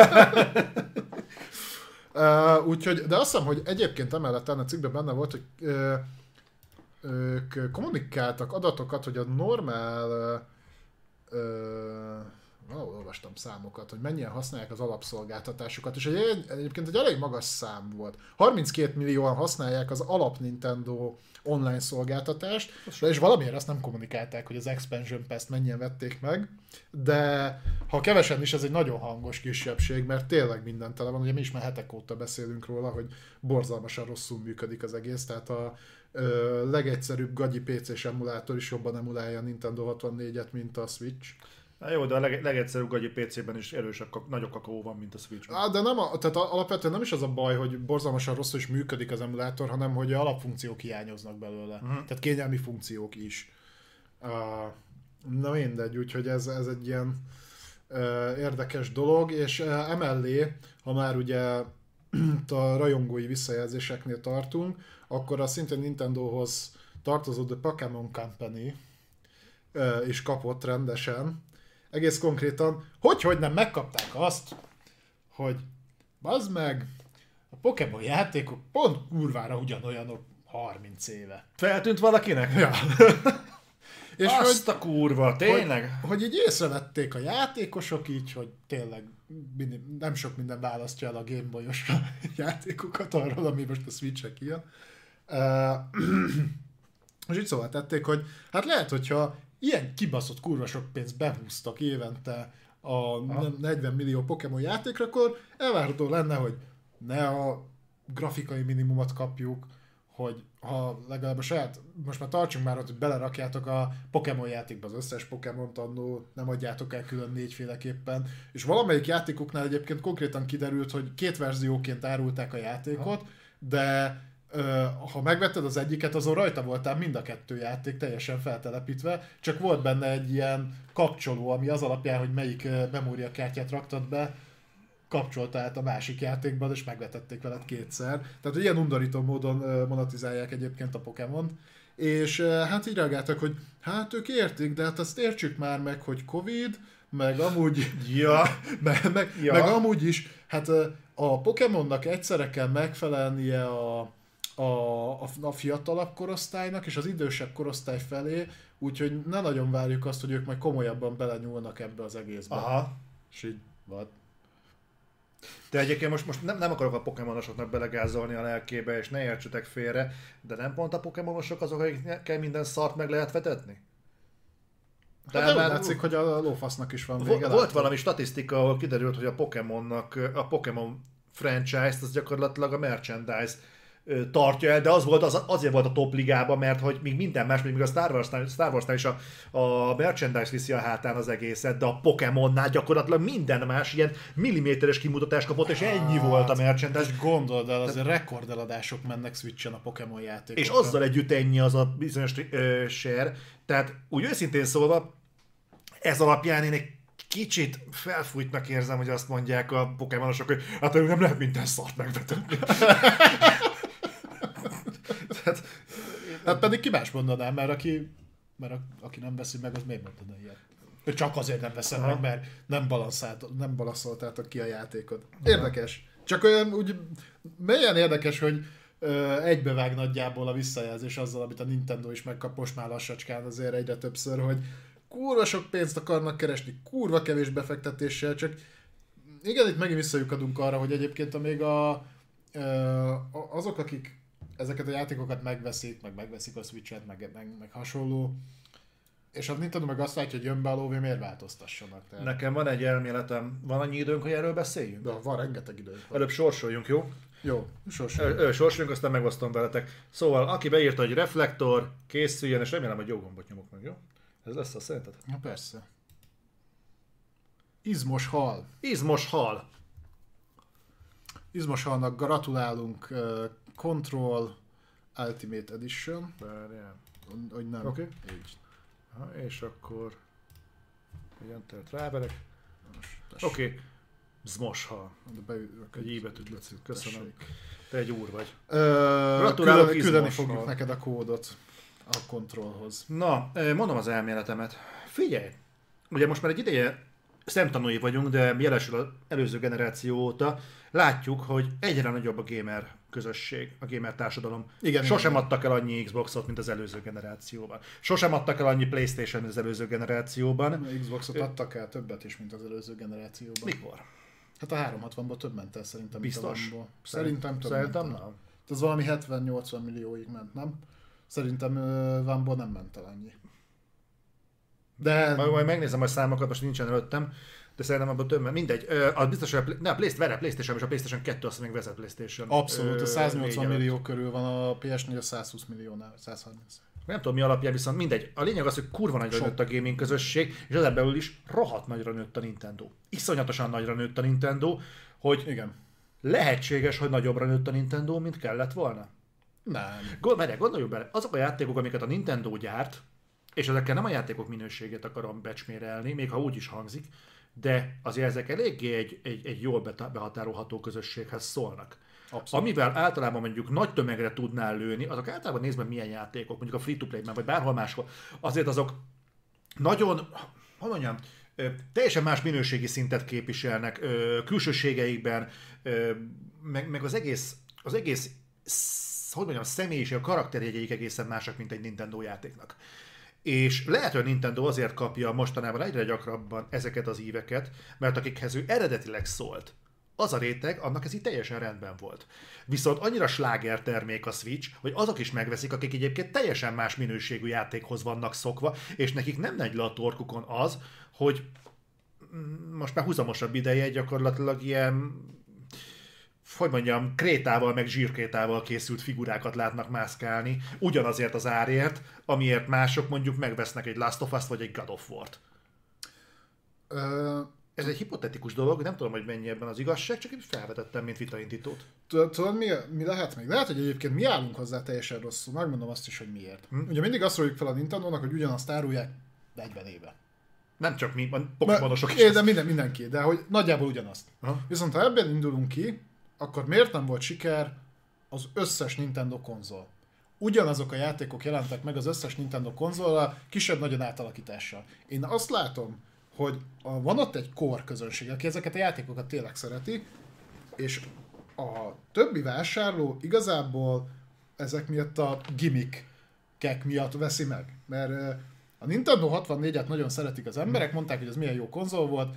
uh, úgyhogy, de azt hiszem, hogy egyébként emellett a cikkben benne volt, hogy uh, ők kommunikáltak adatokat, hogy a normál uh, valahol olvastam számokat, hogy mennyien használják az alapszolgáltatásokat, és egy, egyébként egy elég magas szám volt. harminckét millióan használják az alap Nintendo online szolgáltatást, de és valamiért azt nem kommunikálták, hogy az Expansion Pass-t mennyien vették meg, de ha kevesen is, ez egy nagyon hangos kisebbség, mert tényleg minden tele van, ugye mi is már hetek óta beszélünk róla, hogy borzalmasan rosszul működik az egész, tehát a ö, legegyszerűbb gagyi pé cés emulátor is jobban emulálja a Nintendo hatvannégyet, mint a Switch. Na jó, de a leg- legegyszerűbb gagyi pé cében is erősebb, nagyobb kakaó van, mint a Switch-ben. Á, de nem a, tehát alapvetően nem is az a baj, hogy borzalmasan rosszul is működik az emulátor, hanem hogy alapfunkciók hiányoznak belőle. Uh-huh. Tehát kényelmi funkciók is. Uh, na mindegy, úgyhogy ez, ez egy ilyen uh, érdekes dolog, és uh, emellé, ha már ugye a rajongói visszajelzéseknél tartunk, akkor a szintén Nintendohoz tartozó The Pokémon Company uh, is kapott rendesen. Egész konkrétan, hogy, hogy nem megkapták azt, hogy bazd meg, a Pokémon játékok pont kurvára ugyanolyanok harminc éve. Feltűnt valakinek? Ja. És azt hogy, a kurva, tényleg? Hogy, hogy így észrevették a játékosok így, hogy tényleg nem sok minden választja el a Gameboy-os játékokat arról, ami most a Switch-e kijön. Uh, és így szóval tették, hogy hát lehet, hogyha ilyen kibaszott kurva sok pénzt behúztak évente a Aha. negyven millió Pokémon játékra, akkor elvárható lenne, hogy ne a grafikai minimumot kapjuk, hogy ha legalább a saját, most már tartsunk már ott, hogy belerakjátok a Pokémon játékba az összes Pokémont annó, nem adjátok el külön négyféleképpen, és valamelyik játékoknál egyébként konkrétan kiderült, hogy két verzióként árulták a játékot, ha. de ö, ha megvetted az egyiket, azon rajta voltál mind a kettő játék teljesen feltelepítve, csak volt benne egy ilyen kapcsoló, ami az alapján, hogy melyik memóriakártyát raktad be, kapcsolta át a másik játékban, és megvetették veled kétszer. Tehát ilyen undorító módon monetizálják egyébként a Pokémont. És hát így reagáltak, hogy hát ők értik, de hát azt értsük már meg, hogy Covid, meg amúgy, ja. meg, meg, ja. meg amúgy is, hát a Pokémonnak egyszerre kell megfelelnie a, a, a, a fiatalabb korosztálynak, és az idősebb korosztály felé, úgyhogy ne nagyon várjuk azt, hogy ők majd komolyabban belenyúlnak ebbe az egészbe. Aha. És így vad. De egyébként most, most nem, nem akarok a pokémonosoknak belegázolni a lelkébe, és ne értsetek félre, de nem pont a pokémonosok azok, akikkel minden szart meg lehet vetetni? De hát már látszik, hogy a lófasznak is van vége. Volt látom. Valami statisztika, ahol kiderült, hogy a Pokémonnak, a Pokémon franchise-t, az gyakorlatilag a merchandise tartja el, de az volt, az, azért volt a top ligában, mert hogy még minden más, még a Star Wars-nál, Star Wars-nál is a, a merchandise viszi a hátán az egészet, de a Pokémonnál gyakorlatilag minden más ilyen milliméteres kimutatást kapott, és ennyi hát, volt a merchandise. És gondold el, azért rekordeladások mennek Switchen a Pokémon játékokra. És azzal együtt ennyi az a bizonyos uh, share, tehát úgy őszintén szólva, ez alapján én egy kicsit felfújtnak érzem, hogy azt mondják a Pokémonosok, hogy hát nem lehet minden szart megvetetni. Hát, hát pedig ki más mondaná, mert aki, mert a, aki nem veszi meg, az miért mondaná ilyet? Csak azért nem veszem meg, mert nem, nem balanszoltátok ki a játékot. Érdekes. Csak olyan úgy mélyen érdekes, hogy ö, egybevág nagyjából a visszajelzés azzal, amit a Nintendo is megkap most már lassacskán azért egyre többször, hogy kurva sok pénzt akarnak keresni, kurva kevés befektetéssel, csak igen, itt megint visszajukadunk arra, hogy egyébként még a, ö, azok, akik ezeket a játékokat megveszik, meg megveszik a Switch-et, meg, meg, meg hasonló. És a Nintendo meg azt látja, hogy jön be a lóvé, miért változtassanak. Tehát... Nekem van egy elméletem. Van annyi időnk, hogy erről beszéljünk? De van rengeteg időnk. Előbb sorsoljunk, jó? Jó, sorsoljunk. Ö, sorsoljunk, aztán megosztom veletek. Szóval, aki beírta, hogy reflektor, készüljön, és remélem, hogy jó gombot nyomok meg, jó? Ez lesz a szerinted? Na persze. Izmos hal. Izmos hal. Izmos halnak gratulálunk. Uh, Control Ultimate Edition. Várjál. Hogy nem. Oké. Okay. Aha, és akkor... Igen, tehát ráverek. Oké. Okay. Zmos hal. Egy íbetűt lesz. Köszönöm. Tessék. Te egy úr vagy. Ö, Gratulálok, küldeni, küldeni fogjuk neked a kódot a Controlhoz. Na, mondom az elméletemet. Figyelj! Ugye most már egy ideje szemtanúi vagyunk, de jelesül az előző generáció óta látjuk, hogy egyre nagyobb a gamer közösség, a gamer társadalom. Igen, Sosem igen. adtak el annyi Xboxot, mint az előző generációban. Sosem adtak el annyi PlayStation, mint az előző generációban. A Xboxot adtak el többet is, mint az előző generációban. Mikor? Hát a háromszázhatvanból több ment el szerintem. Biztos? Szerintem több Szerintem ment el. nem. Ez valami hetven-nyolcvan millióig ment, nem? Szerintem uh, Vanból nem ment el annyi. De... Majd, majd megnézem a számokat, most nincsen előttem, de szerintem abban több, mindegy. Az biztos, hogy a, ne, a PlayStation, a PlayStation és a PlayStation kettő azt még vezet PlayStation. Abszolút, a száznyolcvan millió körül van, a pé es négy a százhúsz milliónál, százharminc. Nem tudom mi alapján, viszont mindegy. A lényeg az, hogy kurva nagyra Sok. nőtt a gaming közösség, és ezen belül is rohadt nagyra nőtt a Nintendo. Iszonyatosan nagyra nőtt a Nintendo, hogy igen. Lehetséges, hogy nagyobbra nőtt a Nintendo, mint kellett volna. Nem. Gond, gondoljuk bele, azok a játékok, amiket a Nintendo gyárt, és ezekkel nem a játékok minőségét akarom becsmérelni, még ha úgy is hangzik, de azért ezek eléggé egy, egy, egy jól behatárolható közösséghez szólnak. Abszolút. Amivel általában mondjuk nagy tömegre tudnál lőni, azok általában nézd meg milyen játékok, mondjuk a free-to-play-ben, vagy bárhol máshol, azért azok nagyon, hogy mondjam, ö, teljesen más minőségi szintet képviselnek, ö, külsőségeikben, ö, meg, meg az egész, az egész, hogy mondjam, személyiség, a karakterjegyeik egészen másak, mint egy Nintendo játéknak. És lehet, hogy a Nintendo azért kapja mostanában egyre gyakrabban ezeket az íveket, mert akikhez ő eredetileg szólt, az a réteg, annak ez így teljesen rendben volt. Viszont annyira sláger termék a Switch, hogy azok is megveszik, akik egyébként teljesen más minőségű játékhoz vannak szokva, és nekik nem megy le a torkukon az, hogy most már húzamosabb ideje gyakorlatilag ilyen, hogy mondjam, krétával meg zsírkrétával készült figurákat látnak mászkálni, ugyanazért az árért, amiért mások mondjuk megvesznek egy Last of Us-t vagy egy God of War-t. Ö... Ez egy hipotetikus dolog, nem tudom, hogy mennyi ebben az igazság, csak én felvetettem, mint vitaindítót. Tudod, mi, mi lehet még? Lehet, hogy egyébként mi állunk hozzá teljesen rosszul, megmondom azt is, hogy miért. Hm? Ugye mindig azt róljuk fel a Nintendónak, hogy ugyanazt árulják negyven éve. Nem csak mi, Pokémonosok is. É, de minden, mindenki, de hogy nagyjából ugyanazt. Ha? Viszont ha ebben indulunk ki, akkor miért nem volt siker az összes Nintendo konzol? Ugyanazok a játékok jelentek meg az összes Nintendo konzolra, kisebb-nagyobb átalakítással. Én azt látom, hogy a, van ott egy core közönség, aki ezeket a játékokat tényleg szereti, és a többi vásárló igazából ezek miatt a gimmickek miatt veszi meg. Mert a Nintendo hatvannégyet nagyon szeretik az emberek, mondták, hogy ez milyen jó konzol volt,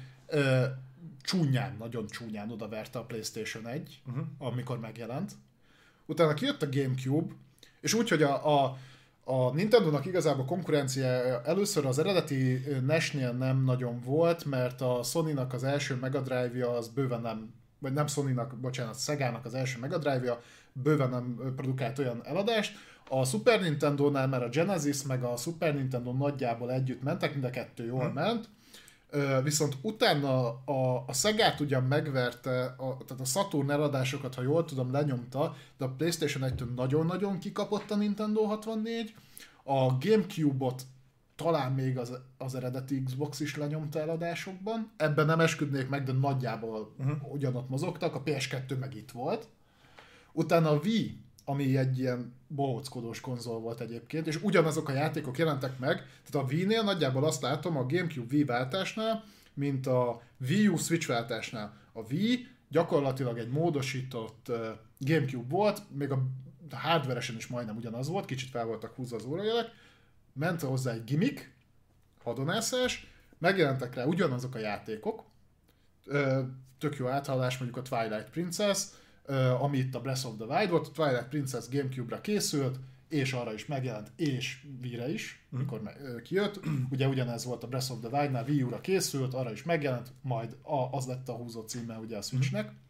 csúnyán, nagyon csúnyán odaverte a PlayStation egy, uh-huh. amikor megjelent. Utána kijött a GameCube, és úgy, hogy a, a A Nintendónak igazából konkurencia először az eredeti N E S-nél nem nagyon volt, mert a Sony-nak az első Mega Drive-ja az bőven nem, vagy nem Sony-nak, bocsánat, Sega-nak az első Mega Drive-ja bőven nem produkált olyan eladást. A Super Nintendo-nál már a Genesis meg a Super Nintendo nagyjából együtt mentek, mind a kettő jól hmm. ment. Viszont utána a, a Sega-t ugyan megverte, a, tehát a Saturn eladásokat, ha jól tudom, lenyomta, de a PlayStation egytől nagyon-nagyon kikapott a Nintendo hatvannégy, a GameCube-ot talán még az, az eredeti Xbox is lenyomta eladásokban, ebben nem esküdnék meg, de nagyjából uh-huh. ugyanott mozogtak, a P S kettő meg itt volt. Utána a Wii, ami egy ilyen bohóckodós konzol volt egyébként, és ugyanazok a játékok jelentek meg, tehát a Wii-nél nagyjából azt látom a GameCube Wii váltásnál, mint a Wii U Switch váltásnál. A Wii gyakorlatilag egy módosított uh, GameCube volt, még a hardveresen is majdnem ugyanaz volt, kicsit fel voltak húzva az órajelek, ment hozzá egy gimmick, hadonászás, megjelentek rá ugyanazok a játékok, uh, tök jó áthallás mondjuk a Twilight Princess, Uh, ami itt a Breath of the Wild volt, a Twilight Princess GameCube-ra készült, és arra is megjelent, és Wii-re is, mm. mikor me- uh, kijött. Ugye ugyanez volt a Breath of the Wild-nál, Wii U-ra készült, arra is megjelent, majd a, az lett a húzó címe ugye a Switchnek. Mm.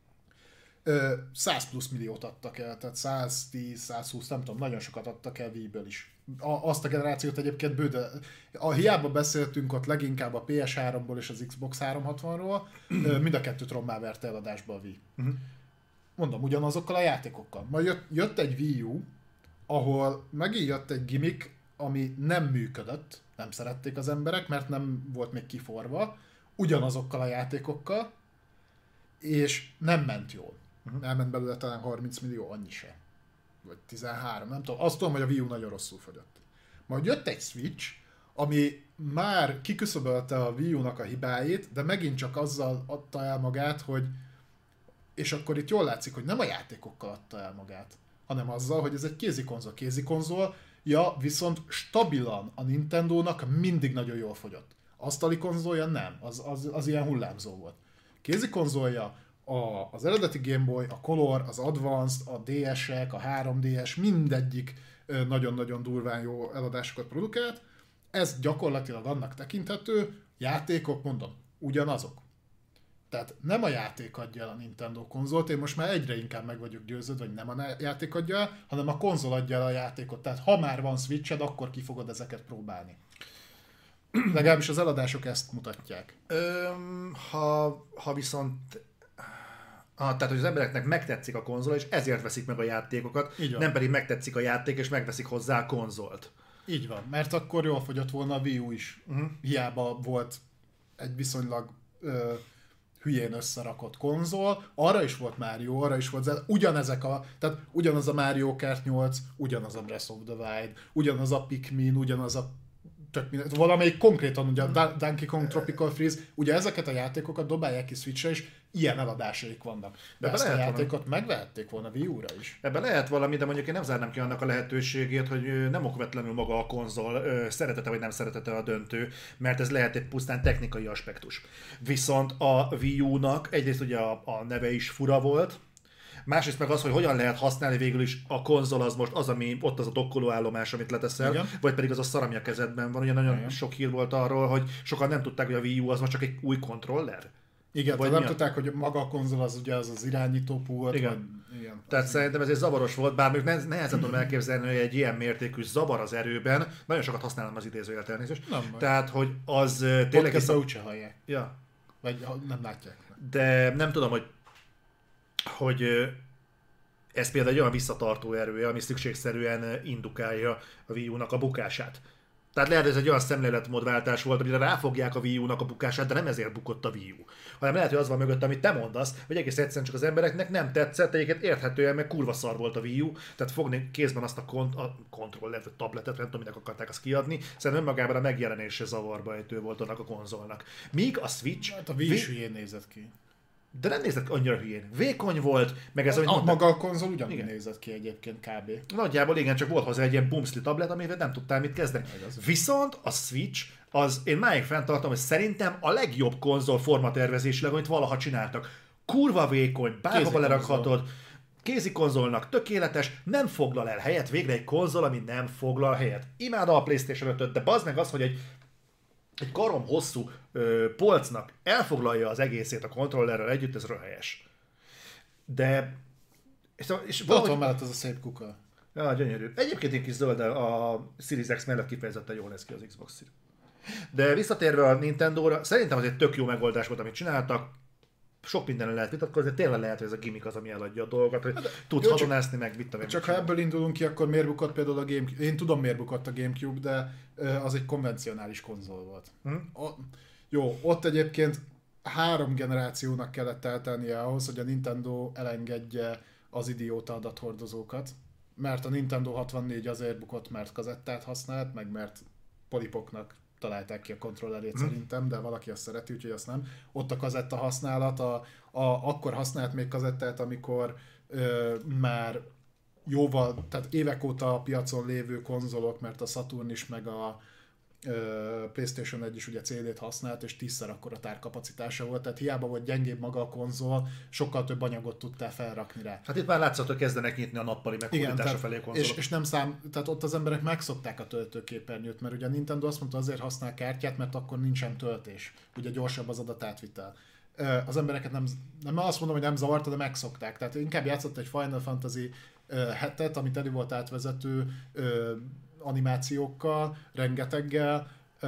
Uh, száz plusz milliót adtak el, tehát száztíz százhúsz, nem tudom, nagyon sokat adtak el Wii-ből is. A, azt a generációt egyébként bőde. A hiába beszéltünk ott leginkább a P S háromból és az Xbox háromszázhatvanról, uh, mind a kettőt rommá verte eladásba a Wii. Mm. Mondom, ugyanazokkal a játékokkal. Majd jött, jött egy Wii U, ahol megint jött egy gimmick, ami nem működött, nem szerették az emberek, mert nem volt még kiforva, ugyanazokkal a játékokkal, és nem ment jól. Uh-huh. Elment belőle talán harminc millió, annyi se. Vagy tizenhárom, nem tudom. Azt tudom, hogy a Wii U nagyon rosszul fogyott. Majd jött egy Switch, ami már kiküszöbölte a Wii U-nak a hibáit, de megint csak azzal adta el magát, hogy és akkor itt jól látszik, hogy nem a játékokkal adta el magát, hanem azzal, hogy ez egy kézikonzol. Kézikonzol, ja, viszont stabilan a Nintendónak mindig nagyon jól fogyott. Asztali konzolja nem, az, az, az ilyen hullámzó volt. Kézikonzolja, a, az eredeti Game Boy, a Color, az Advanced, a dé es-ek, a három dé es, mindegyik nagyon-nagyon durván jó eladásokat produkált. Ez gyakorlatilag annak tekinthető, játékok, mondom, ugyanazok. Tehát nem a játék adja el a Nintendo konzolt, én most már egyre inkább meg vagyok győződve, hogy nem a játék adja el, hanem a konzol adja el a játékot. Tehát ha már van Switched, akkor ki fogod ezeket próbálni. Legalábbis az eladások ezt mutatják. Öm, ha, ha viszont... Ah, tehát, hogy az embereknek megtetszik a konzol, és ezért veszik meg a játékokat, nem pedig megtetszik a játék, és megveszik hozzá a konzolt. Így van, mert akkor jól fogyott volna a Wii U is. Uh-huh. Hiába volt egy viszonylag... Ö, hülyén összerakott konzol, arra is volt Mario, arra is volt Zelda, ugyanezek a, tehát ugyanaz a Mario Kart nyolc, ugyanaz a Breath of the Wild, ugyanaz a Pikmin, ugyanaz a tök minden, valamelyik konkrétan, ugye a Donkey Kong Tropical Freeze, ugye ezeket a játékokat dobálják ki Switchre, és ilyen eladásaik vannak. De Ebbe ezt a játékot valami. megvehették volna Wii U-ra is. Ebben lehet valami, de mondjuk én nem zárnám ki annak a lehetőségét, hogy nem okvetlenül maga a konzol szeretete vagy nem szeretete a döntő, mert ez lehet egy pusztán technikai aspektus. Viszont a Wii U-nak egyrészt ugye a, a neve is fura volt, másrészt meg az, hogy hogyan lehet használni végül is a konzol az most az, ami ott az a dokkolóállomás, amit leteszel, igen. Vagy pedig az a szar, ami a kezedben van. Ugye nagyon igen. sok hír volt arról, hogy sokan nem tudták, hogy a Wii U az most csak egy új kontroller. Igen, vagy nem a... tudták, hogy maga a konzol az ugye az az irányító pult. Igen. Vagy... igen. Tehát szerintem ez egy zavaros volt, bár még nehezen tudom elképzelni, hogy egy ilyen mértékű zavar az erőben, nagyon sokat használom az idézőjelet elnézést. Tehát, hogy az tényleg... Podcastban úgyse hallják. Ja. Vagy nem látják. De nem tudom, hogy hogy ez például egy olyan visszatartó erője, ami szükségszerűen indukálja a Wii U-nak a bukását. Tehát lehet, hogy ez egy olyan szemléletmódváltás volt, amire ráfogják a Wii U-nak a bukását, de nem ezért bukott a Wii U. Hanem lehet, hogy az van mögött, amit te mondasz, hogy egész egyszerűen csak az embereknek nem tetszett, egyébként érthetően, meg kurva szar volt a Wii U, tehát fogni kézben azt a, kont- a kontrollert, vagy tabletet, nem tudom, minek akarták azt kiadni, szerintem önmagában a megjelenése zavarba ejtő volt annak a konzolnak. Míg a Switch... Hát a Wii is hülyén nézett ki. De nem nézett annyira hülyén. Vékony volt, meg ez, a, a maga a konzol ugyanúgy igen. nézett ki egyébként kb. Nagyjából igen, csak volt hozzá egy ilyen bumszli tablet, amivel nem tudtál mit kezdeni. Viszont a Switch, az én máig fenntartom, hogy szerintem a legjobb konzol formatervezésileg, amit valaha csináltak. Kurva vékony, bárhova lerakhatod. Kézi konzolnak tökéletes, nem foglal el helyet, végre egy konzol, ami nem foglal helyet. Imádom a PlayStation ötöt, de bazd meg az, hogy egy egy karom hosszú ö, polcnak elfoglalja az egészét a kontrollerrel együtt, ez röhelyes. De... És, és valahogy... Ott van mellett az a szép kuka. Ja, gyönyörű. Egyébként egy kis zöld a Series X mellett kifejezetten jól néz ki az Xbox Series. De visszatérve a Nintendóra, szerintem az egy tök jó megoldás volt, amit csináltak. Sok mindenre lehet vitatkozni, de tényleg lehet, hogy ez a gimmick az, ami eladja a dolgokat, hogy hát, tudsz hadonászni, meg mit tudom. Csak ha ebből indulunk ki, akkor miért bukott például a Gamecube? Én tudom, miért bukott a Gamecube, de az egy konvencionális konzol volt. Hmm? O, jó, ott egyébként három generációnak kellett eltennie ahhoz, hogy a Nintendo elengedje az idióta adathordozókat, mert a Nintendo hatvannégy azért bukott, mert kazettát használt, meg mert polipoknak találták ki a kontrollerét hmm. szerintem, de valaki azt szereti, úgyhogy azt nem. Ott a kazetta használat, a, a, akkor használt még kazettát, amikor ö, már jóval, tehát évek óta a piacon lévő konzolok, mert a Saturn is, meg a ö, PlayStation egy is ugye cé dét használt, és tízszer akkora tárkapacitása volt, tehát hiába volt gyengébb maga a konzol, sokkal több anyagot tudtál felrakni rá. Hát itt már látszott, hogy kezdenek nyitni a nappali meghódítása felé a konzolok. És, és nem szám, tehát ott az emberek megszokták a töltőképernyőt, mert ugye a Nintendo azt mondta, azért használ kártyát, mert akkor nincsen töltés, ugye gyorsabb az adatátvitel. Az embereket nem, nem azt mondom, hogy nem zavarta, de megszokták. Tehát inkább játszott egy Final Fantasy hetet, amit elő volt átvezető animációkkal, rengeteggel,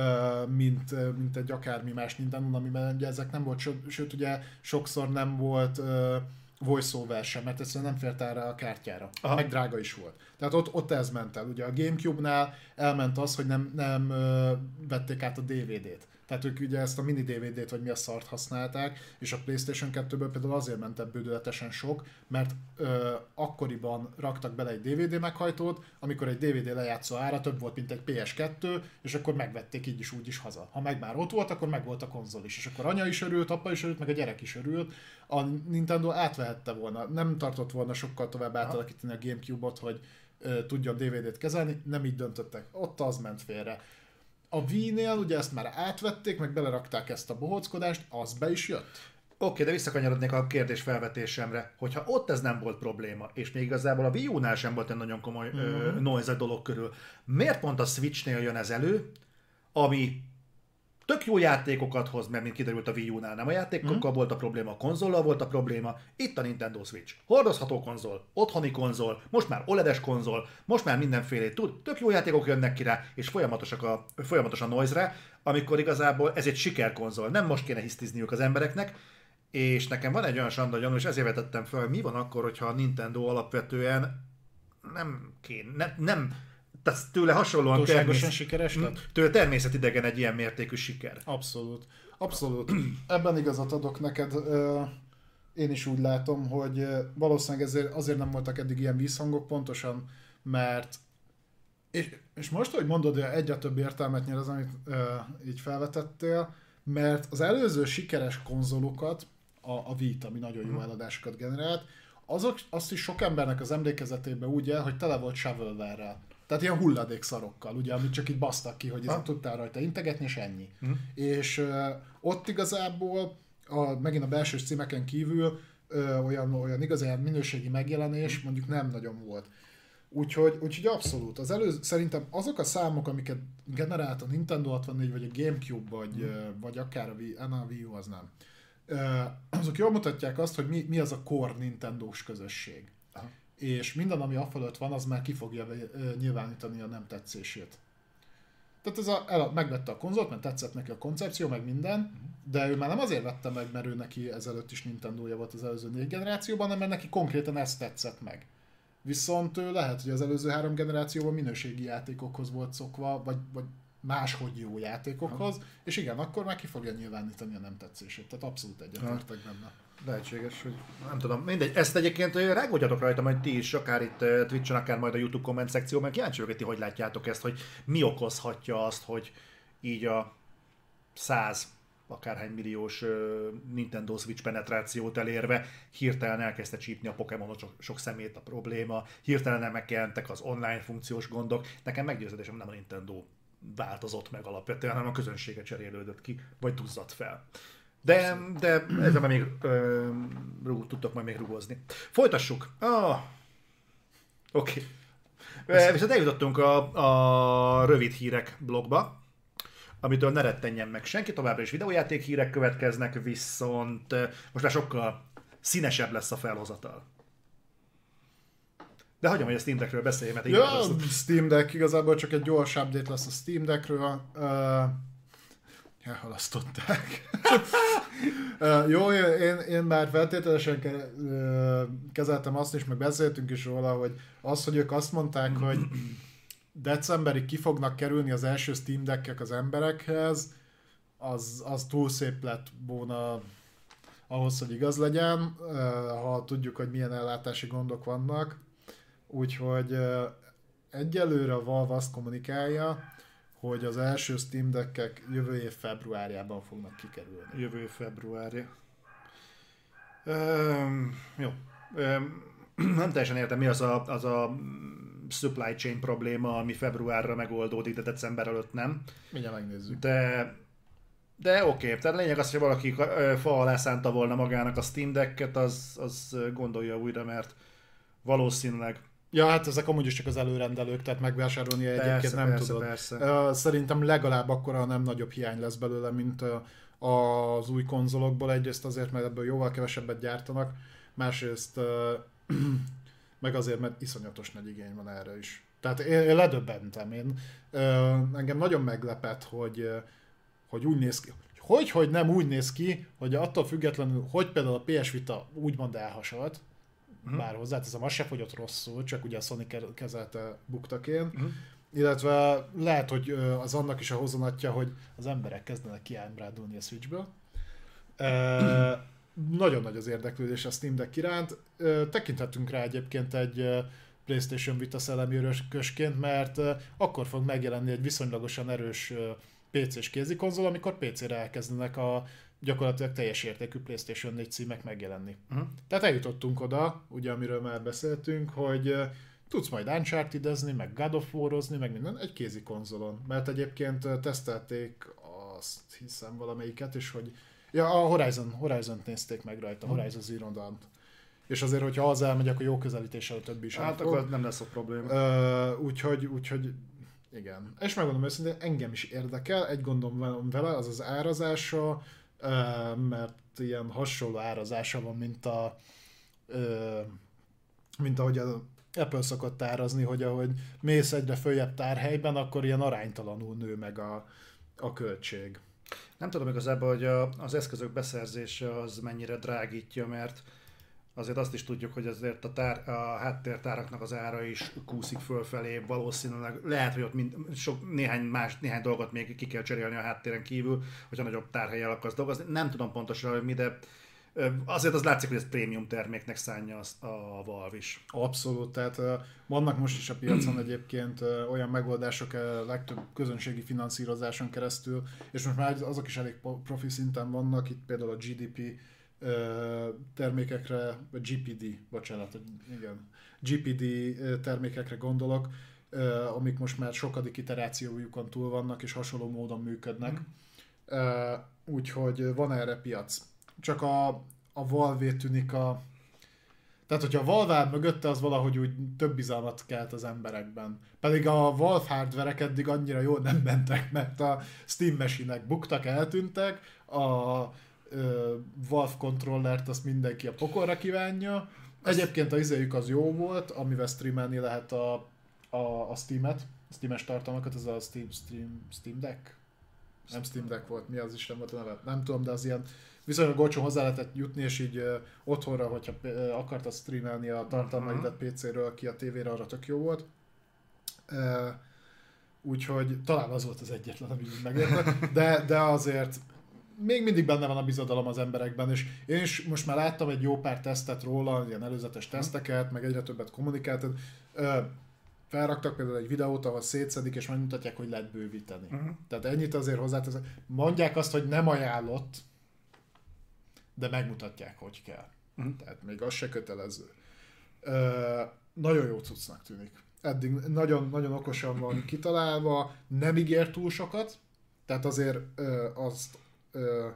mint, mint egy akármi más Nintendo, amiben ugye ezek nem volt, sőt, sőt ugye sokszor nem volt voice-over sem, mert egyszerűen nem fért rá a kártyára. Aha. Meg drága is volt. Tehát ott, ott ez ment el. Ugye a Gamecube-nál elment az, hogy nem, nem vették át a dé vé dét. Tehát ők ugye ezt a mini dé vé dét, vagy mi a szart használták, és a PlayStation kettőből például azért ment el bődületesen sok, mert ö, akkoriban raktak bele egy dé vé dé meghajtót, amikor egy dé vé dé lejátszó ára több volt, mint egy pé es kettő, és akkor megvették így is úgy is haza. Ha meg már ott volt, akkor meg volt a konzol is, és akkor anya is örült, apa is örült, meg a gyerek is örült. A Nintendo átvehette volna, nem tartott volna sokkal tovább átalakítani a Gamecube-ot, hogy ö, tudjon dé vé dét kezelni, nem így döntöttek. Ott az ment félre. A Wii-nél ugye ezt már átvették, meg belerakták ezt a bohóckodást, az be is jött. Oké, okay, de visszakanyarodnék a kérdés felvetésemre, hogyha ott ez nem volt probléma, és még igazából a Wii U-nál sem volt egy nagyon komoly mm-hmm. ö, noise dolog körül, miért pont a Switch-nél jön ez elő, ami tök jó játékokat hoz, mert mint kiderült a Wii U-nál nem a játékokkal mm. volt a probléma, a konzollal volt a probléma, itt a Nintendo Switch. Hordozható konzol, otthoni konzol, most már o el é des konzol, most már mindenfélét tud, tök jó játékok jönnek ki rá, és folyamatosak a, folyamatos a noise-re, amikor igazából ez egy sikerkonzol, nem most kéne hisztizniük az embereknek, és nekem van egy olyan sanda gyanú, és ezért vetettem fel, hogy mi van akkor, hogyha a Nintendo alapvetően nem kéne, nem, nem tehát tőle hasonlóan természet... sikeres lett? Tőle természetidegen egy ilyen mértékű siker. Abszolút. Abszolút. Ebben igazat adok neked. Én is úgy látom, hogy valószínűleg ezért, azért nem voltak eddig ilyen vízhangok, pontosan, mert És, és most, hogy mondod, hogy egyre több értelmet nyer az, amit uh, így felvetettél, mert az előző sikeres konzolokat, a, a Wii-t, ami nagyon jó eladásokat generált, azok, azt is sok embernek az emlékezetében úgy el, hogy tele volt shovelware-rel. Tehát ilyen hulladékszarokkal, ugye, amit csak így basztak ki, hogy ezen tudtál rajta integetni, és ennyi. Hm. És uh, ott igazából, a, megint a belsős címeken kívül, uh, olyan, olyan igazán minőségi megjelenés mondjuk nem nagyon volt. Úgyhogy, úgyhogy abszolút. Az előző, szerintem azok a számok, amiket generált a Nintendo hatvannégy, vagy a Gamecube, vagy, mm. vagy akár a Wii, a Wii U, az nem. Azok jól mutatják azt, hogy mi, mi az a core Nintendo-s közösség. Aha. És minden, ami afölött van, az már ki fogja nyilvánítani a nem tetszését. Tehát ez a, el, megvette a konzolt, mert tetszett neki a koncepció, meg minden, mm. de ő már nem azért vette meg, mert ő neki ezelőtt is Nintendo-ja volt az előző négy generációban, hanem mert neki konkrétan ez tetszett meg. Viszont lehet, hogy az előző három generációban minőségi játékokhoz volt szokva, vagy, vagy máshogy jó játékokhoz, ha. És igen, akkor már ki fogja nyilvánítani a nem tetszését. Tehát abszolút egyetértek benne. Lehetséges, hogy nem tudom. Mindegy, ezt egyébként rágódjatok rajta majd ti is, akár itt Twitch-en, akár majd a YouTube komment szekcióban, kíváncsi vagyok, hogy látjátok ezt, hogy mi okozhatja azt, hogy így a száz akárhány milliós uh, Nintendo Switch penetrációt elérve hirtelen elkezdte csípni a Pokémonot sok, sok szemét a probléma, hirtelen megjelentek az online funkciós gondok. Nekem meggyőződésem, nem a Nintendo változott meg alapvetően, hanem a közönsége cserélődött ki, vagy duzzadt fel. De, de ezzel már még uh, rúg, tudtok majd még rúgozni. Folytassuk. Oh. Oké. Okay. Viszont eljutottunk a, a rövid hírek blogba, amitől ne rettenjen meg senki, továbbra is videójáték hírek következnek, viszont most már sokkal színesebb lesz a felhozatal. De hagyom, hogy a Steam Deckről beszélj, mert ja, a Steam Deck igazából csak egy gyors update lesz a Steam Deckről. Uh, elhalasztották. uh, jó, én, én már feltételesen ke, uh, kezeltem azt is, meg beszéltünk is róla, hogy az, hogy ők azt mondták, hogy decemberig ki fognak kerülni az első Steam Deck-ek az emberekhez, az, az túl szép lett volna ahhoz, hogy igaz legyen, ha tudjuk, hogy milyen ellátási gondok vannak. Úgyhogy egyelőre a Valve azt kommunikálja, hogy az első Steam Deck-ek jövő év februárjában fognak kikerülni. Jövő év februárja. Um, jó. Um, nem teljesen értem, mi az a, az a supply chain probléma, ami februárra megoldódik, de december előtt nem. Mindjárt megnézzük. De, de oké, okay. Tehát lényeg az, hogy valaki fa alá szánta volna magának a Steam Deck-et, az, az gondolja újra, mert valószínűleg... Ja, hát ezek amúgy is csak az előrendelők, tehát megvásárolni egyébként nem persze, tudod. Persze. Szerintem legalább akkora nem nagyobb hiány lesz belőle, mint az új konzolokból. Egyrészt azért, mert ebből jóval kevesebbet gyártanak, másrészt meg azért, mert iszonyatos nagy igény van erre is. Tehát én, én ledöbbentem. Én, ö, engem nagyon meglepett, hogy, hogy úgy néz ki, hogy, hogy nem úgy néz ki, hogy attól függetlenül, hogy például a pé es Vita úgymond elhasalt, uh-huh. bár hozzáteszem, az se fogyott rosszul, csak ugye a Sony kezelte buktaként, uh-huh. illetve lehet, hogy az annak is a hozonatja, hogy az emberek kezdenek kiábrádulni a Switchből. Uh, Nagyon nagy az érdeklődés a Steam Deck iránt. Tekinthetünk rá egyébként egy PlayStation Vita szellemi örökösként, mert akkor fog megjelenni egy viszonylagosan erős pé cés kézikonzol, amikor pé cére elkezdenek a gyakorlatilag teljes értékű PlayStation négy címek megjelenni. Uh-huh. Tehát eljutottunk oda, ugye amiről már beszéltünk, hogy tudsz majd Uncharted-ezni, meg God of War-ozni, meg minden egy kézikonzolon. Mert egyébként tesztelték azt hiszem valamelyiket, és hogy ja, a Horizon, Horizont nézték meg rajta, hmm. Horizon Zero Dawn-t. És azért, hogyha az elmegy, akkor jó közelítéssel a többi is. Hát akkor nem lesz a probléma. Uh, úgyhogy, úgyhogy igen. És megmondom őszintén, engem is érdekel, egy gondom van vele, az az árazása, uh, mert ilyen hasonló árazása van, mint a uh, mint ahogy az Apple szokott árazni, hogy ahogy mész egyre följebb tárhelyben, akkor ilyen aránytalanul nő meg a, a költség. Nem tudom igazából, hogy a, az eszközök beszerzése az mennyire drágítja, mert azért azt is tudjuk, hogy azért a, tár, a háttértáraknak az ára is kúszik fölfelé, valószínűleg lehet, hogy ott mind, sok, néhány, más, néhány dolgot még ki kell cserélni a háttéren kívül, hogyha nagyobb tárhelyen akarsz dolgozni. Nem tudom pontosan, hogy mi, de azért az látszik, hogy ez prémium terméknek szánja a Valve is. Abszolút, tehát vannak most is a piacon egyébként olyan megoldások a legtöbb közönségi finanszírozáson keresztül, és most már azok is elég profi szinten vannak, itt például a gé dé pé termékekre, vagy gé pé dé, bocsánat, igen, gé pé dé termékekre gondolok, amik most már sokadik iterációjukon túl vannak, és hasonló módon működnek. Mm. Úgyhogy van erre piac. Csak a, a Valve tűnik a... Tehát, hogyha a Valve áll mögötte, az valahogy úgy több bizalmat kelt az emberekben. Pedig a Valve hardverek eddig annyira jól nem mentek, mert a Steam Machine-ek buktak, eltűntek, a ö, Valve controllert azt mindenki a pokolra kívánja. Egyébként a izéjük az jó volt, amivel streamelni lehet a, a, a Steam-et, a Steam-es tartalmakat, ez a Steam, Steam, Steam Deck? Nem Steam Deck volt, mi az Isten volt a neve? Nem tudom, de az ilyen viszonylag olcsón hozzá lehetett jutni, és így uh, otthonra, hogyha uh, akartad streamelni a tartalmaidat uh-huh. pé céről ki a tévére, arra tök jó volt. Uh, úgyhogy talán az volt az egyetlen, ami megérte, de, de azért még mindig benne van a bizodalom az emberekben, és én is most már láttam egy jó pár tesztet róla, ilyen előzetes teszteket, meg egyre többet kommunikáltad. Uh, felraktak például egy videót, ahol szétszedik, és megmutatják, hogy lehet bővíteni. Uh-huh. Tehát ennyit azért hozzáteszek. Mondják azt, hogy nem ajánlott, de megmutatják, hogy kell. Uh-huh. Tehát még az se kötelező. Ö, nagyon jó cuccnak tűnik. Eddig nagyon, nagyon okosan van kitalálva, nem ígér túl sokat, tehát azért ö, azt ö,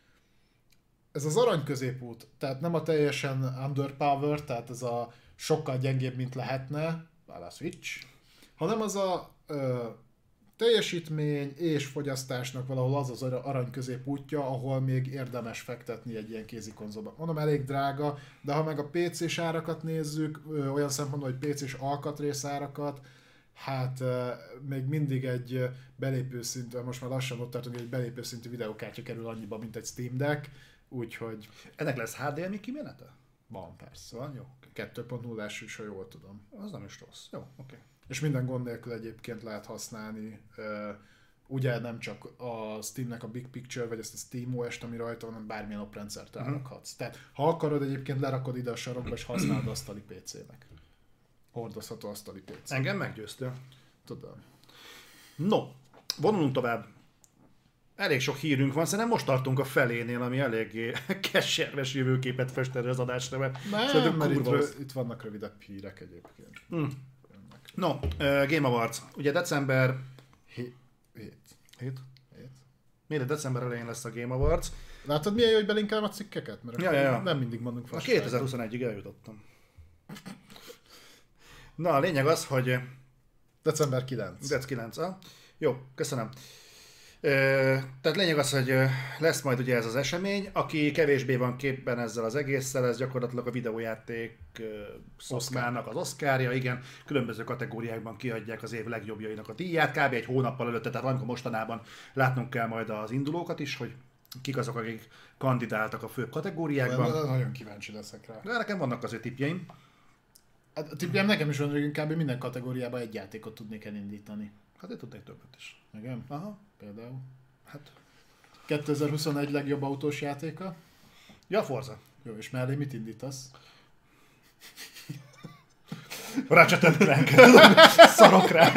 ez az arany középút, tehát nem a teljesen underpowered, tehát ez a sokkal gyengébb, mint lehetne, a Switch, hanem az a ö, teljesítmény és fogyasztásnak valahol az az arany középútja, ahol még érdemes fektetni egy ilyen kézikonzolba. Mondom, elég drága, de ha meg a pé cés árakat nézzük, ö, olyan szempontból, hogy pé cés alkatrész árakat, hát ö, még mindig egy belépő szintű, most már lassan ott tartunk, hogy egy belépő szintű videókártya kerül annyiba, mint egy Steam Deck, úgyhogy... Ennek lesz há dé em i kimenete? Van, persze. Van, jó. kettő pont nullás is, ha jól tudom. Az nem is rossz. Jó, oké. Okay. És minden gond nélkül egyébként lehet használni. Uh, ugye nem csak a Steamnek a Big Picture, vagy ezt a SteamOS-t, ami rajta van, hanem bármilyen oprendszert elrakhatsz. Uh-huh. Tehát ha akarod, egyébként lerakod ide a sarokba, és használod asztali pé cének. Hordozható asztali pé cé. Engem meggyőztél. Tudom. No, vonulunk tovább. Elég sok hírünk van, szerintem most tartunk a felénél, ami eléggé keserves jövőképet fest erre az adásra, mert nem, mert itt, röv, itt vannak rövidebb hírek egyébként. Mm. No, uh, Game Awards. Ugye december... Hét. Hét. Hét? Hét. Miért december elején lesz a Game Awards? Látod milyen jó, hogy belinkelem a cikkeket? Mert ja, ja, ja. nem mindig mondunk fasságot. A kétezer-huszonegyig eljutottam. Na, a lényeg az, hogy... december kilencedike. december kilencedike. Jó, köszönöm. Tehát lényeg az, hogy lesz majd ugye ez az esemény, aki kevésbé van képben ezzel az egésszel, ez gyakorlatilag a videójáték szakmának az Oscarja, igen, különböző kategóriákban kiadják az év legjobbjainak a díját, kb. Egy hónappal előtte, tehát valamikor mostanában látnunk kell majd az indulókat is, hogy kik azok, akik kandidáltak a főbb kategóriákban. Nagyon kíváncsi leszek rá. De nekem vannak azért tippjeim. A tippjeim nekem is van, hogy kb. Minden kategóriában egy játékot tudnék elindítani. Hát én tudnék többet is. Igen? Aha. Például. Hát. kétezer-huszonegy legjobb autós játéka. Ja, Forza. Jó, és mellé mit indítasz? Ratchet and Clank. Szarok rá.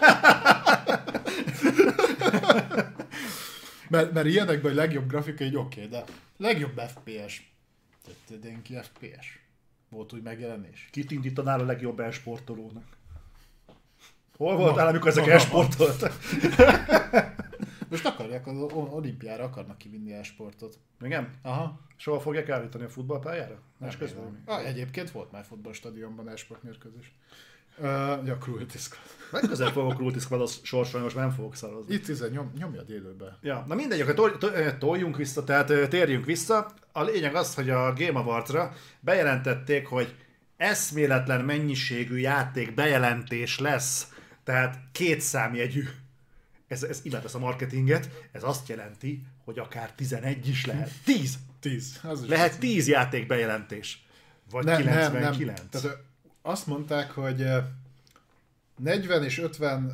mert, mert ilyenekben a legjobb grafika így oké, okay, de legjobb ef pé es. Tetted én ki ef pé es? Volt úgy megjelenés? Kit indítanál a legjobb e-sportolónak? Hol voltál, amikor ezek e-sportoltak? Most akarják, az olimpiára akarnak kivinni e-sportot. Igen? Aha. Soha fogják állítani a futballpályára? Nem közben. Ah, egyébként volt már futballstadionban e-sport mérkőzés. Uh, ja, Cruelty Squad. Legközelebb fogok Cruelty Squad-os sorsolni, most már nem fogok szarozni. Itt izé, nyom, nyomjad élőbe. Ja, na mindegy, akkor tol, tol, toljunk vissza, tehát térjünk vissza. A lényeg az, hogy a Game Awards-ra bejelentették, hogy eszméletlen mennyiségű játék bejelentés lesz, tehát két számjegyű. Ez, ez imád ezt a marketinget, ez azt jelenti, hogy akár tizenegy is lehet. tíz! tíz. Az lehet tíz játék bejelentés. Vagy nem, kilencvenkilenc. Nem, nem. Tehát azt mondták, hogy negyven és ötven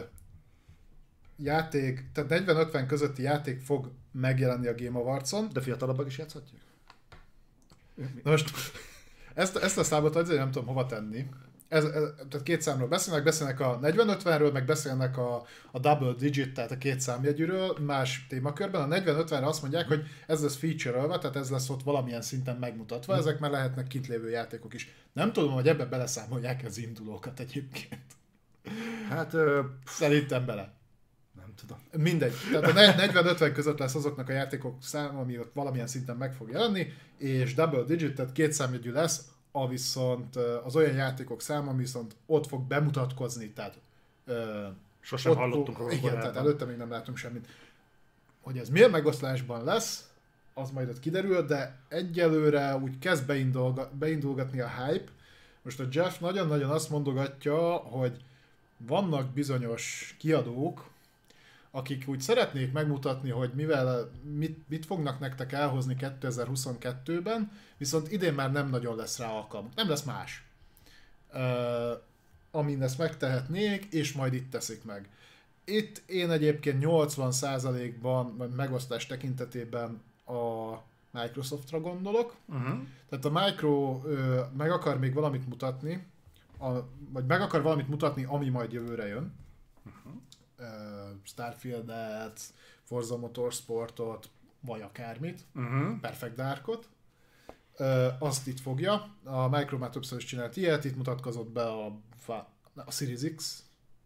játék, tehát negyven-ötven közötti játék fog megjelenni a Game Awards-on. De fiatalabbak is játszhatják? Na most ezt, ezt a számot azért nem tudom hova tenni. Ez, ez, tehát két számról beszélnek, beszélnek a negyven ötvenről, meg beszélnek a, a double digit, tehát a két számjegyűről más témakörben. A negyven ötvenre azt mondják, hogy ez lesz feature-ölve, tehát ez lesz ott valamilyen szinten megmutatva, ezek már lehetnek kint lévő játékok is. Nem tudom, hogy ebbe beleszámolják az indulókat egyébként. Hát... Ö... Szerintem bele. Nem tudom. Mindegy. Tehát a negyven ötven között lesz azoknak a játékok száma, ami ott valamilyen szinten meg fog jelenni, és double digit, tehát két számjegyű lesz, a viszont az olyan játékok száma, ami viszont ott fog bemutatkozni, tehát sosem ott, hallottunk róla. Igen, tehát előtte még nem látunk semmit. Hogy ez milyen megoszlásban lesz, az majd ott kiderül, de egyelőre úgy kezd beindulga, beindulgatni a hype. Most a Jeff nagyon-nagyon azt mondogatja, hogy vannak bizonyos kiadók, akik úgy szeretnék megmutatni, hogy mivel, mit, mit fognak nektek elhozni kétezer-huszonkettőben, viszont idén már nem nagyon lesz rá alkalmuk. Nem lesz más. Uh, amin ezt megtehetnék, és majd itt teszik meg. Itt én egyébként nyolcvan százalékban, vagy megosztás tekintetében a Microsoftra gondolok. Uh-huh. Tehát a Micro uh, meg akar még valamit mutatni, a, vagy meg akar valamit mutatni, ami majd jövőre jön. Uh-huh. Starfieldet, Forza Motorsportot, vagy akármit, uh-huh. Perfect Darkot. Azt itt fogja. A Micro már többször is csinált ilyet, itt mutatkozott be a, a Series X,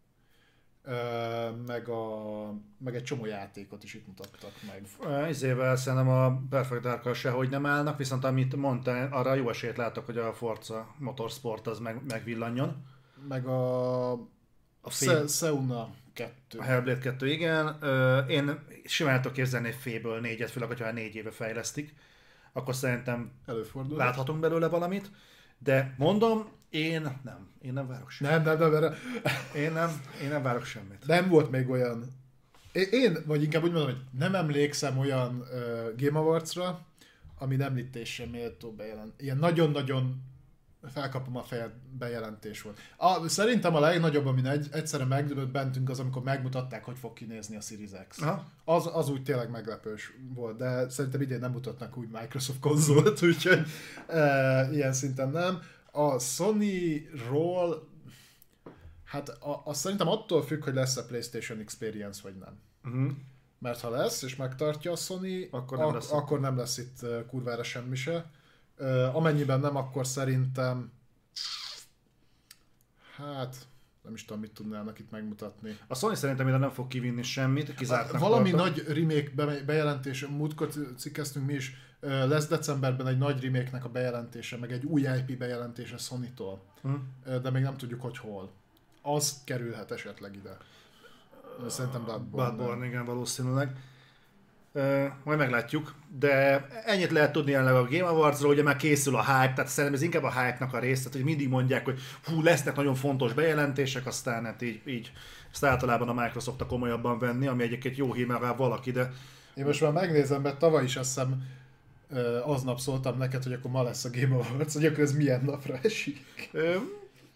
meg, a, meg egy csomó játékot is itt mutattak meg. Ezével szerintem a Perfect Darkkal sehogy nem állnak, viszont amit mondta, arra jó esélyt látok, hogy a Forza Motorsport az meg, megvillanjon. Meg a, a Se- Seuna kettő. A Hellblade kettő, igen. Én simán tudok képzelni egy Fable négyet, főleg, hogyha négy éve fejlesztik, akkor szerintem előfordul. Láthatunk belőle valamit, de mondom, én nem. Én nem várok semmit. Nem, nem, nem, nem. Én nem, én nem várok semmit. Nem volt még olyan. Én, vagy inkább úgy mondom, hogy nem emlékszem olyan uh, Game Awards-ra, ami említésre méltó bejelent. Ilyen nagyon-nagyon felkapom a fejed bejelentés volt. A, szerintem a legnagyobb, amin egy, egyszerre megdöbbentünk az, amikor megmutatták, hogy fog kinézni a Series X. Az, az úgy tényleg meglepős volt, de szerintem idén nem mutatnak úgy Microsoft konzolt, úgyhogy e, ilyen szinten nem. A Sony-ról, hát a, a, szerintem attól függ, hogy lesz a PlayStation Experience, vagy nem. Uh-huh. Mert ha lesz, és megtartja a Sony, akkor nem, ak- lesz, akkor nem lesz itt uh, kurvára semmi se. Uh, amennyiben nem, akkor szerintem hát nem is tudom, mit tudnának itt megmutatni. A Sony szerintem ide nem fog kivinni semmit, kizártnak valami tartom. nagy remake be- bejelentés, múltkor cikkeztünk mi is, uh, lesz decemberben egy nagy remake-nek a bejelentése, meg egy új i pé bejelentése Sony-tól, hmm. uh, de még nem tudjuk, hogy hol. Az kerülhet esetleg ide. Szerintem Bloodborne. Bloodborne, igen, valószínűleg. Uh, majd meglátjuk, de ennyit lehet tudni jelenleg a Game Awards-ról, ugye már készül a hype, tehát szerintem ez inkább a hype-nak a része, hogy mindig mondják, hogy hú, lesznek nagyon fontos bejelentések, aztán hát így, így ezt általában a Microsoft-a komolyabban venni, ami egyébként jó hír, mert valaki, de... Én most már megnézem, mert tavaly is azt hiszem aznap szóltam neked, hogy akkor ma lesz a Game Awards, hogy akkor ez milyen napra esik. Um,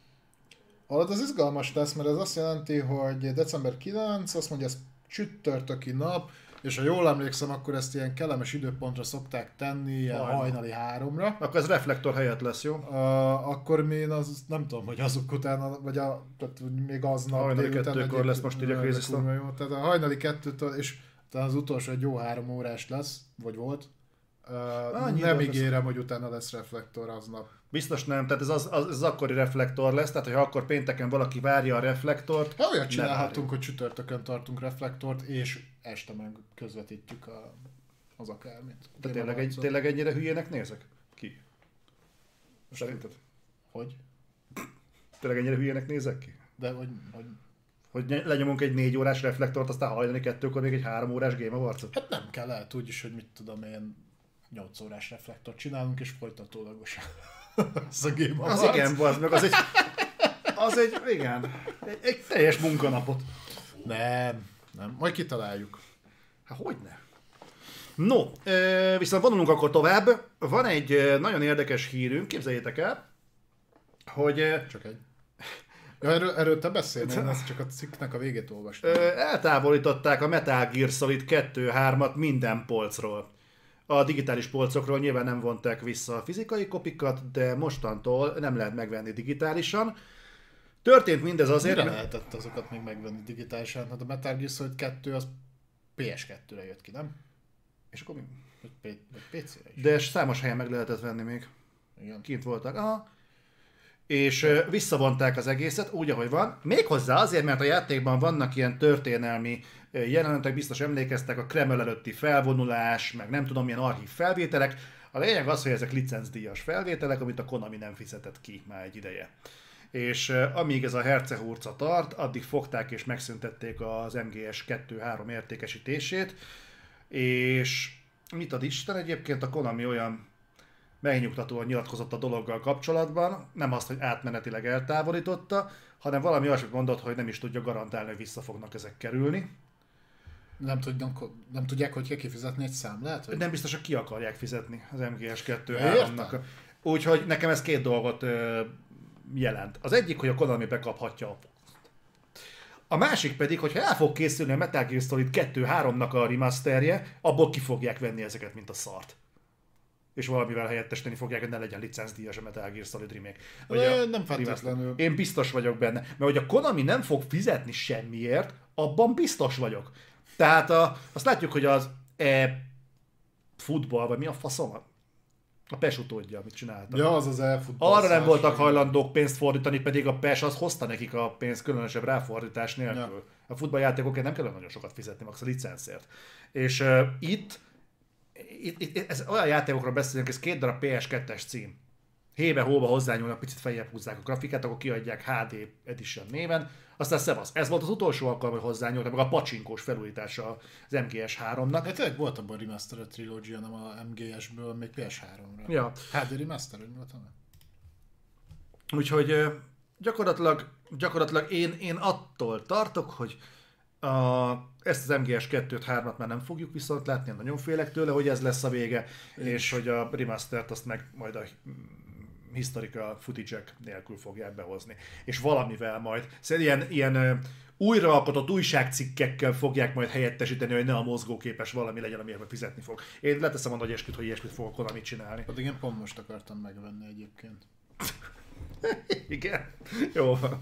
Hallod, az izgalmas lesz, mert ez azt jelenti, hogy december kilencedike, azt mondja, ez csütörtöki nap, és ha jól emlékszem, akkor ezt ilyen kellemes időpontra szokták tenni, ilyen Hajna. hajnali háromra. Akkor ez reflektor helyett lesz, jó? Uh, akkor mi én az, nem tudom, hogy azok után, vagy a, tehát még aznap hajnali kettőkor lesz most így a Crazy-sztól. Tehát a hajnali kettőtől, és talán az utolsó egy jó három órás lesz, vagy volt. Uh, nem ígérem, lesz. Hogy utána lesz reflektor aznap. Biztos nem, tehát ez az, az, az akkori reflektor lesz, tehát hogyha akkor pénteken valaki várja a reflektort... Hát olyat csinálhatunk, hogy csütörtökön tartunk reflektort, és este meg közvetítjük a, az akármit. De tényleg, egy, tényleg ennyire hülyének nézek? Ki? Szerinted? Hogy? Tényleg ennyire hülyének nézek ki? De hogy... hogy... Hogy lenyomunk egy négy órás reflektort, aztán hajlani kettőkor még egy három órás Game Awards-ot? Hát nem kell, lehet úgyis, hogy mit tudom én, nyolc órás reflektort csinálunk, és folytatólagosan. Az a Game Awards. Az igen, az meg az egy, az egy, igen, egy, egy teljes munkanapot. Nem, nem, majd kitaláljuk. Hát hogyne. No, viszont vonulunk akkor tovább. Van egy nagyon érdekes hírünk, képzeljétek el, hogy... Csak egy. Ja, erről, erről te beszélni, én ezt csak a cikknek a végét olvastam. Eltávolították a Metal Gear Solid kettő hármat minden polcról. A digitális polcokról nyilván nem vonták vissza a fizikai kopikat, de mostantól nem lehet megvenni digitálisan. Történt mindez azért, Mire lehetett azokat még megvenni digitálisan? Hát a Metal Gear Solid kettő az pé es kettőre jött ki, nem? És akkor mi? Vagy, P- vagy pé cére is. De számos helyen meg lehetett venni még. Igen. Kint voltak. Aha. És ö, visszavonták az egészet úgy, ahogy van. Méghozzá azért, mert a játékban vannak ilyen történelmi ö, jelenetek, biztos emlékeztek, a Kreml előtti felvonulás, meg nem tudom, milyen archív felvételek. A lényeg az, hogy ezek licencdíjas felvételek, amit a Konami nem fizetett ki már egy ideje. És uh, amíg ez a hercehurca tart, addig fogták és megszüntették az em gé es kettő három értékesítését, és mit ad Isten, egyébként a Konami olyan megnyugtatóan nyilatkozott a dologgal kapcsolatban, nem azt, hogy átmenetileg eltávolította, hanem valami olyasmit mondott, hogy nem is tudja garantálni, hogy vissza fognak ezek kerülni. Nem, tudnak, nem tudják, hogy kell kifizetni egy számlát? Vagy? Nem biztos, hogy ki akarják fizetni az em gé es kettő Ja, háromnak. Úgyhogy nekem ez két dolgot ö, jelent. Az egyik, hogy a Konami bekaphatja a A másik pedig, hogyha el fog készülni a Metal Gear Solid kettő háromnak a remasterje, abból ki fogják venni ezeket, mint a szart. És valamivel helyettesíteni fogják, hogy ne legyen licencdíjas a Metal Gear Solid remake. De nem feltétlenül. Én biztos vagyok benne. Mert hogy a Konami nem fog fizetni semmiért, abban biztos vagyok. Tehát a, azt látjuk, hogy az e futball, vagy mi a faszom? A pé e es utódja, amit csináltak. Ja, az az elfutball. Arra nem voltak hajlandók pénzt fordítani, pedig a pé e es az hozta nekik a pénzt különösebb ráfordítás nélkül. Ja. A futballjátékokért nem kellene nagyon sokat fizetni, max a licencért. És uh, itt, itt, itt ez olyan játékokról beszélünk, ez két darab pé es kettes cím. Hébe-hóba hozzányúlnak, picit feljebb húzzák a grafikát, akkor kiadják há dé Edition néven. Aztán szevasz. Ez volt az utolsó alkalom, hogy hozzányúltak, meg a pacsinkós felújítása az em gé es háromnak. De tényleg volt abban a Remastered Trilogy, nem a em gé es-ből, még pé es háromra. Ja. há dé Remastered volt, nem? Úgyhogy gyakorlatilag, gyakorlatilag én, én attól tartok, hogy a, ezt az em gé es kettőt, hármat már nem fogjuk viszont látni, nagyon félek tőle, hogy ez lesz a vége, én és is. Hogy a remastert azt meg majd a historical footage-ek nélkül fogják behozni. És valamivel majd, szerintem ilyen, ilyen újraalkotott újságcikkekkel fogják majd helyettesíteni, hogy ne a mozgóképes valami legyen, amiért fizetni fog. Én leteszem mondani, hogy hogy ilyesmit fogok Konami csinálni. Pedig én pont most akartam megvenni egyébként. Igen? Jó van.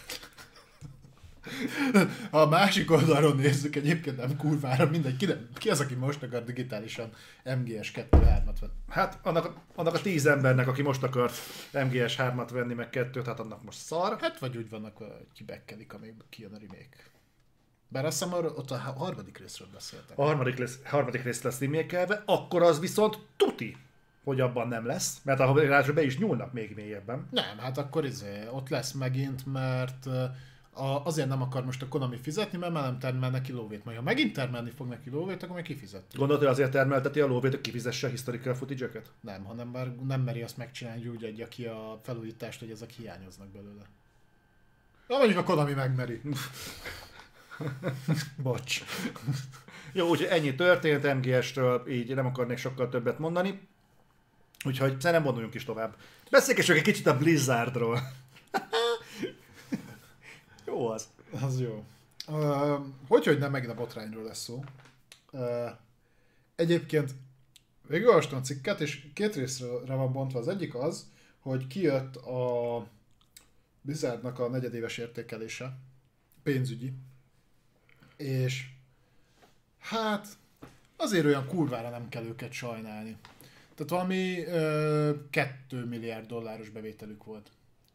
Ha a másik oldalról nézzük, egyébként nem kurvára mindegy. Ki, nem, ki az, aki most akar digitálisan em gé es kettő hármat venni? Hát annak, annak a tíz embernek, aki most akart em gé es hármat venni, meg kettőt, hát annak most szar. Hát vagy úgy vannak, hogy kibekkelik, amíg kijön a remake. Bár azt hiszem, ott a harmadik részről beszéltek. A harmadik, lesz, harmadik rész lesz remake-elve, akkor az viszont tuti, hogy abban nem lesz, mert a harmadik be is nyúlnak még mélyebben. Nem, hát akkor izé, ott lesz megint, mert a, azért nem akar most a Konami fizetni, mert már nem termel neki lóvét. Majd ha megint termelni fog neki lóvét, akkor meg kifizeti. Gondolod, hogy azért termelteti a lóvét, hogy kifizesse a historical footage-eket? Nem, hanem már nem meri azt megcsinálni, hogy úgy adja ki a felújítást, hogy ezek hiányoznak belőle. Ja, mondjuk a Konami megmeri. Bocs. Jó, úgyhogy ennyi történt em gé es-től, így nem akarnék sokkal többet mondani. Úgyhogy szerintem vonuljunk is tovább. Beszélgessünk egy kicsit a Blizzardról. Jó az. Az jó. Uh, hogy, hogy nem megint a botrányról lesz szó. Uh, egyébként végül olvastam a cikket, és két részre van bontva. Az egyik az, hogy kijött a Blizzardnak a negyedéves értékelése, pénzügyi, és hát azért olyan kurvára nem kell őket sajnálni. Tehát valami uh, két milliárd dolláros bevételük volt.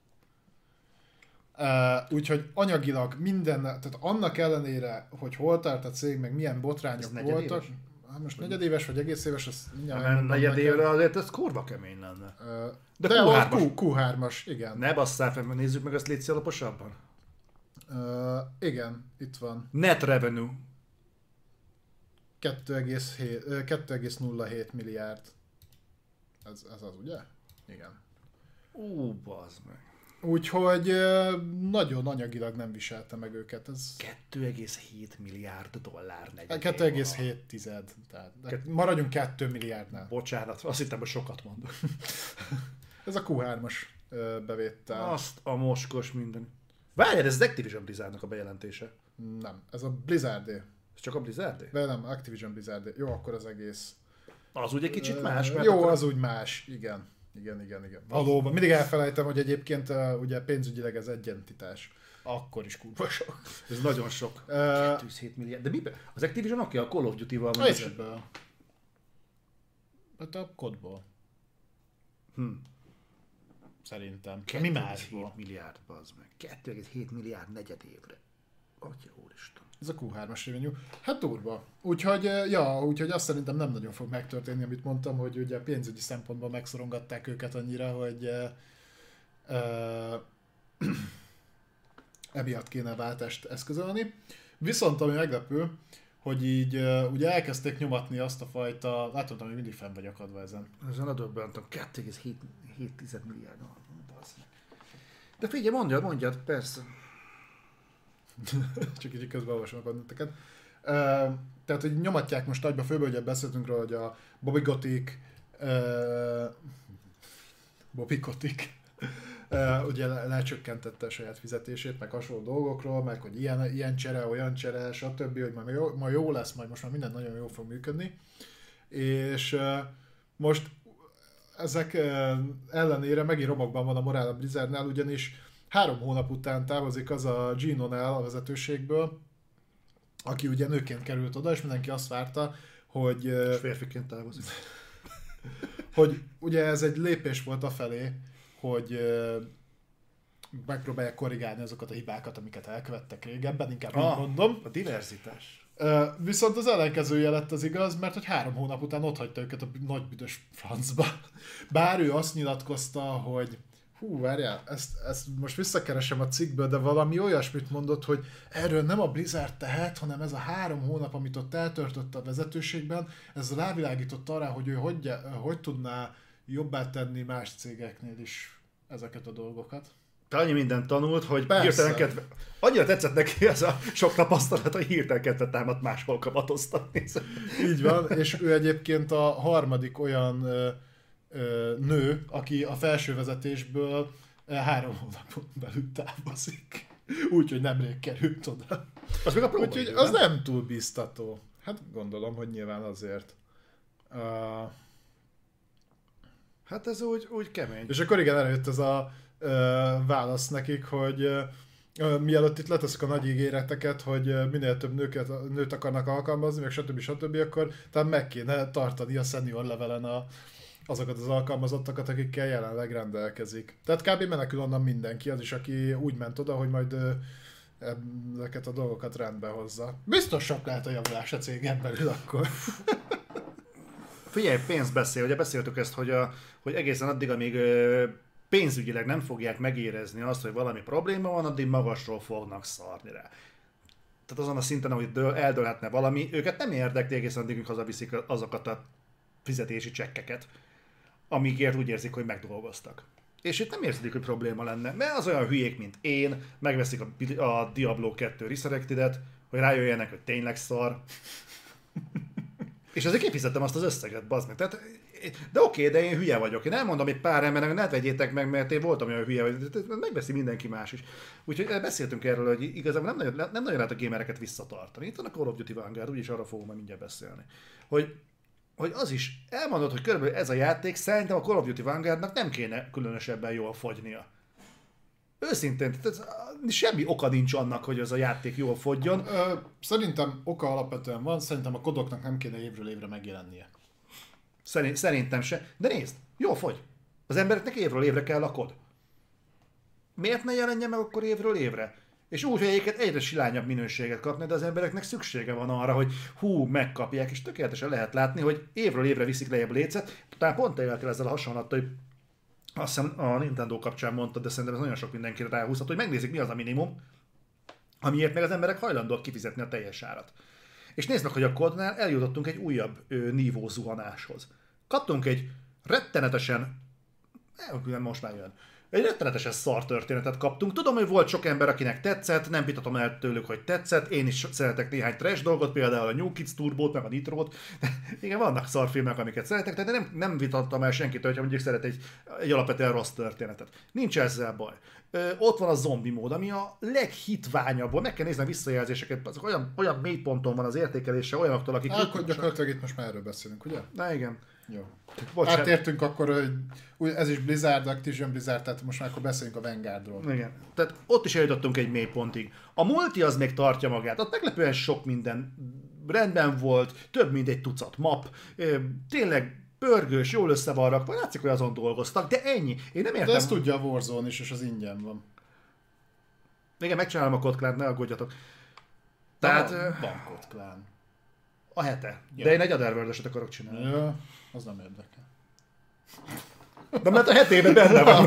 Uh, úgyhogy anyagilag minden, tehát annak ellenére, hogy hol tart a cég, meg milyen botrányok voltak. Hát most negyedéves vagy egész éves, az mindjárt negyedévre azért ez kurva kemény lenne. Uh, de de kú hármas. kú hármas, igen. Ne basszál fel, nézzük meg azt légy alaposabban. Uh, igen, itt van. Net revenue. kettő egész nulla hét milliárd. Ez, ez az, ugye? Igen. Ú, bazd meg. Úgyhogy nagyon anyagilag nem viselte meg őket. Ez... kettő egész hét milliárd dollár negyed. kettő egész hét tized. Tehát Ket... maradjunk kettő milliárdnál. Bocsánat, azt hittem, hogy sokat mondok. Ez a kú hármas bevétel. Azt a moskos minden. Várjál, ez az Activision Blizzardnak a bejelentése. Nem, ez a Blizzardé. Ez csak a Blizzardé? De nem, Activision Blizzardé. Jó, akkor az egész. Az úgy egy kicsit más, mert Jó, akkor... az úgy más, igen. Igen, igen, igen. Valóban. Mindig elfelejtem, hogy egyébként uh, ugye pénzügyileg ez egy entitás. Akkor is kurva sok. Ez nagyon sok. Uh, kettőhét milliárd. De miben? Az Activision oké, a Call of Duty-val van. És ebből. Hát a kodból. Hm. Szerintem. Mi másból? hét milliárd, bazd meg. kettő egész hét milliárd negyed évre. Atya úristen. Ez a kú hármas revenue. Hát durva. Úgyhogy, ja, úgyhogy azt szerintem nem nagyon fog megtörténni, amit mondtam, hogy ugye pénzügyi szempontból megszorongatták őket annyira, hogy uh, uh, emiatt kéne váltást eszközölni. Viszont ami meglepő, hogy így uh, ugye elkezdték nyomatni azt a fajta, látom, hogy mindig fenn vagy akadva ezen. Ezen a döbbentem, kettő egész hét milliárd. De figyelj, mondjad, mondjad, persze. Csak így közben olvasom a kommenteket. Uh, tehát, hogy nyomatják most nagyba főbe, ugye beszéltünk róla, hogy a Bobby Kotick, uh, Bobby Kotick uh, ugye le- lecsökkentette a saját fizetését, meg hasonló dolgokról, meg hogy ilyen, ilyen csere, olyan csere, stb., hogy majd jó, majd jó lesz, majd most már minden nagyon jól fog működni. És uh, most ezek uh, ellenére megint romokban van a morál a Blizzardnál, ugyanis három hónap után távozik az a Gene O'Neill a vezetőségből, aki ugye nőként került oda, és mindenki azt várta, hogy... És férfiként távozik. hogy ugye ez egy lépés volt afelé, hogy megpróbálják korrigálni azokat a hibákat, amiket elkövettek régebben, inkább ah, mondom. A diverzitás. Viszont az ellenkezője lett az igaz, mert hogy három hónap után otthagyta őket a nagy büdös francba. Bár ő azt nyilatkozta, hogy hú, várjál, ezt, ezt most visszakeresem a cikkből, de valami olyasmit mondott, hogy erről nem a Blizzard tehet, hanem ez a három hónap, amit ott eltörtött a vezetőségben, ez rávilágított arra, hogy ő hogy, hogy tudná jobbá tenni más cégeknél is ezeket a dolgokat. Te annyi mindent tanult, hogy hirtelen kedve... Annyira tetszett neki ez a sok tapasztalat, hogy hirtelen kedve támadt máshol kamatoztatni. Így van, és ő egyébként a harmadik olyan ö, ö, nő, aki a felső vezetésből három hónapon belül távozik. Úgyhogy nemrég került oda. Az még a próba. Úgyhogy az nem túl biztató. Hát gondolom, hogy nyilván azért. Uh... Hát ez úgy, úgy kemény. És akkor igen, előtt ez a uh, válasz nekik, hogy uh, mielőtt itt leteszek a nagy ígéreteket, hogy uh, minél több nőket, nőt akarnak alkalmazni, meg stb. stb. Akkor talán meg kéne tartani a senior levelen a, azokat az alkalmazottakat, akikkel jelenleg rendelkezik. Tehát kb. Menekül onnan mindenki, az is, aki úgy ment oda, hogy majd uh, ezeket a dolgokat rendbe hozza. Biztos sok lehet a javulás a cégen belül akkor. Figyelj, pénz beszél, ugye beszéltük ezt, hogy, a, hogy egészen addig, amíg ö, pénzügyileg nem fogják megérezni azt, hogy valami probléma van, addig magasról fognak szarni rá. Tehát azon a szinten, ahogy dől, eldőlhetne valami, őket nem érdekli egészen addig, hazaviszik azokat a fizetési csekkeket, amikért úgy érzik, hogy megdolgoztak. És itt nem érzik, hogy probléma lenne, mert az olyan hülyék, mint én, megveszik a, a Diablo kettő Resurrected-et, hogy rájöjjenek, hogy tényleg szar. És ezért kifizettem azt az összeget, bazd meg. Tehát, de oké, de én hülye vagyok. Én elmondom egy pár embernek, ne vegyétek meg, mert én voltam olyan hülye, hogy megveszi mindenki más is. Úgyhogy beszéltünk erről, hogy igazából nem nagyon, nem nagyon lehet a gamereket visszatartani. Itt van a Call of Duty Vanguard, úgyis arra fogom majd mindjárt beszélni. Hogy, hogy az is elmondod, hogy körülbelül ez a játék, szerintem a Call of Duty Vanguardnak nem kéne különösebben jól fogynia. Őszintén, tehát semmi oka nincs annak, hogy az a játék jól fogjon. Ö, szerintem oka alapvetően van, szerintem a kodoknak nem kéne évről évre megjelennie. Szerint, szerintem se. De nézd, jól fogy. Az embereknek évről évre kell a kod. Miért ne jelenjen meg akkor évről évre? És úgy, hogy egyiket egyre silányabb minőséget kapni, de az embereknek szüksége van arra, hogy hú, megkapják, és tökéletesen lehet látni, hogy évről évre viszik lejjebb lécet. Talán pont élkel ezzel a hasonlattal, hogy azt hiszem a Nintendo kapcsán mondtad, de szerintem ez nagyon sok mindenkire ráhúzhat, hogy megnézik, mi az a minimum, amiért meg az emberek hajlandóak kifizetni a teljes árat. És nézd meg, hogy a kodnál eljutottunk egy újabb ö, nívózuhanáshoz. Kaptunk egy rettenetesen, eh, most már jön, Egy rettenetesen szar történetet kaptunk. Tudom, hogy volt sok ember, akinek tetszett, nem vitatom el tőlük, hogy tetszett. Én is szeretek néhány trash dolgot, például a New Kids Turbót, meg a Nitrót. Igen, vannak szar filmek, amiket szeretek, de nem, nem vitattam el senkit, hogyha mondjuk szeret egy, egy alapvetően rossz történetet. Nincs ezzel baj. Ö, ott van a zombi mód, ami a leghitványabb. Meg kell nézni a visszajelzéseket, azok olyan, olyan mély ponton van az értékelése olyanoktól, akik... Akkor gyakorlatilag itt most már erről beszélünk, ugye? Na igen. Jó. Bocsánat. Átértünk akkor, hogy ez is Blizzard, Activision Blizzard, tehát most már akkor beszéljünk a Vanguardról. Igen. Tehát ott is eljutottunk egy mély pontig. A multi az még tartja magát, ott meglepően sok minden rendben volt, több mint egy tucat map, tényleg pörgős, jól össze van rakva, látszik, hogy azon dolgoztak, de ennyi. Én nem értem. De ezt tudja a Warzone is, és az ingyen van. Igen, megcsinálom a Code Clan-t, ne aggódjatok. Tehát... Van Code Clan. A hete. Ja. De én egy Otherworld-eset akarok csinálni. Ja, az nem érdekel. De mert a hetében benne van.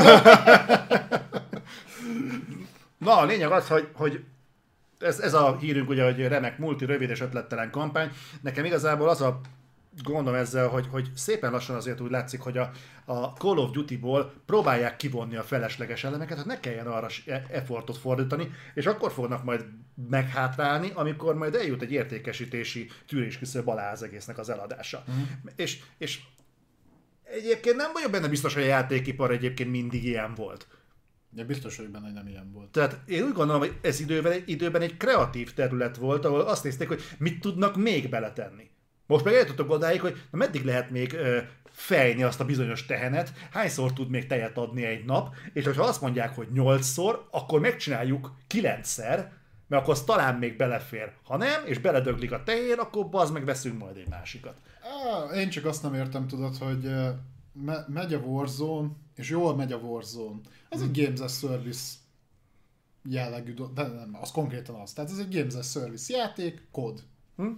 Na, a lényeg az, hogy, hogy ez, ez a hírünk ugye, hogy remek multi, rövid és ötlettelen kampány. Nekem igazából az a gondom ezzel, hogy, hogy szépen lassan azért úgy látszik, hogy a, a Call of Duty-ból próbálják kivonni a felesleges elemeket, hogy ne kelljen arra effortot fordítani, és akkor fognak majd meghátrálni, amikor majd eljut egy értékesítési tűrésküszöb alá az egésznek az eladása. Mm. És, és egyébként nem vagyok benne biztos, hogy a játékipar egyébként mindig ilyen volt. Ja, biztos, hogy benne nem ilyen volt. Tehát én úgy gondolom, hogy ez időben, időben egy kreatív terület volt, ahol azt nézték, hogy mit tudnak még beletenni. Most meg eljutottak odáig, hogy na, meddig lehet még ö, fejni azt a bizonyos tehenet, hányszor tud még tejet adni egy nap, és hogyha azt mondják, hogy nyolcszor, akkor megcsináljuk kilencszer, mert akkor az talán még belefér. Ha nem, és beledöglik a tehén, akkor bazd meg veszünk majd egy másikat. Á, én csak azt nem értem, tudod, hogy me- megy a Warzone, és jól megy a Warzone. Ez hmm. egy Games as Service jellegű, do- de nem, az konkrétan az. Tehát ez egy Games as Service játék, kód. Hmm.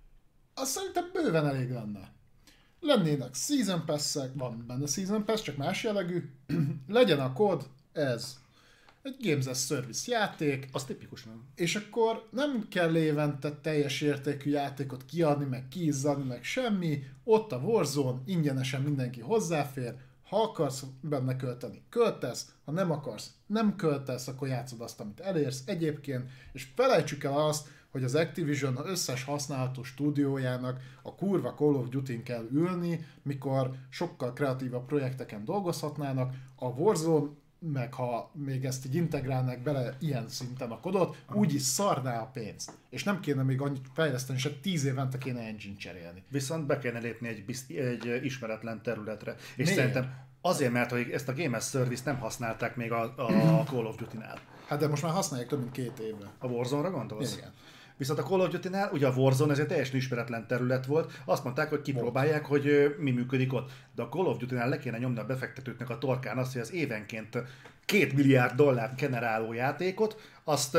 Azt szerintem bőven elég lenne. Lennének Season Pass-ek, van benne Season Pass, csak más jellegű. Legyen a kód, ez. Egy Games as Service játék. Az tipikus, nem? És akkor nem kell évente teljes értékű játékot kiadni, meg kiizzadni, meg semmi. Ott a Warzone, ingyenesen mindenki hozzáfér. Ha akarsz benne költeni, költesz. Ha nem akarsz, nem költesz, akkor játszod azt, amit elérsz egyébként. És felejtsük el azt, hogy az Activision összes használható stúdiójának a kurva Call of Duty-n kell ülni, mikor sokkal kreatívabb projekteken dolgozhatnának. A Warzone, meg ha még ezt így integrálnák bele ilyen szinten a kodot, úgyis szarná a pénzt. És nem kéne még annyit fejleszteni, és tíz évente kéne engine cserélni. Viszont be kéne lépni egy, bizt- egy ismeretlen területre. És Miért? szerintem azért, mert hogy ezt a Game as Service nem használták még a, a Call of Duty-nál. Hát de most már használják több mint két évre. A Warzone-ra gondolsz? Igen. Viszont a Call of Duty-nál, ugye a Warzone ez egy teljesen ismeretlen terület volt, azt mondták, hogy kipróbálják, hogy ö, mi működik ott. De a Call of Duty-nál le kéne nyomni a befektetőknek a torkán azt, hogy az évenként két milliárd dollárt generáló játékot, azt,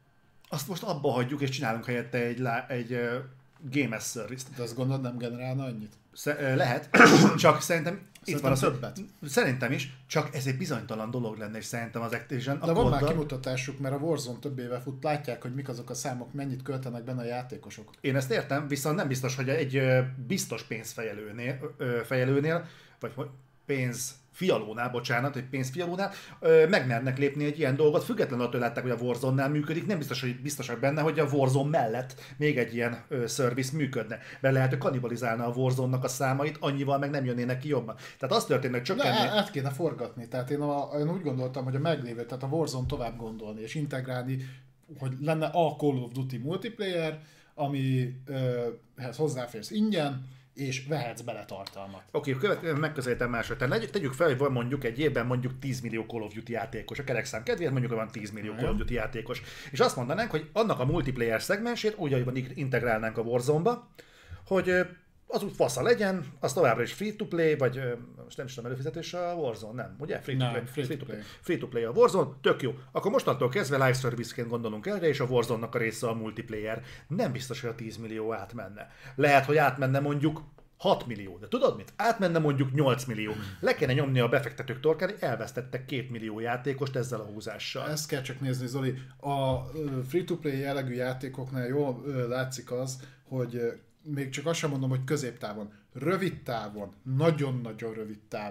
azt most abba hagyjuk, és csinálunk helyette egy, lá, egy uh, Game as Service-t. De azt gondolod, nem generálna annyit? Sze- lehet, csak szerintem itt van a többet. Szerintem is, csak ez egy bizonytalan dolog lenne, és szerintem az Activision... De van már kimutatásuk, mert a Warzone több éve fut, látják, hogy mik azok a számok, mennyit költenek benne a játékosok. Én ezt értem, viszont nem biztos, hogy egy biztos pénzfejelőnél, fejelőnél, vagy pénz fialónál, bocsánat, egy pénzfialónál, megmernek lépni egy ilyen dolgot, függetlenül attól látták, hogy a Warzone-nál működik, nem biztos, hogy biztosak benne, hogy a Warzone mellett még egy ilyen ö, service működne. Mert lehet, hogy kannibalizálna a Warzone-nak a számait, annyival meg nem jönnének ki jobban. Tehát az történik, hogy csökkenni... De át kéne forgatni, tehát én, a, én úgy gondoltam, hogy a meglévő, tehát a Warzone tovább gondolni és integrálni, hogy lenne a Call of Duty multiplayer, amihez hozzáférsz ingyen, és vehetsz bele tartalmat. Oké, okay, megközelítem másra. Tehát tegyük fel, hogy van mondjuk egy évben mondjuk tíz millió Call of Duty játékos. A kerekszám kedvéért mondjuk, hogy van tíz millió Call of Duty játékos. És azt mondanánk, hogy annak a multiplayer szegmensét úgy, ahogy integrálnánk a Warzone-ba, hogy az úgy fasza legyen, az továbbra is free-to-play, vagy most nem is tudom, előfizetés a Warzone, nem, ugye? Free-to-play. Free-to-play. Free-to-play a Warzone, tök jó. Akkor mostantól kezdve live service-ként gondolunk erre, és a Warzone-nak a része a multiplayer. Nem biztos, hogy a tíz millió átmenne. Lehet, hogy átmenne mondjuk hat millió, de tudod mit? Átmenne mondjuk nyolc millió. Le kéne nyomni a befektetők torkán, hogy elvesztettek két millió játékost ezzel a húzással. Ezt kell csak nézni, Zoli. A free-to-play jellegű játékoknál jól látszik az, hogy még csak azt sem mondom, hogy középtávon, rövid távon, nagyon-nagyon rövid távon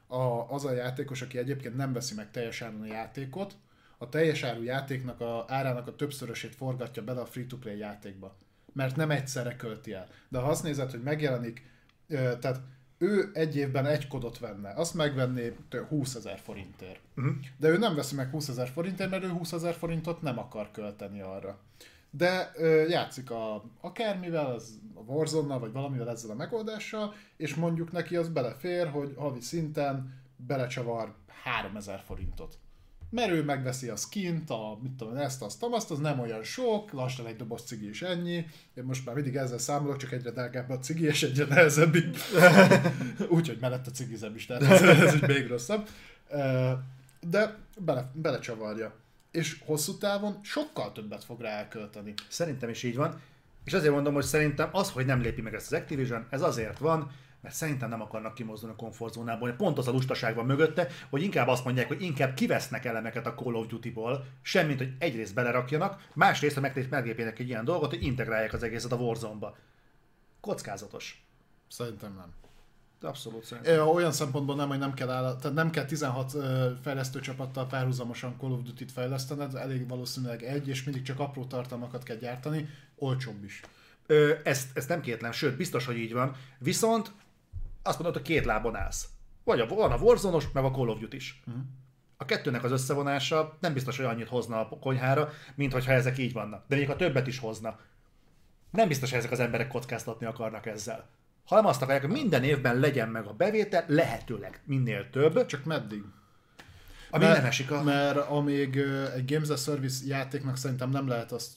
a, az a játékos, aki egyébként nem veszi meg teljes áron a játékot, a teljes áru játéknak a árának a többszörösét forgatja bele a free-to-play játékba. Mert nem egyszerre költi el. De ha azt nézed, hogy megjelenik, tehát ő egy évben egy kodot venne, azt megvenné húszezer forintért. Uh-huh. De ő nem veszi meg húszezer forintért, mert ő húszezer forintot nem akar költeni arra. De ö, játszik a, akármivel, az a Warzone-nal, vagy valamivel ezzel a megoldással, és mondjuk neki az belefér, hogy havi szinten belecsavar háromezer forintot. Mert ő megveszi a skint, a, mit tudom, ezt, azt, azt, az nem olyan sok, lassan egy doboz cigi is ennyi. Én most már mindig ezzel számolok, csak egyre drágább a cigi, és egyre nehezebb. Úgyhogy mellett a cigizem is, tehát ez, ez így még rosszabb. De bele, belecsavarja. És hosszú távon sokkal többet fog rá elkölteni. Szerintem is így van. És azért mondom, hogy szerintem az, hogy nem lépi meg ezt az Activision, ez azért van, mert szerintem nem akarnak kimozdulni a komfortzónából. Pont az a lustaság van mögötte, hogy inkább azt mondják, hogy inkább kivesznek elemeket a Call of Duty-ból, semmint, hogy egyrészt belerakjanak, másrészt, ha meglépjenek egy ilyen dolgot, hogy integrálják az egészet a Warzone-ba. Kockázatos. Szerintem nem. Abszolút szerintem. Olyan szempontból nem, hogy nem kell, áll, tehát nem kell tizenhat fejlesztő csapattal párhuzamosan Call of Duty-t fejlesztened, elég valószínűleg egy, és mindig csak apró tartalmakat kell gyártani, olcsóbb is. Ö, ezt, ezt nem kétlem, sőt, biztos, hogy így van. Viszont azt mondod, hogy két lábon állsz. Vagy a, van a Warzone-os, meg a Call of Duty is. Uh-huh. A kettőnek az összevonása nem biztos, hogy annyit hozna a konyhára, mint hogyha ezek így vannak. De még a többet is hozna. Nem biztos, hogy ezek az emberek kockáztatni akarnak ezzel. Hanem azt akarják, hogy minden évben legyen meg a bevétel, lehetőleg minél több. Csak meddig? Amíg nem esik a... Mert amíg egy Games as a Service játéknak szerintem nem lehet azt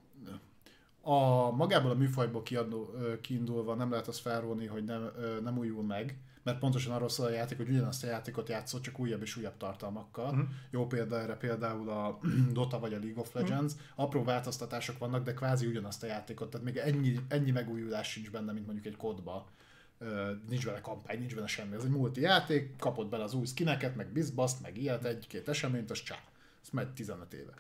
a magából a műfajból kiadó, kiindulva nem lehet azt felróni, hogy nem, nem újul meg, mert pontosan arról szól a játék, hogy ugyanazt a játékot játszott, csak újabb és újabb tartalmakkal. Uh-huh. Jó példa erre például a Dota vagy a League of Legends. Uh-huh. Apró változtatások vannak, de kvázi ugyanazt a játékot, tehát még ennyi, ennyi megújulás sincs benne, mint mondjuk egy kódba. Uh, nincs benne kampány, nincs benne semmi. Ez egy multi játék, kapott bele az új skineket, meg bizbaszt, meg ilyet, egy-két eseményt, az csá. Ez megy tizenöt éve.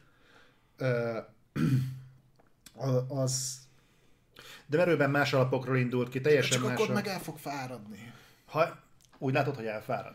Uh, az... De merőben más alapokról indult ki, teljesen csak más. Csak akkor meg el fog fáradni. Ha úgy látod, hogy elfárad.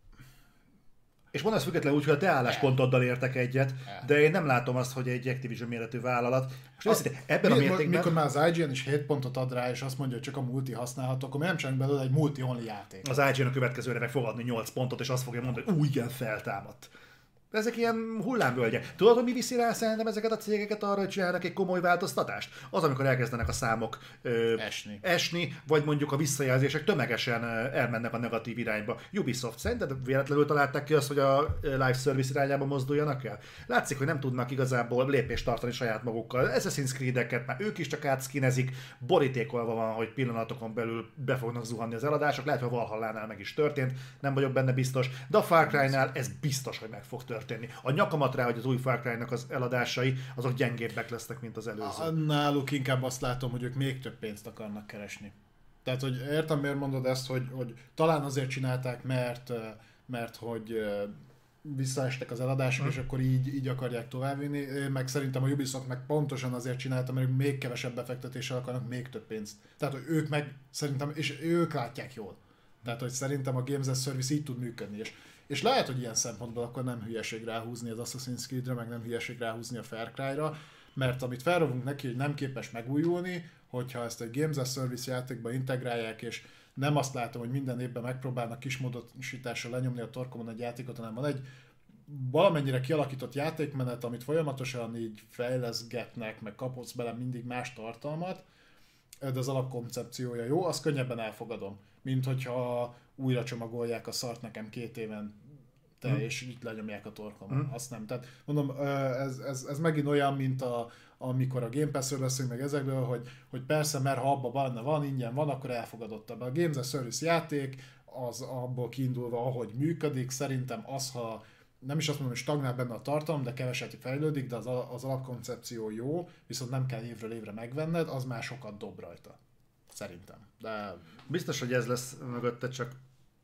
És mondasz függetlenül úgy, hogy a te álláspontoddal értek egyet, el. De én nem látom azt, hogy egy Activision méretű vállalat. Most őszintén, ebben mi, a mértékben... Mikor már az I G N is hét pontot ad rá, és azt mondja, hogy csak a multi használható, akkor nem csinálunk belőle egy multi-only játék. Az I G N a következőre meg fog adni nyolc pontot, és azt fogja mondani, hogy úgy igen, feltámadt. Ezek ilyen hullámvölgyek. Tudod, hogy mi viszi rá szerintem ezeket a cégeket arra, hogy csinálnak egy komoly változtatást? Az, amikor elkezdenek a számok ö, esni. esni, vagy mondjuk a visszajelzések tömegesen elmennek a negatív irányba. Ubisoft szerinted véletlenül találták ki azt, hogy a live service irányába mozduljanak el? Látszik, hogy nem tudnak igazából lépést tartani saját magukkal. Assassin's Creed-eket már ők is csak átszkinezik, borítékolva van, hogy pillanatokon belül be fognak zuhanni az eladások. Lehet, hogy a Valhallánál meg is történt, nem vagyok benne biztos, de a Far Cry-nál ez biztos, hogy meg fog történni. A nyakamat rá, hogy az új Far Cry-nak az eladásai, azok gyengébbek lesznek, mint az előző. Náluk inkább azt látom, hogy ők még több pénzt akarnak keresni. Tehát, hogy értem, miért mondod ezt, hogy, hogy talán azért csinálták, mert, mert hogy visszaestek az eladások, hmm. és akkor így, így akarják továbbvinni, meg szerintem a Ubisoft meg pontosan azért csinálta, mert ők még kevesebb befektetéssel akarnak még több pénzt. Tehát, hogy ők meg szerintem, és ők látják jól. Tehát, hogy szerintem a Games as a Service így tud működni, és És lehet, hogy ilyen szempontból akkor nem hülyeség ráhúzni az Assassin's Creed-re, meg nem hülyeség ráhúzni a Far Cry-ra, mert amit felrovunk neki, hogy nem képes megújulni, hogyha ezt egy Games as a Service játékba integrálják, és nem azt látom, hogy minden évben megpróbálnak kis módosítással lenyomni a torkomon egy játékot, hanem van egy valamennyire kialakított játékmenet, amit folyamatosan így fejleszgetnek, meg kapodsz bele mindig más tartalmat, de az alapkoncepciója jó, azt könnyebben elfogadom, mint hogyha újra csomagolják a szart nekem két éven te, hmm. és így lenyomják a torkomon. Hmm. Azt nem. Tehát mondom, ez, ez, ez megint olyan, mint a, amikor a Game Pass-ről beszélünk meg ezekből, hogy, hogy persze, mert ha abban benne van, ingyen van, akkor elfogadottabb. A Games as a Service játék, az abból kiindulva, ahogy működik, szerintem az, ha nem is azt mondom, hogy stagnál benne a tartalom, de keveset fejlődik, de az, az alapkoncepció jó, viszont nem kell évről évre megvenned, az már sokat dob rajta. Szerintem. De... Biztos, hogy ez lesz mögötte, csak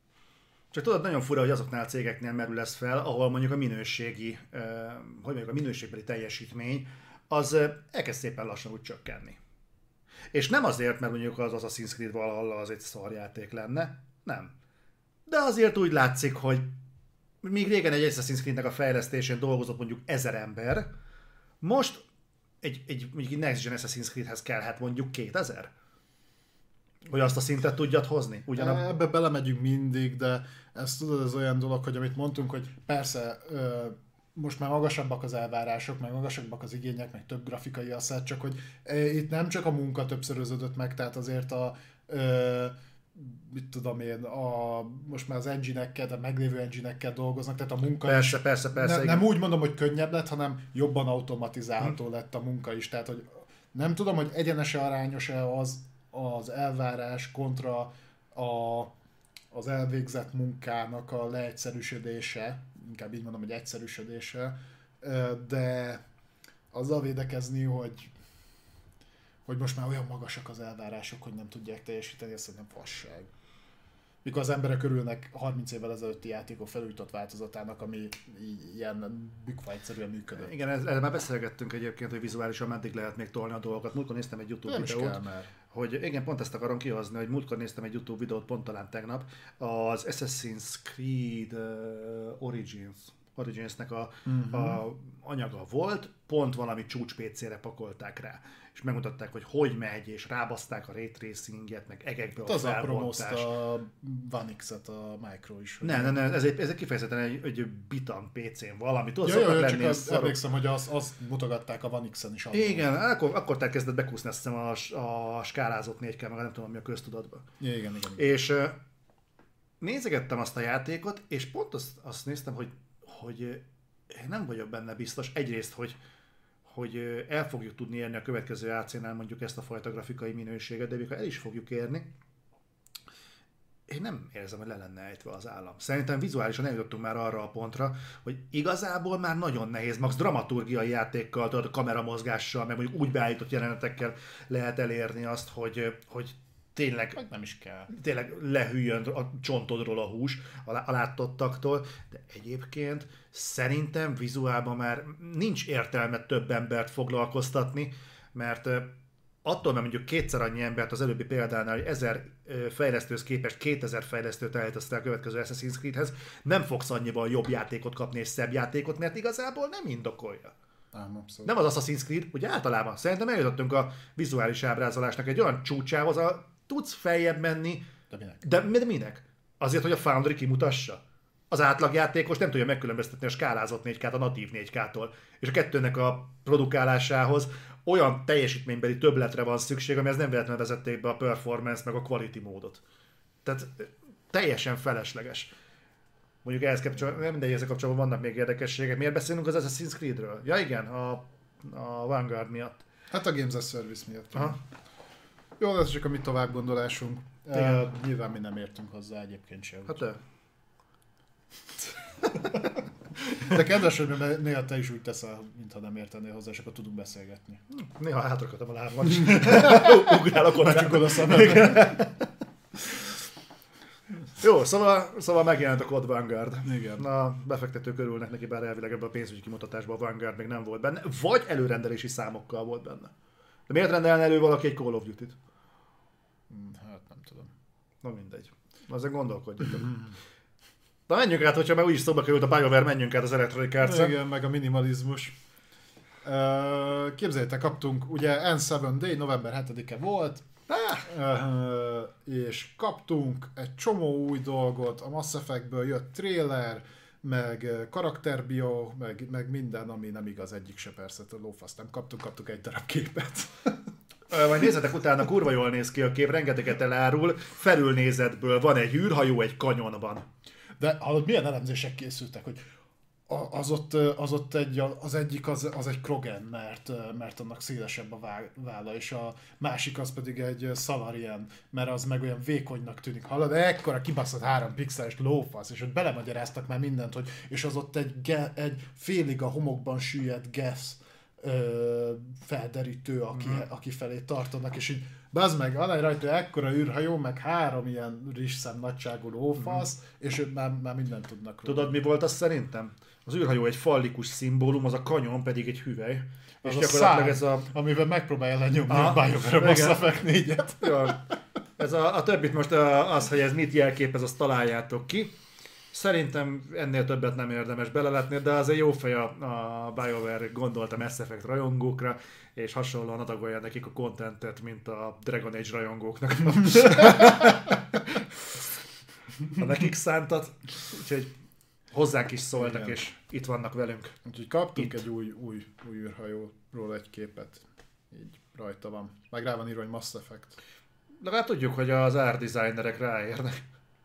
Csak tudod, nagyon fura, hogy azoknál a cégeknél merül ez fel, ahol mondjuk a minőségi, eh, hogy mondjuk a minőségbeli teljesítmény, az eh, elkezd szépen lassan úgy csökkenni. És nem azért, mert mondjuk az Assassin's Creed Valhalla az egy szarjáték lenne, nem. de azért úgy látszik, hogy míg régen egy Assassin's Creed-nek a fejlesztésén dolgozott mondjuk ezer ember, most egy, egy, egy Next Gen Assassin's Creed-hez kellhet mondjuk kétezer? Hogy azt a szintet tudjad hozni? Ugyanab... Ebbe belemegyünk mindig, de ez tudod, ez olyan dolog, hogy amit mondtunk, hogy persze ö, most már magasabbak az elvárások, meg magasabbak az igények, meg több grafikai asszát, csak hogy e, itt nem csak a munka többszöröződött meg, tehát azért a ö, mit tudom én, a, most már az engine-ekkel, a meglévő engine-ekkel dolgoznak, tehát a munka persze, is, persze, persze, ne, igen. nem úgy mondom, hogy könnyebb lett, hanem jobban automatizálható hmm. lett a munka is, tehát hogy nem tudom, hogy egyenes-e arányos-e az, az elvárás kontra a, az elvégzett munkának a leegyszerűsödése, inkább így mondom, hogy egyszerűsödése, de azzal védekezni, hogy hogy most már olyan magasak az elvárások, hogy nem tudják teljesíteni, ez szerintem fasság. Mikor az emberek örülnek harminc évvel ezelőtti játékok felújított változatának, ami ilyen bükvágyszerűen működött. Igen, ezzel már beszélgettünk egyébként, hogy vizuálisan meddig lehet még tolni a dolgokat. Múltkor néztem egy YouTube nem videót, hogy igen, pont ezt akarom kihozni, hogy múltkor néztem egy YouTube videót, pont talán tegnap, az Assassin's Creed uh, Origins. Origins-nek a, uh-huh. a anyaga volt, pont valami csúcs pé cére pakolták rá. És megmutatták, hogy hogy megy, és rábaszták a ray tracinget, meg egekbe a az felbontás. Az a One X-et a Micro is. Nem, nem, nem, ez egy, ez egy kifejezetten egy, egy Bitan pé cén valami. Tudod, ja, szoktak jó, lenni csak az, emlékszem, hogy azt az mutogatták a One X-en is. Igen, akkor, akkor te kezdett bekúszni, azt hiszem, a, a skálázott négy ká, meg nem tudom, mi a köztudatban. Ja, igen, igen. És uh, nézegettem azt a játékot, és pont azt, azt néztem, hogy, hogy én nem vagyok benne biztos. Egyrészt, hogy hogy el fogjuk tudni érni a következő á cénál mondjuk ezt a fajta grafikai minőséget, de mikor el is fogjuk érni, én nem érzem, hogy le lenne ejtve az állam. Szerintem vizuálisan eljutottunk már arra a pontra, hogy igazából már nagyon nehéz, max dramaturgiai játékkal, tudod, a kameramozgással, meg mondjuk úgy beállított jelenetekkel lehet elérni azt, hogy, hogy tényleg, meg nem is kell. Tényleg lehűljön a csontodról a hús a látottaktól, de egyébként szerintem vizuálban már nincs értelme több embert foglalkoztatni, mert attól, mert mondjuk kétszer annyi embert az előbbi példánál, hogy ezer fejlesztőhöz képest kétezer fejlesztőt állítasz a következő Assassin's Creedhez, nem fogsz annyival jobb játékot kapni és szebb játékot, mert igazából nem indokolja. Ám, nem az Assassin's Creed, ugye általában. Szerintem eljutottunk a vizuális ábrázolásnak egy olyan csúcsához, a tudsz feljebb menni, de minek? De, de minek? Azért, hogy a Foundry kimutassa. Az átlagjátékos nem tudja megkülönböztetni a skálázott négy ká-t a natív négy ká-tól. És a kettőnek a produkálásához olyan teljesítménybeli többletre van szükség, amihez nem véletlenül vezették be a performance meg a quality módot. Tehát teljesen felesleges. Mondjuk ehhez kapcsolatban, nem mindegy, ezzel kapcsolatban vannak még érdekességek. Miért beszélünk az Assassin's Creedről? Ja igen, a, a Vanguard miatt. Hát a Games as Service miatt. Aha. Jó, ez csak a mi tovább gondolásunk. Uh, nyilván mi nem értünk hozzá egyébként sem. Hát ő. De kedves, hogy néha te is úgy teszel, mintha nem értenél hozzá, és akkor tudunk beszélgetni. Néha hátrakötöm a lábamat. Ugrálok oda a szemembe. Jó, szóval, szóval megjelent a Code Vanguard. Igen. A befektetők örülnek neki, bár elvileg ebben a pénzügyi kimutatásban a Vanguard még nem volt benne, vagy előrendelési számokkal volt benne. De miért rendelne elő valaki egy Call of Duty-t? Hát nem tudom. Na mindegy. Azért gondolkodjatok. Na menjünk át, hogyha már úgyis szóba került a BioWare, menjünk át az Electronic Arts-en. Igen, meg a minimalizmus. Uh, képzeljétek, kaptunk, ugye N seven Day, november hetedike volt, ah. uh, és kaptunk egy csomó új dolgot, a Mass Effectből jött trailer, meg karakterbio, meg, meg minden, ami nem igaz, egyik se persze, a lófaszt nem kaptunk, kaptuk egy darab képet. Majd nézzetek utána, kurva jól néz ki a kép, rengeteget elárul, felülnézetből van egy űrhajó egy kanyonban. De hallod, milyen elemzések készültek, hogy az ott, az ott egy, az egyik az, az egy Krogan, mert, mert annak szélesebb a válla, és a másik az pedig egy Salarian, mert az meg olyan vékonynak tűnik. Hallod, ekkora kibaszott három pixeles lófasz, és ott belemagyaráztak már mindent, hogy, és az ott egy, egy félig a homokban süllyedt gas ö, felderítő, aki, mm. aki felé tartanak, és így bazd meg, alá rajta ekkora űrhajó, meg három ilyen rizsszem nagyságú lófasz, mm. és már, már mindent tudnak róla. Tudod, mi volt az szerintem? Az űrhajó egy fallikus szimbólum, az a kanyon pedig egy hüvely. Az és a szám, ez a... amivel megpróbálja lenyomni a BioWare a Mass Effect négyet. Ja. Ez a, a többit most a, az, hogy ez mit jelképez, azt találjátok ki. Szerintem ennél többet nem érdemes beleletni, de azért jó fej a, a BioWare gondolta Mass Effect rajongókra, és hasonlóan adagolja nekik a contentet, mint a Dragon Age rajongóknak a nekik szántat. Úgyhogy hozzánk is szóltak, igen. És itt vannak velünk. Úgyhogy kaptunk itt egy új, új, új űrhajóról egy képet. Így rajta van. Meg rá van írva, hogy Mass Effect. De hát tudjuk, hogy az art designerek ráérnek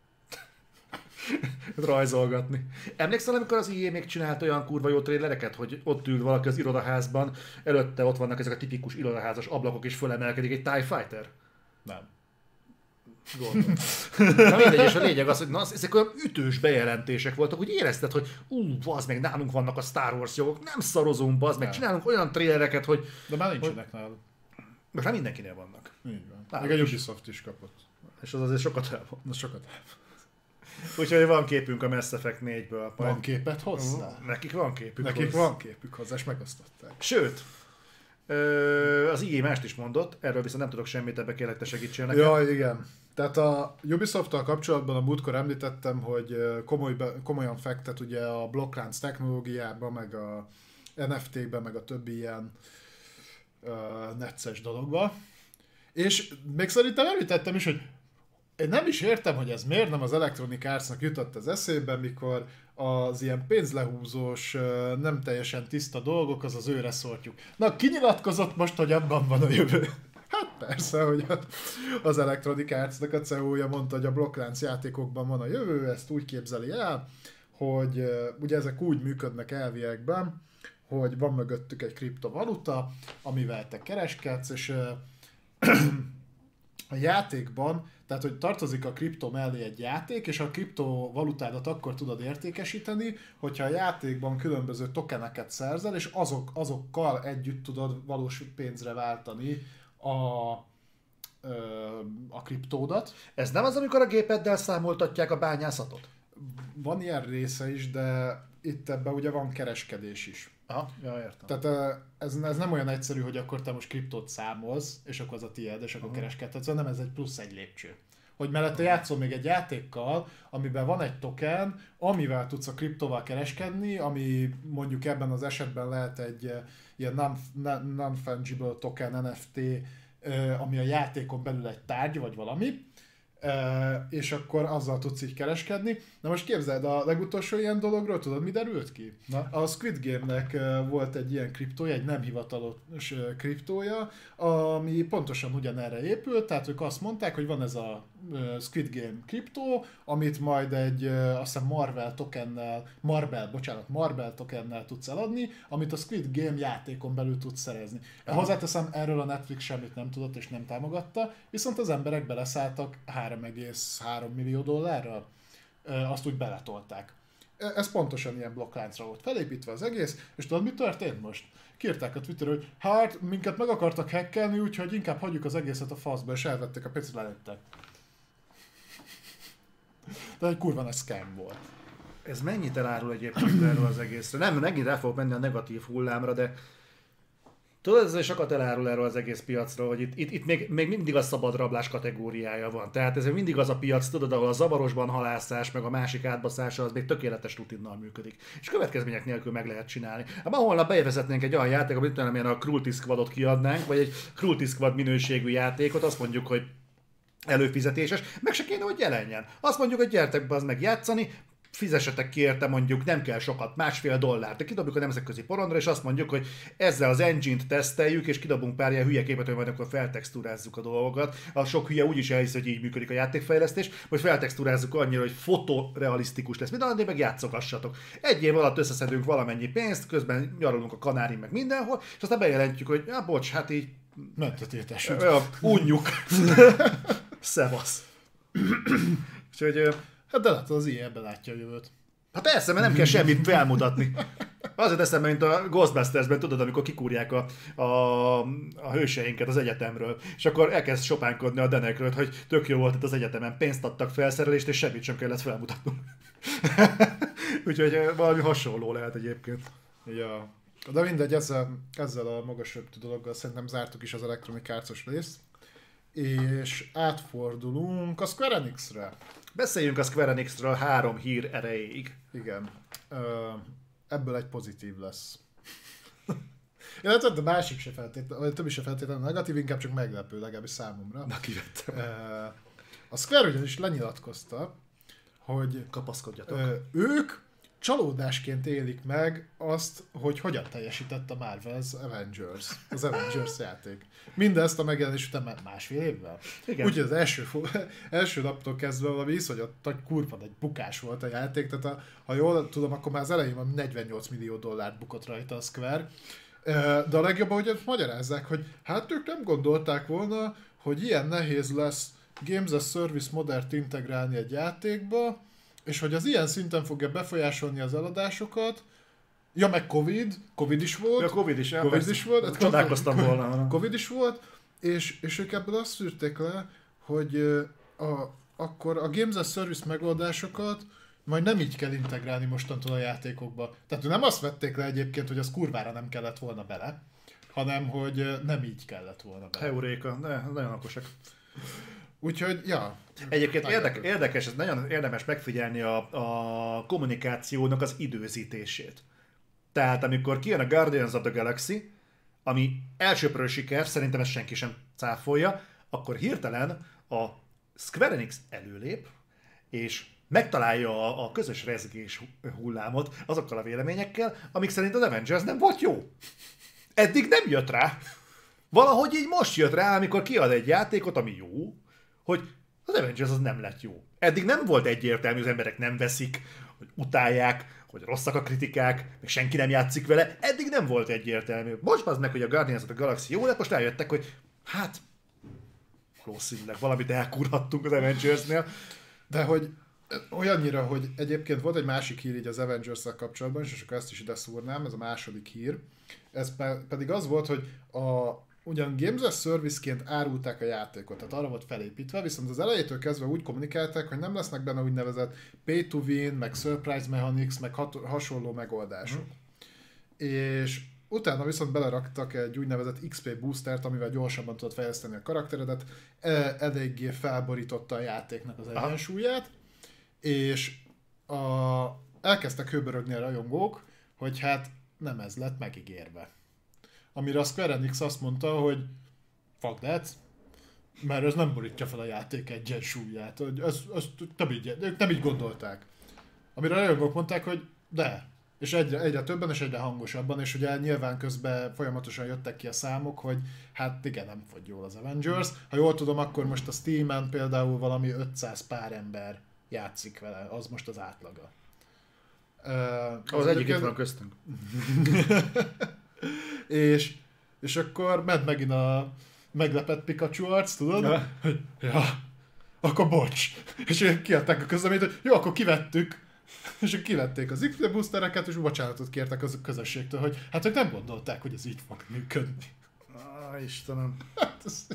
rajzolgatni. Emlékszel, amikor az i á még csinált olyan kurva jó trélereket, hogy ott ül valaki az irodaházban, előtte ott vannak ezek a tipikus irodaházas ablakok, és fölemelkedik egy TIE Fighter? Nem. Gondolom. Na mindegy, és a lényeg az, hogy na, ezek olyan ütős bejelentések voltak, hogy érezted, hogy ú, bazd meg, nálunk vannak a Star Wars jogok, nem szarozunk, bazd meg, csinálunk olyan trélereket, hogy... De már nincsenek náluk. Most már mindenkinél vannak. Így van. Még a Ubisoft is kapott. És az azért sokat elmond. Na sokat elmond. Úgyhogy van képünk a Mass Effect négyből. Van képet hozzá? Nekik van képük Nekik hozzá. van képük hozzá, és megosztották. Sőt, az i á mást is mondott, erről viszont nem tudok semmit, ebbe kérlek, te segítsél nekem. Ja, igen. Tehát a Ubisoft-tal kapcsolatban a múltkor említettem, hogy komoly, komolyan fektet ugye a blokklánc technológiába, meg a en ef té-be, meg a többi ilyen uh, necces dologba. És még szerintem említettem is, hogy én nem is értem, hogy ez miért nem az Electronic Arts-nak jutott az eszébe, mikor az ilyen pénzlehúzós, nem teljesen tiszta dolgok, az az őre szortjuk. Na, ki nyilatkozott most, hogy abban van a jövő? Hát persze, hogy az Electronic Arts-nak a cé e o-ja mondta, hogy a blokklánc játékokban van a jövő, ezt úgy képzeli el, hogy ugye ezek úgy működnek elviekben, hogy van mögöttük egy kriptovaluta, amivel te kereskedsz, és a játékban, tehát hogy tartozik a kripto mellé egy játék, és a kriptovalutádat akkor tudod értékesíteni, hogyha a játékban különböző tokeneket szerzel, és azok, azokkal együtt tudod valós pénzre váltani a, a kriptódat. Ez nem az, amikor a gépeddel számoltatják a bányászatot? Van ilyen része is, de itt ebben ugye van kereskedés is. Aha, ja, értem. Tehát ez, ez nem olyan egyszerű, hogy akkor te most kriptót számolsz, és akkor az a tiéd, és akkor uh-huh. kereskedhetsz, hanem ez egy plusz egy lépcső. Hogy mellette játszol még egy játékkal, amiben van egy token, amivel tudsz a kriptóval kereskedni, ami mondjuk ebben az esetben lehet egy ilyen non-fungible token en ef té, ami a játékon belül egy tárgy, vagy valami, és akkor azzal tudsz így kereskedni. Na most képzeld, a legutolsó ilyen dologról tudod, mi derült ki? Na? A Squid Game-nek volt egy ilyen kriptója, egy nem hivatalos kriptója, ami pontosan ugyanerre épült, tehát ők azt mondták, hogy van ez a Squid Game kriptó, amit majd egy, azt hiszem Marvel tokennel, Marvel, bocsánat, Marvel tokennel tudsz eladni, amit a Squid Game játékon belül tudsz szerezni. Hozzáteszem, erről a Netflix semmit nem tudott és nem támogatta, viszont az emberek beleszálltak három egész három millió dollárral, azt úgy beletolták. Ez pontosan ilyen blokkláncra volt felépítve az egész, és tudod, mi történt most? Kiírták a Twitterről, hogy hát minket meg akartak hackelni, úgyhogy inkább hagyjuk az egészet a faszba, és elvették a pénzt, lelőttek. De egy kurva nagy scam volt. Ez mennyit elárul egyébként erről az egészre? Nem, megint el fogok menni a negatív hullámra, de tudod, ez sokat elárul erről az egész piacról, hogy itt, itt, itt még, még mindig a szabad rablás kategóriája van. Tehát ez mindig az a piac, tudod, ahol a zavarosban halászás, meg a másik átbaszása, az még tökéletes rutinnal működik. És következmények nélkül meg lehet csinálni. Hát ma holnap bevezetnénk egy olyan játék, amit nem ilyen a Cruelty Squadot kiadnánk, vagy egy Cruelty Squad minőségű játékot, azt mondjuk, hogy előfizetéses, meg se kéne, hogy jelenjen. Azt mondjuk, hogy gyertek be az meg játszani, fizessetek ki érte mondjuk, nem kell sokat, másfél dollárt, de kidobjuk a nemzetközi porondra, és azt mondjuk, hogy ezzel az engine-t teszteljük, és kidobunk pár ilyen hülye képet, hogy majd akkor feltextúrázzuk a dolgokat. A sok hülye úgyis elhiszi, hogy így működik a játékfejlesztés, hogy feltextúrázzuk annyira, hogy fotorealisztikus lesz minden, de meg játszogassatok. Egy év alatt összeszedünk valamennyi pénzt, közben nyaralunk a Kanárin meg mindenhol, és aztán bejelentjük, hogy ja, bocs, hát így mentetétesünk. Unjuk. Szevasz. Úgyhogy hát de látod, az ilyen látja a jövőt. Hát persze, mert nem kell semmit felmutatni. Azért eszembe, mint a Ghostbustersben, tudod, amikor kikúrják a, a, a hőseinket az egyetemről, és akkor elkezd sopánkodni a denekről, hogy tök jó volt itt az egyetemen, pénzt adtak felszerelést, és semmit sem kellett felmutatnunk. Úgyhogy valami hasonló lehet egyébként. Ja. De mindegy, ezzel, ezzel a magas röptű dologgal szerintem zártuk is az Electronic Arts-os részt. és átfordulunk a Square Enixre. Beszéljünk a Square Enixről három hír erejéig. Igen. Ebből egy pozitív lesz. Illetve a másik se feltétlenül, vagy többi se feltétlenül negatív, inkább csak meglepő, legalábbis számomra. Na, kivettem. A Square ugyanis lenyilatkozta, hogy kapaszkodjatok. Ők csalódásként élik meg azt, hogy hogyan teljesített a Marvel's Avengers, az Avengers játék. Mindezt a megjelenés után másfél évvel. Úgyhogy az első, első naptól kezdve valami iszonyat kurva egy bukás volt a játék, tehát a, ha jól tudom, akkor már az elején negyvennyolc millió dollárt bukott rajta a Square. De a legjobb, hogy ezt magyarázzák, hogy hát ők nem gondolták volna, hogy ilyen nehéz lesz Games as Service modellt integrálni egy játékba, és hogy az ilyen szinten fogja befolyásolni az eladásokat. Ja, meg Covid, Covid is volt. Ja, Covid is, Covid is volt. Hát csodálkoztam volna. Covid is volt, és, és ők ebből azt szűrték le, hogy a, akkor a Games as Service megoldásokat majd nem így kell integrálni mostantól a játékokba. Tehát nem azt vették le egyébként, hogy az kurvára nem kellett volna bele, hanem hogy nem így kellett volna bele. Heuréka, ne, nagyon okosak. Úgyhogy, ja. Egyébként érdek, érdekes, ez nagyon érdemes megfigyelni a, a kommunikációnak az időzítését. Tehát amikor kijön a Guardians of the Galaxy, ami elsőprő siker, szerintem ezt senki sem cáfolja, akkor hirtelen a Square Enix előlép, és megtalálja a, a közös rezgés hullámot azokkal a véleményekkel, amik szerint az Avengers nem volt jó. Eddig nem jött rá. Valahogy így most jött rá, amikor kiad egy játékot, ami jó, hogy az Avengers az nem lett jó. Eddig nem volt egyértelmű, az emberek nem veszik, hogy utálják, hogy rosszak a kritikák, meg senki nem játszik vele. Eddig nem volt egyértelmű. Most az meg, hogy a Guardians of the Galaxy jó lett, most rájöttek, hogy hát valószínűleg valamit elkúrhattunk az Avengersnél. De hogy olyannyira, hogy egyébként volt egy másik hír így az Avengers-szel kapcsolatban, és akkor ezt is ide szúrnám, ez a második hír. Ez pe- pedig az volt, hogy a, ugyan Games as Service-ként árulták a játékot, tehát arra volt felépítve, viszont az elejétől kezdve úgy kommunikálták, hogy nem lesznek benne úgynevezett pay to win, meg surprise mechanics, meg hat- hasonló megoldások. Mm. És utána viszont beleraktak egy úgynevezett iksz pé boostert, amivel gyorsabban tudod fejleszteni a karakteredet, e- eléggé felborította a játéknak az egyensúlyát, és a, elkezdtek hőbörögni a rajongók, hogy hát nem ez lett megígérve. Amire a Square Enix azt mondta, hogy fuck that, mert ez nem borítja fel a játék egyensúlyát, hogy ezt, ezt nem, így, ők nem így gondolták. Amire a rajongók mondták, hogy de, és egyre, egyre többen és egyre hangosabban, és ugye nyilván közben folyamatosan jöttek ki a számok, hogy hát igen, nem fogy jól az Avengers. Ha jól tudom, akkor most a Steamen például valami ötszáz pár ember játszik vele, az most az átlaga. Uh, az egyik itt van köztünk. és, és akkor ment megint a meglepett Pikachu arc, tudod? Ja. ja, akkor bocs. És ők kiadták a közleményt, hogy jó, akkor kivettük. És ők kivették az iksz pé boostereket, és bocsánatot kértek a közösségtől, hogy hát ők nem gondolták, hogy ez így fog működni. Ah, Istenem. Hát ez...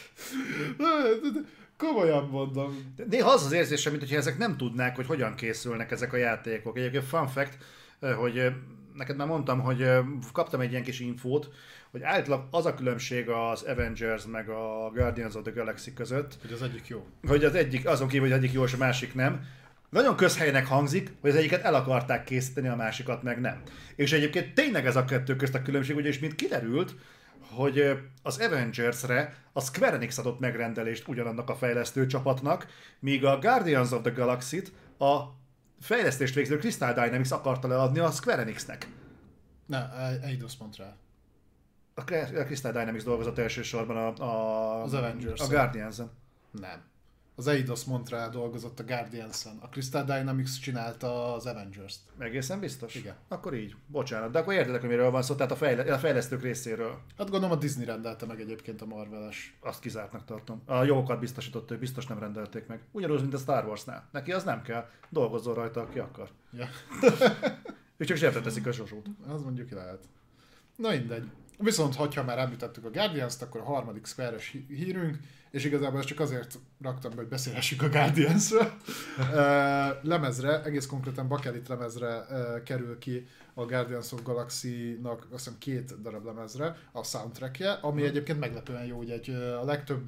Komolyan mondom. Néha az az érzésem, mintha ezek nem tudnák, hogy hogyan készülnek ezek a játékok. Egyébként fun fact, hogy neked már mondtam, hogy kaptam egy ilyen kis infót, hogy általában az a különbség az Avengers meg a Guardians of the Galaxy között, hogy az egyik jó. Hogy az egyik, azon kívül, hogy az egyik jó, és a másik nem. Nagyon közhelynek hangzik, hogy az egyiket el akarták készíteni, a másikat meg nem. És egyébként tényleg ez a kettő közt a különbség, ugyanis mint kiderült, hogy az Avengers-re a Square Enix adott megrendelést ugyanannak a fejlesztő csapatnak, míg a Guardians of the Galaxy-t a fejlesztést végző Crystal Dynamics akarta leadni a Square Enixnek. Na, Eidos mondta rá. A Crystal Dynamics dolgozott elsősorban a, a, az Avengers a Guardians-en. Nem. Az Eidos Montreal dolgozott a Guardians-en. A Crystal Dynamics csinálta az Avengers-t. Egészen biztos? Igen. Akkor így. Bocsánat. De akkor értedek, hogy miről van szó, tehát a, fejle- a fejlesztők részéről. Hát gondolom a Disney rendelte meg egyébként a Marvel-es. Azt kizártnak tartom. A jogokat biztosított, hogy biztos nem rendelték meg. Ugyanúgy, mint a Star Warsnál. Neki az nem kell. Dolgozzon rajta, aki akar. Ja. Ők csak zsebre teszik a zsozsót. Az mondjuk lehet. Na mindegy. Viszont, ha már említettük a Guardians-t, akkor a harmadik Square-es hírünk, és igazából ezt csak azért raktam be, hogy beszélhessük a Guardians-ről. Lemezre, egész konkrétan bakelit lemezre kerül ki a Guardians of Galaxy-nak azt hiszem két darab lemezre a soundtrackje, ami egyébként meglepően jó, ugye a legtöbb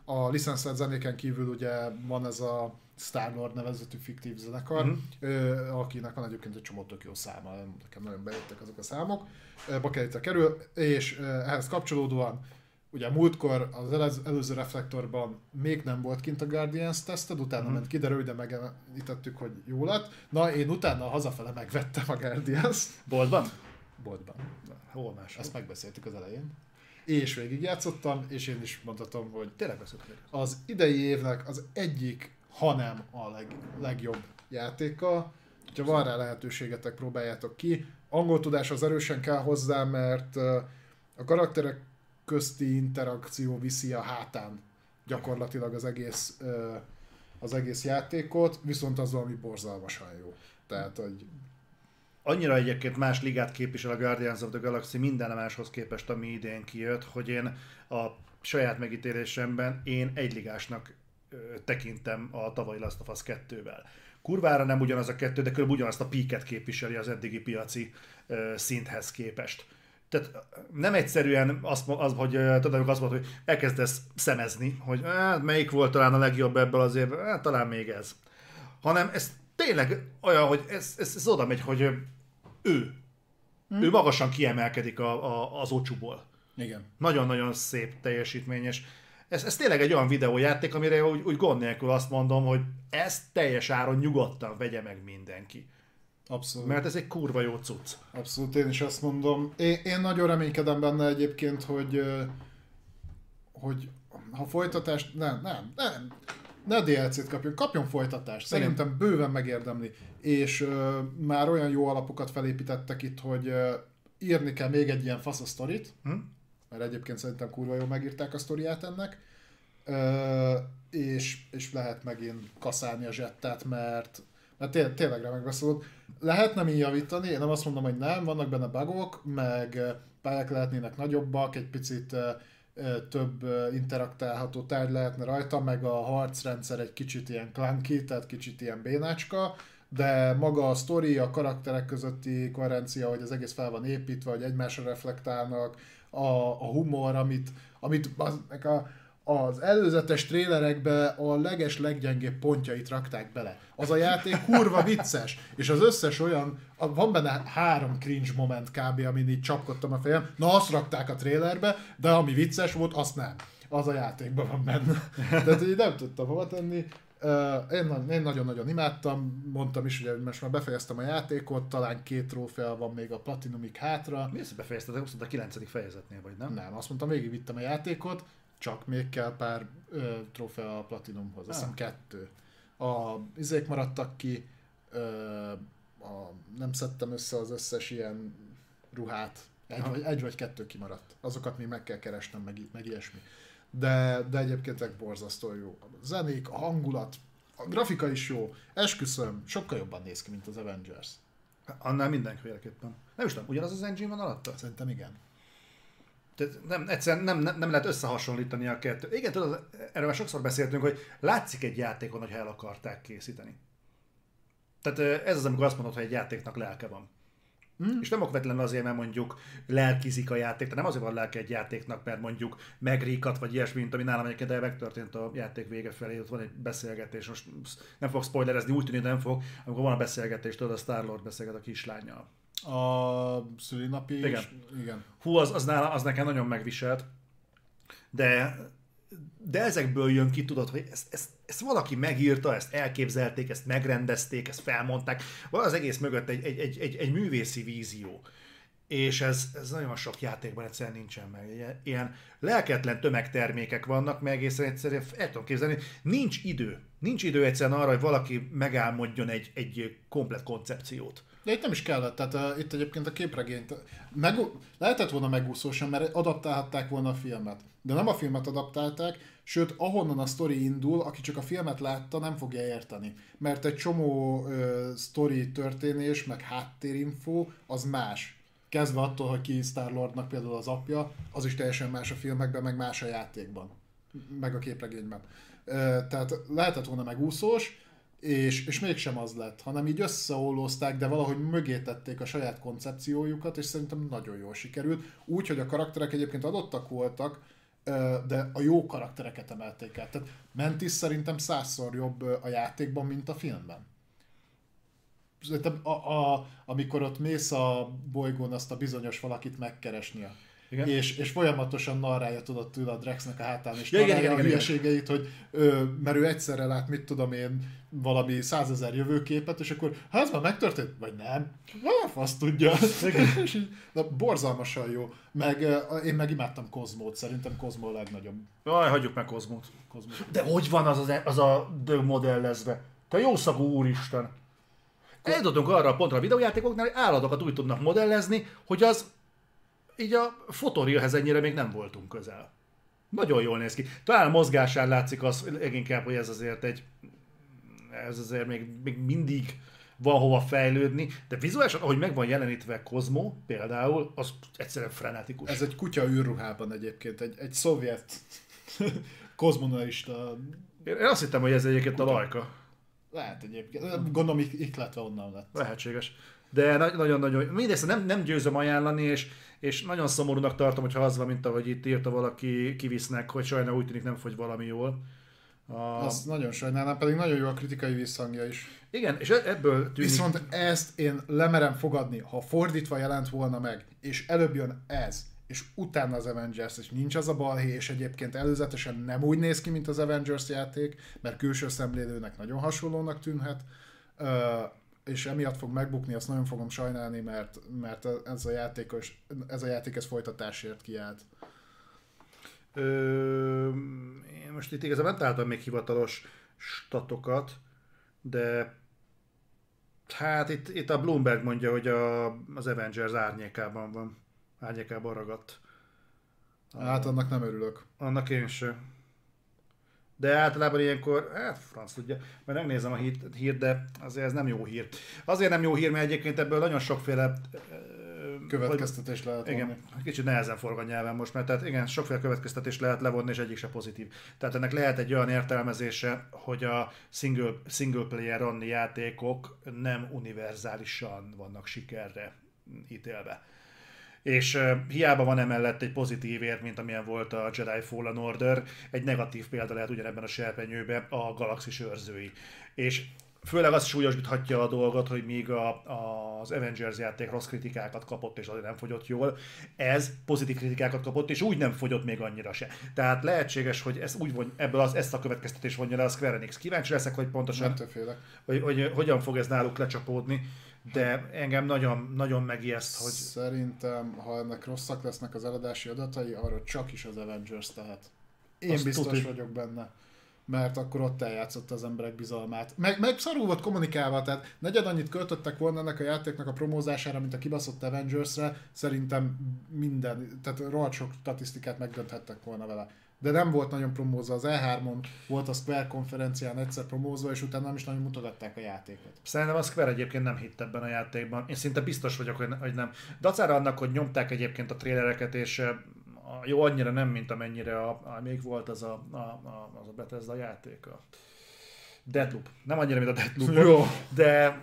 A licenszelt zenéken kívül ugye van ez a Star-Lord nevezetű fiktív zenekar, uh-huh. ö, akinek van egyébként egy csomó tök jó száma, nekem nagyon bejöttek azok a számok, bakelite kerül, és ehhez kapcsolódóan ugye múltkor az előző reflektorban még nem volt kint a Guardians teszted, utána uh-huh. ment ki, de röviden megemlítettük, hogy jó lett. Na, én utána hazafele megvettem a Guardians. Boltban? Boltban. Hol más? Ezt megbeszéltük az elején. És végigjátszottam, és én is mondhatom, hogy tényleg beszéltük. Az idei évnek az egyik, hanem a leg, legjobb játéka. Ha van rá lehetőségetek, próbáljátok ki. Angol tudás az erősen kell hozzá, mert a karakterek közti interakció viszi a hátán gyakorlatilag az egész, az egész játékot, viszont az valami borzalmasan jó. Tehát, hogy annyira egyébként más ligát képvisel a Guardians of the Galaxy minden máshoz képest, ami idén kijött, hogy én a saját megítélésemben én egyligásnak ö, tekintem a tavalyi Last of Us kettővel. Kurvára nem ugyanaz a kettő, de körülbelül ugyanazt a píket képviseli az eddigi piaci ö, szinthez képest. Tehát nem egyszerűen az, az hogy tudom, azt mondod, hogy elkezdesz szemezni, hogy eh, melyik volt talán a legjobb ebből az évben, eh, talán még ez. Hanem ez tényleg olyan, hogy ez, ez, ez oda megy, hogy ő, hmm. ő magasan kiemelkedik a, a, az ocsúból. Igen. Nagyon-nagyon szép teljesítményes. Ez, ez tényleg egy olyan videójáték, amire úgy, úgy gond nélkül azt mondom, hogy ezt teljes áron nyugodtan vegye meg mindenki. Abszolút. Mert ez egy kurva jó cucc. Abszolút, én is azt mondom. Én, én nagyon reménykedem benne egyébként, hogy, hogy ha folytatást... Nem, nem, nem. Ne dé el cét kapjon, kapjon folytatást. Szerintem igen. Bőven megérdemli. És uh, már olyan jó alapokat felépítettek itt, hogy uh, írni kell még egy ilyen fasz a sztorit, hm? mert egyébként szerintem kurva jól megírták a sztoriát ennek, uh, és, és lehet megint kaszálni a zsettát, mert, mert té- tényleg remek beszélod. Lehetne mi javítani, én nem azt mondom, hogy nem, vannak benne bugok, meg pályák lehetnének nagyobbak, egy picit uh, több interaktálható tárgy lehetne rajta, meg a harcrendszer egy kicsit ilyen clunky, tehát kicsit ilyen bénácska, de maga a sztori, a karakterek közötti koherencia, hogy az egész fel van építve, hogy egymásra reflektálnak, a, a humor, amit, amit az, a, az előzetes trélerekbe a leges leggyengébb pontjait rakták bele. Az a játék kurva vicces, és az összes olyan, van benne három cringe moment kb, amin így csapkodtam a fejem, na azt rakták a trélerbe, de ami vicces volt, azt nem. Az a játékban van benne. Tehát így nem tudtam hova tenni. Én, én nagyon-nagyon imádtam, mondtam is, hogy most már befejeztem a játékot, talán két trófea van még a Platinumig hátra. Mi ezt befejezted? Azt mondta, a kilencedik fejezetnél vagy, nem? Nem, azt mondtam, végigvittem a játékot, csak még kell pár ö, trófea a Platinumhoz, azt hiszem ah. kettő. A izék maradtak ki, ö, a, nem szedtem össze az összes ilyen ruhát, egy, vagy, egy vagy kettő kimaradt. Azokat még meg kell keresnem, meg, meg ilyesmi. De, de egyébként borzasztó jó. A zenék, a hangulat, a grafika is jó. Esküszöm, sokkal jobban néz ki, mint az Avengers. Annál mindenféleképpen. Nem is tudom, ugyanaz az engine van alatta? Szerintem igen. Tehát nem, egyszerűen nem, nem, nem lehet összehasonlítani a kettő. Igen, tudod, erről már sokszor beszéltünk, hogy látszik egy játékon, hogy el akarták készíteni. Tehát ez az, amikor azt mondod, hogy egy játéknak lelke van. Hmm. És nem okvetlenül azért, mert mondjuk lelkizik a játék, tehát nem azért van lelke egy játéknak, mert mondjuk megríkat, vagy ilyesmi, mint ami nálam egyébként megtörtént a játék vége felé, ott van egy beszélgetés, most nem fog spoilerezni, úgy tűnik, nem fog, amikor van a beszélgetés, tudod, a Star-Lord beszélget a kislánnyal. A szülinapi igen. is? Igen. Hú, az, az, nála, az nekem nagyon megviselt, de, de ezekből jön ki, tudod, hogy ezt, ezt, ezt valaki megírta, ezt elképzelték, ezt megrendezték, ezt felmondták, van az egész mögött egy, egy, egy, egy, egy művészi vízió. És ez, ez nagyon sok játékban egyszerűen nincsen meg. Ilyen lelketlen tömegtermékek vannak, meg egészen egyszerűen el tudom képzelni, nincs idő. Nincs idő egyszerűen arra, hogy valaki megálmodjon egy, egy komplett koncepciót. De itt nem is kellett, tehát uh, itt egyébként a képregényt meg, lehetett volna megúszósan, mert adaptálhatták volna a filmet. De nem a filmet adaptálták, sőt, ahonnan a sztori indul, aki csak a filmet látta, nem fogja érteni. Mert egy csomó uh, sztori történés, meg háttérinfo, az más. Kezdve attól, hogy ki Star-Lordnak például az apja, az is teljesen más a filmekben, meg más a játékban. Meg a képregényben. Uh, tehát lehetett volna megúszós, És, és mégsem az lett, hanem így összeollózták, de valahogy mögé tették a saját koncepciójukat, és szerintem nagyon jól sikerült. Úgy, hogy a karakterek egyébként adottak voltak, de a jó karaktereket emelték el. Tehát Mantis szerintem százszor jobb a játékban, mint a filmben. A, a, amikor ott mész a bolygón azt a bizonyos valakit megkeresni, és, és folyamatosan narrálja tudod tőle a Drexnek a hátán, és ja, narrálja a hülyeségeit, hogy ö, mert ő egyszerre lát, mit tudom én, valami százezer jövőképet, és akkor, ha ez már megtörtént, vagy nem, azt tudja. Na, borzalmasan jó. Meg én meg imádtam Kozmót, szerintem Kozmó a legnagyobb. Jaj, hagyjuk meg Kozmót. Kozmót. De hogy van az, az, az a dög modellezve? Te jó szagú úristen! Eljutottunk arra a pontra a videójátékoknál, hogy állatokat úgy tudnak modellezni, hogy az így a fotorealhez ennyire még nem voltunk közel. Nagyon jól néz ki. Talán a mozgásán látszik az leginkább, hogy ez azért egy... Ez azért még, még mindig van hova fejlődni, de vizuálisan, ahogy meg van jelenítve Kozmó például, az egyszerűen frenetikus. Ez egy kutya űrruhában egyébként, egy, egy szovjet kozmonaista... Én azt hittem, hogy ez egyébként a Lajka. Lehet egyébként. Gondolom, ikletve onnan lett. Lehetséges. De nagyon-nagyon... Mindezt nem, nem győzöm ajánlani, és, és nagyon szomorúnak tartom, hogyha az van, mint ahogy itt írta valaki, kivisznek, hogy sajnál úgy tűnik nem fogy valami jól. A... Azt nagyon sajnálnám, pedig nagyon jó a kritikai visszhangja is. Igen, és ebből tűnik... Viszont ezt én lemerem fogadni, ha fordítva jelent volna meg, és előbb jön ez, és utána az Avengers, és nincs az a balhé, és egyébként előzetesen nem úgy néz ki, mint az Avengers játék, mert külső szemlélőnek nagyon hasonlónak tűnhet, és emiatt fog megbukni, azt nagyon fogom sajnálni, mert, mert ez a játékos, ez a játék ez folytatásért kiállt. Ö, én most itt igazából nem találtam még hivatalos statokat, de hát itt, itt a Bloomberg mondja, hogy a, az Avengers árnyékában van. Árnyékában ragadt. Hát annak nem örülök. Annak én sem. De általában ilyenkor, hát franc tudja, mert megnézem a hírt, hír, de azért ez nem jó hír. Azért nem jó hír, mert egyébként ebből nagyon sokféle következtetés vagy, lehet igen, vonni. Kicsit nehezen forog a nyelven most, mert tehát igen, sokféle következtetés lehet levonni, és egyik se pozitív. Tehát ennek lehet egy olyan értelmezése, hogy a single, single player only játékok nem univerzálisan vannak sikerre ítélve. És uh, hiába van emellett egy pozitív ér, mint amilyen volt a Jedi Fallen Order, egy negatív példa lehet ugyanebben a serpenyőben a Galaxis őrzői. És főleg azt súlyosbíthatja a dolgot, hogy míg a, a, az Avengers játék rossz kritikákat kapott, és azért nem fogyott jól, ez pozitív kritikákat kapott, és úgy nem fogyott még annyira se. Tehát lehetséges, hogy ez úgy von, ebből az, ezt a következtetés vonja le a Square Enix. Kíváncsi leszek, hogy pontosan, hogy, hogy hogyan fog ez náluk lecsapódni, de engem nagyon, nagyon megijeszt, hogy... Szerintem, ha ennek rosszak lesznek az eladási adatai, arra csak is az Avengers tehet. Én azt biztos tudni. vagyok benne. Mert akkor ott eljátszott az emberek bizalmát. Meg, meg szarul volt kommunikálva, tehát negyed annyit költöttek volna ennek a játéknak a promózására, mint a kibaszott Avengers-re, szerintem minden, tehát rohadt sok statisztikát megdönthettek volna vele. De nem volt nagyon promózva, az E három-on volt a Square konferencián egyszer promózva, és utána nem is nagyon mutogatták a játékot. Szerintem a Square egyébként nem hitt ebben a játékban. Én szinte biztos vagyok, hogy nem. Dacára annak, hogy nyomták egyébként a trélereket, és jó, annyira nem, mint amennyire a, a, még volt az a, a, a, az a Bethesda játék, a Deathloop. Nem annyira, mint a Deathloop, jó. de,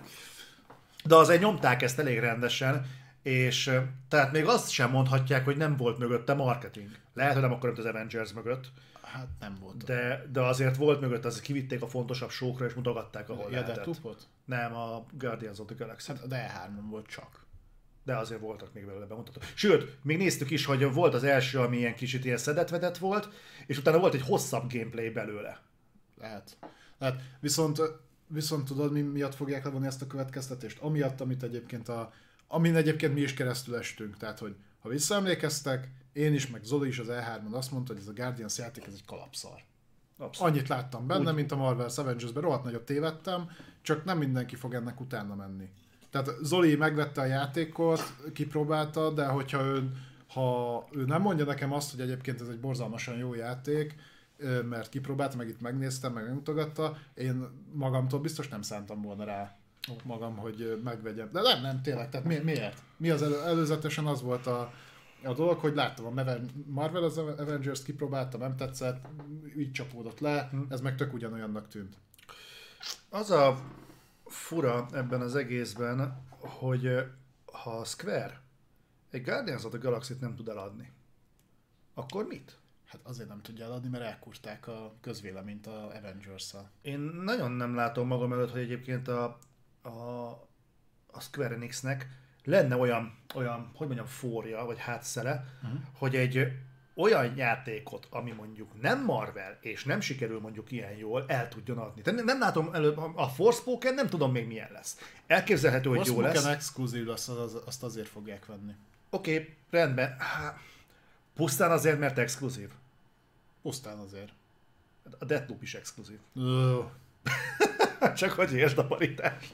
de azért nyomták ezt elég rendesen, és tehát még azt sem mondhatják, hogy nem volt mögötte marketing. Lehet, hogy nem akkor, mint az Avengers mögött. Hát nem volt. De, de azért volt mögött, azért kivitték a fontosabb sókra, és mutogatták, ahol ja, lehetett. Deathloopot? Nem, a Guardians of the Galaxy. Hát a E három-on volt csak. De azért voltak még belőle bemutató. Sőt, még néztük is, hogy volt az első, ami ilyen kicsit ilyen szedetvedett volt, és utána volt egy hosszabb gameplay belőle. Lehet. Lehet. Viszont, viszont tudod, mi miatt fogják levonni ezt a következtetést? Amiatt, amit egyébként a, amin egyébként mi is keresztül estünk. Tehát, hogy ha visszaemlékeztek, én is, meg Zoli is az E három-on azt mondta, hogy ez a Guardians játék, ez egy kalapszar. Abszolút. Annyit láttam benne, úgy, mint a Marvel's Avengers-ben, rohadt nagyot tévedtem, csak nem mindenki fog ennek utána menni. Tehát Zoli megvette a játékot, kipróbálta, de hogyha ő, ha ő nem mondja nekem azt, hogy egyébként ez egy borzalmasan jó játék, mert kipróbálta, meg itt megnéztem, meg megmutogatta, én magamtól biztos nem szántam volna rá magam, hogy megvegyem. De nem, nem, tényleg, tehát mi, miért? Mi az elő, előzetesen az volt a, a dolog, hogy láttam a Marvel az Avengers, kipróbáltam, nem tetszett, így csapódott le, ez meg tök ugyanolyannak tűnt. Az a fura ebben az egészben, hogy ha a Square egy Guardians of the Galaxy-t nem tud eladni, akkor mit? Hát azért nem tudja eladni, mert elkurták a közvéleményt a Avengers-szel. Én nagyon nem látom magam előtt, hogy egyébként a, a, a Square Enixnek lenne olyan, olyan, hogy mondjam, fória, vagy hátszele, uh-huh. hogy egy olyan játékot, ami mondjuk nem Marvel, és nem sikerül mondjuk ilyen jól, el tudjon adni. Tehát nem látom előbb, a Forspoken nem tudom még milyen lesz. Elképzelhető, hogy jó lesz. Forspoken exkluzív lesz, az, azt azért fogják venni. Oké, okay, rendben. Há, pusztán azért, mert exkluzív. Pusztán azért. A Deathloop is exkluzív. Uh. Csak hogy értsd a paritást.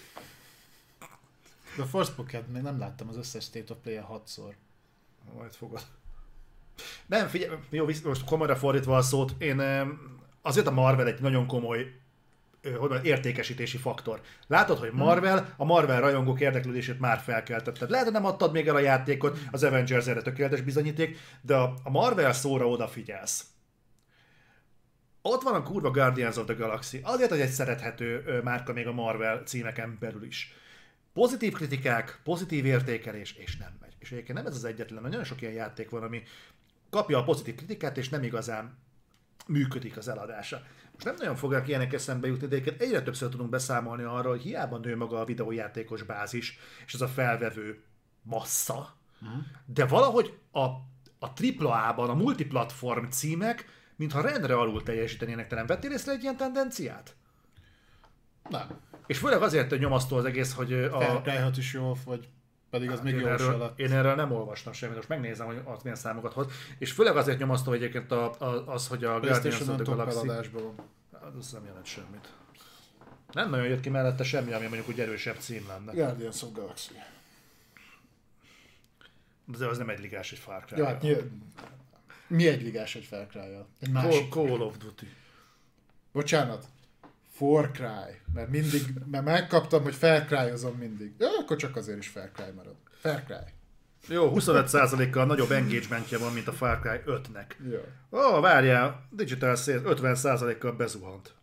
De a Forspoken még nem láttam az összes State of Play-en hatszor. Majd fogod. Nem, figyelj, jó, most komolyra fordítva a szót, én azért a Marvel egy nagyon komoly hogy mondjam, értékesítési faktor. Látod, hogy Marvel, a Marvel rajongók érdeklődését már felkeltetted. Lehet, hogy nem adtad még el a játékot, az Avengers erre tökéletes bizonyíték, de a Marvel szóra odafigyelsz. Ott van a kurva Guardians of the Galaxy. Azért, hogy egy szerethető márka még a Marvel címeken belül is. Pozitív kritikák, pozitív értékelés, és nem megy. És egyébként nem ez az egyetlen, nagyon sok ilyen játék van, ami kapja a pozitív kritikát, és nem igazán működik az eladása. Most nem nagyon fognak ilyenek eszembe jutni, de egyébként egyre többször tudunk beszámolni arról, hogy hiába nő maga a videójátékos bázis, és az a felvevő massza, uh-huh. de valahogy a, a tripla á-ban a multiplatform címek, mintha rendre alul teljesítenének. Te nem vettél észre egy ilyen tendenciát? Nem. És főleg azért, hogy nyomasztó az egész, hogy a... Felkelhet is jó, vagy pedig az hát még jó alatt. Én erről nem olvastam semmit, most megnézem, hogy az milyen számokat hoz. És főleg azért nyomasztó, hogy egyébként a, a, az, hogy a Guardians of the Galaxy... Az nem jelent semmit. Nem nagyon jött ki mellette semmi, ami mondjuk úgy erősebb cím lenne. Guardians of Galaxy. De az nem egy ligás, egy Far Cry. Ja, hát nyilv... Mi egy ligás egy Far Cry-jal? Egy másik. Call of Duty. Bocsánat. Far Cry. Mert mindig, mert megkaptam, hogy Far Cry-ozom mindig. Ja, akkor csak azért is Far Cry marad. Far Cry. Jó, huszonöt százalékkal nagyobb engagementje van, mint a Far Cry ötnek. Jó. Ó, oh, várjál, Digital Sales ötven százalékkal bezuhant.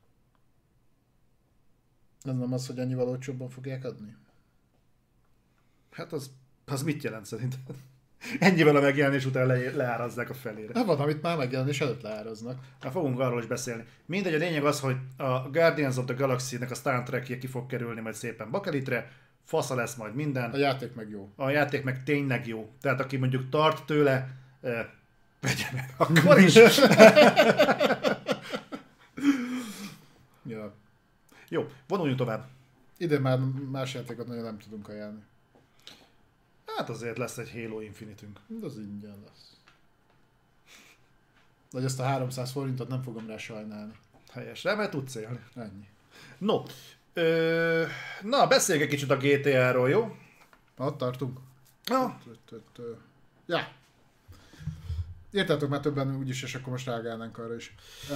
Ez nem az, hogy ennyival olcsóbban fogják adni? Hát az, az mit jelent szerinted? Ennyivel a megjelenés után le, leárazzák a felére. Na van, amit már megjelenés előtt leáraznak. Na, fogunk arról is beszélni. Mindegy, a lényeg az, hogy a Guardians of the Galaxy-nek a Star Trek-je ki fog kerülni majd szépen bakelitre, fasza lesz majd minden. A játék meg jó. A játék meg tényleg jó. Tehát aki mondjuk tart tőle, eh, vegye meg akkor is. Ja. Jó, vonuljunk tovább. Ide már más játékot nagyon nem tudunk ajánlani. Hát azért lesz egy Halo Infinite-ünk. Az ingyen lesz. Vagy azt a háromszáz forintot nem fogom rá sajnálni. Helyes, mert tudsz élni. Ennyi. No, ö, na beszéljünk egy kicsit a gé té á-ról, jó? Ott tartunk. Na. Ja. Érteltük már többen úgyis, és akkor most rágálnánk arra is. Uh,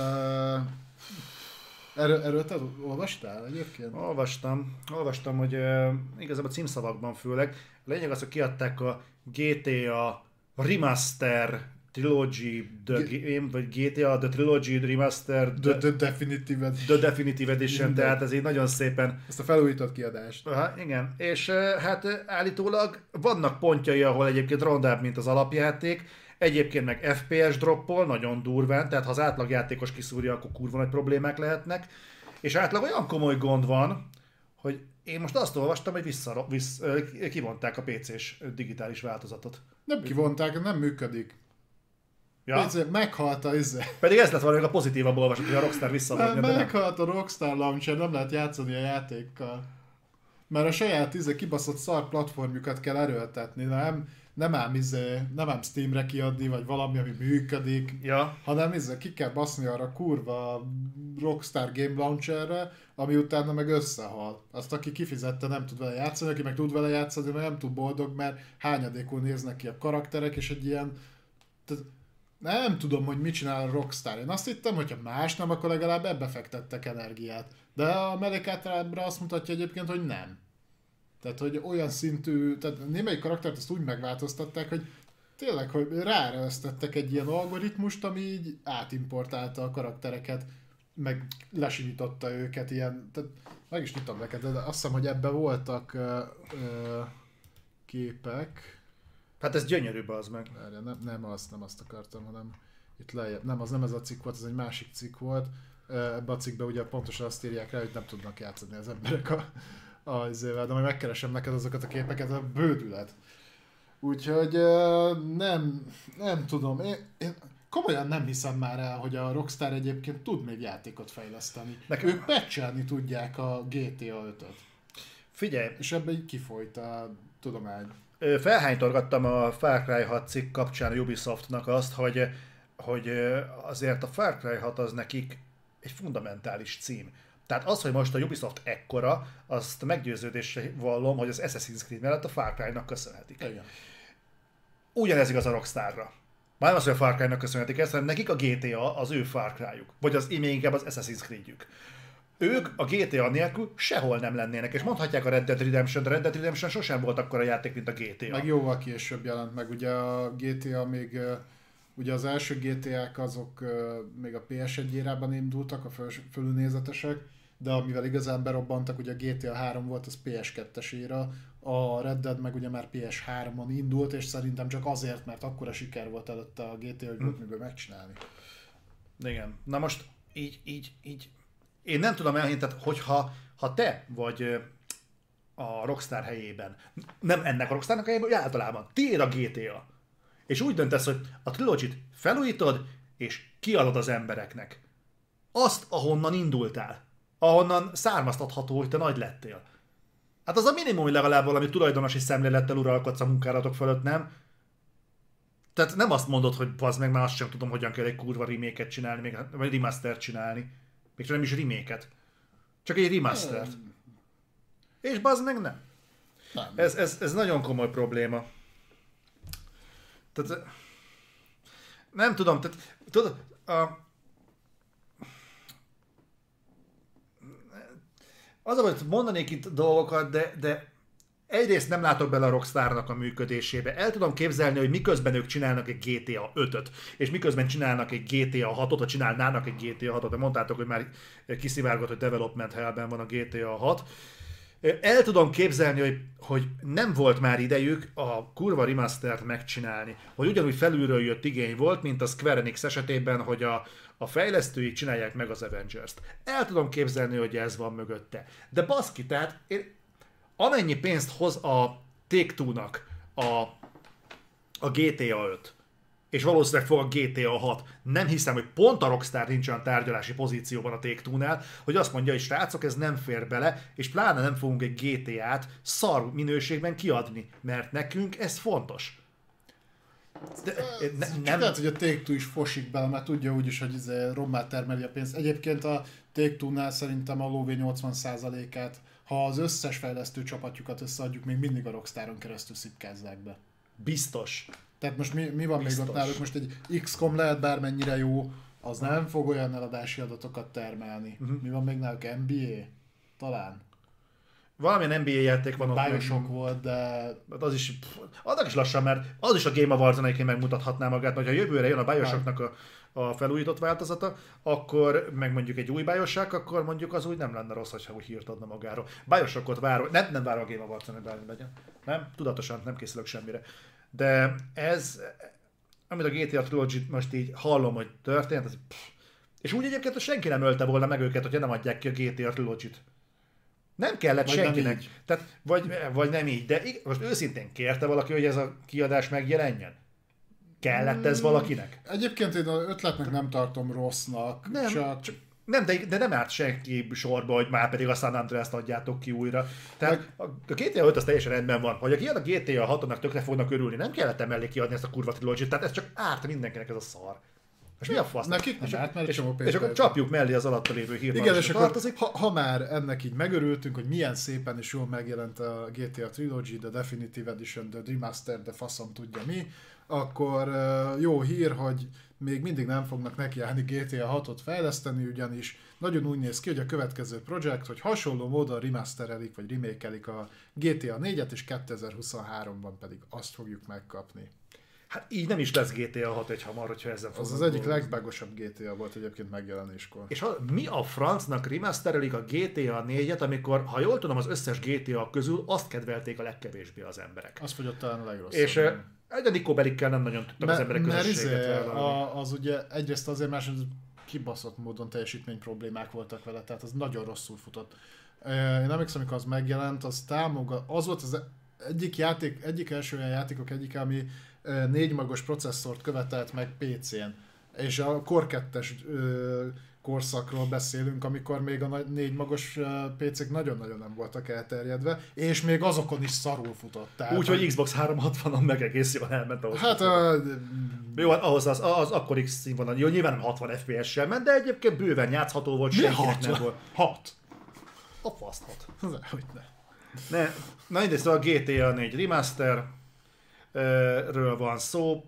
erről, erről te olvastál egyébként? Olvastam. Olvastam, hogy uh, igazából a címszavakban főleg. A lényeg az, hogy kiadták a gé té á Remaster Trilogy, The G- Game, vagy gé té á The Trilogy Remaster The, the, the Definitive Edition. The Definitive Edition, minden. Tehát ez így nagyon szépen... Ezt a felújított kiadást. Aha, igen, és hát állítólag vannak pontjai, ahol egyébként rondább, mint az alapjáték, egyébként meg ef pé es droppol, nagyon durván, tehát ha az átlagjátékos kiszúrja, akkor kurva nagy problémák lehetnek, és átlag olyan komoly gond van, hogy én most azt olvastam, hogy vissza, vissz, kivonták a pé cés digitális változatot. Nem kivonták, nem működik. Ja. pé cé meghalt a izé. Pedig ez lett valami a pozitívabb olvasat, hogy a Rockstar visszavonja. Me- meghalt a Rockstar Launcher, nem lehet játszani a játékkal. Mert a saját izé kibaszott szar platformjukat kell erőltetni, nem, nem ám izé, nem ám Steamre kiadni, vagy valami, ami működik, ja. hanem izé, ki kell baszni arra kurva Rockstar Game Launcherre, ami utána meg összehal. Azt, aki kifizette, nem tud vele játszani, aki meg tud vele játszani, mert nem tud boldog, mert hányadékul néznek ki a karakterek, és egy ilyen... Tehát nem tudom, hogy mit csinál a Rockstar. Én azt hittem, hogyha más nem, akkor legalább ebbe fektettek energiát. De a mellékátrábra azt mutatja egyébként, hogy nem. Tehát, hogy olyan szintű, tehát némelyik karaktert azt úgy megváltoztatták, hogy tényleg, hogy ráerőztettek egy ilyen algoritmust, ami így átimportálta a karaktereket, meg lesimította őket ilyen, tehát meg is nyitom neked, de azt hiszem, hogy ebben voltak ö, ö, képek. Hát ez gyönyörűbb az meg. Erre, nem, nem azt, nem azt akartam, hanem itt lejjebb. Nem, az nem ez a cikk volt, ez egy másik cikk volt. Ebben a cikkben ugye pontosan azt írják rá, hogy nem tudnak játszani az emberek a, a izével, de majd megkeresem neked azokat a képeket, a bődület. Úgyhogy nem, nem tudom, én, én komolyan nem hiszem már el, hogy a Rockstar egyébként tud még játékot fejleszteni. Nekem... Ők patchelni tudják a gé té á ötöt. Figyelj! És ebben így kifolyt a tudomány. Felhánytorgattam a Far Cry hat cikk kapcsán a Ubisoftnak azt, hogy, hogy azért a Far Cry hat az nekik egy fundamentális cím. Tehát az, hogy most a Ubisoft ekkora, azt meggyőződésre vallom, hogy az Assassin's Creed mellett a Far Cry-nak köszönhetik. Igen. Ugyanez igaz a Rockstarra. Már nem az, hogy a Far Cry-nak köszönhetik ezt, hanem nekik a gé té á az ő Far Cry-juk. Vagy az még inkább az Assassin's Creed-jük. Ők a gé té á nélkül sehol nem lennének, és mondhatják a Red Dead Redemption, de Red Dead Redemption sosem volt akkora játék, mint a gé té á. Meg jóval később jelent meg, ugye a gé té á még, ugye az első gé té á-k azok még a pé es egy érában indultak, a föl, fölülnézetesek, de amivel igazán berobbantak, ugye a gé té á három volt, az pé es kettes éra, a Red Dead meg ugye már pé es hármon indult, és szerintem csak azért, mert akkora siker volt előtte a gé té á, hogy volt miből megcsinálni. Igen. Na most így, így, így. Én nem tudom elhinni, tehát hogyha ha te vagy a Rockstar helyében, nem ennek a Rockstarnak a helyében, hogy általában tiéd a gé té á, és úgy döntesz, hogy a Trilogy-t felújítod, és kiadod az embereknek azt, ahonnan indultál, ahonnan származtatható, hogy te nagy lettél. Hát az a minimum, hogy legalább valami tulajdonosi szemlélettel uralkodsz a munkálatok fölött, nem? Tehát nem azt mondod, hogy bazd meg, már azt sem tudom, hogyan kell egy kurva remake-et csinálni, még, vagy remaster-t csinálni. Még nem is remake-et. Csak egy remastert. Hmm. És bazd meg nem. nem. Ez, ez, ez nagyon komoly probléma. Tehát nem tudom, tehát tudod, a, az, hogy mondanék itt dolgokat, de, de egyrészt nem látok bele a Rockstarnak a működésébe. El tudom képzelni, hogy miközben ők csinálnak egy gé té á ötöt, és miközben csinálnak egy gé té á hatot, vagy csinálnának egy gé té á hatot, de mondtátok, hogy már kiszivárgott, hogy development hellben van a gé té á hat. El tudom képzelni, hogy, hogy nem volt már idejük a kurva remastert megcsinálni, hogy ugyanúgy felülről jött igény volt, mint a Square Enix esetében, hogy a, a fejlesztői csinálják meg az Avengers-t. El tudom képzelni, hogy ez van mögötte. De baszki, tehát én, amennyi pénzt hoz a Take-Two-nak a, a gé té á öt, és valószínűleg fog a gé té á hat. Nem hiszem, hogy pont a Rockstar nincs olyan tárgyalási pozícióban a Take-Two-nál, hogy azt mondja, hogy srácok, ez nem fér bele, és pláne nem fogunk egy gé té á-t szar minőségben kiadni, mert nekünk ez fontos. De, ne, nem... Lehet, hogy a Take-Two is fosik bele, mert tudja úgyis, hogy ez rommá termeli a pénzt. Egyébként a Take-Two-nál szerintem a lóvé nyolcvan százalékát, ha az összes fejlesztő csapatjukat összeadjuk, még mindig a Rockstaron keresztül szipkázzák be. Biztos. Tehát most mi, mi van Biztos. Még ott náluk? Most egy iksz kom lehet bármennyire jó, az nem fog olyan eladási adatokat termelni. Uh-huh. Mi van még náluk? en bé á? Talán. Valamilyen en bé á játék van ott. Bioshock volt, de... Az is, pff, annak is lassan, mert az is a Game Awards-on egyébként megmutathatná magát, hogy ha jövőre jön a Bioshocknak a, a felújított változata, akkor meg mondjuk egy új Bioshock, akkor mondjuk az úgy nem lenne rossz, hogyha úgy hírt adna magáról. Bioshockot várom, nem, nem várom a Game Awards-on, hogy bármi legyen. Nem? Tudatosan, nem készülök semmire. De ez, amit a gé té á Trilogy most így hallom, hogy történt, az, pff. És úgy egyébként, hogy senki nem ölte volna meg őket, hogyha nem adják ki a gé té á Trilogy-t. Nem kellett vagy senkinek. Nem Tehát, vagy, vagy nem így, de most őszintén kérte valaki, hogy ez a kiadás megjelenjen? Kellett ez valakinek? Egyébként én az ötletnek nem tartom rossznak. Nem, csak... csak nem, de, de nem árt senki sorba, hogy már pedig a San Andreas-t adjátok ki újra. Tehát meg... a gé té á öt az teljesen rendben van. Hogy aki a gé té á hatonnak tökre fognak örülni, nem kellett emellé kiadni ezt a kurva Trilogy-t, tehát ez csak árt mindenkinek ez a szar. És mi a fasz? Nekik nem árt, mert és, és akkor csapjuk mellé az alatta lévő hírban. Igen, és akkor ha, ha már ennek így megörültünk, hogy milyen szépen és jól megjelent a gé té á Trilogy, de Definitive Edition, de Remaster, de faszom tudja mi, akkor jó hír, hogy még mindig nem fognak nekiállni gé té á hatot fejleszteni, ugyanis nagyon úgy néz ki, hogy a következő projekt, hogy hasonló módon remasterelik vagy remake-elik a gé té á négyet, és kétezer-huszonháromban pedig azt fogjuk megkapni. Hát így nem is lesz gé té á hat egy hamar, hogyha ezzel Az az egyik legbagosabb gé té á volt egyébként megjelenéskor. És ha, mi a francnak remasterelik a gé té á négyet, amikor, ha jól tudom, az összes gé té á közül azt kedvelték a legkevésbé az emberek. Az fogyott talán a legrosszabb. És egy a Nico Bellickel nem nagyon tudtak az emberek közösséget vállalni. Az ugye egyrészt azért, másrészt kibaszott módon teljesítmény problémák voltak vele, tehát az nagyon rosszul futott. Én emlékszem, amikor az megjelent, az támogat, az volt az egyik játék, egyik első olyan játékok egyik, ami négy magos processzort követelt meg pé cén. És a Core kettes korszakról beszélünk, amikor még a négy magos pé cék nagyon-nagyon nem voltak elterjedve, és még azokon is szarul futott. Úgyhogy a... Xbox háromszázhatvanon meg egész jól elment ahhoz. Hát a... Jó, ahhoz az, az akkor X színvonal. Jó, nyilván nem hatvan ef pé es-sel ment, de egyébként bőven játszható volt, senkinek nem volt. hat. A faszt hat. Hogy ne. Ne. Na mindegy, szóval a gé té á négy Remaster ről van szó.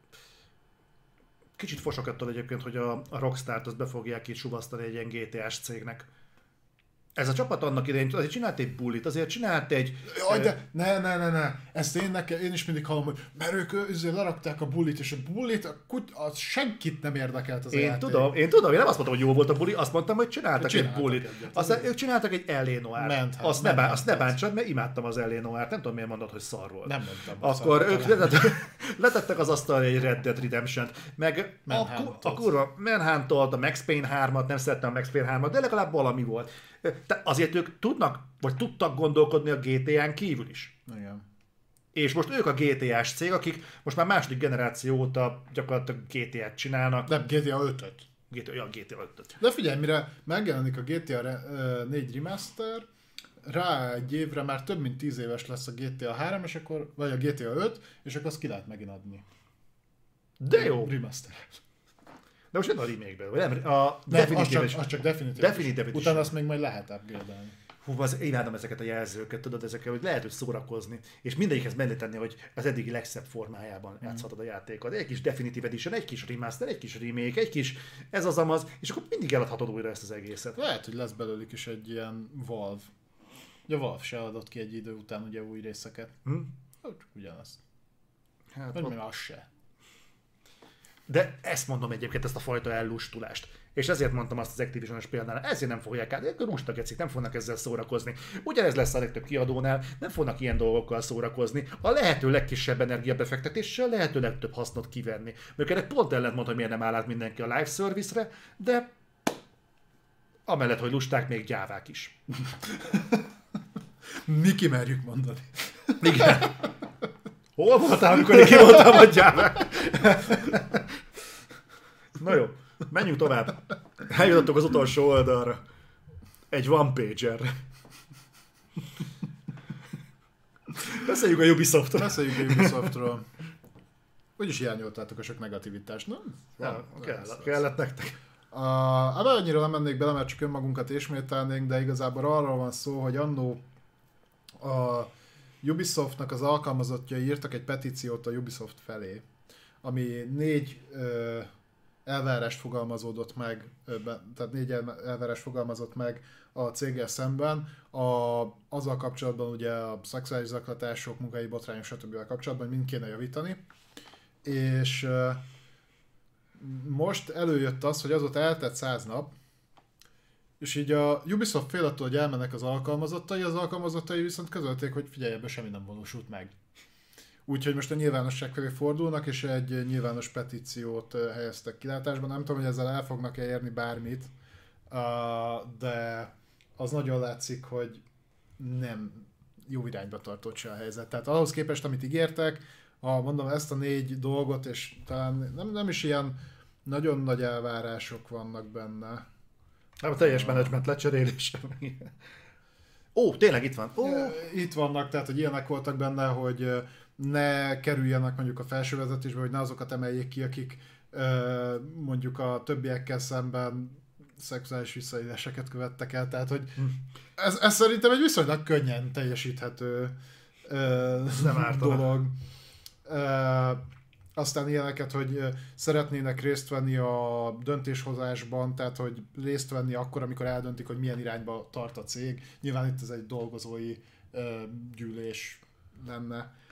Kicsit fosok attól egyébként, hogy a, a Rockstart azt be fogják itt suvasztani egy ilyen gé té ás cégnek. Ez a csapat annak idején azért csinált egy bullit, azért csinált egy... Jaj, de ne, ne, ne, ne. Ezt én, nekem, én is mindig hallom, hogy mert ők azért lerakták a bullit, és a bullit, a kut, az senkit nem érdekelt az én a játék. Tudom, én tudom, én nem azt mondtam, hogy jó volt a bulli, azt mondtam, hogy csináltak, csináltak egy bullit. egyet, Aztán ők csináltak egy L A Noir. Ment, azt, ment, ne, bá, ment, azt ne ment. bántsad, mert imádtam az L A Noir-t, nem tudom miért mondod, hogy szar volt. Nem mondtam. Akkor ők letettek, letettek az asztalra egy Red Dead Redemption-t, meg Manhuntot. a, a kurva Manhuntot, a Max Payne hármat, nem szerettem a Max Payne hármat, de legalább valami volt. Te azért ők tudnak, vagy tudtak gondolkodni a gé té á-n kívül is. Igen. És most ők a gé té ás cég, akik most már második generáció óta gyakorlatilag gé té át csinálnak. Nem, gé té á ötöt. gé té á, ja, gé té á ötöt. De figyelj, mire megjelenik a gé té á négy Remaster, rá egy évre már több mint tíz éves lesz a gé té á három, és akkor, vagy a gé té á öt, és akkor azt ki lehet megint adni. De jó! Remaster. De most jön a remake-be, vagy nem? A Nem, az Definitive csak, az csak Definitive. Definitive Edition. Utána azt még majd lehet upgrade-elni. Hú, az, imádom ezeket a jelzőket, tudod, ezekkel, hogy lehet, hogy szórakozni, és mindegyikhez mellé tenni, hogy az eddigi legszebb formájában mm. játszhatod a játékot. Egy kis Definitive Edition, egy kis remaster, egy kis remake, egy kis ez az amaz, és akkor mindig eladhatod újra ezt az egészet. Lehet, hogy lesz belőlük is egy ilyen Valve. Ugye a Valve se adott ki egy idő után ugye új részeket. Hm? Hát, ugyanazt. Hát, Vagy ott... még az se. De ezt mondom egyébként, ezt a fajta ellustulást. És ezért mondtam azt az Activision-es példánál, ezért nem fogják át, ők rustagecik, nem fognak ezzel szórakozni. Ugyanez lesz a legtöbb kiadónál, nem fognak ilyen dolgokkal szórakozni. A lehető legkisebb energiabefektetéssel lehető legtöbb hasznot kivenni. Mert ennek pont ellentmond, hogy miért nem áll át mindenki a live service-re, de amellett, hogy lusták, még gyávák is. Mi kimerjük mondani. Igen. Hol voltál, amikor én ki voltam a gyávák? Na jó, menjünk tovább. Eljutottunk az utolsó oldalra. Egy one-pagerre. Beszéljük a Ubisoftról. Beszéljük a Ubisoftról. Úgyis hiányoltátok a sok negativitást, nem? Ja, kell, kellett nektek. Uh, hát annyira nem mennék bele, mert csak önmagunkat ismételnénk, de igazából arról van szó, hogy annó a Ubisoftnak az alkalmazottjai írtak egy petíciót a Ubisoft felé, ami négy uh, elvárást fogalmazódott meg, tehát négy elvárást fogalmazott meg a céggel szemben, a, azzal kapcsolatban ugye a szexuális zaklatások, munkai botrányok, stb. Kapcsolatban mind kéne javítani, és uh, most előjött az, hogy azóta eltett száz nap, és így a Ubisoft fél attól, hogy elmennek az alkalmazottai, az alkalmazottai viszont közölték, hogy figyelj, ebben semmi nem valósult meg. Úgyhogy most a nyilvánosság felé fordulnak, és egy nyilvános petíciót helyeztek kilátásba. Nem tudom, hogy ezzel el fognak-e érni bármit, de az nagyon látszik, hogy nem jó irányba tartott se a helyzet. Tehát ahhoz képest, amit ígértek, ha mondom ezt a négy dolgot, és talán nem, nem is ilyen nagyon nagy elvárások vannak benne. Nem a teljes menedzsment lecserélése. Ó, tényleg itt van. Ó. Itt vannak, tehát hogy ilyenek voltak benne, hogy ne kerüljenek mondjuk a felsővezetésbe, hogy ne azokat emeljék ki, akik mondjuk a többiekkel szemben szexuális visszaéléseket követtek el, tehát hogy ez, ez szerintem egy viszonylag könnyen teljesíthető nem dolog. Aztán ilyeneket, hogy szeretnének részt venni a döntéshozásban, tehát hogy részt venni akkor, amikor eldöntik, hogy milyen irányba tart a cég. Nyilván itt ez egy dolgozói gyűlés lenne.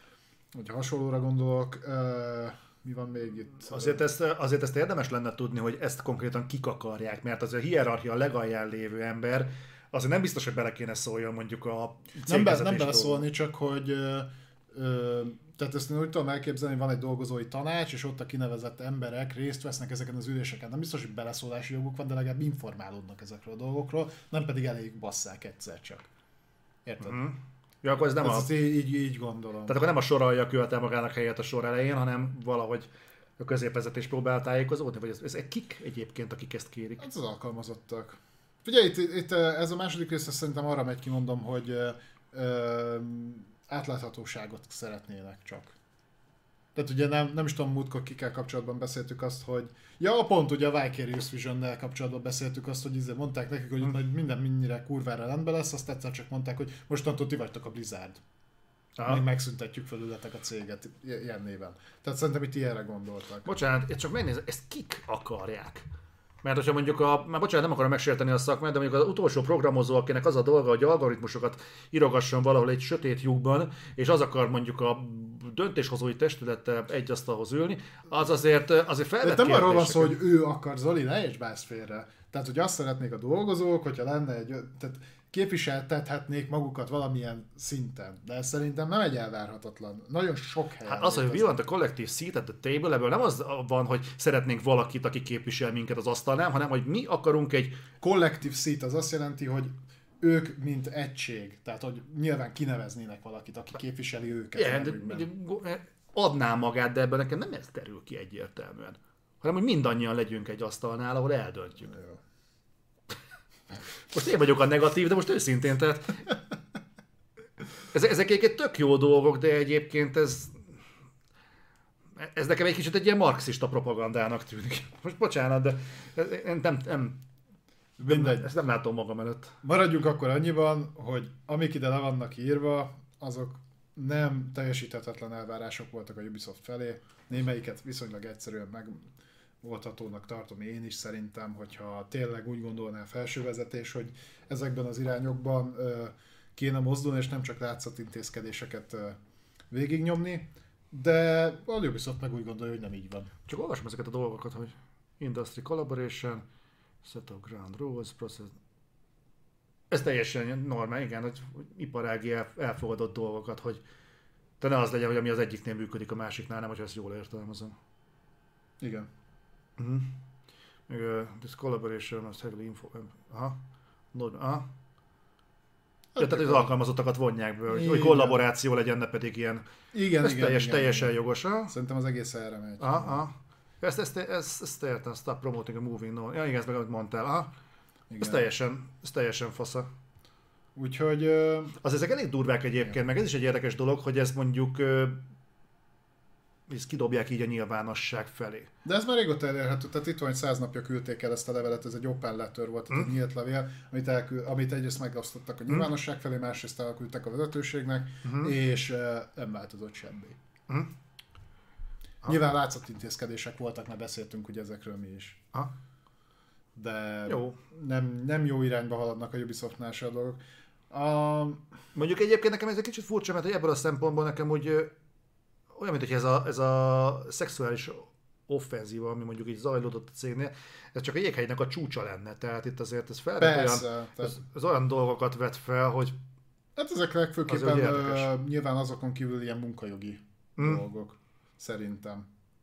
Hogyha hasonlóra gondolok, uh, mi van még itt? Azért ezt, azért ezt érdemes lenne tudni, hogy ezt konkrétan kik akarják, mert az a hierarchia legalján lévő ember, azért nem biztos, hogy bele kéne szóljon mondjuk a Nem, be, nem beleszólni, csak hogy ö, ö, tehát ezt én úgy tudom elképzelni, hogy van egy dolgozói tanács, és ott a kinevezett emberek részt vesznek ezeken az üléseken. Nem biztos, hogy beleszólási joguk van, de legalább informálódnak ezekről a dolgokról, nem pedig elég basszák egyszer csak. Érted? Mm. Ja, akkor ez nem ez a... így, így, így gondolom. Tehát akkor nem a soralja követel magának helyet a sor elején, hanem valahogy a középvezetés próbál tájékozódni, vagy ez, ez kik egyébként, akik ezt kérik? Ez az alkalmazottak. Figyelj, itt, itt ez a második része szerintem arra megy ki, mondom, hogy ö, ö, átláthatóságot szeretnének csak. Tehát ugye nem, nem is tudom, múltkor kikkel kapcsolatban beszéltük azt, hogy ja, pont ugye a Vicarious Visionnel kapcsolatban beszéltük azt, hogy izé mondták nekik, hogy hmm. minden mennyire kurvára rendben lesz, azt egyszer csak mondták, hogy mostantól ti vagytok a Blizzard. Aha. Még megszüntetjük felületek a céget ilyen néven. Tehát szerintem itt ilyenre gondoltak. Bocsánat, csak megnézem, ezt kik akarják? Mert hogyha mondjuk a, már bocsánat, nem akarom megsérteni a szakmát, de mondjuk az utolsó programozó, akinek az a dolga, hogy algoritmusokat írogasson valahol egy sötét lyukban, és az akar mondjuk a döntéshozói testülettel egy asztalhoz ülni, az azért, azért felvett kérdéseket. Nem arról van szó, hogy ő akar, Zoli, ne értsd félre. Tehát, hogy azt szeretnék a dolgozók, hogyha lenne egy, tehát képviseltethetnék magukat valamilyen szinten, de ez szerintem nem egy elvárhatatlan. Nagyon sok helyen. Hát az, hogy we want a collective seat at the table, ebből nem az van, hogy szeretnénk valakit, aki képvisel minket az asztalnál, hanem hogy mi akarunk egy... Collective seat az azt jelenti, hogy ők mint egység, tehát hogy nyilván kineveznének valakit, aki képviseli őket. Igen, de adná magát, de ebben nekem nem ez derül ki egyértelműen. Hanem, hogy mindannyian legyünk egy asztalnál, ahol eldöntjük. Jó. Most én vagyok a negatív, de most őszintén, tehát ezek egyébként tök jó dolgok, de egyébként ez ez nekem egy kicsit egy ilyen marxista propagandának tűnik. Most bocsánat, de nem, nem, nem, Mindegy. Ezt nem látom magam előtt. Maradjunk akkor annyiban, hogy amik ide le vannak írva, azok nem teljesíthetetlen elvárások voltak a Ubisoft felé. Némelyiket viszonylag egyszerűen meg oldhatónak tartom én is szerintem, hogyha tényleg úgy gondolná a felsővezetés, hogy ezekben az irányokban ö, kéne mozdulni, és nem csak látszatintézkedéseket ö, végignyomni, de a Ubisoft meg úgy gondolja, hogy nem így van. Csak olvasom ezeket a dolgokat, hogy Industry Collaboration, Set of Ground Rules, Process... Ez teljesen normál, igen, hogy iparági elfogadott dolgokat, hogy te ne az legyen, hogy ami az egyiknél működik, a másiknál nem, hogyha ezt jól értelmezem. Igen. Uh-huh. Uh, this collaboration must heavily info... Aha. Aha. Ja, tehát az alkalmazottakat vonják be, hogy, hogy kollaboráció legyen, ne pedig ilyen... Igen, ez igen, teljes, igen, teljesen igen. jogos. Ha? Szerintem az egész erre megy. Aha, aha. Ezt, ezt, ezt, ezt értem, stop promoting a moving no. Ja, igen, ez meg amit mondtál. Aha. Ez teljesen, ez teljesen fasza. Úgyhogy... Uh... Az ezek elég durvák egyébként, igen. Meg ez is egy érdekes dolog, hogy ez mondjuk... Uh, ezt kidobják így a nyilvánosság felé. De ez már régóta elérhető, tehát itt van, hogy száz napja küldték el ezt a levelet, ez egy open letter volt, mm. egy nyílt levél, amit, elküld, amit egyrészt megosztottak a nyilvánosság felé, másrészt elküldtek a vezetőségnek, mm. és uh, nem változott semmi. Mm. Nyilván látszatintézkedések voltak, mert beszéltünk ugye ezekről mi is. Ha. De jó. Nem, nem jó irányba haladnak a Ubisoftnál se a dolgok. A... Mondjuk egyébként nekem ez egy kicsit furcsa, mert ebből a szempontból nekem úgy olyan, mint hogy ez a, ez a szexuális offenzíva, ami mondjuk így zajlódott a cégnél, ez csak a jéghegynek a csúcsa lenne. Tehát itt azért ez fel olyan, tehát... ez, ez olyan dolgokat vet fel, hogy hát ezek legfőképpen uh, nyilván azokon kívül ilyen munkajogi hmm. dolgok, szerintem.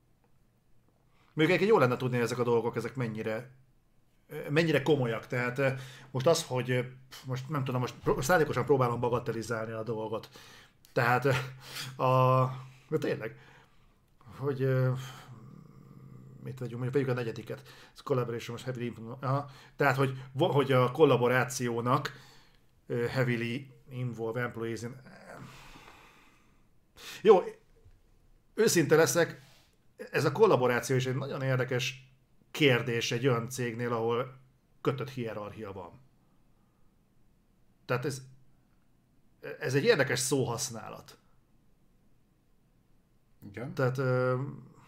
Még egyébként jó lenne tudni, hogy ezek a dolgok, ezek mennyire mennyire komolyak. Tehát most az, hogy most nem tudom, most szándékosan próbálom bagatelizálni a dolgot. Tehát a de tényleg, hogy uh, mit vegyünk, mondjuk vegyük a negyediket, ez collaboration most heavily aha. Tehát, hogy, hogy a kollaborációnak uh, heavily involve employees in... Jó, őszinte leszek, ez a kollaboráció is egy nagyon érdekes kérdés egy olyan cégnél, ahol kötött hierarchia van. Tehát ez, ez egy érdekes szóhasználat. Igen. Tehát ö,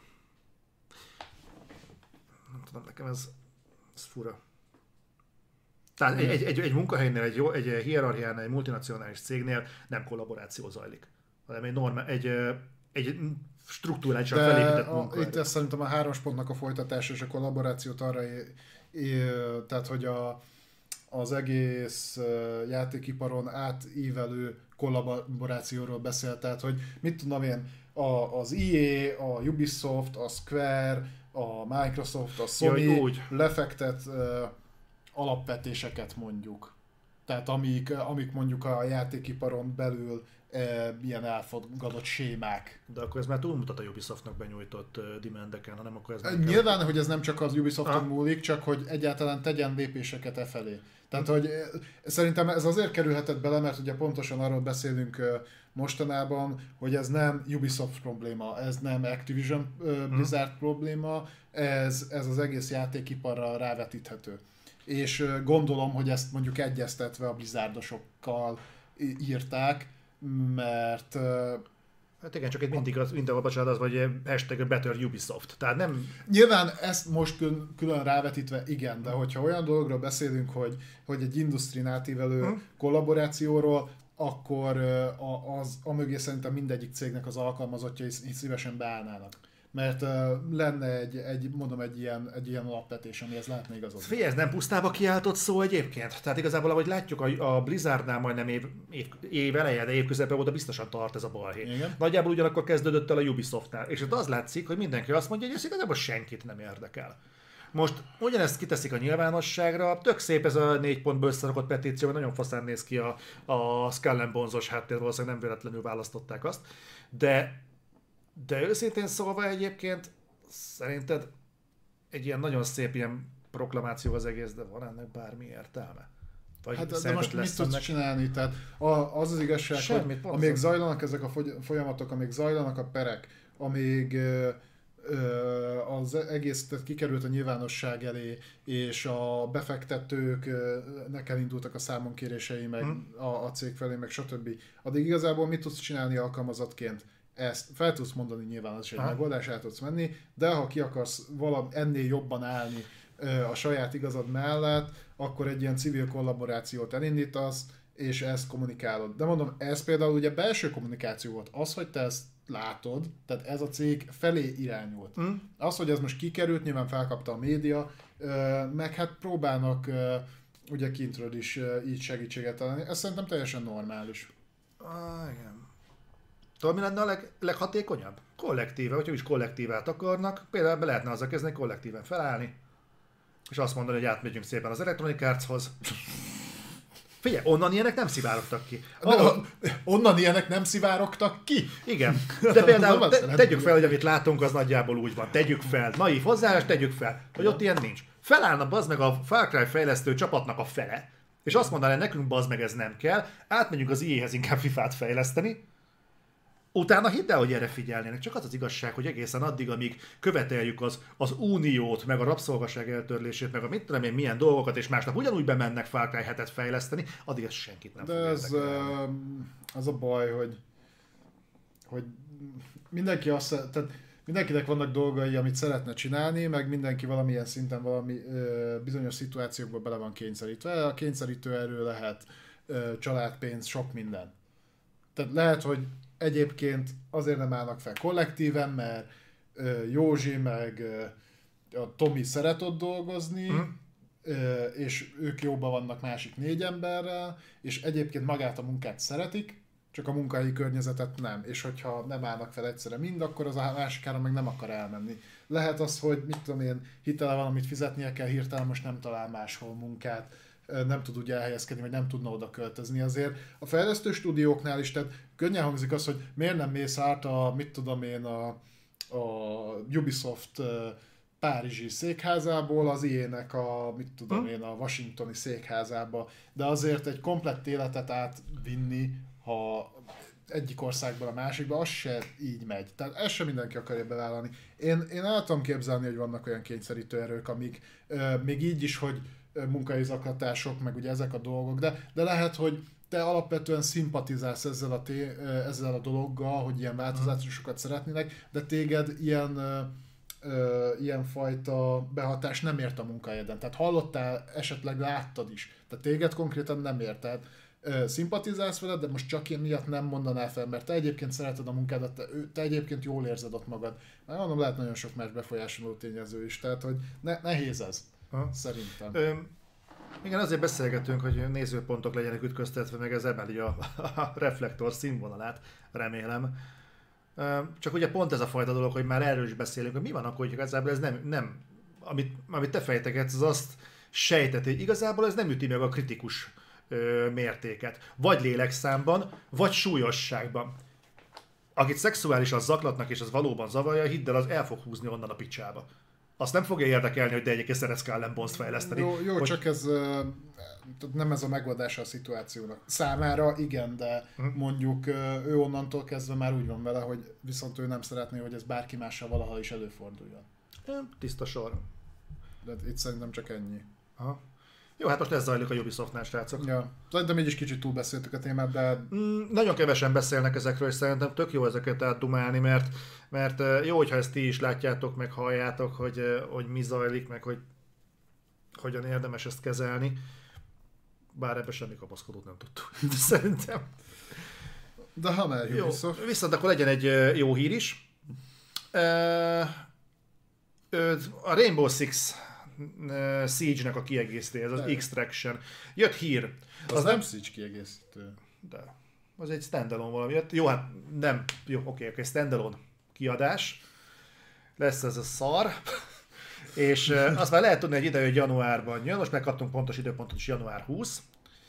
nem tudom, nekem ez, ez fura. Tehát egy, egy, egy, egy munkahelynél, egy, jó, egy hierarchiánál, egy multinacionális cégnél nem kollaboráció zajlik, hanem egy, normál, egy egy struktúrálisan felépített munka. Itt ez szerintem a hármas pontnak a folytatása és a kollaborációt arra, é, é, tehát hogy a, az egész játékiparon átívelő kollaborációról beszél, tehát hogy mit tudom én, a, az í á, a Ubisoft, a Square, a Microsoft, a Sony ja, úgy. lefektet uh, alapvetéseket mondjuk. Tehát amik, amik mondjuk a játékiparon belül e, ilyen elfogadott sémák. De akkor ez már túlmutat a Ubisoftnak benyújtott uh, demandeken, hanem akkor ez nem Nyilván, kell... hogy ez nem csak az Ubisofton ah. múlik, csak hogy egyáltalán tegyen lépéseket e felé. Tehát, hogy szerintem ez azért kerülhetett bele, mert ugye pontosan arról beszélünk mostanában, hogy ez nem Ubisoft probléma, ez nem Activision Blizzard hmm. probléma, ez, ez az egész játékiparra rávetíthető. És gondolom, hogy ezt mondjuk egyeztetve a Blizzardosokkal írták, mert... Hát igen, csak itt mindig az, minden bocsánat, az vagy hashtag Better Ubisoft. Tehát nem... Nyilván ezt most külön, külön rávetítve igen, de hogyha olyan dologról beszélünk, hogy, hogy egy industrin átívelő hmm. kollaborációról, akkor az, amögé szerintem mindegyik cégnek az alkalmazottjai szívesen beállnának. Mert uh, lenne egy, egy, mondom, egy ilyen, egy ilyen alapvetés, amihez lehetne igazodni. Figyelj, ez nem pusztába kiáltott szó egyébként. Tehát igazából, ahogy látjuk, a, a Blizzardnál majdnem év, év, év eleje, de év közepén óta biztosan tart ez a balhé. Igen. Nagyjából ugyanakkor kezdődött el a Ubisoftnál. És ott az látszik, hogy mindenki azt mondja, hogy ez igazából senkit nem érdekel. Most ugyanezt kiteszik a nyilvánosságra, tök szép ez a négy pontból összerakott petíció, nagyon faszán néz ki a, a Skull and Bones-os háttér, valószínűleg nem véletlenül választották azt. De De őszintén szólva egyébként szerinted egy ilyen nagyon szép ilyen proklamáció az egész, de van ennek bármi értelme? Vagy hát de most mit tudsz csinálni? Tehát az az igazság, Semmit, hogy amíg zajlanak ezek a folyamatok, amíg zajlanak a perek, amíg az egész tehát kikerült a nyilvánosság elé, és a befektetőknek elindultak a számonkérései, meg hmm. a, a cég felé, meg stb. Addig igazából mit tudsz csinálni alkalmazottként? Ezt fel tudsz mondani, nyilván az is egy ha. megoldás, el tudsz menni, de ha ki akarsz valami ennél jobban állni a saját igazad mellett, akkor egy ilyen civil kollaborációt elindítasz, és ezt kommunikálod. De mondom, ez például ugye belső kommunikáció volt. Az, hogy te ezt látod, tehát ez a cég felé irányult. Mm. Az, hogy ez most kikerült, nyilván felkapta a média, meg hát próbálnak ugye kintről is így segítséget adni. Ez szerintem teljesen normális. Ah, igen. Tudod, mi lenne a leg, leghatékonyabb? Kollektíve, hogyha is kollektívát akarnak, például be lehetne azzal kezdeni kollektíven felállni, és azt mondani, hogy átmegyünk szépen az Electronic Artshoz. Figyelj, onnan ilyenek nem szivárogtak ki. Oh, onnan ilyenek nem szivárogtak ki? Igen, de például te, tegyük fel, hogy amit látunk, az nagyjából úgy van. Tegyük fel, naív hozzáállás, tegyük fel, hogy ott ilyen nincs. Felállna bazd meg a Far Cry fejlesztő csapatnak a fele, és azt mondaná, hogy nekünk bazd meg ez nem kell, átmegyünk az í á-hez inkább fifát fejleszteni, utána hidd el, hogy erre figyelnének. Csak az az igazság, hogy egészen addig, amíg követeljük az, az uniót, meg a rabszolgaság eltörlését, meg a mit tudom én milyen dolgokat, és másnap ugyanúgy bemennek Far Cry hetet fejleszteni, addig ez senkit nem fog érdekelni. De ez az a baj, hogy, hogy mindenki azt, tehát mindenkinek vannak dolgai, amit szeretne csinálni, meg mindenki valamilyen szinten valami ö, bizonyos szituációkba bele van kényszerítve. A kényszerítő erő lehet ö, családpénz, sok minden. Tehát lehet, hogy egyébként azért nem állnak fel kollektíven, mert uh, Józsi meg uh, a Tomi szeret ott dolgozni, mm. uh, és ők jóban vannak másik négy emberrel, és egyébként magát a munkát szeretik, csak a munkahelyi környezetet nem. És hogyha nem állnak fel egyszerre mind, akkor az a másikára meg nem akar elmenni. Lehet az, hogy mit tudom én, hitele van, amit fizetnie kell, hirtelen most nem talál máshol munkát, nem tud úgy elhelyezkedni, vagy nem tudna oda költözni. Azért a fejlesztő stúdióknál is, tehát könnyen hangzik az, hogy miért nem mész át a, mit tudom én, a, a Ubisoft párizsi székházából az í á-nek a, mit tudom én, a washingtoni székházába, de azért egy komplett életet átvinni, ha egyik országból a másikba, az se így megy. Tehát ezt sem mindenki akarja bevállalni. Én, én el tudom képzelni, hogy vannak olyan kényszerítő erők, amik euh, még így is, hogy munkai zaklatások, meg ugye ezek a dolgok, de, de lehet, hogy te alapvetően szimpatizálsz ezzel a, té, ezzel a dologgal, hogy ilyen változásokat szeretnének, de téged ilyen, ö, ilyen fajta behatás nem ért a munkahelyeden. Tehát hallottál, esetleg láttad is, de téged konkrétan nem ért. Tehát szimpatizálsz veled, de most csak én miatt nem mondanál fel, mert te egyébként szereted a munkádat, te, te egyébként jól érzed ott magad. Már mondom, lehet nagyon sok más befolyásoló tényező is, tehát hogy ne, nehéz ez, ha. Szerintem. Ö, igen, azért beszélgetünk, hogy nézőpontok legyenek ütköztetve, meg ez emeli a, a reflektor színvonalát, remélem. Ö, csak ugye pont ez a fajta dolog, hogy már erről is beszélünk, hogy mi van akkor, hogy igazából ez nem, nem amit, amit te fejtegetsz, az azt sejteti, hogy igazából ez nem üti meg a kritikus ö, mértéket. Vagy lélekszámban, vagy súlyosságban. Akit szexuálisan zaklatnak, és az valóban zavarja, hidd el, az el fog húzni onnan a picsába. Azt nem fogja érdekelni, hogy de egyébként szeretsz Skull and Bones fejleszteni. Jó, jó hogy... csak ez nem ez a megoldása a szituációnak. Számára igen, de hm. mondjuk ő onnantól kezdve már úgy van vele, hogy viszont ő nem szeretné, hogy ez bárki mással valaha is előforduljon. Tiszta sor. De itt szerintem csak ennyi. Aha. Jó, hát most ez zajlik a Ubisoftnál, srácok. Ja, szerintem így is kicsit túlbeszéltük a témát, de... Mm, nagyon kevesen beszélnek ezekről, és szerintem tök jó ezeket átdumálni, mert, mert jó, hogyha ezt ti is látjátok, meg halljátok, hogy, hogy mi zajlik, meg hogy hogyan érdemes ezt kezelni. Bár ebben semmi kapaszkodót nem tudtuk, de szerintem. De ha már Ubisoft. Viszont akkor legyen egy jó hír is. A Rainbow Six Siege-nek a kiegészítője, ez az de. Extraction. Jött hír. Az, az nem, nem Siege kiegészítő. De. Az egy standalone valami. Jött. Jó, hát nem. Jó, oké, okay, okay, standalone kiadás. Lesz ez a szar. És azt már lehet tudni, hogy ide, hogy januárban jön. Most megkaptunk pontos időpontot is, január huszadika.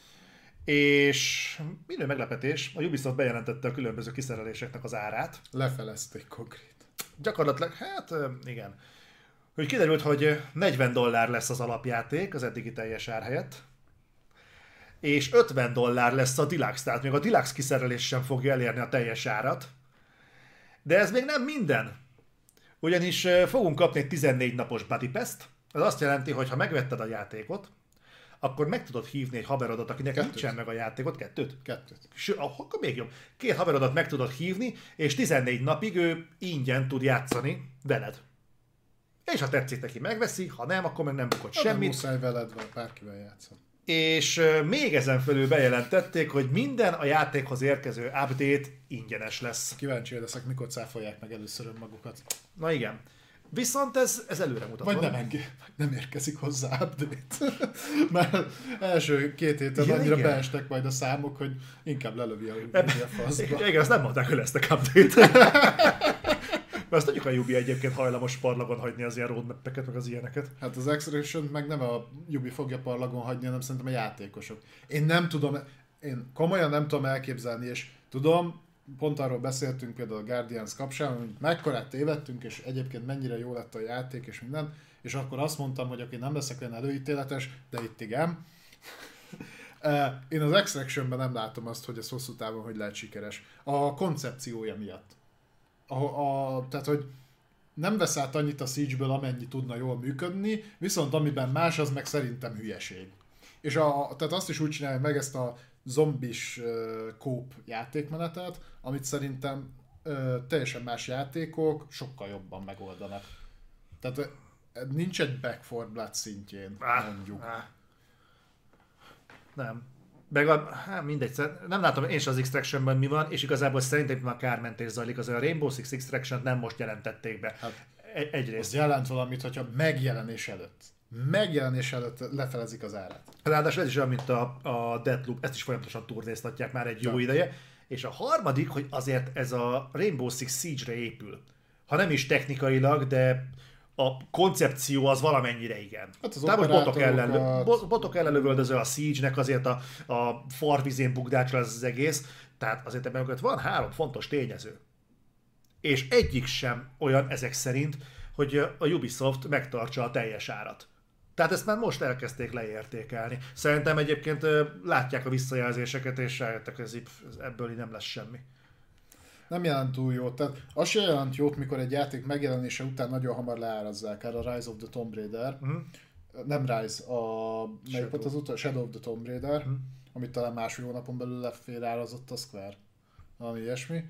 És minden meglepetés, a Ubisoft bejelentette a különböző kiszereléseknek az árát. Lefelezték konkrét. Gyakorlatilag, hát igen. Hogy kiderült, hogy negyven dollár lesz az alapjáték az eddigi teljes ár helyett, és ötven dollár lesz a Deluxe, tehát még a Deluxe kiszerelés sem fogja elérni a teljes árat. De ez még nem minden. Ugyanis fogunk kapni egy tizennégy napos Buddy Pass-t. Ez azt jelenti, hogy ha megvetted a játékot, akkor meg tudod hívni egy haverodat, akinek Kettőt. nincsen meg a játékot. Kettőt? Kettőt. S, akkor még jobb. Két haverodat meg tudod hívni, és tizennégy napig ő ingyen tud játszani veled. És ha tetszik neki, megveszi, ha nem, akkor meg nem bukott semmit. Nem muszáj veled van, bárkivel játszani. És uh, még ezen felül bejelentették, hogy minden a játékhoz érkező update ingyenes lesz. Kíváncsi leszek, mikor cáfolják meg először önmagukat. Na igen. Viszont ez, ez előre mutatva. Vagy nem, enged, nem érkezik hozzá update. Mert első két héten ja, annyira igen. beestek majd a számok, hogy inkább lelövi a, a faszba. Igen, azt nem mondták, hogy lesznek update. Mert azt tudjuk, a Ubi egyébként hajlamos parlagon hagyni az ilyen roadmap-eket, meg az ilyeneket. Hát az Extraction meg nem a Ubi fogja parlagon hagyni, hanem szerintem a játékosok. Én nem tudom, én komolyan nem tudom elképzelni, és tudom, pont arról beszéltünk például a Guardians kapcsán, hogy mekkorát tévedtünk, és egyébként mennyire jó lett a játék, és minden, és akkor azt mondtam, hogy oké, nem leszek olyan előítéletes, de itt igen. Én az Extractionben nem látom azt, hogy ez hosszú távon hogy lehet sikeres. A koncepciója miatt. A, a, tehát, hogy nem vesz át annyit a Siege-ből, amennyi tudna jól működni, viszont amiben más, az meg szerintem hülyeség. És a, tehát azt is úgy csinálja meg ezt a zombis uh, kóp játékmenetet, amit szerintem uh, teljesen más játékok sokkal jobban megoldanak. Tehát uh, nincs egy Back four Blood szintjén, ah, mondjuk. Ah. Nem. Meg a, hát mindegy, nem látom én sem az Extractionben mi van, és igazából szerintem már kármentés zajlik, az a Rainbow Six Extraction nem most jelentették be. Hát, egy, egyrészt. Az jelent valamit, hogyha megjelenés előtt. Megjelenés előtt lefelezik az árát. Ráadásul ez is olyan, mint a, a Deathloop, ezt is folyamatosan turnéztatják már egy jó ja. ideje. És a harmadik, hogy azért ez a Rainbow Six Siege-re épül. Ha nem is technikailag, de a koncepció az valamennyire igen. Hát az Tehát most botok ellen, botok ellen lövöldöző a Siege-nek, azért a, a farvizén bukdácsol ez az egész. Tehát azért ebben van három fontos tényező. És egyik sem olyan ezek szerint, hogy a Ubisoft megtartsa a teljes árat. Tehát ezt már most elkezdték leértékelni. Szerintem egyébként látják a visszajelzéseket, és rájöttek, hogy ez, ebből így nem lesz semmi. Nem jelent túl jót. Tehát az sem jelent jót, mikor egy játék megjelenése után nagyon hamar leárazzák el, a Rise of the Tomb Raider. Uh-huh. Nem Rise, a melyik volt az utol? Shadow of the Tomb Raider, uh-huh. amit talán másfél hónapon belül lefélárazott a Square. Valami ilyesmi.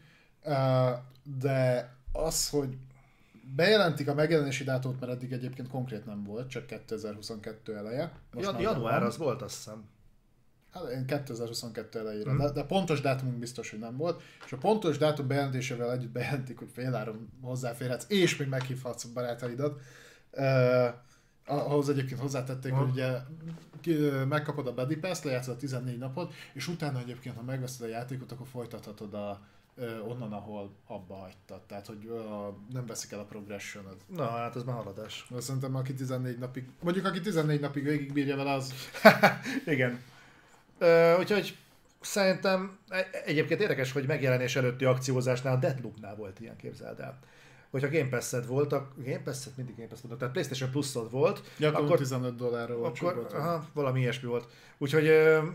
De az, hogy bejelentik a megjelenési dátumot, mert eddig egyébként konkrét nem volt, csak kétezer-huszonkettő eleje. Most Jan- január az volt, azt hiszem. Hát én kétezer-huszonkettő elejére, mm. de, de pontos dátumunk biztos, hogy nem volt, és a pontos dátum bejelentésével együtt bejelentik, hogy féláron hozzáférhetsz, és még meghívhatsz a barátaidat. Uh, ahhoz egyébként hozzátették, ha. hogy ugye ki, megkapod a Buddy Pass, lejátszod a tizennégy napot, és utána egyébként, ha megveszed a játékot, akkor folytathatod a, uh, onnan, ahol abba hagytad. Tehát, hogy uh, nem veszik el a progressionod. Na, hát ez már haladás. De szerintem aki tizennégy napig, mondjuk aki tizennégy napig végigbírja vele, az... Igen. Uh, úgyhogy szerintem egyébként érdekes, hogy megjelenés előtti akciózásnál a Deathloop-nál volt ilyen, képzeld el. Hogyha Game Pass-ed volt, a Game Pass-ed mindig Game Pass volt, tehát PlayStation Plus-od volt, ja, akkor tizenöt dollárra volt. Akkor, aha, valami ilyesmi volt. Úgyhogy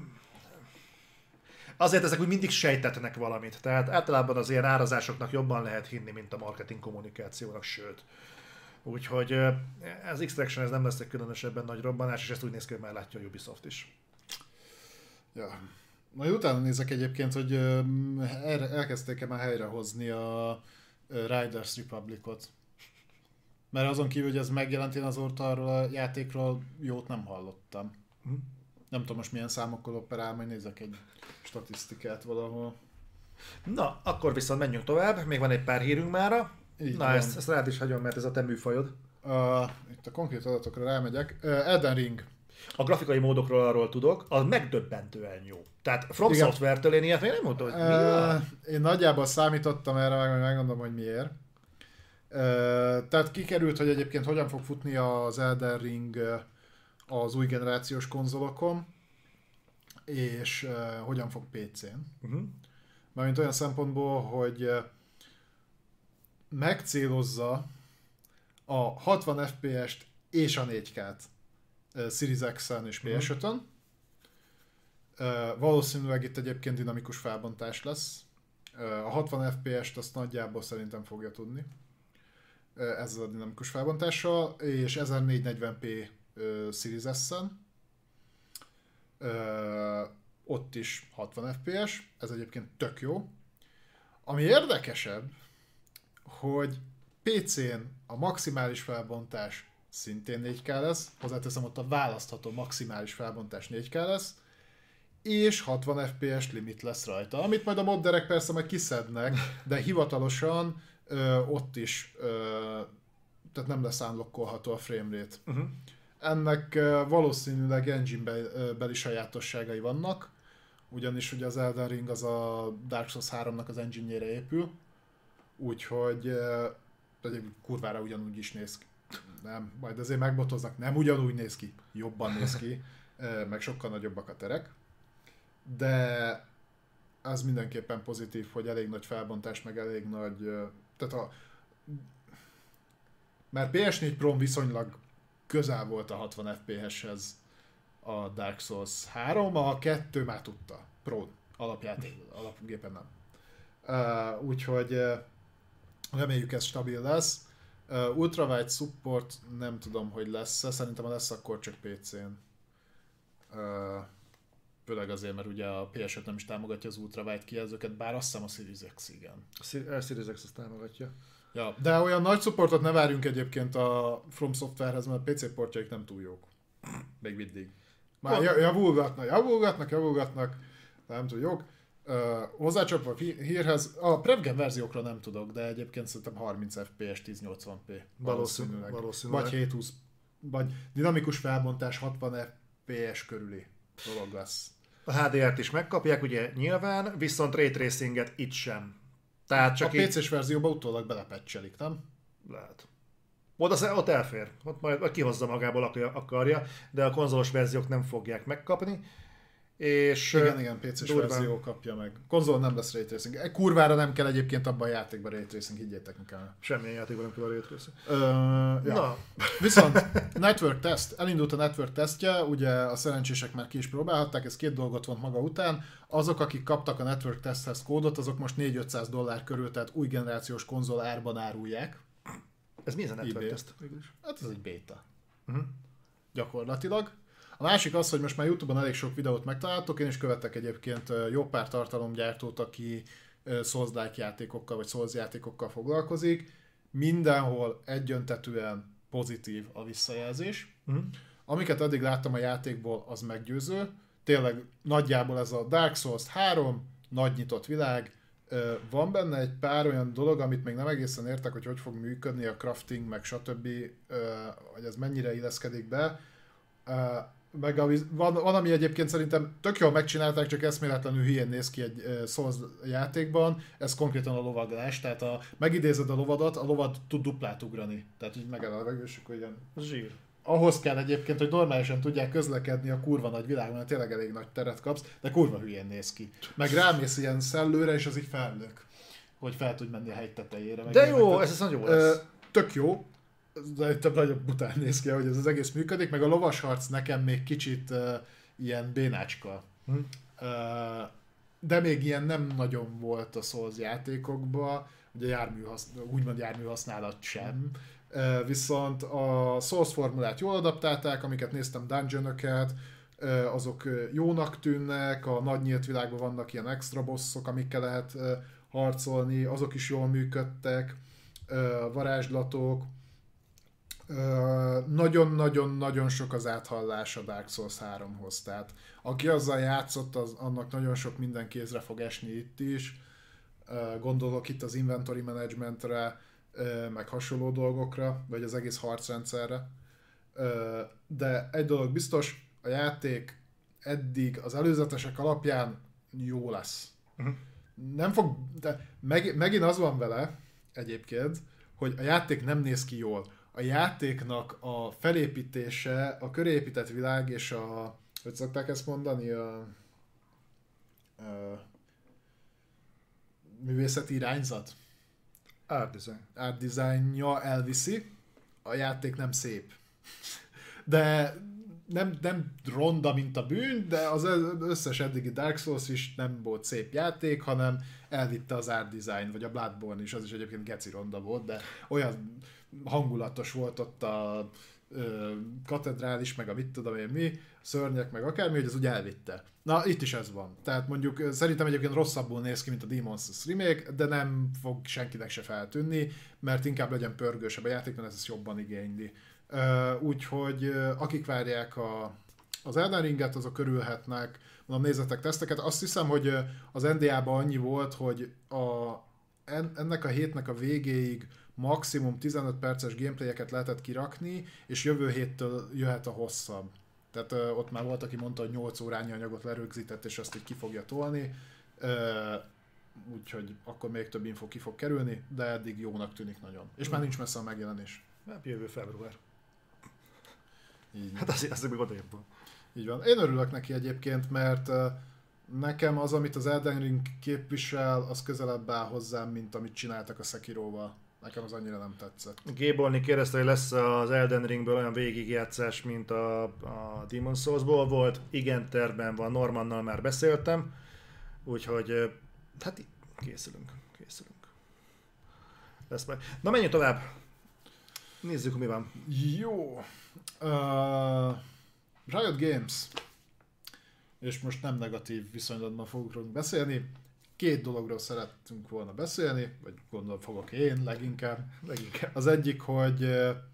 azért ezek úgy mindig sejtetnek valamit. Tehát általában az ilyen árazásoknak jobban lehet hinni, mint a marketing kommunikációnak, sőt. Úgyhogy ez Extraction ez nem lesz egy különösebben nagy robbanás, és ezt úgy néz ki, hogy már látja a Ubisoft is. Ja. Majd utána nézek egyébként, hogy elkezdték-e már helyrehozni a Riders Republicot. Mert azon kívül, hogy ez megjelent, én azóta arról a játékról jót nem hallottam. Hm? Nem tudom most milyen számokkal operál, majd nézek egy statisztikát valahol. Na, akkor viszont menjünk tovább, még van egy pár hírünk mára. Így Na, ezt, ezt rád is hagyom, mert ez a te műfajod. Uh, itt a konkrét adatokra rámegyek. Uh, Elden Ring. A grafikai módokról arról tudok, az megdöbbentően jó. Tehát From Software-től én ilyet még nem mondtam, hogy mi uh, Én nagyjából számítottam erre, meg megmondom, hogy miért. Uh, tehát kikerült, hogy egyébként hogyan fog futni az Elden Ring az új generációs konzolokon, és uh, hogyan fog pé cén. Uh-huh. Mármint olyan szempontból, hogy uh, megcélozza a hatvan ef pé est és a négy ká-t uh, Series X-en és pé es ötön. Uh, valószínűleg itt egyébként dinamikus felbontás lesz. Uh, a hatvan ef pé est azt nagyjából szerintem fogja tudni uh, ezzel a dinamikus felbontással, és ezernégyszáznegyven pé uh, Series S-en. Uh, ott is hatvan ef pé es, ez egyébként tök jó. Ami érdekesebb, hogy pé cén a maximális felbontás szintén négy ká lesz, hozzáteszem, ott a választható maximális felbontás négy ká lesz, és hatvan ef pé es limit lesz rajta, amit majd a modderek persze majd kiszednek, de hivatalosan ö, ott is ö, tehát nem lesz unlockolható a framerate. Uh-huh. Ennek ö, valószínűleg engine-beli sajátosságai vannak, ugyanis ugye az Elden Ring az a Dark Souls háromnak az engine-jére épül, úgyhogy ö, egyébként kurvára ugyanúgy is néz ki. Nem, majd azért megbotoznak, nem ugyanúgy néz ki, jobban néz ki, ö, meg sokkal nagyobbak a terek. De az mindenképpen pozitív, hogy elég nagy felbontás, meg elég nagy... Tehát a... Mert pé es négy Pro viszonylag közel volt a hatvan ef pé eshez a Dark Souls három, a kettő már tudta. Pro alapjáték, alapgépen nem. Uh, úgyhogy uh, reméljük ez stabil lesz. Uh, Ultrawide support nem tudom, hogy lesz-e, szerintem ha lesz, akkor csak pé cén. Uh, Főleg azért, mert ugye a pé es öt nem is támogatja az ultrawide kijelzőket, bár azt hiszem a Series X igen. A Series X azt támogatja. Ja, de olyan nagy supportot ne várjunk egyébként a From Softwarehez, mert a pé cé portjaik nem túl jók. Még mindig. Már javulgatnak, javulgatnak, javulgatnak, nem túl jók. Uh, hozzácsapva a hírhez, a prevgen verziókra nem tudok, de egyébként szerintem harminc ef pé es ezernyolcvan pé. Valószínűleg. Valószínűleg. Vagy hétszázhúsz, vagy dinamikus felbontás hatvan ef pé es körüli dolog lesz. A há dé er-t is megkapják, ugye nyilván, viszont Ray Tracinget itt sem. Tehát csak a pé cés verzióba utólag belepecselik, nem? Lehet. Ott, ott elfér, ott majd kihozza magából, aki akarja, de a konzolos verziók nem fogják megkapni. És igen, igen, pé cés durván... verzió kapja meg. Konzol nem lesz Ray Tracing. Kurvára nem kell egyébként abban a játékban Ray Tracing, higgyétek nekem. Semmilyen játékban nem kell a Ray Tracing. Ö, ja. Na. Viszont Network Test, elindult a Network Testje, ugye a szerencsések már ki is próbálhatták, ez két dolgot vont maga után. Azok, akik kaptak a Network Testhez kódot, azok most négy-ötszáz dollár körül, tehát új generációs konzol árban árulják. Ez mi ez a Network Test? Hát ez egy béta. Uh-huh. Gyakorlatilag. A másik az, hogy most már YouTube-on elég sok videót megtaláltok, én is követek egyébként jó pár tartalomgyártót, aki Souls-like játékokkal vagy Souls játékokkal foglalkozik. Mindenhol egyöntetűen pozitív a visszajelzés. Uh-huh. Amiket eddig láttam a játékból, az meggyőző. tényleg nagyjából ez a Dark Souls három, nagy nyitott világ, van benne egy pár olyan dolog, amit még nem egészen értek, hogy hogy fog működni a crafting, meg stb., hogy ez mennyire illeszkedik be. Meg a, van, van, ami egyébként szerintem tök jól megcsinálták, csak eszméletlenül hülyén néz ki egy Souls játékban, ez konkrétan a lovaglás, tehát a, megidézed a lovadat, a lovad tud duplát ugrani, tehát így megáll a levegő, és akkor ilyen... Zsír. Ahhoz kell egyébként, hogy normálisan tudják közlekedni a kurva nagy világban, mert tényleg elég nagy teret kapsz, de kurva hülyén néz ki. Meg rámész ilyen szellőre, és az így fellök, hogy fel tudj menni a hegy tetejére. De jó, meg, ez, ez nagyon jó lesz. Tök jó, de több nagyobb bután néz ki, hogy ez az egész működik, meg a lovasharc nekem még kicsit uh, ilyen bénácska. Hm. Uh, de még ilyen nem nagyon volt a Souls játékokban, ugye jármű használat, úgymond járműhasználat sem. Uh, viszont a Souls formulát jól adaptálták, amiket néztem, dungeonöket, uh, azok jónak tűnnek, a nagy nyílt világban vannak ilyen extra bosszok, amikkel lehet uh, harcolni, azok is jól működtek, uh, varázslatok. Nagyon-nagyon-nagyon uh, sok az áthallás a Dark Souls háromhoz, tehát aki azzal játszott, az, annak nagyon sok minden kézre fog esni itt is. Uh, gondolok itt az inventory managementre, uh, meg hasonló dolgokra, vagy az egész harcrendszerre. Uh, de egy dolog biztos, a játék eddig az előzetesek alapján jó lesz. Uh-huh. Nem fog, de meg, megint az van vele egyébként, hogy a játék nem néz ki jól. A játéknak a felépítése, a körépített világ és a, hogy szokták ezt mondani, a, a művészeti irányzat? Art design. Art designja elviszi, a játék nem szép. De nem, nem ronda, mint a bűn, de az összes eddigi Dark Souls is nem volt szép játék, hanem elvitte az art design, vagy a Bloodborne is, az is egyébként geci ronda volt, de olyan hangulatos volt ott a ö, katedrális, meg a mit tudom én mi, szörnyek, meg akármi, hogy ez úgy elvitte. Na, itt is ez van. Tehát mondjuk szerintem egyébként rosszabbul néz ki, mint a Demon's Souls remake, de nem fog senkinek se feltűnni, mert inkább legyen pörgősebb a játék, mert ez ezt jobban igényli. Uh, úgyhogy uh, akik várják a, az Elden Ringet, azok örülhetnek, mondom, nézzetek teszteket. Azt hiszem, hogy uh, az en dé á-ban annyi volt, hogy a, en, ennek a hétnek a végéig maximum tizenöt perces gameplayeket lehetett kirakni, és jövő héttől jöhet a hosszabb. Tehát uh, ott már volt, aki mondta, hogy nyolc órányi anyagot lerögzített, és azt így ki fogja tolni. Uh, úgyhogy akkor még több info ki fog kerülni, de eddig jónak tűnik nagyon. És már nincs messze a megjelenés. Hát jövő február. Így. Hát azért, azért még odajebb van. Így van. Én örülök neki egyébként, mert uh, nekem az, amit az Elden Ring képvisel, az közelebb áll hozzám, mint amit csináltak a Sekiroval. Nekem az annyira nem tetszett. Gébolni kérdezte, hogy lesz az Elden Ringből olyan végigjátszás, mint a, a Demon's Souls-ból volt. Igen, tervben van, Normannal már beszéltem. Úgyhogy, hát készülünk, készülünk. Lesz majd. Na menjünk tovább. Nézzük, mi van. Jó. Uh, Riot Games. És most nem negatív viszonylatban fogunk beszélni. Két dologról szerettünk volna beszélni, vagy gondolom fogok én leginkább. leginkább. Az egyik, hogy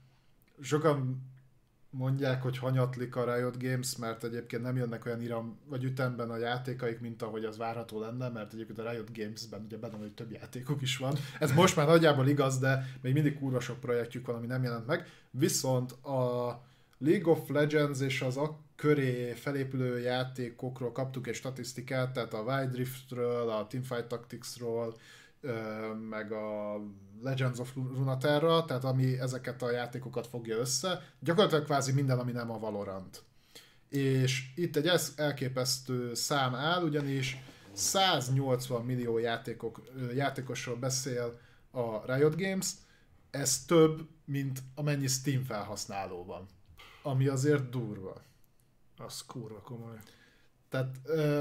sokan mondják, hogy hanyatlik a Riot Games, mert egyébként nem jönnek olyan iram vagy ütemben a játékaik, mint ahogy az várható lenne, mert egyébként a Riot Games-ben ugye benne hogy több játékok is van. Ez most már nagyjából igaz, de még mindig kurva sok projektjük van, ami nem jelent meg. Viszont a League of Legends és az a köré felépülő játékokról kaptuk egy statisztikát, tehát a Wild Riftről, a Teamfight Tacticsról, meg a Legends of Runeterra, tehát ami ezeket a játékokat fogja össze. Gyakorlatilag kvázi minden, ami nem a Valorant. És itt egy elképesztő szám áll, ugyanis száznyolcvan millió játékok, játékosról beszél a Riot Games, ez több, mint amennyi Steam felhasználó van. Ami azért durva. Az kurva komoly. Tehát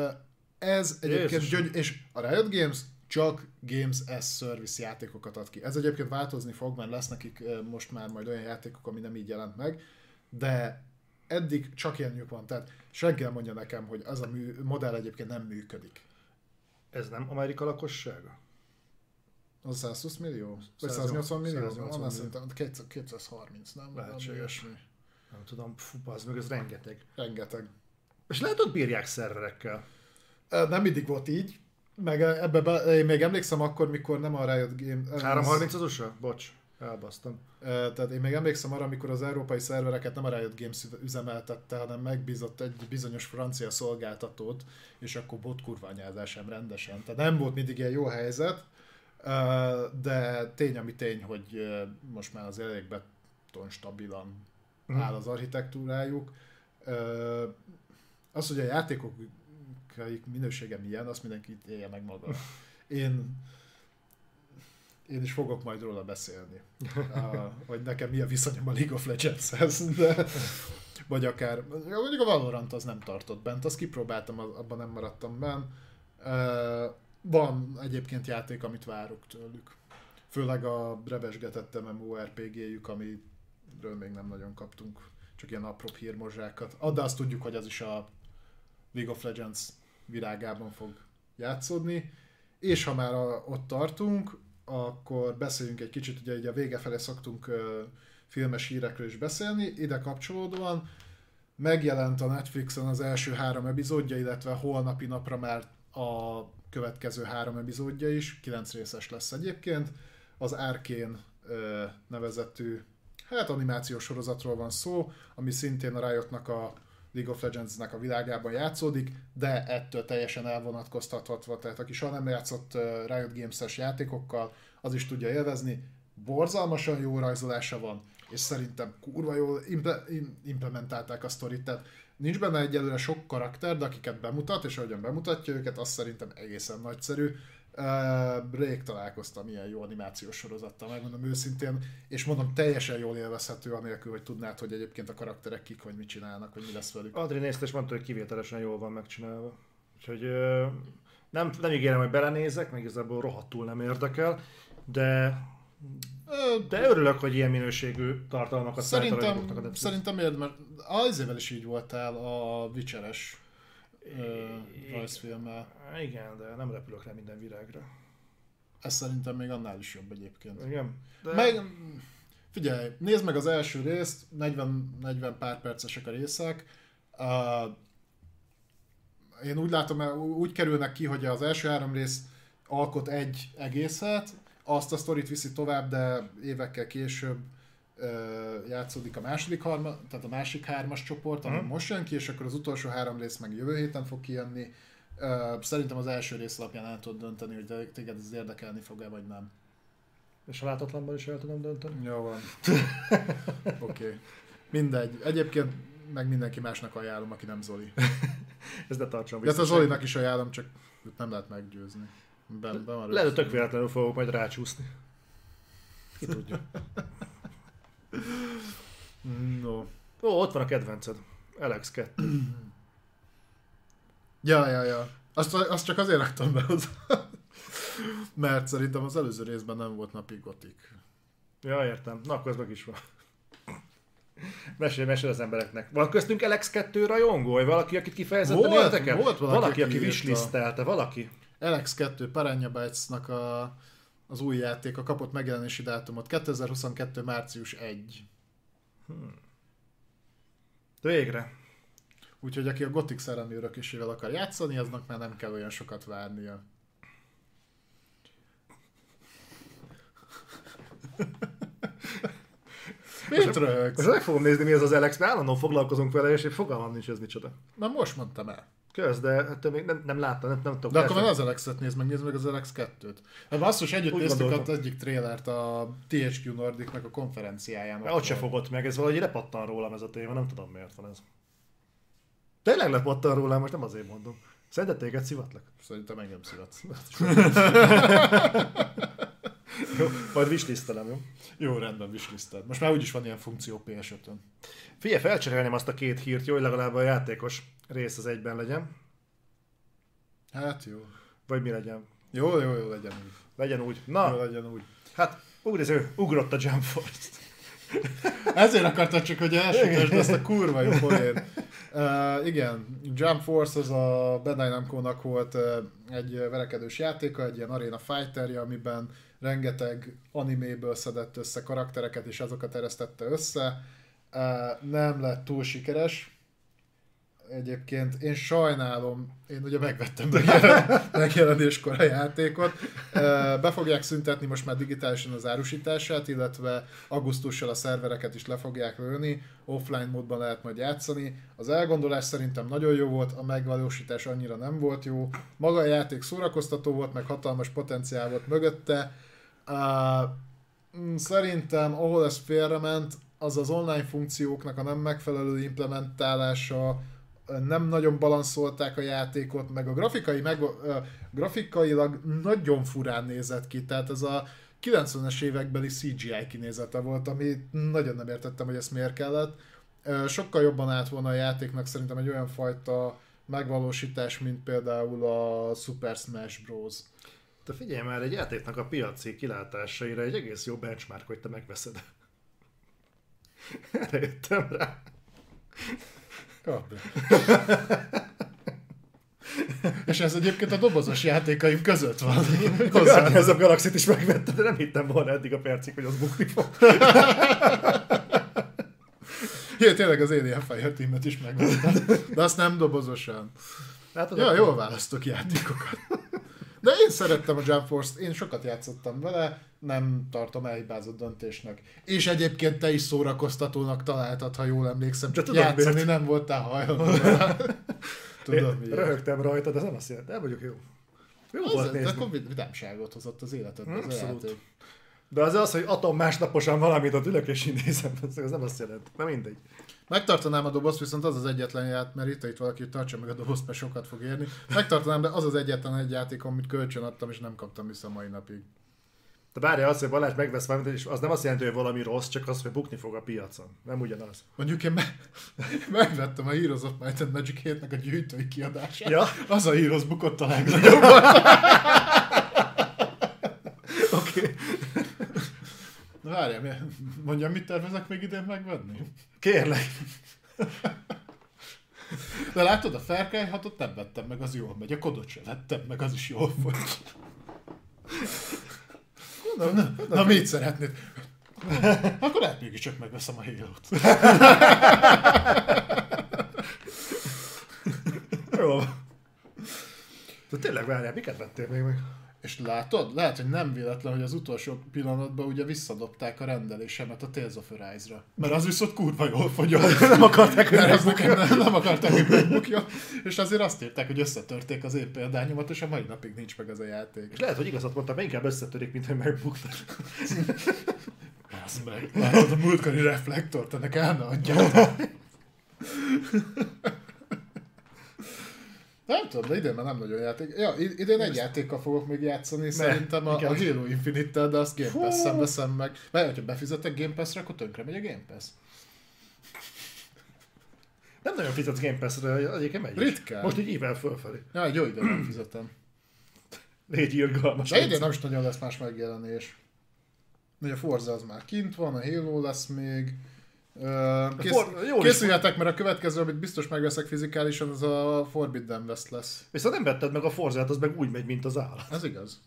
ez egyébként gyöny- és a Riot Games csak Games as Service játékokat ad ki. Ez egyébként változni fog, mert lesz nekik most már majd olyan játékok, ami nem így jelent meg, de eddig csak ilyenjük van. Tehát senki nem mondja nekem, hogy az a mű- modell egyébként nem működik. Ez nem Amerika lakossága? Az százhúsz millió? Vagy száznyolcvan millió? száznyolcvan Annál szerintem kétszázharminc, nem? Lehetséges. Nem tudom, fú, az meg ez rengeteg. Rengeteg. És lehet, hogy bírják szerverekkel. Nem mindig volt így, meg ebbe be, én még emlékszem akkor, mikor nem a Riot Games... háromszázharmincas? Bocs, elbasztam. Tehát én még emlékszem arra, amikor az európai szervereket nem a Riot Games üzemeltette, hanem megbízott egy bizonyos francia szolgáltatót, és akkor bot kurványázás sem rendesen. Tehát nem volt mindig ilyen jó helyzet, de tény ami tény, hogy most már az elég beton stabilan mm. áll az architektúrájuk. Az, hogy a játékok minősége milyen, azt mindenki élje meg maga. Én, én is fogok majd róla beszélni, a, hogy nekem mi a viszonyom a League of Legends-hez, de, vagy akár, mondjuk a Valorant az nem tartott bent, azt kipróbáltam, abban nem maradtam bent. Van egyébként játék, amit várok tőlük. Főleg a rebesgetett MMORPG-jük, amiről még nem nagyon kaptunk, csak ilyen apró hírmozsákat. De azt tudjuk, hogy az is a League of Legends virágában fog játszódni. És ha már a, ott tartunk, akkor beszéljünk egy kicsit, ugye, ugye a vége felé szoktunk uh, filmes hírekről is beszélni, ide kapcsolódóan megjelent a Netflixen az első három epizódja, illetve holnapi napra már a következő három epizódja is, kilenc részes lesz egyébként. Az Arcane uh, nevezetű, hát animációs sorozatról van szó, ami szintén a Riotnak a League of Legends-nek a világában játszódik, de ettől teljesen elvonatkoztathatva, tehát aki soha nem játszott Riot Games-es játékokkal, az is tudja élvezni. Borzalmasan jó rajzolása van, és szerintem kurva jól imple- implementálták a sztorit, tehát nincs benne egyelőre sok karakter, de akiket bemutat, és ahogyan bemutatja őket, az szerintem egészen nagyszerű. Uh, rég találkoztam ilyen jó animációs sorozattal, megmondom őszintén, és mondom, teljesen jól élvezhető, anélkül, hogy tudnád, hogy egyébként a karakterek kik, vagy mit csinálnak, vagy mi lesz velük. Adri nézte, és mondta, hogy kivételesen jól van megcsinálva. Úgyhogy uh, nem, nem ígérem, hogy belenézek, meg igazából rohadtul nem érdekel, de de örülök, hogy ilyen minőségű tartalmakat szerintem, szerintem érd, mert az évvel is így voltál a Witcher-es rajzfilmmel. Igen, de nem repülök le minden virágra. Ez szerintem még annál is jobb egyébként. Igen. De... Meg, figyelj, nézd meg az első részt, negyven, negyven pár percesek a részek. Uh, én úgy látom, úgy kerülnek ki, hogy az első három rész alkot egy egészet, azt a sztorit viszi tovább, de évekkel később uh, játszódik a második harma, tehát a másik hármas csoport, ami uh-huh. most jön ki, és akkor az utolsó három rész meg jövő héten fog kijönni. Uh, szerintem az első rész alapján el tudod dönteni, hogy téged ez érdekelni fog-e, vagy nem. És a látatlanban is el tudom dönteni? Jó van. Oké. Okay. Mindegy. Egyébként meg mindenki másnak ajánlom, aki nem Zoli. Ez ne tartson vissza. Ez a Zolinak is ajánlom, csak őt nem lehet meggyőzni. Ben, ben lehet, hogy tök véletlenül fogok majd rácsúszni. Ki tudja. No. Ó, ott van a kedvenced. Alex kettő. Ja, ja, ja. Azt, azt csak azért raktam be hozzá. Mert szerintem az előző részben nem volt napig gotik. Ja, értem. Na, akkor ez meg is van. Mesélj, mesélj az embereknek. Van köztünk Alex kettő rajongó? Vagy valaki, akit kifejezetten érdekel? Volt valaki, valaki aki wishlistelte. Valaki? Alex kettő Piranha Bytes-nak a, az új játéka kapott megjelenési dátumot. kétezer-huszonkettő március elseje. Hmm. Végre. Úgyhogy aki a Gothic szellemi örökösével akar játszani, aznak már nem kell olyan sokat várnia. Mit röhögsz? Most meg fogom nézni, mi ez az Alex, mert állandóan foglalkozunk vele, és fogalmam nincs, ez micsoda. Na most mondtam el. Kösz, de hát még nem, nem láttam, nem, nem tudom. De akkor már az Alexet nézd meg, nézd meg az Alex kettőt. De basszus, együtt úgy néztük az egyik trélert a té há kú Nordicnak a konferenciáján. Ott, ott se fogott meg, ez valahogy lepattan rólam ez a téma, nem tudom miért van ez. Tényleg lepattan rólam, most nem azért mondom. Szerinted téged szivatlak? Szerintem engem szivatsz. Jó, majd wishlistelem, jó? Jó, rendben, wishlisted. Most már úgyis van ilyen funkció pé es ötön. Figyelj, felcserélném azt a két hírt, jó, hogy legalább a játékos rész az egyben legyen. Hát jó. Vagy mi legyen? Jó, jó, jó, legyen úgy. Legyen úgy. Na, jó, legyen úgy. Hát, úgy ez ő ugrott a Jump Force-t. Ezért akartad csak, hogy elsütösd ezt a kurva jó poén. Uh, igen, Jump Force az a Bandai Namco-nak volt uh, egy verekedős játéka, egy ilyen arena fighterje, amiben rengeteg animéből szedett össze karaktereket, és azokat eresztette össze. Uh, nem lett túl sikeres, egyébként. Én sajnálom, én ugye megvettem megjelen, megjelenéskor a játékot. Be fogják szüntetni most már digitálisan az árusítását, illetve augusztussal a szervereket is le fogják lőni, offline módban lehet majd játszani. Az elgondolás szerintem nagyon jó volt, a megvalósítás annyira nem volt jó. Maga a játék szórakoztató volt, meg hatalmas potenciál volt mögötte. Szerintem, ahol ez félrement, az az online funkcióknak a nem megfelelő implementálása, nem nagyon balanszolták a játékot, meg a grafikai, meg, uh, grafikailag nagyon furán nézett ki, tehát ez a kilencvenes évekbeli cé gé í kinézete volt, ami nagyon nem értettem, hogy ezt miért kellett. Uh, sokkal jobban állt volna a játéknak szerintem egy olyan fajta megvalósítás, mint például a Super Smash Bros. Te figyelj már, egy játéknak a piaci kilátásaira egy egész jó benchmark, hogy te megveszed. Erre jöttem rá. Kapd. És ez egyébként a dobozos játékaim között van. Ez a Galaxy-t is megvettem, de nem hittem volna eddig a percig, hogy az bukni fog. Jé, tényleg az Alien Fire Team-et is megvettem. De azt nem dobozosan. Látod, ja, jól választok játékokat. De én szerettem a Jump Force-t, én sokat játszottam vele, nem tartom elhibázott döntésnek. És egyébként te is szórakoztatónak találtad, ha jól emlékszem, csak tudom, játszani miért? Nem voltál hajlandó. Tudom miért. Röhögtem rajta, de ez nem azt jelenti, el vagyok jó. Jó az volt nézni. Akkor vidámságot hozott az életedbe. Az abszolút. De az az, hogy atom másnaposan valamit ott ülök és így nézem, ez nem azt jelenti. Na mindegy. Megtartanám a dobozt, viszont az az egyetlen játék, mert itt, itt valaki tartsa meg a dobozt, mert sokat fog érni. Megtartanám, de az az egyetlen egy játék, amit kölcsön adtam, és nem kaptam vissza mai napig. De bárja az, hogy Balázs megvesz valamit, és az nem azt jelenti, hogy valami rossz, csak az, hogy bukni fog a piacon. Nem ugyanaz. Mondjuk én me- megvettem a Heroes of Might and Magic hétnek a gyűjtői kiadását. Ja? Az a Heroes bukott a legnagyobb. Oké. Okay. Na várjál, mondjam, mit tervezek még idén megvenni? Kérlek. De látod, a Far Cry hatot nem vettem meg, az jól megy. A kodot sem vettem meg, az is jól fogy. Na, na, na, na mit szeretnéd? Akkor lehet mégiscsak megveszem a Halo-t. Jó. De tényleg várjál, miket vettél még meg? És látod? Lehet, hogy nem véletlen, hogy az utolsó pillanatban ugye visszadobták a rendelésemet a Tales of Arise-ra. Mert az viszont kurva jól fogyott. Nem akarták, hogy megbukjon. Nem, nem akarták, hogy megbukjon. És azért azt írták, hogy összetörték az én példányomat, és a mai napig nincs meg az a játék. És lehet, hogy igazat mondtam, mert inkább összetörik, mint hogy megbuktak. Bász meg. Látod a múltkori reflektort, ennek el ne adjál. Nem tudom, de idén már nem nagyon játék. Ja, idén egy játékkal fogok még játszani, ne, szerintem a, a Halo Infinite-tel, de azt Game Pass-en veszem meg. Mert hogyha befizetek Game Pass-re, akkor tönkre megy a Game Pass. Nem nagyon fizetsz Game Pass-re, egyébként megy. Ritkán. Most így ível fölfelé. Ja, egy jó ide nem fizetem. Légy irgalmas. De idén nem is nagyon lesz más megjelenés. Ugye a Forza az már kint van, a Halo lesz még. Kész, For, készüljetek, mert a következő, amit biztos megveszek fizikálisan, az a Forbidden West lesz. Viszont nem vetted meg a Forzát, az meg úgy megy, mint az állat. Ez igaz.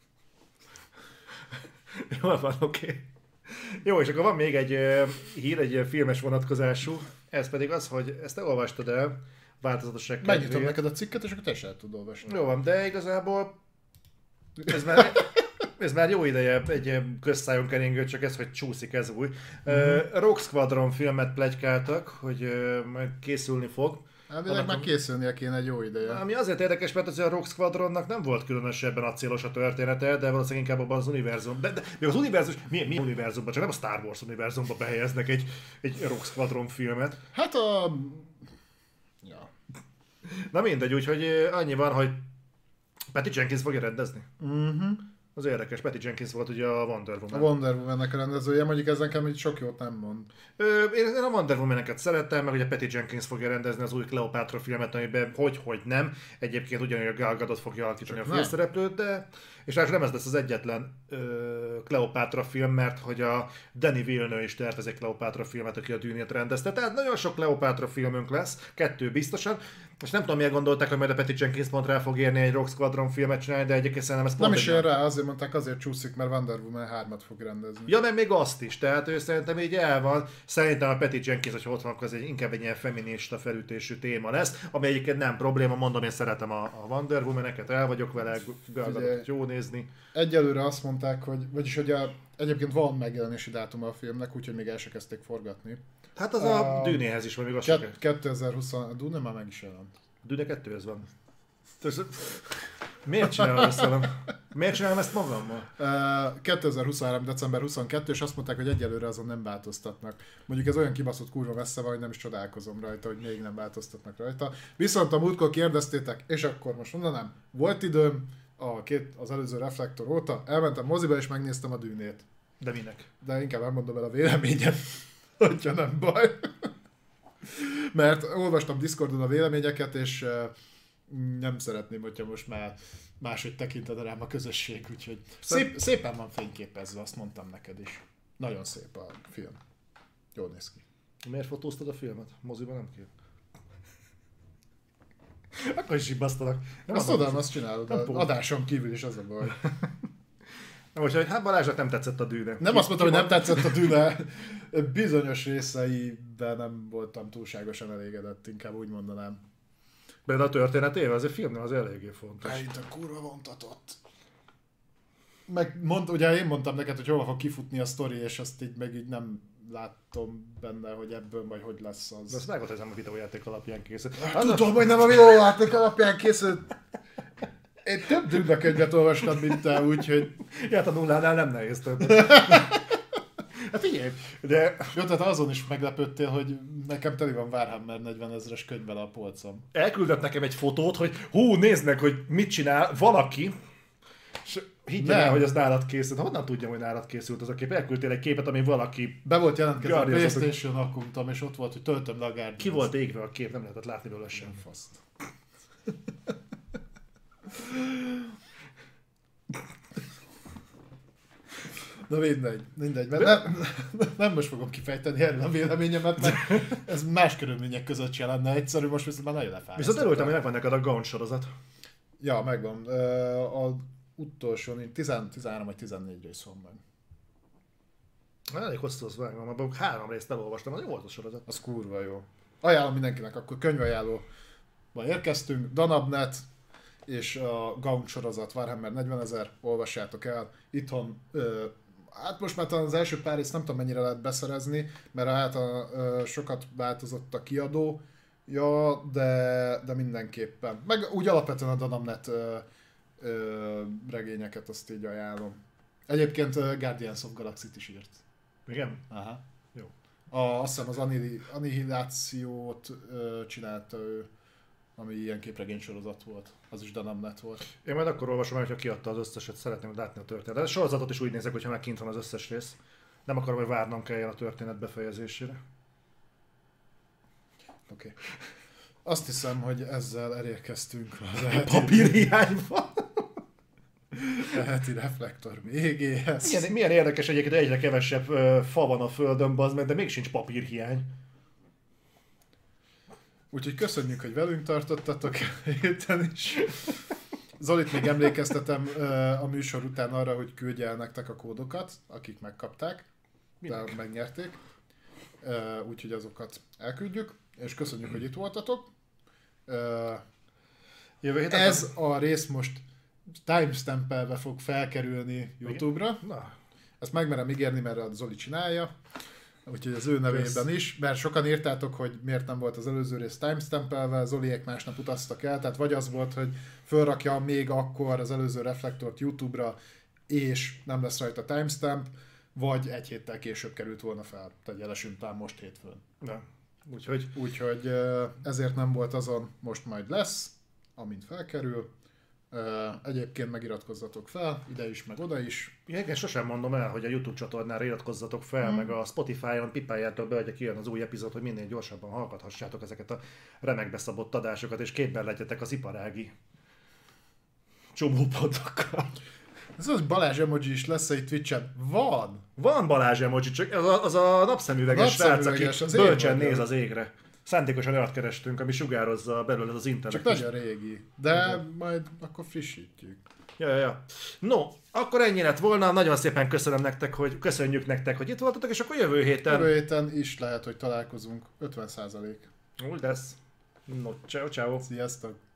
Jól van, oké. Okay. Jó, és akkor van még egy uh, hír, egy uh, filmes vonatkozású, ez pedig az, hogy ezt te olvastad el, változatosság kedvéért. Megnyitom neked a cikket, és akkor te sem tud olvasni. Jó van, de igazából ez már... Ez már jó ideje egy közszájon keringő, csak ez, hogy csúszik, ez új. Mm-hmm. Uh, Rogue Squadron filmet pletykáltak, hogy uh, majd készülni fog. Elvileg már készülnie kéne egy jó ideje. Ami azért érdekes, mert az a Rogue Squadronnak nem volt különösebben acélos a története, de valószínűleg inkább abban az univerzum. De, de még az univerzum, mi, mi univerzumban, csak nem a Star Wars univerzumban behelyeznek egy, egy Rogue Squadron filmet. Hát a... Ja. Na mindegy, úgyhogy annyi van, hogy Patty Jenkins fogja rendezni. Mhm. Az érdekes, Patty Jenkins volt ugye a Wonder Woman. A Wonder Woman-nek a rendezője, mondjuk ez nekem így sok jót nem mond. Ö, én a Wonder Woman-eket szerettem, meg ugye Patty Jenkins fogja rendezni az új Cleopatra filmet, amiben hogy-hogy nem. Egyébként ugyanúgy a Gal Gadot fogja alakítani a főszereplőt, de... És ráadásul nem ez lesz az egyetlen ö, Cleopatra film, mert hogy a Denis Villeneuve is tervezik Cleopatra filmet, aki a Dűnét rendezte. Tehát nagyon sok Cleopatra filmünk lesz, kettő biztosan. Most nem tudom, miért gondolták, hogy majd a Patty Jenkins pont rá fog érni egy Rogue Squadron filmet csinálni, de egyébként szerintem ez pont nem is ér rá, azért mondták, azért csúszik, mert Wonder Woman hármat fog rendezni. Ja, meg még azt is, tehát ő szerintem így el van. Szerintem a Patty Jenkins, hogyha ott van, akkor ez egy, inkább egy ilyen feminista felütésű téma lesz, ami egyébként nem probléma, mondom, én szeretem a, a Wonder Woman-eket, el vagyok vele, Gal jó nézni. Egyelőre azt mondták, hogy, vagyis hogy a, egyébként van megjelenési dátuma a filmnek, úgyhogy még el se kezdték forgatni. Hát az a, a Dűnéhez is van, még az ke- kétezer-húsz, a Dune már meg is jelent. Dűne kettőhez van. Miért csinálom ezt velem? Miért csinálom ezt magammal? Uh, kétezer-huszonhárom. december huszonkettő, és azt mondták, hogy egyelőre azon nem változtatnak. Mondjuk ez olyan kibaszott kurva messze van, hogy nem is csodálkozom rajta, hogy még nem változtatnak rajta. Viszont a múltkor kérdeztétek, és akkor most mondanám, volt időm a két, az előző reflektor óta, elmentem moziba és megnéztem a Dűnét. De minek? De inkább elmondom el a véleményem, hogyha nem baj. Mert olvastam Discordon a véleményeket, és nem szeretném, hogyha most már máshogy tekintene rám a közösség, úgyhogy szép, szépen van fényképezve, azt mondtam neked is. Nagyon szép a film. Jól néz ki. Miért fotóztad a filmet? Moziban nem kér. Akkor is zsibbasztanak. Azt tudom, azt csinálod, az adáson kívül is az a baj. Na most, hogy hát Balázsnak nem tetszett a Dűne. Nem azt mondtam, hogy nem tetszett a Dűne. Bizonyos részeiben nem voltam túlságosan elégedett, inkább úgy mondanám. Például a történetével, az a film nem az eléggé fontos. Hát itt a kurva vontatott. Meg mond, ugye én mondtam neked, hogy hol fog kifutni a sztori, és azt így meg így nem látom benne, hogy ebből majd hogy lesz az. De azt meg volt, ez nem a videójáték alapján készült. Hát, tudom, a... hogy nem a videójáték alapján készült. Én több Dűne könyvet olvastam, mint te, úgyhogy... Ja, hát a nullánál nem nehéz több. Hát figyelj, de... Jó, tehát azon is meglepődtél, hogy nekem teli van Warhammer negyven ezres könyvvel a polcom. Elküldött nekem egy fotót, hogy hú, nézd meg, hogy mit csinál valaki, és higgyel el, hogy az nálad készült. Honnan tudjam, hogy nálad készült az a kép? Elküldtél egy képet, ami valaki... Be volt jelentkezve a PlayStation akkuntam, és ott volt, hogy töltöm le a Guardians. Ki volt égve a kép, nem lehetett látni belőle sem. Faszt. Na mindegy, mindegy, mert nem, nem most fogom kifejteni erről a véleményemet, mert ez más körülmények között se lenne egyszerű, most viszont már nagyon lefáradtam. Viszont örültem, hogy megvan neked a Gaunt sorozat. Ja, megvan. Az utolsó, tizenhárom vagy tizennégy rész van meg. Elég hosszú az vágom, abban három részt elolvastam, az jó volt a sorozat. Az kurva jó. Ajánlom mindenkinek, akkor könyvajánlóba érkeztünk, Danabnet és a Gaunt sorozat, Warhammer negyvenezer, olvassátok el. Itthon, ö, hát most már talán az első pár részt nem tudom mennyire lehet beszerezni, mert hát a, ö, sokat változott a kiadó, ja, de, de mindenképpen. Meg úgy alapvetően a Danabnet ö, ö, regényeket azt így ajánlom. Egyébként uh, Guardians of Galaxy-t is írt. Igen? Aha. Jó. A, azt hiszem az Annihilációt uh, csinálta ő, ami ilyen képregénysorozat volt. Az is Danabnet volt. Én majd akkor olvasom el, hogyha kiadta az összeset, szeretném látni a történetet. A sorozatot is úgy nézek, hogyha már kint van az összes rész. Nem akarom, hogy várnom kelljen a történet befejezésére. Oké. Okay. Azt hiszem, hogy ezzel elérkeztünk a papírhiányba. A heti reflektor végéhez. Milyen, milyen érdekes egyébként, egyre kevesebb uh, fa van a földön, bazd meg, de még sincs papírhiány. Úgyhogy köszönjük, hogy velünk tartottatok héten is. Zolit még emlékeztetem uh, a műsor után arra, hogy küldje el nektek a kódokat, akik megkapták, de megnyerték. Uh, úgyhogy azokat elküldjük, és köszönjük, hogy itt voltatok. Uh, Jövő héten ez a rész most timestampelve fog felkerülni YouTube-ra. Na. Ezt megmerem ígérni, mert a Zoli csinálja. Úgyhogy az ő nevében is, mert sokan írtátok, hogy miért nem volt az előző rész timestampelve, Zoliék másnap utaztak el, tehát vagy az volt, hogy fölrakja még akkor az előző reflektort YouTube-ra, és nem lesz rajta timestamp, vagy egy héttel később került volna fel, tehát jelesünk talán most hétfőn. Na. Úgyhogy... Úgyhogy ezért nem volt azon, most majd lesz, amint felkerül. Egyébként megiratkozzatok fel, ide is, meg oda is. Igen, sosem mondom el, hogy a YouTube csatornára iratkozzatok fel, mm. meg a Spotify-on pipáljátok be, hogy kijön az új epizód, hogy minél gyorsabban hallgathassátok ezeket a remekbe szabott adásokat, és képben legyetek az iparági csomópontokkal. Ez az Balázs emoji is lesz egy Twitch-en. Van! Van Balázs emoji, csak az a, az a napszemüveges srác, aki bölcsen néz az égre. Szándékosan olyat kerestünk, ami sugározza belőle az internet. Csak nagyon régi, de igen. Majd akkor frissítjük. Ja, ja, ja. No, akkor ennyi lett volna. Nagyon szépen köszönöm nektek, hogy köszönjük nektek, hogy itt voltatok, és akkor jövő héten... Jövő héten is lehet, hogy találkozunk. ötven százalék. Úgy lesz. No, ciao, ciao. Sziasztok.